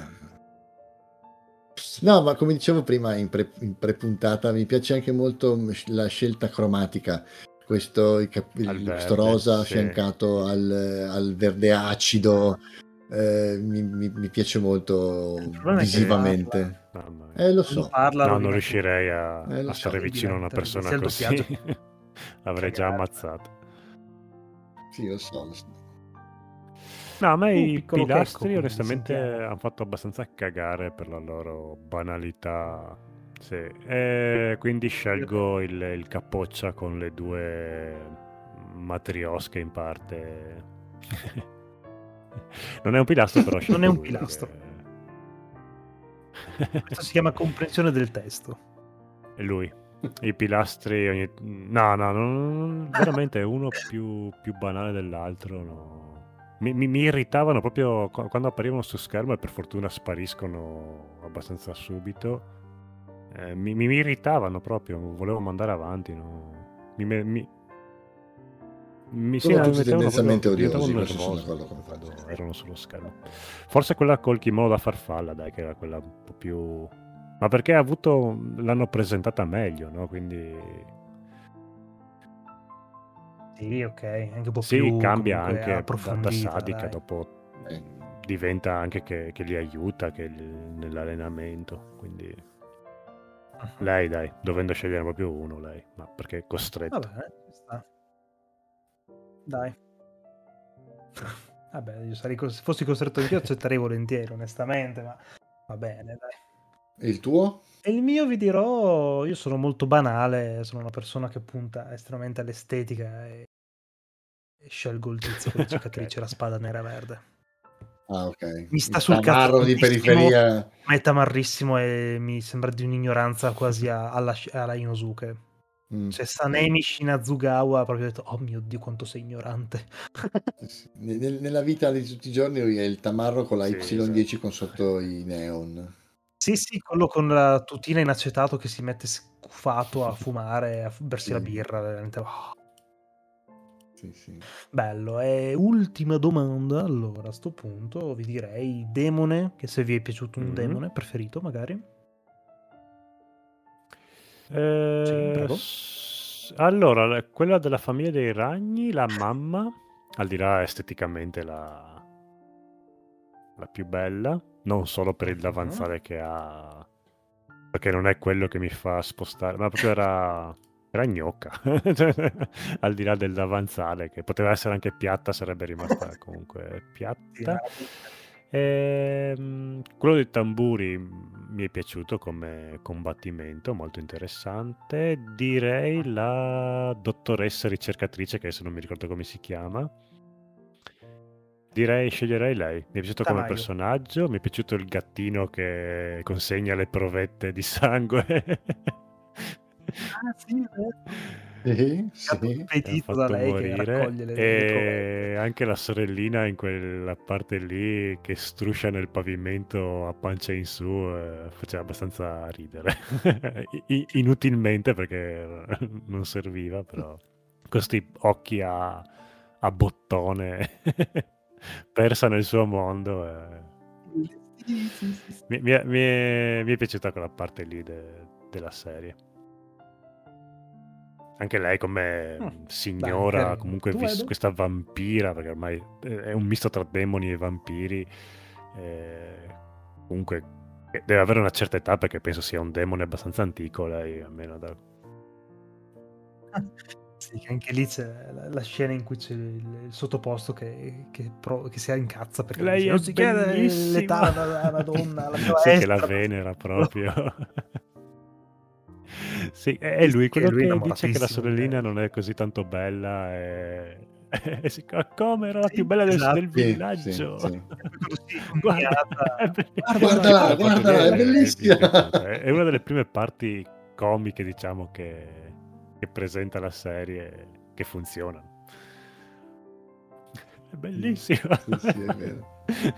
No, ma come dicevo prima in, pre, in pre-puntata, mi piace anche molto la scelta cromatica. Questo, il cap- Al il- questo verde, rosa sì. affiancato al, al verde acido, eh, mi, mi- mi piace molto Il problema è che visivamente. Mamma mia. Eh, lo quando so. parla No, non rovina tutto. riuscirei a, Eh, lo a so. stare In vicino a una diretta, persona sia il così. doppiaggio L'avrei già cagare. ammazzato. Sì, lo so, lo so. No, a me Uh, i piccolo checco, pilastri quindi onestamente sentiamo. hanno fatto abbastanza cagare per la loro banalità. Sì. E quindi scelgo il, il capoccia con le due matriosche in parte. Non è un pilastro, però Non è scelgo un lui pilastro. perché- Questo si chiama comprensione del testo. È lui. I pilastri ogni... No, no, non- veramente è uno più, più banale dell'altro. No. Mi, mi- mi irritavano proprio qu- quando apparivano su schermo e per fortuna spariscono abbastanza subito. Eh, mi, mi- mi irritavano proprio, volevo mandare avanti. No. Mi, me- mi, mi, sì, Sono mi tutti mettevano tendenzialmente proprio, diventavo odiosi, questo sono nervoso d'accordo con quando Francesco. erano sullo schermo. Forse quella col kimono da farfalla, dai, che era quella un po' più... Ma perché ha avuto... l'hanno presentata meglio, no? Quindi... Sì, ok, anche un po' Sì, più cambia comunque anche da, da approfondita, sadica, dai. dopo Eh. diventa anche che, che li aiuta che li- nell'allenamento. Quindi lei, dai, dovendo scegliere proprio uno, lei, ma perché è costretto. Vabbè, ci sta. Dai. Vabbè, io sarei cos- se fossi costretto anch'io accetterei volentieri, onestamente, ma va bene, dai. E il tuo? E il mio vi dirò, io sono molto banale, sono una persona che punta estremamente all'estetica e, e scelgo il tizio con le cicatrici e la spada nera e verde. Ah, ok. Mi sta Il sul cazzo tamarro di tantissimo, periferia. ma è tamarrissimo e mi sembra di un'ignoranza quasi a- alla, alla Inosuke. Mm, Cioè Sanemi Shinazugawa, proprio ho detto, oh mio Dio quanto sei ignorante. sì, sì. Nel- nella vita di tutti i giorni lui è il tamarro con la Sì, Y dieci esatto. con sotto i neon. Sì, sì, quello con la tutina in acetato che si mette scufato a fumare, a bersi Sì. la birra, veramente. Oh, Sì, sì. bello. E ultima domanda, allora a sto punto vi direi demone, che se vi è piaciuto un Mhm. demone preferito magari. Eh, Sì, prego. s- allora, la- quella della famiglia dei ragni, la mamma, al di là esteticamente la, la più bella, non solo per il Mhm. davanzale che ha, perché non è quello che mi fa spostare, ma proprio era, era gnocca, Cioè, al di là del davanzale, che poteva essere anche piatta, sarebbe rimasta comunque Sì, piatta. era- Ehm, quello dei tamburi mi è piaciuto come combattimento, molto interessante. Direi la dottoressa ricercatrice, che adesso non mi ricordo come si chiama. Direi, sceglierei lei. Mi è piaciuto come Tamayo. personaggio, mi è piaciuto il gattino che consegna le provette di sangue. Ah, sì, Sì, gatto sì. Ha spedito da fatto lei che morire. raccoglie le, le provette. E anche la sorellina in quella parte lì che struscia nel pavimento a pancia in su, eh, faceva abbastanza ridere. I- inutilmente perché non serviva, però questi occhi a, a bottone persa nel suo mondo. eh. Sì, sì, sì, sì. Mi, mi è, mi è- mi è piaciuta quella parte lì de- della serie. Anche lei come Mm, mm, dai, signora, carino. comunque Tu, vis- Edo? questa vampira, perché ormai eh, è un misto tra demoni e vampiri. eh, comunque eh, deve avere una certa età perché penso sia un demone abbastanza antico lei, almeno da... Sì, che anche lì c'è la, la scena in cui c'è il, il sottoposto che, che, pro- che si incazza perché Lei dice è non si chiede bellissima! l'età alla, alla donna, alla tua Sì, che la estera. venera proprio. Sì, è è Sì, lui sì, che quello lui è che dice che la innamoratissimo di sorellina lei. non è così tanto bella e... e si- "Ah, come era la più Sì, bella del, esatto. del Sì, sì, villaggio?" sì. E poi quando si è Guarda, comiata, è belli- guarda, sì, Guardala, quella parte lì guardala, è è- è- mi è bellissima. piaciuta. È è una delle prime parti comiche, diciamo, che, che presenta la serie, che funzionano. È bellissima. Sì, sì, è vero.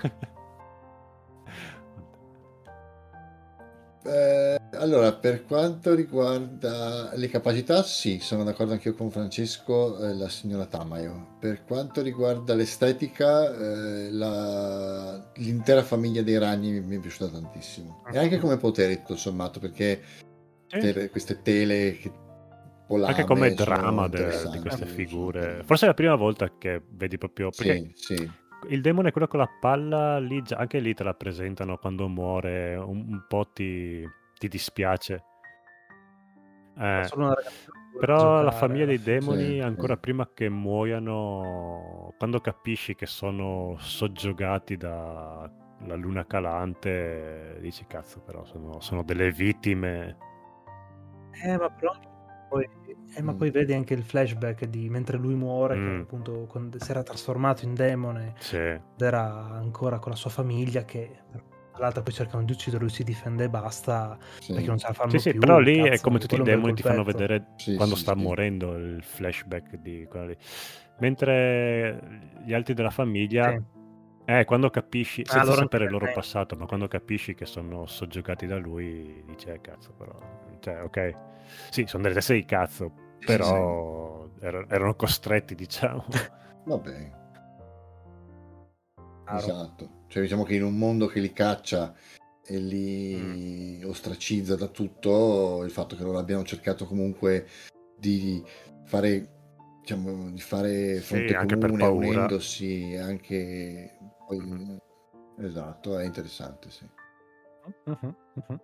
Eh, allora, per quanto riguarda le capacità, sì, sono d'accordo anch'io con Francesco, eh, la signora Tamayo. Per quanto riguarda l'estetica, eh, la- l'intera famiglia dei ragni mi, mi è piaciuta tantissimo. E anche come poteri, tutto sommato, perché Sì. te- queste tele che Anche come polame sono dramma de- di interessanti. queste sono figure. carine. Forse è la prima volta che vedi proprio... Perché Sì, sì. il demone è quello con la palla, lì già- anche lì te la presentano quando muore, un, un po' ti, ti dispiace. era Eh, solo una ragazza che voleva però la giocare famiglia alla dei fine. demoni, Sì, ancora sì. prima che muoiano, quando capisci che sono soggiogati dalla luna calante, dici cazzo, però sono, sono delle vittime. Eh, ma però poi, eh, ma Mm. poi vedi anche il flashback di mentre lui muore, che Mm, appunto quando si era trasformato in demone sì. ed era ancora con la sua famiglia che tra l'altro poi cercano di uccidere, lui si difende e basta Sì. perché non ce la fanno Sì, sì, più. però lì è Cazzo, come anche tutti i quello è un bel demoni ti fanno colpetto. vedere Sì, quando sì, sta sì. morendo il flashback di quello lì. Mentre gli altri della famiglia, Sì. eh, quando capisci, Ah, senza allora anche sapere il per loro me. passato, ma quando capisci che sono soggiogati da lui, dici, eh, cazzo, però, cioè, ok, sì, sono delle teste di cazzo, però er- erano costretti, diciamo. Vabbè, Chiaro. esatto. Cioè, diciamo che in un mondo che li caccia e Mm. li ostracizza da tutto, il fatto che loro abbiano cercato comunque di fare, diciamo, di fare Sì, fronte anche per comune, paura. unendosi anche poi, Mhm. esatto, è interessante, sì. Mhm, mhm.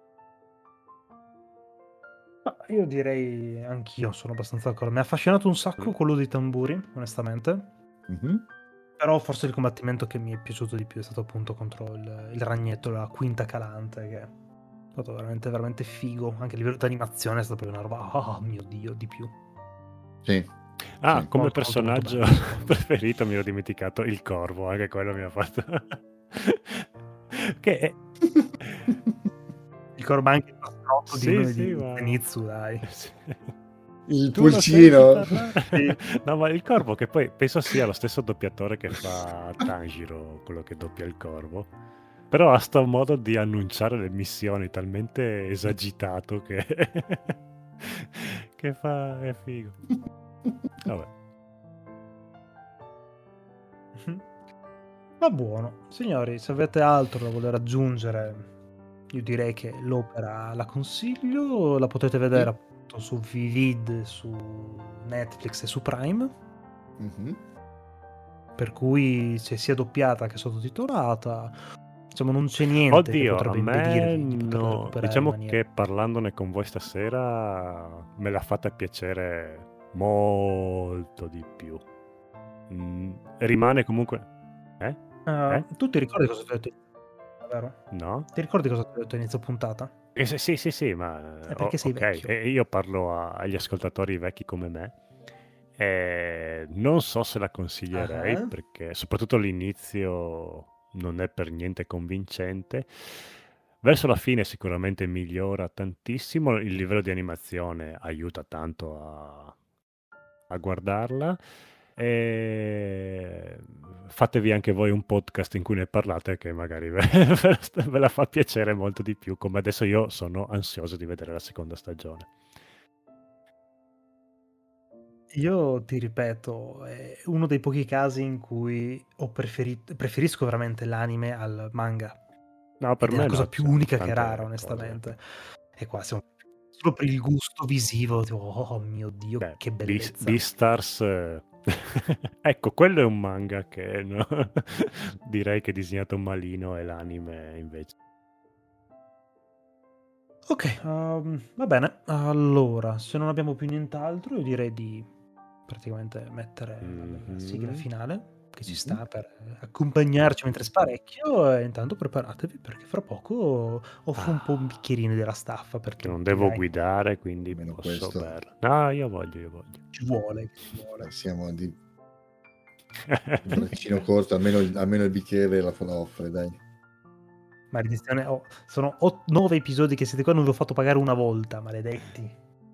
Ma io direi anch'io sono abbastanza d'accordo. Mi ha affascinato un sacco Mm. quello dei tamburi, onestamente. Mhm. Però forse il combattimento che mi è piaciuto di più è stato appunto contro il, il ragnetto, la quinta calante, che è stato veramente, veramente figo. Anche a livello di animazione è stata proprio una roba, oh mio Dio, di più. Sì, Ah, sì. come Molto, molto, molto personaggio bello, secondo me. preferito mi ero dimenticato il corvo, anche quello mi ha fatto... che è... Il corvo anche il mastrotto di Sì, uno sì, di ma... Zenitsu, dai. Sì. Il Tu lo senti pulcino. parlare? Sì. No, ma il corvo che poi penso sia lo stesso doppiatore che fa Tanjiro, quello che doppia il corvo. Però ha sto modo di annunciare le missioni talmente esagitato che... che fa... è figo. Vabbè. Va buono. Signori, se avete altro da voler aggiungere, io direi che l'opera la consiglio, la potete vedere appunto su Vivid, su Netflix e su Prime, Mhm. per cui c'è sia doppiata che sottotitolata. Insomma, non c'è niente che Oddio, a potrebbe me impedirvi di poterla no. recuperare in Diciamo maniera... che parlandone con voi stasera me l'ha fatta piacere molto di più. Mm, rimane comunque... Eh? Uh, Eh? tu ti ricordi cosa ti ho detto? Vero? No? Ti ricordi cosa ti ho detto a inizio puntata? Eh, sì, sì, sì, sì, ma È perché o- sei ok, vecchio. e io parlo a- agli ascoltatori vecchi come me. Eh, non so se la consiglierei Ah. perché soprattutto l'inizio non è per niente convincente. Verso la fine sicuramente migliora tantissimo, il livello di animazione aiuta tanto a, a guardarla. E fatevi anche voi un podcast in cui ne parlate che magari ve, ve la fa piacere molto di più, come adesso io sono ansioso di vedere la seconda stagione. Io ti ripeto, è uno dei pochi casi in cui ho preferito, preferisco veramente l'anime al manga. No, per Ed è me la cosa no, più cioè, unica che tante rara, cose. onestamente. E qua siamo solo per il gusto visivo. Tipo, oh mio Dio, Beh, che Beast- bellezza. Beastars, eh, ecco, quello è un manga che no? direi che è disegnato malino e l'anime invece. Ok, um, va bene. Allora, se non abbiamo più nient'altro, io direi di praticamente mettere la bella sigla Mhm. finale che ci Mhm. sta per accompagnarci mentre sparecchio. E intanto preparatevi perché fra poco offro un po' un Ah, bicchierino della staffa per che non tutti, devo dai. guidare, quindi Almeno posso questo. berlo. No, io voglio, io voglio. Ci vuole, ci vuole. Siamo di un braccino corto, almeno, il- almeno il bicchiere la, la offre, dai. Maledizione, oh, sono ot- nove episodi che siete qua, non vi ho fatto pagare una volta, maledetti.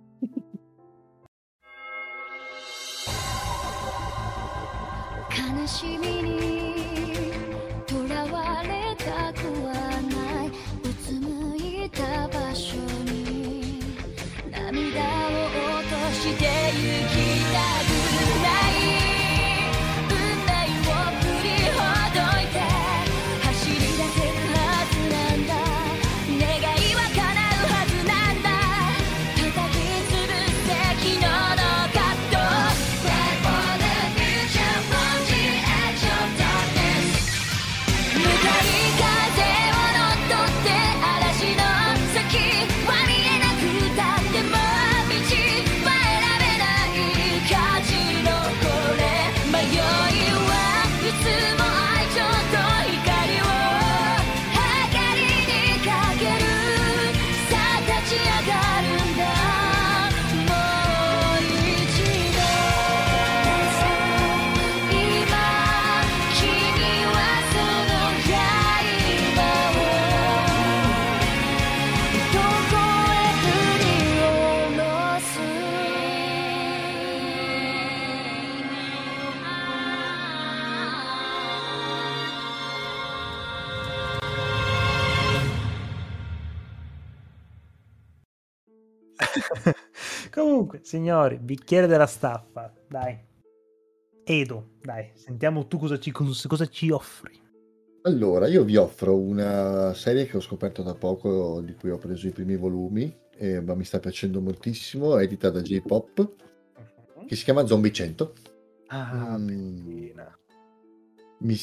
悲しみにとらわれたくはないうつむいた場所に涙を落としてゆきたくない運命を振りほどいて走り出せるはずなんだ願いは叶うはずなんだ叩き潰す昨日の葛藤 Fight for the future from the edge of darkness 向かい風を乗っ取って嵐の先は見えなくたっても道は選べない価値のこれ迷いはいつも愛情と光を明かりにかけるさあ立ち上がるんだもう一度今君はその刃をどこへ振り下ろす Comunque, signori, bicchiere della staffa, dai. Edo, dai, sentiamo tu cosa ci, cosa ci offri. Allora, io vi offro una serie che ho scoperto da poco, di cui ho preso i primi volumi, e, ma mi sta piacendo moltissimo, è editata da J-Pop, che si chiama Zombie cento. Ah, Mm. bellina. Mi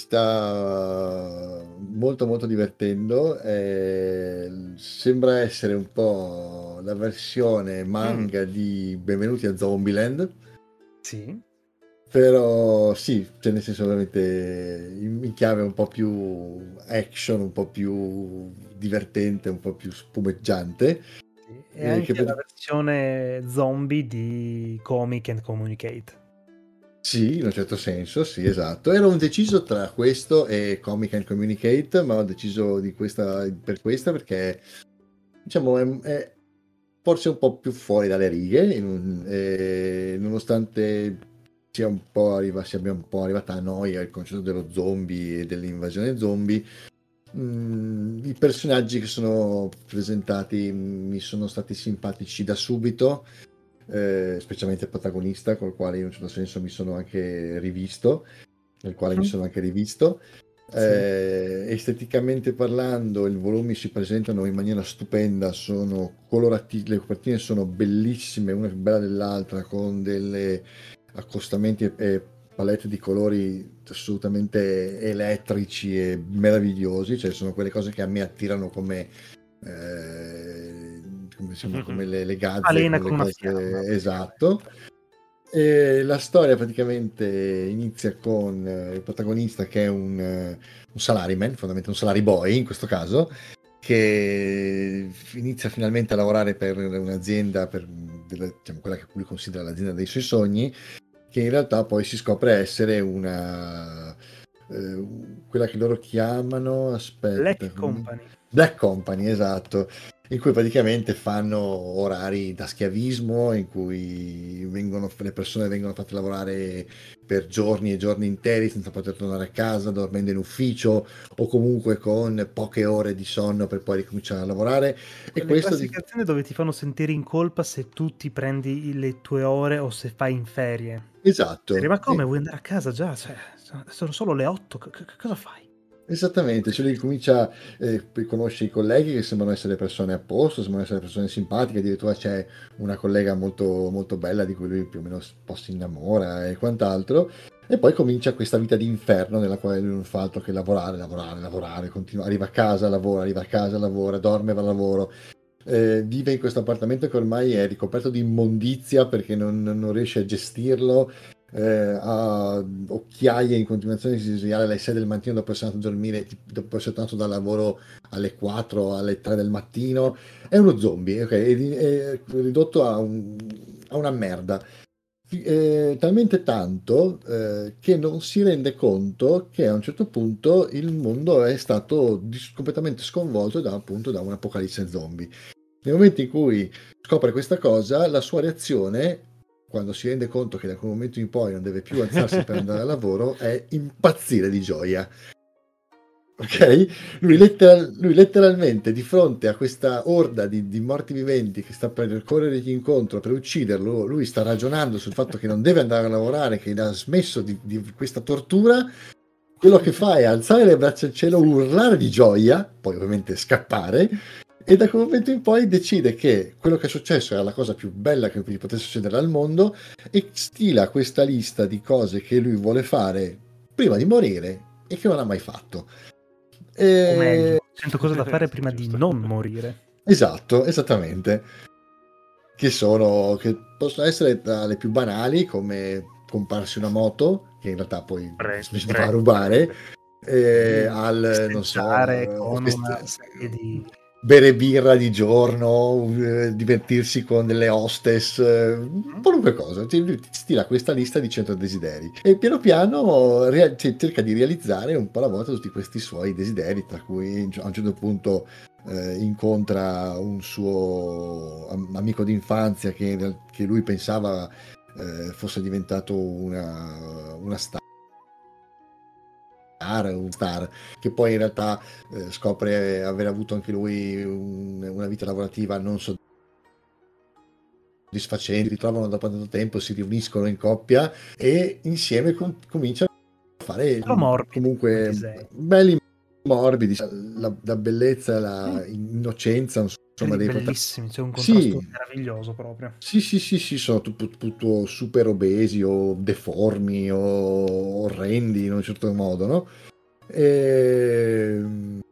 sta molto molto divertendo, eh, sembra essere un po' la versione manga di Benvenuti a Zombieland, Sì. però sì, cioè nel senso veramente in, in chiave un po' più action, un po' più divertente, un po' più spumeggiante. Sì, Eh, e anche che- la versione zombie di Comic and Communicate. Sì, in un certo senso, sì, esatto. Ero indeciso tra questo e Comic and Communicate, ma ho deciso di questa, per questa perché, diciamo, è, è forse un po' più fuori dalle righe, in un- eh, nonostante sia un po' arriva, si abbia un po' arrivata a noia il concetto dello zombie e dell'invasione zombie. Mm, i personaggi che sono presentati mi sono stati simpatici da subito. Eh, specialmente il protagonista, col quale in un certo senso mi sono anche rivisto, nel quale mi sono anche rivisto. Eh, esteticamente parlando, i volumi si presentano in maniera stupenda, sono colorati, le copertine sono bellissime, una più bella dell'altra, con delle accostamenti e, e palette di colori assolutamente elettrici e meravigliosi, cioè sono quelle cose che a me attirano come eh, come, insomma, come le, le gazze, Balena con le con una cose, fiamma, esatto. E la storia praticamente inizia con eh, il protagonista che è un, eh, un salaryman, fondamentalmente un salary boy in questo caso, che inizia finalmente a lavorare per un'azienda, per, della- diciamo, quella che lui considera l'azienda dei suoi sogni, che in realtà poi si scopre essere una eh, quella che loro chiamano, aspetta, Black come- Company. Black Company, esatto, in cui praticamente fanno orari da schiavismo, in cui vengono, le persone vengono fatte lavorare per giorni e giorni interi senza poter tornare a casa, dormendo in ufficio o comunque con poche ore di sonno per poi ricominciare a lavorare. E Quelle questo di- classiche aziende dove ti fanno sentire in colpa se tu ti prendi le tue ore o se fai in ferie. esatto, Ma come, e- vuoi andare a casa già? Cioè, sono solo le otto, c- c- cosa fai? esattamente, cioè lui comincia, eh, conosce i colleghi che sembrano essere persone a posto, sembrano essere persone simpatiche, addirittura c'è una collega molto, molto bella di cui lui più o meno un po' si innamora e quant'altro, e poi comincia questa vita di inferno nella quale lui non fa altro che lavorare, lavorare, lavorare, continua, arriva a casa, lavora, arriva a casa, lavora, dorme, va al lavoro. Eh, vive in questo appartamento che ormai è ricoperto di immondizia perché non, non riesce a gestirlo, eh, ha occhiaie in continuazione, si sveglia alle sei del mattino dopo essere andato a dormire, tipo, dopo essere tornato dal lavoro alle quattro, alle tre del mattino. È uno zombie, ok? È, è ridotto a, un- a una merda. Eh, talmente tanto eh, che non si rende conto che a un certo punto il mondo è stato dis- completamente sconvolto da, appunto, da un'apocalisse zombie. Nel momento in cui scopre questa cosa, la sua reazione, quando si rende conto che da quel momento in poi non deve più alzarsi per andare al lavoro, è impazzire di gioia. Ok? Lui, letteral- lui letteralmente di fronte a questa orda di, di morti viventi che sta per corrergli incontro per ucciderlo, lui sta ragionando sul fatto che non deve andare a lavorare, che ha smesso di, di questa tortura. Quello che fa è alzare le braccia al cielo, urlare di gioia, poi ovviamente scappare, e da quel momento in poi decide che quello che è successo era la cosa più bella che gli potesse succedere al mondo e stila questa lista di cose che lui vuole fare prima di morire e che non ha mai fatto. O E- meglio, cento cose da fare prima di Giusto. non morire. Esatto, esattamente. Che sono, che possono essere tra le più banali, come comparsi una moto, che in realtà poi Pre- si pre- fa rubare, eh, Mm, al, non so, festeggiare eh, con feste- una serie di... bere birra di giorno, eh, divertirsi con delle hostess, eh, qualunque cosa. Cioè, lui ti stila questa lista di cento desideri e piano piano rea- cioè, cerca di realizzare un po' alla volta tutti questi suoi desideri, tra cui a un certo punto eh, incontra un suo am- amico d'infanzia che, in real- che lui pensava eh, fosse diventato una, una star, un star, che poi in realtà eh, scopre aver avuto anche lui un- una vita lavorativa non soddisfacente, ritrovano dopo tanto tempo, si riuniscono in coppia e insieme com- cominciano a fare Però morbidi, come comunque disegni. belli morbidi, la, la bellezza, la Mm. innocenza, insomma, dei protagonisti. Bellissimi, c'è un contrasto Sì, meraviglioso proprio. sì, sì, sì, sì, sono tutto, tutto super obesi o deformi o orrendi in un certo modo, no? E,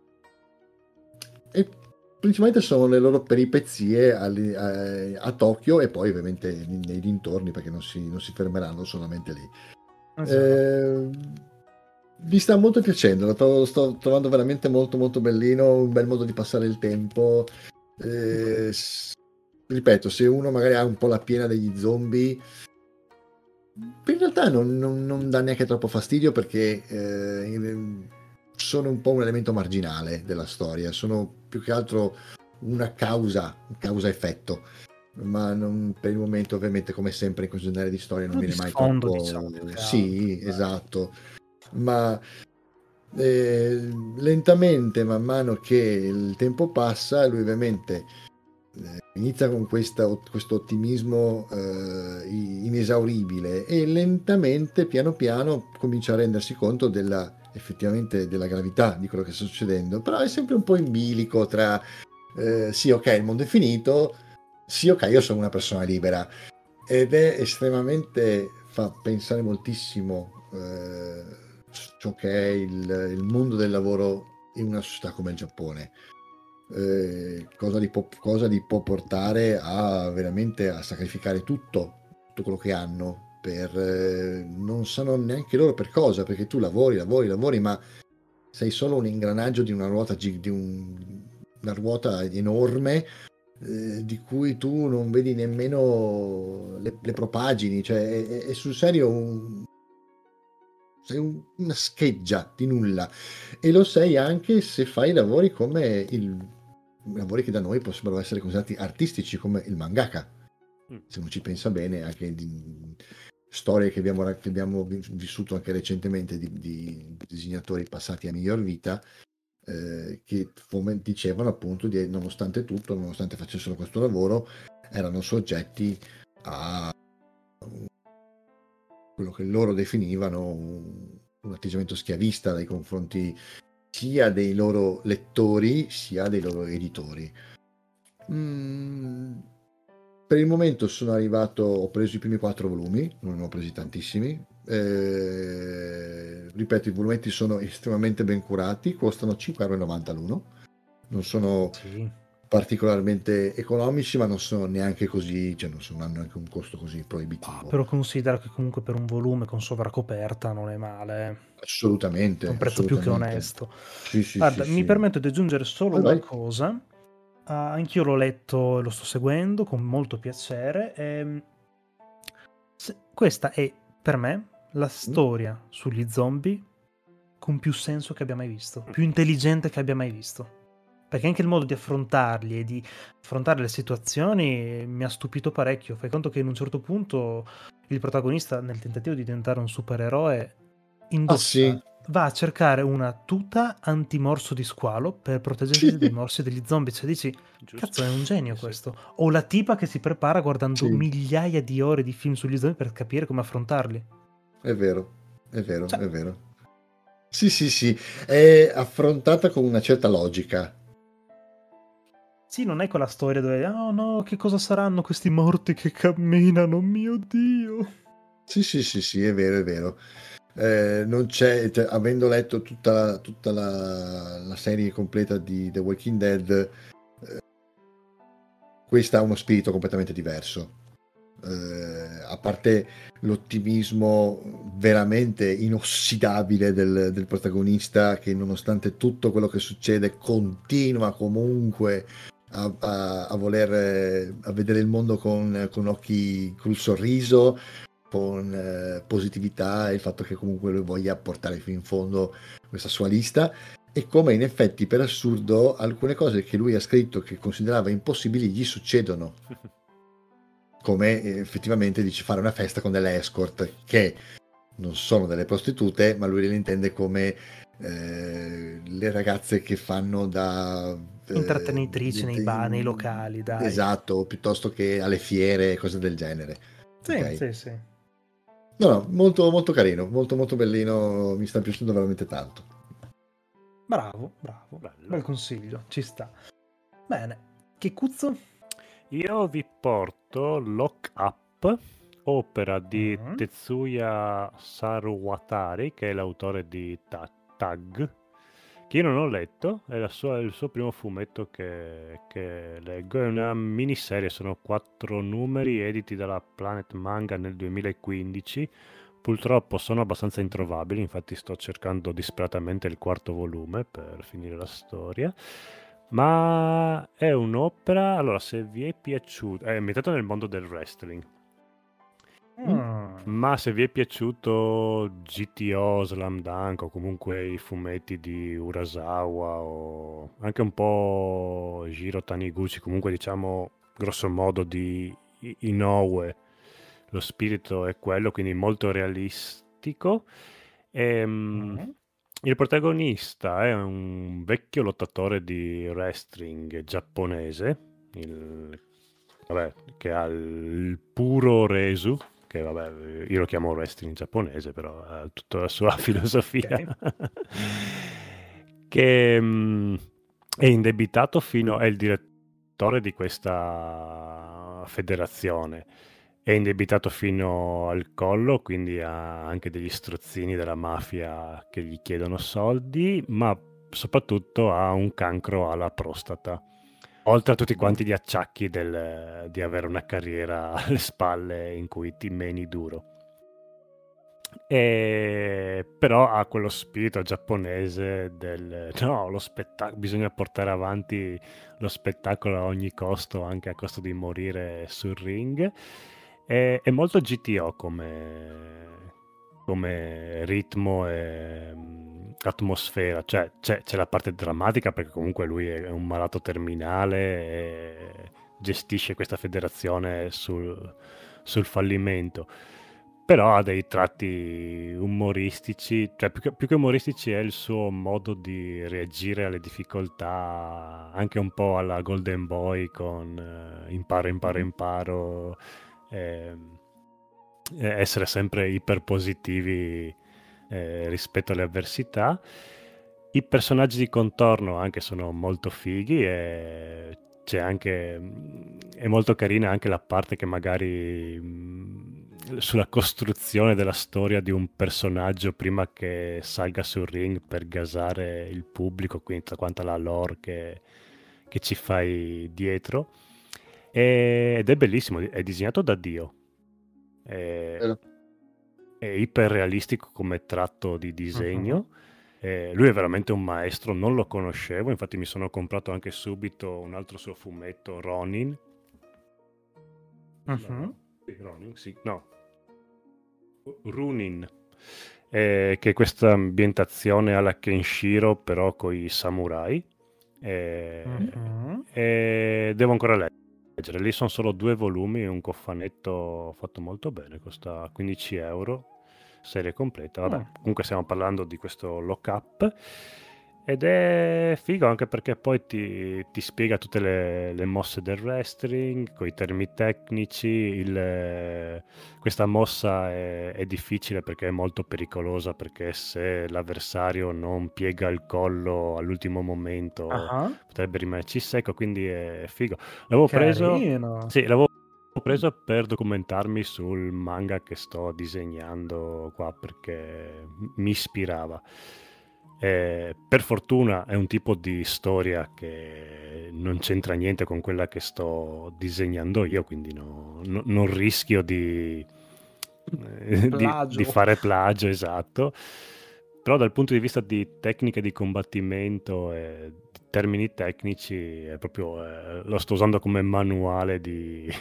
e principalmente sono le loro peripezie ali- a, a Tokyo e poi ovviamente nei dintorni perché non si, non si fermeranno solamente lì. Esatto. Eh, mi sta molto piacendo, lo trovo- lo sto trovando veramente molto molto bellino, un bel modo di passare il tempo. Eh, s- ripeto, se uno magari ha un po' la piena degli zombie, in realtà non, non- non dà neanche troppo fastidio perché eh, in- sono un po' un elemento marginale della storia, sono più che altro una causa, un causa-effetto, ma non- per il momento ovviamente come sempre in questo genere di storie non Quello viene di mai sfondo, troppo... diciamo, più che Sì, altro. esatto, ma eh, lentamente man mano che il tempo passa lui ovviamente eh, inizia con questa, questo ottimismo eh, inesauribile e lentamente, piano piano, comincia a rendersi conto della, effettivamente della gravità di quello che sta succedendo, però è sempre un po' in bilico tra eh, sì, ok, il mondo è finito, sì, ok, io sono una persona libera ed è estremamente, fa pensare moltissimo eh, ciò che è il, il mondo del lavoro in una società come il Giappone. Eh, cosa, li può, cosa li può portare a veramente a sacrificare tutto, tutto quello che hanno per eh, non sanno neanche loro per cosa, perché tu lavori, lavori, lavori, ma sei solo un ingranaggio di una ruota, gi- di un- una ruota enorme eh, di cui tu non vedi nemmeno le, le propagini, cioè è, è- è sul serio un- sei un- una scheggia di nulla, e lo sei anche se fai lavori come il lavori che da noi potrebbero essere considerati artistici, come il mangaka. Mm. Se uno ci pensa bene, anche di storie che abbiamo, che abbiamo vi- vissuto anche recentemente di, di disegnatori passati a miglior vita, eh, che come dicevano appunto di, nonostante tutto, nonostante facessero questo lavoro, erano soggetti a quello che loro definivano un, un atteggiamento schiavista nei confronti sia dei loro lettori sia dei loro editori. Mm, per il momento sono arrivato, ho preso i primi quattro volumi, non ne ho presi tantissimi. Eh, ripeto, i volumetti sono estremamente ben curati, costano cinque e novanta euro l'uno. Non sono Sì. particolarmente economici, ma non sono neanche così, cioè non sono, hanno neanche un costo così Ah, proibitivo. però considera che comunque per un volume con sovracoperta non è male. Assolutamente, È un prezzo più che assolutamente. onesto. Sì, sì, Guarda, sì, mi sì. permetto di aggiungere solo Vai, una vai. cosa. Ah, anch'io l'ho letto e lo sto seguendo con molto piacere. Ehm, se- questa è per me la storia sugli zombie con più senso che abbia mai visto, più intelligente che abbia mai visto. Perché anche il modo di affrontarli e di affrontare le situazioni mi ha stupito parecchio. Fai conto che in un certo punto il protagonista, nel tentativo di diventare un supereroe, Ah indossa, sì, va a cercare una tuta antimorso di squalo per proteggersi dai morsi degli zombie. Cioè dici, Giusto. cazzo, è un genio Sì, sì. questo. O la tipa che si prepara guardando Sì. migliaia di ore di film sugli zombie per capire come affrontarli. è vero, è vero, Cioè, è vero. Sì, sì, sì, è affrontata con una certa logica. sì, non è quella storia dove, oh no, che cosa saranno questi morti che camminano, mio Dio. Sì, sì, sì, sì, è vero, è vero. Eh, non c'è, cioè, avendo letto tutta, la, tutta la, la serie completa di The Walking Dead, eh, questa ha uno spirito completamente diverso. Eh, a parte l'ottimismo veramente inossidabile del, del protagonista, che nonostante tutto quello che succede continua comunque a, a- a voler eh, a vedere il mondo con, con occhi, col sorriso, con eh, positività, e il fatto che comunque lui voglia portare fino in fondo questa sua lista, e come in effetti per assurdo alcune cose che lui ha scritto che considerava impossibili gli succedono, come eh, effettivamente dice fare una festa con delle escort che non sono delle prostitute, ma lui le intende come eh, le ragazze che fanno da eh, Intrattenitrici di- nei di- bar, nei locali, dai. esatto, piuttosto che alle fiere, cose del genere. Sì, Ok? sì, sì. No, no, molto, molto carino, molto, molto bellino, mi sta piacendo veramente tanto. Bravo, bravo. Bello. Bel consiglio, ci sta. Bene, che cuzzo? Io vi porto Lock Up, opera di Mhm. Tetsuya Sarwatari, che è l'autore di Ta- Tag, che io non ho letto, è la sua- il suo primo fumetto che, che leggo. È una miniserie, sono quattro numeri editi dalla Planet Manga nel duemilaquindici. Purtroppo sono abbastanza introvabili, infatti sto cercando disperatamente il quarto volume per finire la storia. Ma è un'opera, allora, se vi è piaciuto, è ambientato nel mondo del wrestling, Mm. ma se vi è piaciuto G T O, Slam Dunk o comunque i fumetti di Urasawa o anche un po' Jiro Taniguchi, comunque diciamo grosso modo di I- Inoue, lo spirito è quello, quindi molto realistico. Ehm, Mhm. il protagonista è un vecchio lottatore di wrestling giapponese, il- vabbè, che ha il puro resu, che vabbè, io lo chiamo wrestling giapponese, però ha tutta la sua filosofia, che mm, è indebitato fino, è il direttore di questa federazione, è indebitato fino al collo, quindi ha anche degli strozzini della mafia che gli chiedono soldi, ma soprattutto ha un cancro alla prostata. Oltre a tutti quanti gli acciacchi del- di avere una carriera alle spalle in cui ti meni duro. E però ha quello spirito giapponese del no, lo spettacolo, bisogna portare avanti lo spettacolo a ogni costo, anche a costo di morire sul ring. È, è molto G T O come, come ritmo e mm, atmosfera, cioè c'è, c'è la parte drammatica perché comunque lui è un malato terminale e gestisce questa federazione sul, sul fallimento, però ha dei tratti umoristici, cioè più che, più che umoristici è il suo modo di reagire alle difficoltà, anche un po' alla Golden Boy con eh, imparo, imparo, imparo, eh, essere sempre iperpositivi eh, rispetto alle avversità. I personaggi di contorno anche sono molto fighi e c'è anche è molto carina anche la parte che magari mh, sulla costruzione della storia di un personaggio prima che salga sul ring per gasare il pubblico, quindi tutta quanta la lore che, che ci fai dietro. E- ed è bellissimo, è disegnato da Dio. È, Vero. è iperrealistico come tratto di disegno. Mhm. Eh, lui è veramente un maestro, non lo conoscevo, infatti mi sono comprato anche subito un altro suo fumetto, Ronin. Mhm. No, sì, Ronin, sì, no, Runin, eh, che è questa ambientazione alla Kenshiro, però con i samurai. Eh, Mhm. e devo ancora leggere. Lì sono solo due volumi, un cofanetto fatto molto bene, costa quindici euro, serie completa. Vabbè, Mm. comunque stiamo parlando di questo Lock Up ed è figo anche perché poi ti, ti spiega tutte le, le mosse del wrestling con i termini tecnici. Il, questa mossa è, è difficile perché è molto pericolosa, perché se l'avversario non piega il collo all'ultimo momento Ah, potrebbe rimanerci secco, quindi è figo. L'avevo preso, carino. sì, l'avevo preso per documentarmi sul manga che sto disegnando qua perché mi ispirava. Eh, per fortuna è un tipo di storia che non c'entra niente con quella che sto disegnando io, quindi no- no- non rischio di, eh, di, di Plagio. fare plagio, esatto. Però dal punto di vista di tecniche di combattimento e di termini tecnici è proprio, eh, lo sto usando come manuale di,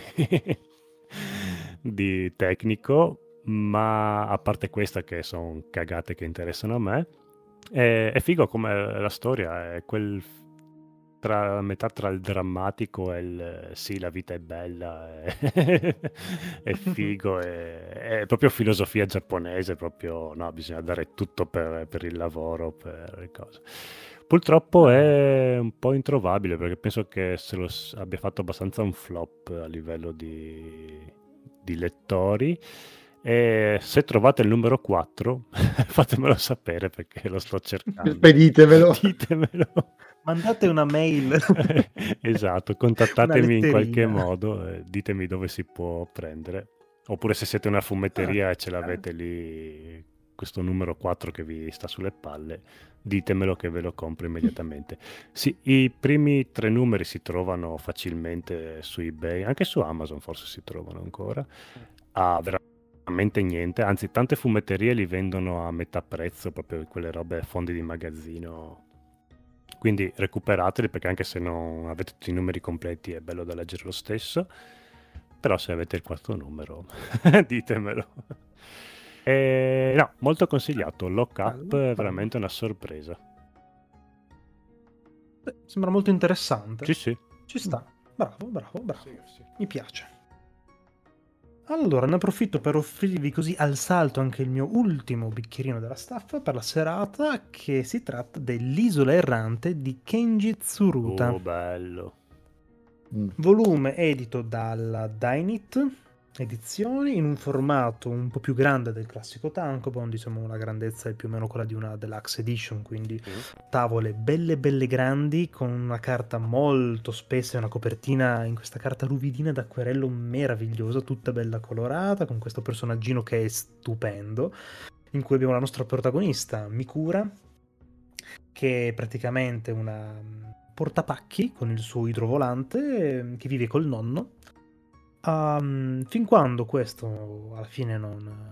di tecnico, ma a parte questa che sono cagate che interessano a me, è, è figo come la storia, è quel tra metà tra il drammatico e il sì, la vita è bella, è, è figo, è, è proprio filosofia giapponese, proprio no, bisogna dare tutto per, per il lavoro, per le cose. Purtroppo Ah. è un po' introvabile perché penso che se lo s- abbia fatto abbastanza un flop a livello di, di lettori. E se trovate il numero quattro, fatemelo sapere perché lo sto cercando. Speditemelo. Ditemelo. Mandate una mail. Esatto, Una contattatemi in qualche letterina. modo, e ditemi dove si può prendere. Oppure se siete una fumetteria e ce l'avete lì, questo numero quattro che vi sta sulle palle, ditemelo che ve lo compro immediatamente. Sì, i primi tre numeri si trovano facilmente su eBay, anche su Amazon forse si trovano ancora. Ah, veramente niente, anzi tante fumetterie li vendono a metà prezzo, proprio quelle robe fondi di magazzino. Quindi recuperateli perché anche se non avete tutti i numeri completi è bello da leggere lo stesso. Però se avete il quarto numero ditemelo. E, no, molto consigliato. Lock Up Bello, è bello. veramente una sorpresa. Beh, sembra molto interessante. Sì, sì. Ci sta. Bravo, bravo, bravo. Mi piace. Allora, ne approfitto per offrirvi così al salto anche il mio ultimo bicchierino della staffa per la serata, che si tratta dell'Isola errante di Kenji Tsuruta. Oh, bello. Mm. Volume edito dalla Dynit Edizioni in un formato un po' più grande del classico tankobon, diciamo una grandezza è più o meno quella di una deluxe edition, quindi tavole belle belle grandi con una carta molto spessa e una copertina in questa carta ruvidina d'acquerello meravigliosa, tutta bella colorata, con questo personaggino che è stupendo, in cui abbiamo la nostra protagonista Mikura, che è praticamente una portapacchi con il suo idrovolante, che vive col nonno. Um, fin quando questo alla fine non,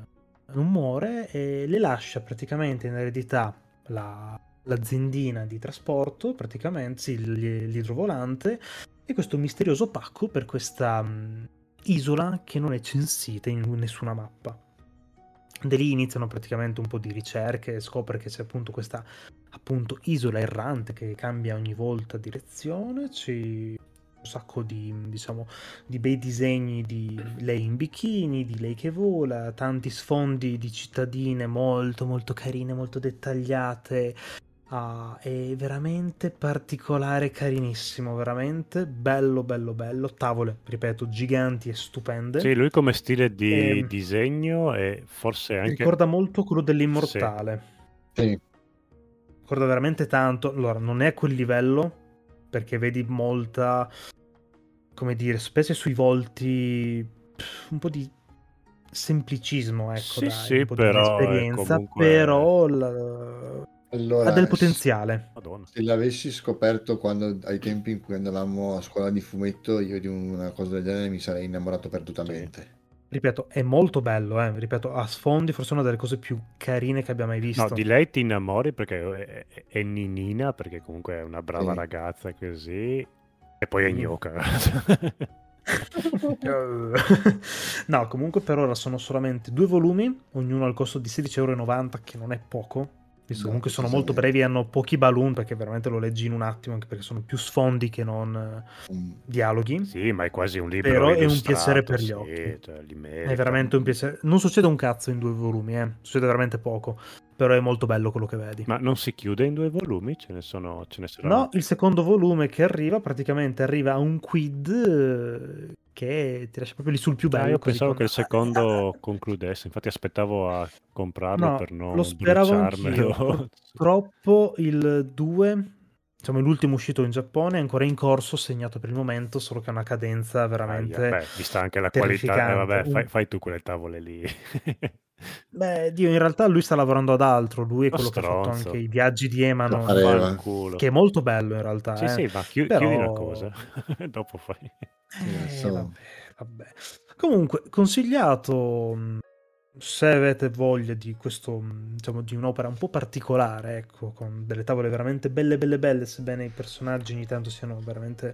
non muore e le lascia praticamente in eredità la, l'aziendina di trasporto, praticamente sì, l- l'idrovolante e questo misterioso pacco per questa mh, isola che non è censita in nessuna mappa. Da lì iniziano praticamente un po' di ricerche e scopre che c'è appunto questa appunto isola errante che cambia ogni volta direzione, ci un sacco di diciamo di bei disegni di lei in bikini, di lei che vola, tanti sfondi di cittadine molto molto carine, molto dettagliate. Ah, è veramente particolare, carinissimo, veramente bello bello bello, tavole, ripeto, giganti e stupende. Sì, lui come stile di E disegno e forse anche... ricorda molto quello Sì, dell'Immortale. Sì. Ricorda veramente tanto. Allora, non è a quel livello, perché vedi molta, come dire, specie sui volti, pff, un po' di semplicismo, ecco, sì, dai, sì, un po' di però è inesperienza, comunque... però la- ha Allora, del s- potenziale. Madonna. se l'avessi scoperto quando, ai tempi in cui andavamo a scuola di fumetto, io di una cosa del genere mi sarei innamorato perdutamente. Ripeto, è molto bello, eh. Ripeto, a sfondi forse una delle cose più carine che abbia mai No, visto. di lei ti innamori perché è, è- è Ninina, perché comunque è una brava Sì. ragazza così, e poi è Mm. gnocca. No, comunque per ora sono solamente due volumi, ognuno al costo di sedici e novanta euro, che non è poco. Visto No, comunque sono molto decisamente. brevi, hanno pochi balloon perché veramente lo leggi in un attimo, anche perché sono più sfondi che non eh, Mm. dialoghi. Sì, ma è quasi un libro Però è un illustrato, piacere per gli sì, occhi. cioè, li È merita. veramente un piacere. Non succede un cazzo in due volumi, eh. Succede veramente poco. Però è molto bello quello che vedi. Ma non si chiude in due volumi? Ce ne sono, ce ne saranno. No, il secondo volume che arriva, praticamente arriva a un quid eh, che ti lascia proprio lì sul più Ah, bello. io Così pensavo con... che il secondo concludesse, infatti aspettavo a comprarlo No, per lo non speravo anch'io. bruciarmelo. Purtroppo il due, insomma l'ultimo uscito in Giappone, è ancora in corso, segnato per il momento, solo che ha una cadenza Aia, veramente beh, vista anche la qualità, eh, terrificante. vabbè, Un- fai, fai tu quelle tavole lì. Beh, Dio, in realtà lui sta lavorando ad altro, lui è Lo quello che ha fatto stronzo. anche i viaggi di La Emano, pareva. Fanculo. che è molto bello in realtà, Sì, eh. sì, ma chi- chiudi la cosa. Però... Dopo fai. Sì, Eh, adesso- vabbè, vabbè. Comunque, consigliato, mh, se avete voglia di questo, mh, diciamo, di un'opera un po' particolare, ecco, con delle tavole veramente belle, belle, belle, sebbene i personaggi ogni tanto siano veramente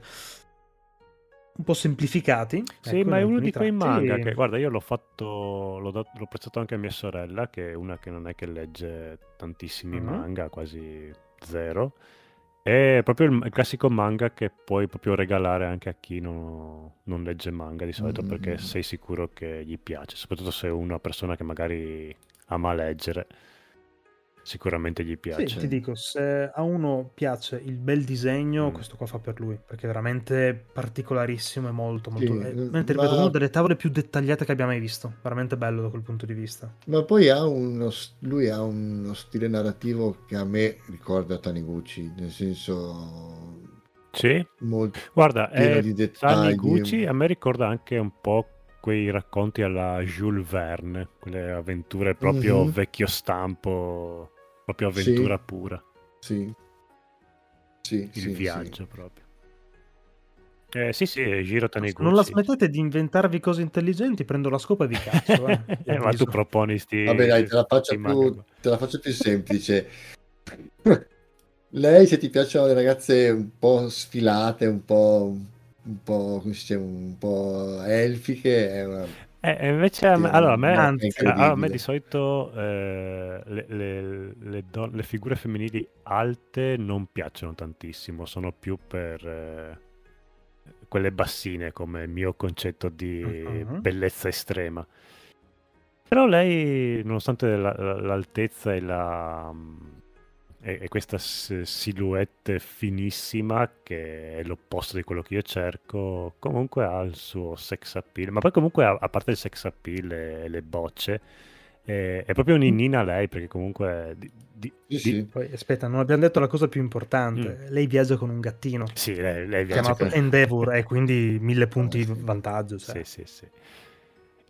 un po' semplificati, Sì, ecco, ma in è uno alcuni di quei manga che, tratti. guarda, io l'ho fatto, l'ho, dat- l'ho prestato anche a mia sorella, che è una che non è che legge tantissimi Mhm. manga, quasi zero. È proprio il, il classico manga che puoi proprio regalare anche a chi non, non legge manga di solito, perché Mm. sei sicuro che gli piace, soprattutto se è una persona che magari ama leggere, sicuramente gli Sì, piace. ti dico, se a uno piace il bel disegno, Mm. questo qua fa per lui, perché è veramente particolarissimo e molto, molto... Sì, è, eh, veramente, ripeto, ma- una delle tavole più dettagliate che abbia mai visto, veramente bello da quel punto di vista. Ma poi ha uno, s- lui ha uno stile narrativo che a me ricorda Taniguchi, nel senso Sì, molto guarda, pieno è di Taniguchi, dettagli. a me ricorda anche un po' quei racconti alla Jules Verne, quelle avventure proprio Mhm. vecchio stampo, proprio Sì, avventura pura, sì, sì, il sì, sì. viaggio proprio. Eh, sì, sì, è Jiro Se non la Taniguchi. smettete di inventarvi cose intelligenti, prendo la scopa e vi caccio, eh, vi Eh, ma tu avviso. proponi sti, Vabbè, dai, te la faccio sti manga più, qua. te la faccio più semplice. Lei, se ti piacciono le ragazze un po' sfilate, un po', un po', come si dice, un po' elfiche, è una, Eh, e invece a me, è allora, a un me, manga Anzi, a a me di incredibile. solito eh, le, le- le don- le figure femminili alte non piacciono tantissimo, sono più per eh, quelle bassine come mio concetto di mhm. bellezza estrema. Però lei, nonostante la- la- l'altezza e, la, mm, e- e questa s- silhouette finissima, che è l'opposto di quello che io cerco, comunque ha il suo sex appeal. Ma poi comunque, a, a parte il sex appeal e, e le bocce, è, è proprio un'innina lei, perché comunque... Di, di- Sì, di- sì. Poi aspetta, non abbiamo detto la cosa più Mm. importante. Lei viaggia con un gattino Sì, lei, lei viaggia chiamato con... Endeavour e quindi mille punti Ah, di sì. vantaggio, Sì, cioè. sì, sì.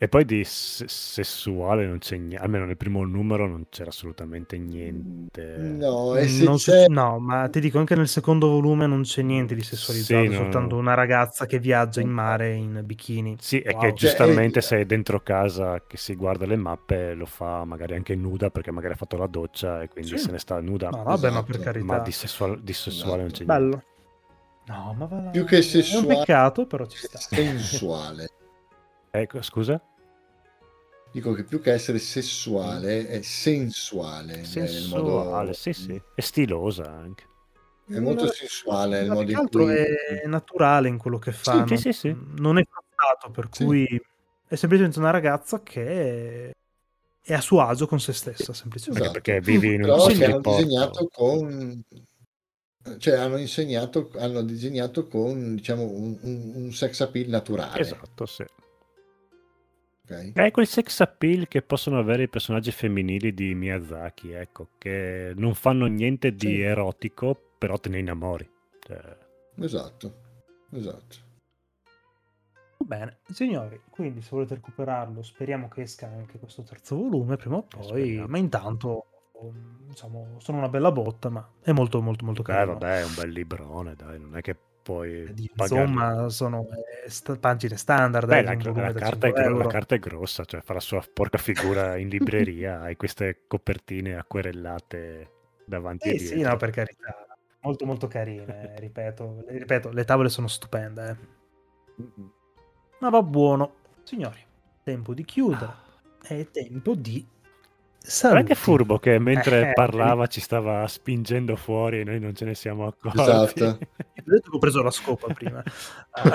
E poi di s- sessuale non c'è niente, almeno nel primo numero non c'era assolutamente niente. No, e se Non c'è... c'è- no, ma ti dico, anche nel secondo volume non c'è niente di Sì, sessualizzato, no, soltanto no. una ragazza che viaggia in mare in bikini. Sì, è Wow. che Cioè, giustamente eh, se è dentro casa che si guarda le mappe lo fa magari anche nuda perché magari ha fatto la doccia e quindi Sì. se ne sta nuda, No, vabbè, ma per Esatto. carità. ma di, sessual- di sessuale non c'è niente. Bello. No, ma va là. Più che È un sessuale, peccato, però ci sta. sensuale. Ecco, scusa? Dico che più che essere sessuale è sensuale nel Sensuale, modo... sì, sì. È stilosa anche. È molto Ma- sensuale nel ma modo più che in altro cui... è naturale in quello che fa, Sì, non, sì, sì. non è forzato, per Sì. cui è semplicemente una ragazza che è, è a suo agio con se stessa, semplicemente. Anche Esatto. perché vivi in un Però posto che di hanno porto. disegnato con... Cioè hanno insegnato, hanno disegnato con, diciamo, un, un, un sex appeal naturale. Esatto, sì. Ok? È quel sex appeal che possono avere i personaggi femminili di Miyazaki, ecco, che non fanno niente di Sì. erotico, però te ne innamori. Cioè, Esatto, esatto. Bene, signori, quindi se volete recuperarlo, speriamo che esca anche questo terzo volume prima o poi, speriamo. ma intanto, um, diciamo, sono una bella botta, ma è molto molto molto Beh, carino. vabbè, è un bel librone, dai, non è che puoi Eh, di- pagarlo. Insomma, sono eh, sta- pagine standard Beh, eh, la, di un volume la da carta è cinque gro- la euro. carta è grossa, cioè fa la sua porca figura in libreria, hai queste copertine acquerellate davanti e Eh sì, dietro. no, per carità, molto molto carine, ripeto, ripeto, le tavole sono stupende, eh. Ma va buono. Signori, tempo di chiudere, è tempo di Guarda saluti. che furbo che mentre Eh, parlava ci stava spingendo fuori e noi non ce ne siamo accorti. Esatto. Ti ho detto che ho preso la scopa prima. Ah.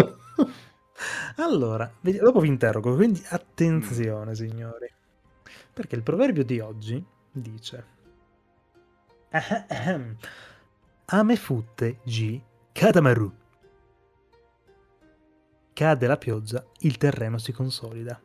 Allora, vedi- dopo vi interrogo, quindi attenzione, signori. Perché il proverbio di oggi dice: Ame futte G Kadamaru. Cade la pioggia, il terreno si consolida.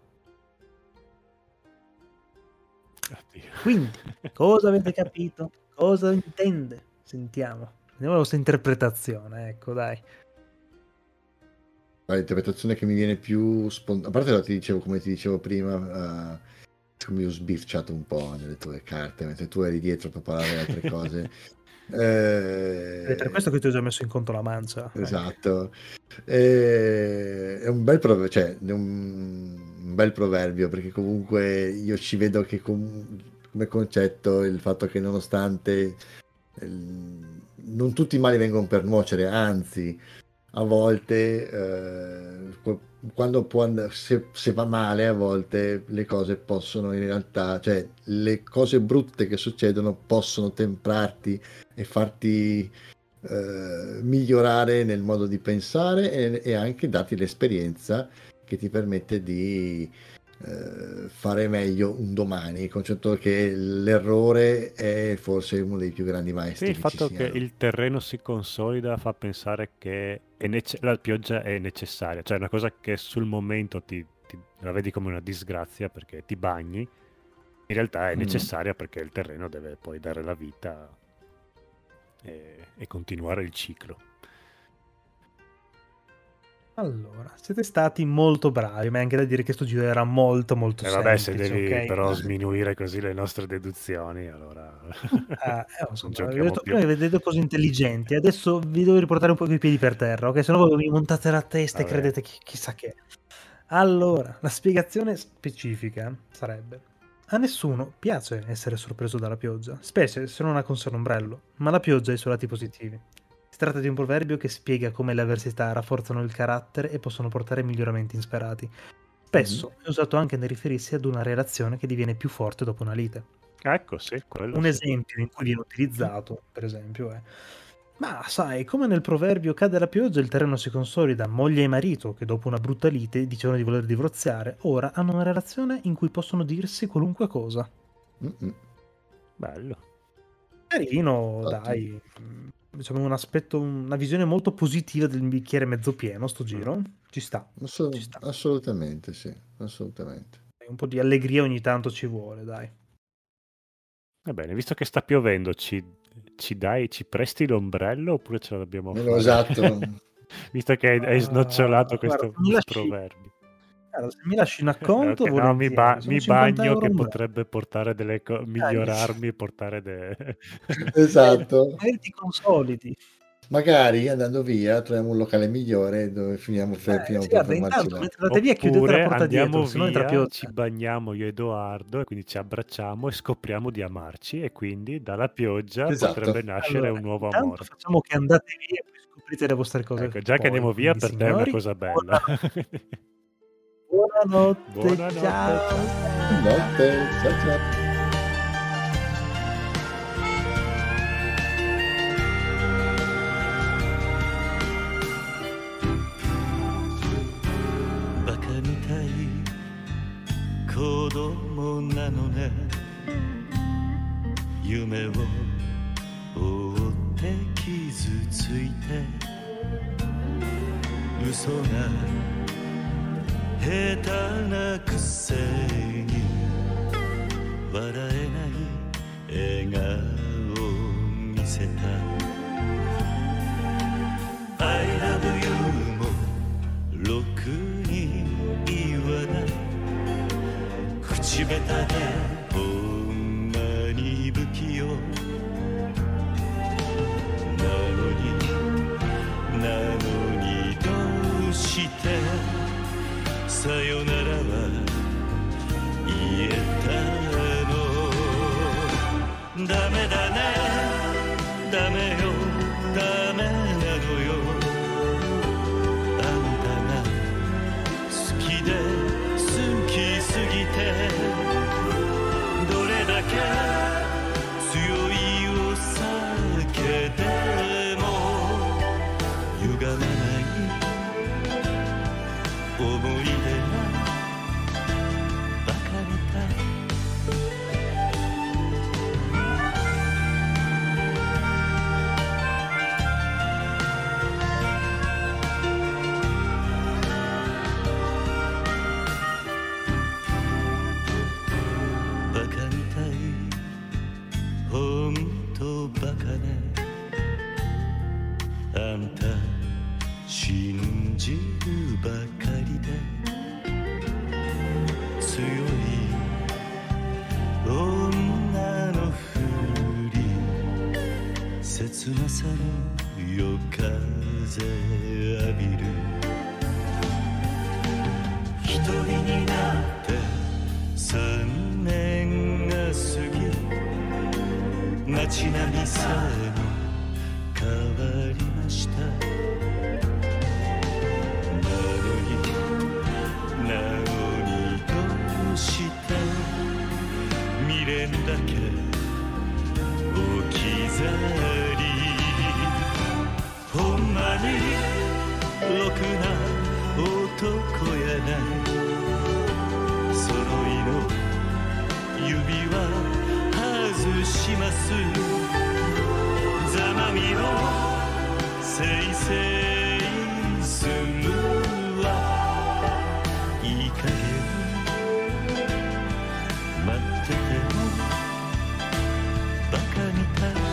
Oddio. Quindi, cosa avete capito? Cosa intende? Sentiamo. Vediamo la vostra interpretazione, ecco, dai. L'interpretazione che mi viene più spontanea, a parte lo ti dicevo, come ti dicevo prima, uh, mi ho sbirciato un po' nelle tue carte mentre tu eri dietro a preparare altre cose. eh... È per questo che ti ho già messo in conto la mancia. Esatto. Eh, è un bel proverbio, cioè, è un, un bel proverbio, perché comunque io ci vedo che com- come concetto il fatto che nonostante eh, non tutti i mali vengono per nuocere, anzi a volte eh, qu- quando può and- se, se va male, a volte le cose possono in realtà, cioè le cose brutte che succedono possono temprarti e farti eh, migliorare nel modo di pensare e, e anche darti l'esperienza che ti permette di eh, fare meglio un domani, il concetto che l'errore è forse uno dei più grandi Sì, maestri il che fatto ci che siano. il terreno si consolida fa pensare che è nece- la pioggia è necessaria, cioè è una cosa che sul momento ti, ti- la vedi come una disgrazia perché ti bagni, in realtà è Mm. necessaria perché il terreno deve poi dare la vita e, e continuare il ciclo. Allora, siete stati molto bravi, ma è anche da dire che sto giro era molto molto E vabbè, se semplice, devi ok? però sminuire così le nostre deduzioni, allora Ah, eh, non insomma, vi ho giochiamo detto più. prima che vedete cose intelligenti, adesso vi devo riportare un po' i piedi per terra, ok? Se no voi mi montate la testa e Vabbè. credete che chissà che. Allora, la spiegazione specifica sarebbe: a nessuno piace essere sorpreso dalla pioggia, specie se non ha con sé un ombrello, ma la pioggia ha i suoi lati positivi. Si tratta di un proverbio che spiega come le avversità rafforzano il carattere e possono portare miglioramenti insperati. Spesso è usato anche nel riferirsi ad una relazione che diviene più forte dopo una lite. Ecco, sì, quello Un sì. esempio in cui viene utilizzato, per esempio, è: ma sai, come nel proverbio cade la pioggia e il terreno si consolida, moglie e marito, che dopo una brutta lite dicevano di voler divorziare, ora hanno una relazione in cui possono dirsi qualunque cosa. Mm-mm. Bello. Carino, Ottimo. dai. Mm, Diciamo un aspetto, una visione molto positiva del bicchiere mezzo pieno, sto giro. Ci sta, Asso- ci sta. assolutamente sì, assolutamente. Un po' di allegria ogni tanto ci vuole, dai. Va bene, visto che sta piovendo, ci, ci dai, ci presti l'ombrello oppure ce la dobbiamo Me lo fare? esatto. Visto che hai, hai snocciolato Ah, guarda, questo mi lasci, proverbio. Allora, se mi lasci un acconto, Ok, no, mi, volentieri. ba- Sono mi cinquanta bagno euro che un mese. potrebbe portare delle cose, Dai. migliorarmi e portare de... Esatto. Magari ti consolidi. Magari andando via troviamo un locale migliore dove finiamo, fe- Eh, finiamo sì, per guarda, fermarci intanto là. mentre andate via chiudete la Oppure porta andiamo dietro, se no entra via, pioggia. ci bagniamo io e Edoardo e quindi ci abbracciamo e scopriamo di amarci e quindi dalla pioggia Esatto. potrebbe nascere Allora, un nuovo intanto amore. facciamo che andate via e poi scoprite le vostre cose Ecco, già che poi. andiamo via Quindi, per te è una signori, cosa bella. buonanotte, Buonanotte, ciao. ciao. Notte, ciao ciao. バカみたい子供なのね夢を追って傷ついて嘘が下手なくせに笑えない笑顔を見せた I love you もろくに言わない口下手でほんまに不器用なのになのにどうしてさよならは言えたのダメだねダメよダメなのよあんたが好きで好きすぎてどれだけ強いお酒でも歪まない思い出がバカみたいバカみたいほんとバカねあんた信じるばかりで強い女のふり切なさの夜風浴びる一人になって三年が過ぎ街並みさえも変わりましたなのになのにどうして未練だけ置き去りほんまにろくな男やない揃いの指輪外しますざまみろせいせいするわいい加減待っててもバカみたい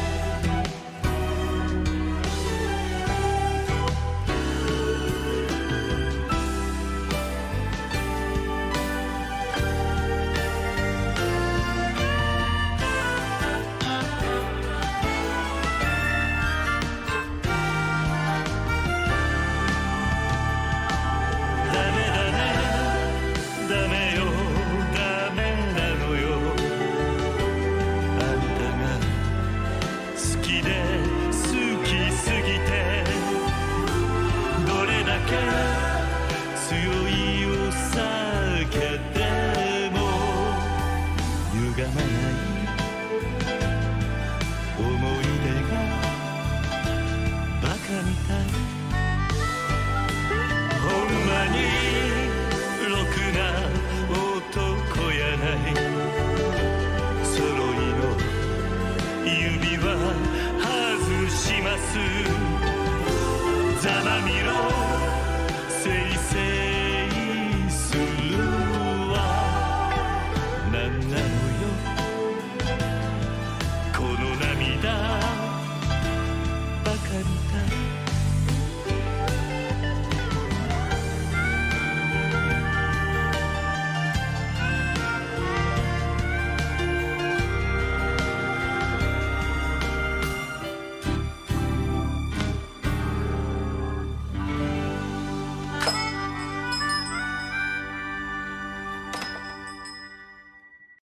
ざまみろせいせいするわなんなのよこの涙バカみたい